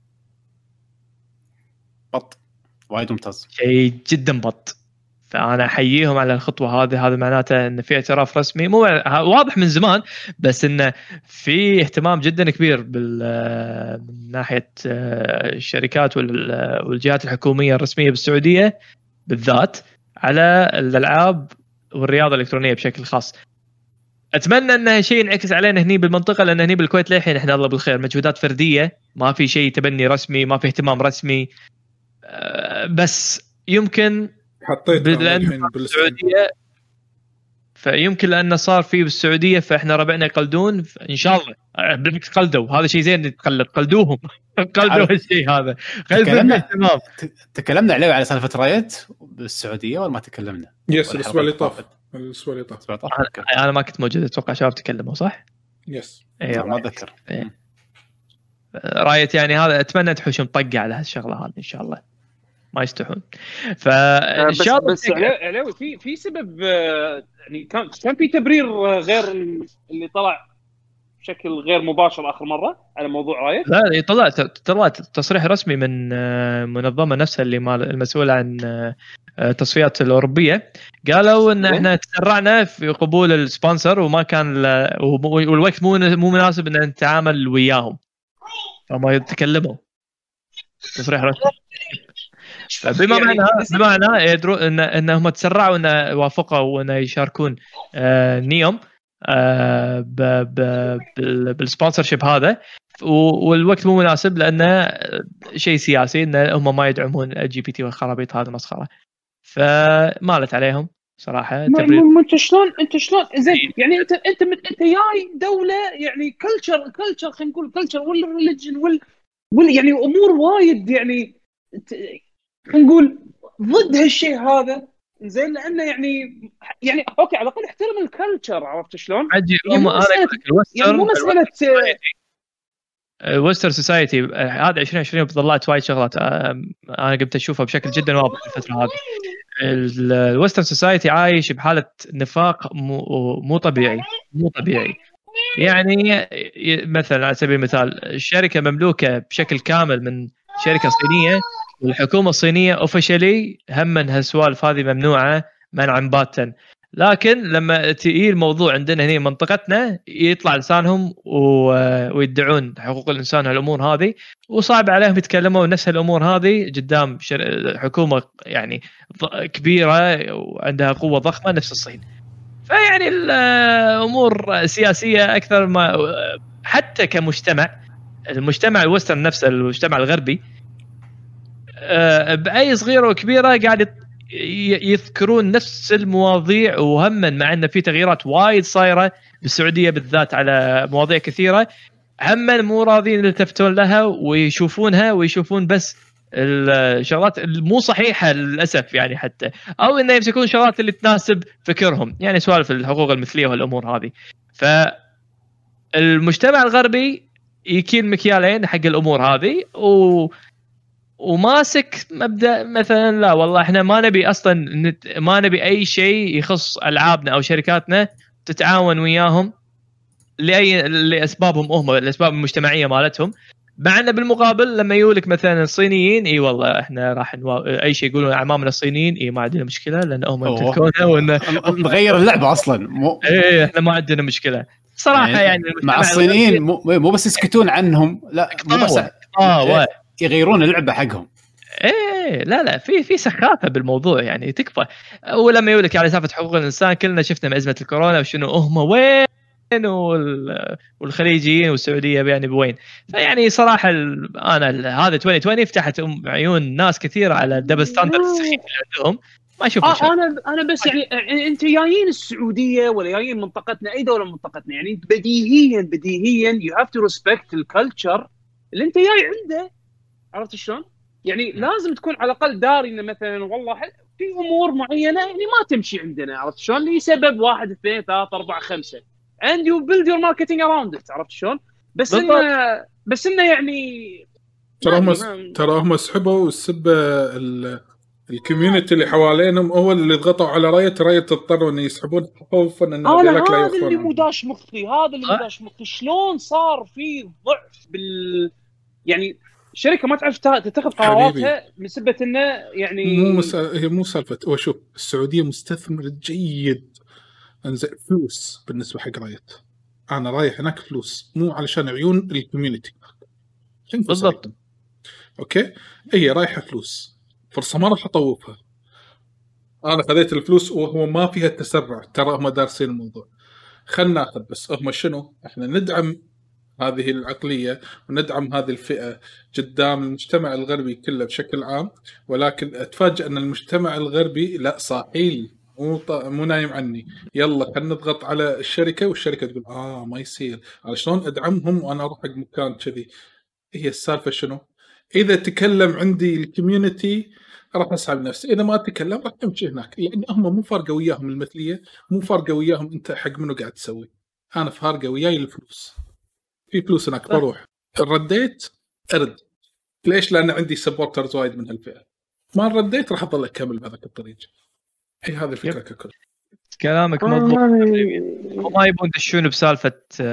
بط وايد ممتاز، شيء جدا بط. فانا احييهم على الخطوه هذه. هذا معناته ان في اعتراف رسمي مو واضح من زمان، بس انه في اهتمام جدا كبير من ناحيه الشركات والجهات الحكوميه الرسميه بالسعوديه بالذات على الالعاب والرياضه الالكترونيه بشكل خاص. اتمنى انه شيء ينعكس علينا هني بالمنطقه، لان هني بالكويت للحين احنا الله بالخير مجهودات فرديه، ما في شيء تبني رسمي، ما في اهتمام رسمي. بس يمكن حطيت الحين بالسعوديه، فيمكن لانه صار فيه بالسعوديه فاحنا ربعنا يقلدون ان شاء الله. قلدوا هذا شيء زين، قلدوهم قلدوا الشيء هذا. تكلمنا عليه على سالفه رايت بالسعوديه ولا ما تكلمنا؟ يس الاسبوع اللي طاف. انا ما كنت موجود، اتوقع شباب تكلموا صح. يس ما اتذكر. رايت يعني هذا اتمنى تحوشون طقه على هالشغله هذه ان شاء الله ما يستحون. فان شاء الله بس علاوي في سبب يعني كان في تبرير غير اللي طلع بشكل غير مباشر اخر مره على موضوع رايت. لا طلع تصريح رسمي من منظمه نفسها اللي المسؤوله عن التصفيات الاوروبيه، قالوا ان احنا تسرعنا في قبول السبونسر وما كان والوقت مو مناسب ان نتعامل وياهم، فما يتكلموا تصريح رسمي. بمعنى يدرون انهم تسرعوا ان وافقوا ان يشاركون نيوم بالسبونسرشيب هذا، والوقت مو مناسب لانه شيء سياسي ان هم ما يدعمون الجي بي تي والخرابيط هذه مسخره، فمالت عليهم صراحه. انت شلون زين يعني انت جاي دوله يعني كلتشر خلينا نقول كلتشر ولا ريليجن ولا يعني امور وايد يعني خلينا نقول ضد هالشيء هذا زين، لانه يعني اوكي على الاقل احترم الكلتشر، عرفت شلون؟ يعني مو مساله الوستر سوسايتي هذا 2020 طلعت وايد شغلات انا قمت اشوفها بشكل جدا واضح الفتره هذه. الوستر سوسايتي عايش بحاله نفاق مو طبيعي. يعني مثلا على سبيل المثال الشركه مملوكه بشكل كامل من شركه صينيه، والحكومه الصينيه اوفيشلي هم من هالسوالف هذه ممنوعه منعا باتا، لكن لما تيجي الموضوع عندنا هنا منطقتنا يطلع لسانهم ويدعون حقوق الانسان هالامور هذه، وصعب عليهم يتكلموا نفس هالامور هذه قدام حكومه يعني كبيره وعندها قوه ضخمه نفس الصين. فيعني الامور سياسيه اكثر ما حتى كمجتمع، المجتمع الوسترن نفسه المجتمع الغربي باي صغيره وكبيره قاعد يذكرون نفس المواضيع، وهما مع ان في تغييرات وايد صايره بالسعوديه بالذات على مواضيع كثيره، هم مو راضين يلتفتون لها ويشوفونها ويشوفون بس الشغلات المو صحيحه للاسف يعني، حتى او انه يمسكون شغلات اللي تناسب فكرهم، يعني سوالف الحقوق المثليه والامور هذه. فالمجتمع الغربي يكيل مكيالين حق الامور هذه وماسك مبدا مثلا لا والله احنا ما نبي اصلا ما نبي اي شيء يخص العابنا او شركاتنا تتعاون وياهم لاسبابهم هم، الاسباب المجتمعيه مالتهم. مع ان بالمقابل لما يقولك مثلا الصينيين اي والله احنا راح اي شيء يقولون اعمامنا الصينيين اي ما عندنا مشكله لان هم يمتلكونها وان نغير اللعبه اصلا ايه احنا ما عندنا مشكله صراحه يعني مع الصينيين مو بس يسكتون عنهم، لا مو بس يغيرون اللعبه حقهم. ايه لا في سخافه بالموضوع يعني تكفى. ولما يقولك على سالفه حقوق الانسان كلنا شفنا من ازمه الكورونا وشنو هم وين والخليجيين والسعوديه يعني بوين. فيعني صراحه انا هذا 2020 فتحت عيون ناس كثير على الدبل ستاندرد السخيف اللي عندهم. ما اشوف انا بس يعني انت جايين السعوديه ولا جايين منطقتنا اي دوله من منطقتنا، يعني بديهيا you have to respect الكلتشر اللي انت جاي عنده، عرفت شلون؟ يعني لازم تكون على الاقل داري انه مثلا والله في امور معينه يعني ما تمشي عندنا، عرفت شلون؟ لسبب 1 2 3 4 5 and you build your marketing around it، عرفت شلون؟ بس انه يعني ترى هم سحبوا السبه الكوميونتي اللي حوالينهم هو اللي ضغطوا على رايه اضطروا ان يسحبون خوفا ان هذا اللي مداش مخي، شلون صار في ضعف يعني الشركه ما تعرف تتخذ قراراتها بسبب انه يعني هي مو سالفه. وشوف السعوديه مستثمر جيد، انزين فلوس بالنسبه حق رايت، انا رايح هناك فلوس مو علشان عيون الكوميونتي بالضبط. اوكي هي رايحه فلوس، فرصه ما راح اطوفها. انا خذيت الفلوس وهو ما فيها تسرع، ترى هم دارسين الموضوع. خلنا ناخذ بس هم شنو، احنا ندعم هذه العقليه وندعم هذه الفئه قدام المجتمع الغربي كله بشكل عام، ولكن اتفاجئ ان المجتمع الغربي لا صاحيل مو نايم عني، يلا خلينا نضغط على الشركه والشركه تقول ما يصير، على شلون ادعمهم وانا اروح حق مكان كذي. هي السالفه شنو، اذا تكلم عندي الكوميونتي راح اسحب نفسي، اذا ما اتكلم راح امشي هناك، لان هم مو فارقه وياهم المثليه، مو فارقه وياهم انت حق منو قاعد تسوي. انا فارقه وياي الفلوس، في فلوس هناك بروح. رديت ارد ليش؟ لان عندي سبورترز وايد من هالفئه، ما رديت راح اضل اكمل بهذاك الطريق. هي هذه الفكره ككل. كلامك مضبوط. وما يبون يدشون بسالفه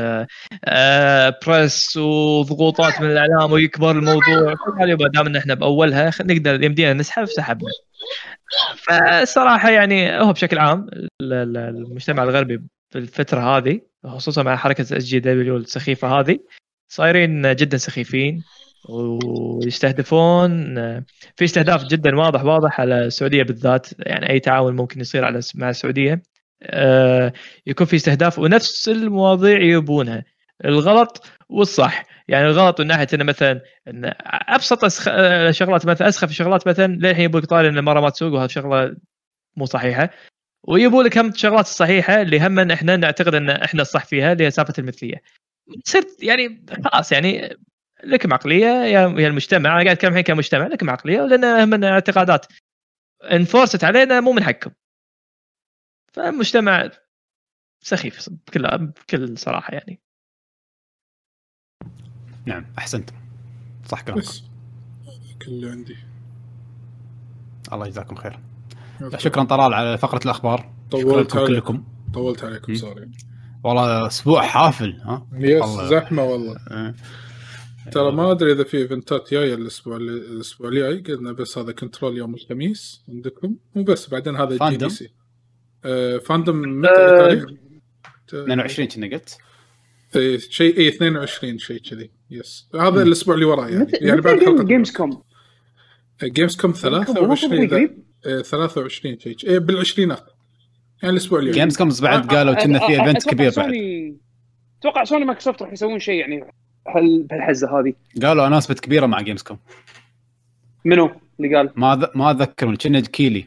بريس وضغوطات من الاعلام ويكبر الموضوع، قالوا ما دام ان احنا باولها نقدر يمدينا نسحب سحبنا. فالصراحه يعني هو بشكل عام المجتمع الغربي في الفتره هذه خصوصا مع حركه SJW السخيفه هذه صايرين جدا سخيفين ويستهدفون في استهداف جدا واضح على السعوديه بالذات. يعني اي تعاون ممكن يصير على مع السعوديه يكون في استهداف ونفس المواضيع يبونها، الغلط والصح. يعني الغلط من ناحيه انه مثلا إن ابسط شغلات مثلا اسخف شغلات مثلا للحين يبغى يطالع ان المره ما تسوق، وهذا شغله مو صحيحه. ويبوا لك هم الشغلات الصحيحه اللي هم ان احنا نعتقد ان احنا الصح فيها، اللي هي سالفه المثليه. صرت يعني خلاص يعني لكم عقليه يا المجتمع. انا قاعد اتكلم الحين كمجتمع، لكم عقليه، لان هم اعتقادات انفورست علينا مو من حقكم. فالمجتمع سخيف بكل صراحه يعني. نعم احسنتم، صح كلامكم. بس كل عندي. الله يجزاكم خير. شكرا طلال على فقره الاخبار. شكرا لكم كلكم. طولت عليكم سوري والله اسبوع حافل. ها يس زحمه والله. ترى ما ادري اذا في ايفنتات جايه الاسبوع الجاي. قلنا بس هذا كنترول يوم الخميس عندكم وبس، بعدين هذا جي دي سي. فاندوم متى تاريخ 22 كنا قلت شيء 22 شيء كذي. يس هذا الاسبوع اللي وراه يعني بعد حلقه جيمز كوم 23 شيء بالعشرينات يعني الاسبوع اللي جيمز كوم بعد قالوا كنا في ايفنت كبير بعد. اتوقع سوني مايكروسوفت راح يسوون شيء يعني بهالحزه هذه. قالوا اناسبت كبيره مع جيمز كوم. منو اللي قال؟ ما اذكرون كنا كيلي.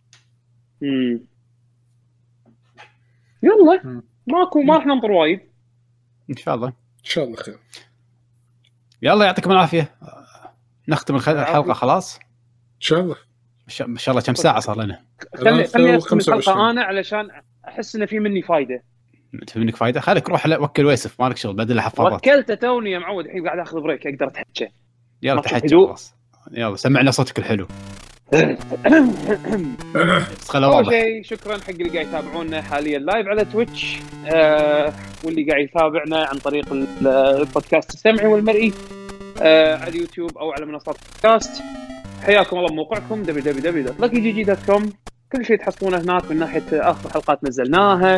يلا ما راح ننطر وايد. ان شاء الله خير. يلا يعطيكم العافيه. نختم الحلقه خلاص ان شاء الله. ما شاء الله كم ساعه صار لنا؟ خليني اختم الحلقه انا علشان احس ان في مني فايده. منك فايده؟ خليك روح وكل ويسف، مالك شغل بدل الحفاظات. وكلته توني يا معود، الحين قاعد اخذ بريك اقدر اتحكى. يلا تحكي خلاص. يلا سمعنا صوتك الحلو. خلوا واضح. شكرا حق اللي قاعد يتابعونا حاليا لايف على تويتش، واللي قاعد يتابعنا عن طريق البودكاست السمعي والمرئي على اليوتيوب او على منصات البودكاست. حياكم الله بموقعكم www.luckygg.com. كل شيء تحصلونه هناك من ناحيه اخر حلقات نزلناها،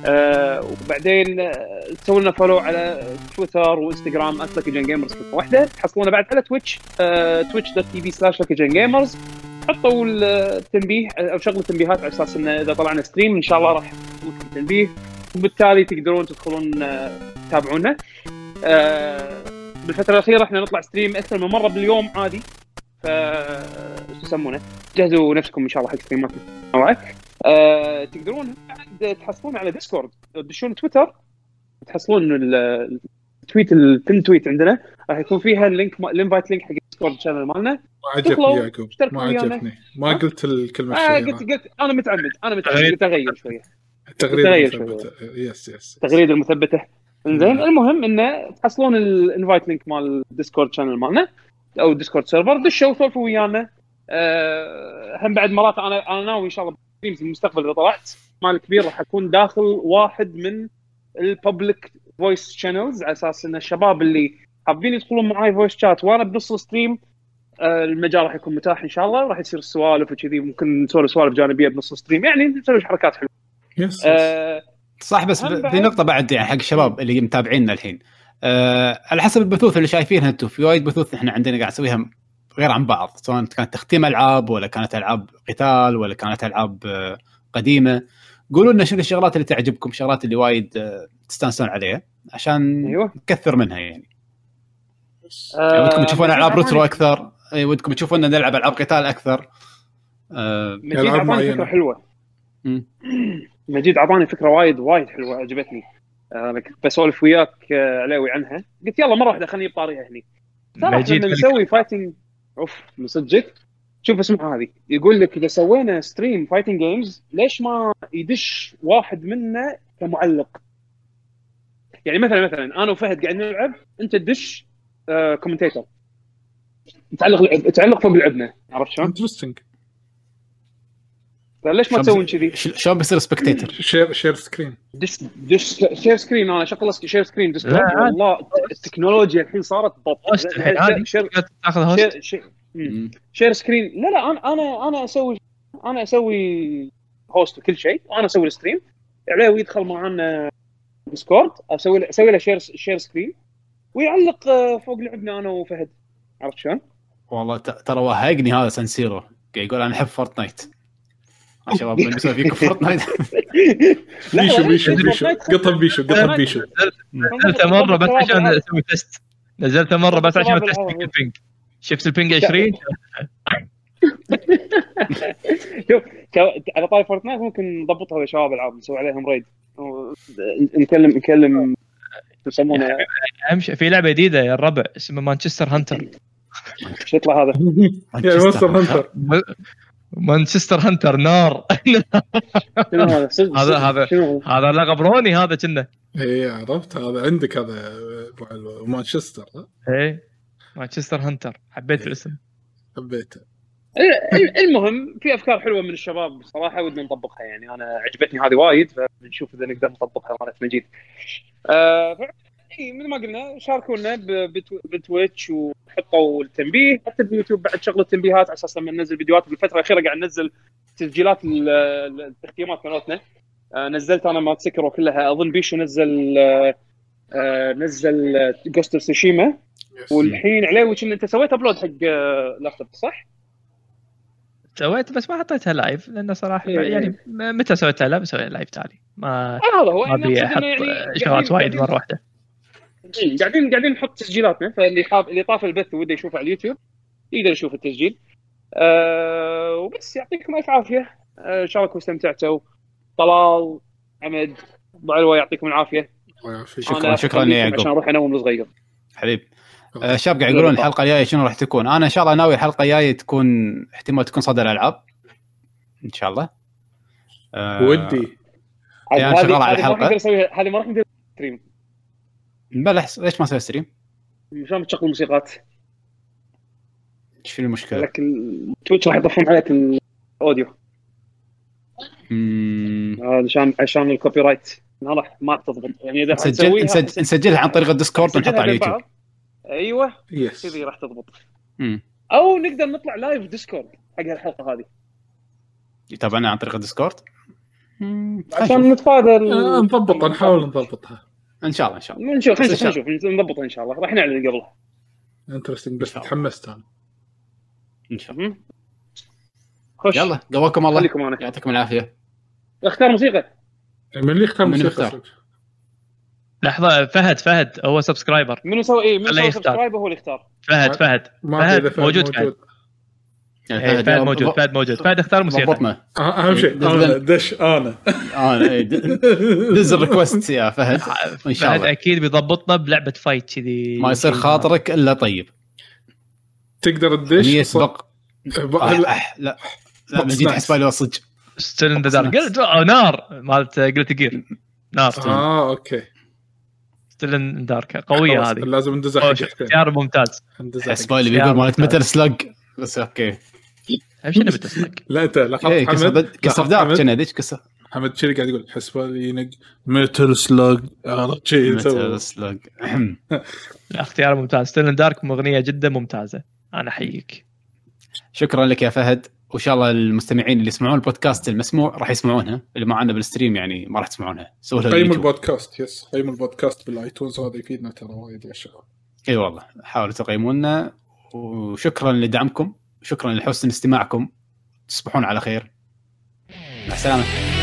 وبعدين تسوون لنا فولو على تويتر وانستغرام @luckygengamers واحده. تحصلونا بعد على تويتش twitch.tv/luckygengamers. حطوا التنبيه او شغلوا التنبيهات على اساس ان اذا طلعنا ستريم ان شاء الله راح يوصلكم تنبيه، وبالتالي تقدرون تدخلون تتابعونا. بالفتره الاخيره احنا نطلع ستريم اكثر من مره باليوم عادي، ف يسمونه جهزوا نفسكم ان شاء الله حق ستريماتنا. تقدرون بعد تحصلون على ديسكورد، تدشون تويتر تحصلون التويت البن تويت عندنا راح يكون فيها اللينك الانفايت لينك حق الديسكورد شانل مالنا. ما عجبني يعقوب، ما عجبني، ما قلت الكلمه الشهيره. قلت انا متعمد قلت اغير شويه تغريده يس تغريده المثبته. انزين المهم انه تحصلون الانفايت لينك مال الديسكورد شانل مالنا او ديسكورد سيرفر. دشوا سولفوا ويانا. هم بعد مرات انا ناوي ان شاء الله في المستقبل اذا طلعت مال كبير راح اكون داخل واحد من الببليك فويس شانلز، على اساس ان الشباب اللي حابين يدخلون معاي فويس شات وانا بنص الستريم المجال راح يكون متاح ان شاء الله، راح يصير السوالف وكذي، ممكن نسولف سوالف جانبيه بنص الستريم، يعني نسوي حركات حلوه. صح. بس في نقطه بعد يعني حق الشباب اللي متابعيننا الحين، على حسب البثوث اللي شايفينها انتم، في وايد بثوث احنا عندنا قاعد نسويها غير عن بعض، سواء كانت تختيم العاب ولا كانت العاب قتال ولا كانت العاب قديمه. قولوا لنا شنو الشغلات اللي تعجبكم، الشغلات اللي وايد تستانسون عليها عشان نكثر منها. يعني ودكم تشوفون العاب ريترو اكثر، ودكم تشوفون نلعب العاب قتال اكثر. مجيد عطاني فكره حلوه. مجيد عطاني فكره وايد حلوه عجبتني. انا كنت بسولف وياك علاوي عنها، قلت يلا مره واحده خليني بطاريها هني. مجيد نسوي فايتنج من صدقك. شوف اسمع هذه، يقول لك اذا سوينا ستريم فايتنج جيمز ليش ما يدش واحد منا كمعلق؟ يعني مثلا انا وفهد قاعد نلعب، انت تدش كومنتيتور تعلق فوق لعبنا، عرفت شلون؟ انترستنج. ليش ما تسوون كذي؟ شلون بيصير سبكتيتر؟ شير سكرين. دش شير سكرين. انا شغله شير سكرين ديسكورد. والله التكنولوجيا الحين صارت الحين عادي تاخذ هوست شير سكرين. لا انا اسوي هوست وكل شيء، وانا اسوي الستريم عليه يدخل معنا ديسكورد، اسوي له شير سكرين ويعلق فوق لعبنا انا وفهد. عرفت شلون؟ والله ترى وهقني هذا سانسيرو قاعد يقول انا احب فورتنايت. يا شباب بنسوي فيكم فورتنايت. بيشو قطب بيشو نزلت مره بس عشان اسوي تيست. نزلت مره بس عشان تست البينج. شفت البينج 20. شوف على طاري فورتنايت ممكن نضبطها يا شباب العاب نسوي عليهم ريد نكلم يسمونه امشي في لعبه جديده يا الربع اسمها مانشستر هانتر. شو يطلع هذا؟ يا مانشستر هانتر. مانشستر هانتر نار. هذا لقب روني هذا كنا. اي عرفت هذا عندك هذا مانشستر. ايه مانشستر هانتر حبيت الاسم حبيته. المهم في افكار حلوه من الشباب صراحه ودنا نطبقها يعني انا عجبتني هذه وايد فبنشوف اذا نقدر نطبقها مالت مجيد. مثل ما قلنا شاركونا بتويتش وحطوا التنبيه حتى باليوتيوب بعد شغل التنبيهات على اساس لما ننزل فيديوهات بالفتره الاخيره قاعد ننزل تسجيلات التختيمات مالتنا. نزلت انا ما سكروا كلها اظن بيشو نزل جوست اوف تسوشيما والحين عليه كنا انت سويت ابلود حق لابتوب صح؟ سويت بس ما حطيتها لايف لانه صراحه يعني متى سويتها لايف سويت لايف تالي ما هذا هو ما ابي احط شغلات وايد مره واحده. قاعدين نحط تسجيلاتنا فاللي طاف البث وده يشوفه على اليوتيوب يقدر يشوف التسجيل. وبس يعطيكم الف عافيه ان شاء الله كنتوا استمتعتوا. طلال عمد ابو علوه يعطيكم العافيه. شكرا يا يعقوب عشان اروح انوم صغير حبيب. شاب قاعد يقولون الحلقه الجايه شنو راح تكون. انا ان شاء الله ناوي الحلقه الجايه تكون احتمال تكون صدى الالعاب ان شاء الله. ودي يعني شغال على الحلقه هذه ما راح ندير ستريم. بلح ليش ما سوي ستريم؟ مشان بتشغل موسيقات. ايش في المشكله؟ لكن تويتش راح يضيفون عليك الاوديو. عشان الكوبي رايت ما تضبط يعني اذا نسجلها عن طريق الديسكورد ونحطها على اليوتيوب. ايوه كذي راح تضبط. او نقدر نطلع لايف ديسكورد حق الحلقه هذه يتابعنا عن طريق الديسكورد عشان نتفادى نضبطها نحاول نضبطها ان شاء الله نشوف نضبطها ان شاء الله راح نعلن قبلها. انترستنج بس تحمست انا ان شاء الله. يلا قواكم الله يعطيكم العافيه. اختار موسيقى من اللي اختار موسيقى لحظه فهد هو سبسكرايبر منو سوى منو سوى سبسكرايب هو اللي اختار فهد موجود فهد اختار موسيقى اهم شيء انا دش انا دز الريكوست يا فهد ان شاء الله. فهد اكيد بيضبطنا بلعبه فايت كذي ما يصير خاطرك الا طيب. تقدر تدش يسبق لا نجي حسبالي وصج ستيل ذا قلت نار مالت قلت جير نار اوكي ستيل دارك قويه هذه لازم ندزها اختيار ممتاز. حسبالي بيقول مالت متل سلاج بس اوكي ايش انا بتسلق لا انت لاحظت حمد كسر دار كنا ديش كسر حمد شيري قاعد يقول حسبالي ينق متل سلاج متل سلاج. اختيار ممتاز. ستيل دارك مغنيه جدا ممتازه انا احييك. شكرا لك يا فهد وان شاء الله المستمعين اللي يسمعون البودكاست المسموع راح يسمعونها اللي معنا بالستريم يعني ما راح تسمعونها. سووا قيموا البودكاست قيموا البودكاست بالايتونز هذا يفيدنا ترى وايد يا شباب. اي والله حاولوا تقيمونا وشكرا لدعمكم شكرا لحسن استماعكم تصبحون على خير مع السلامه.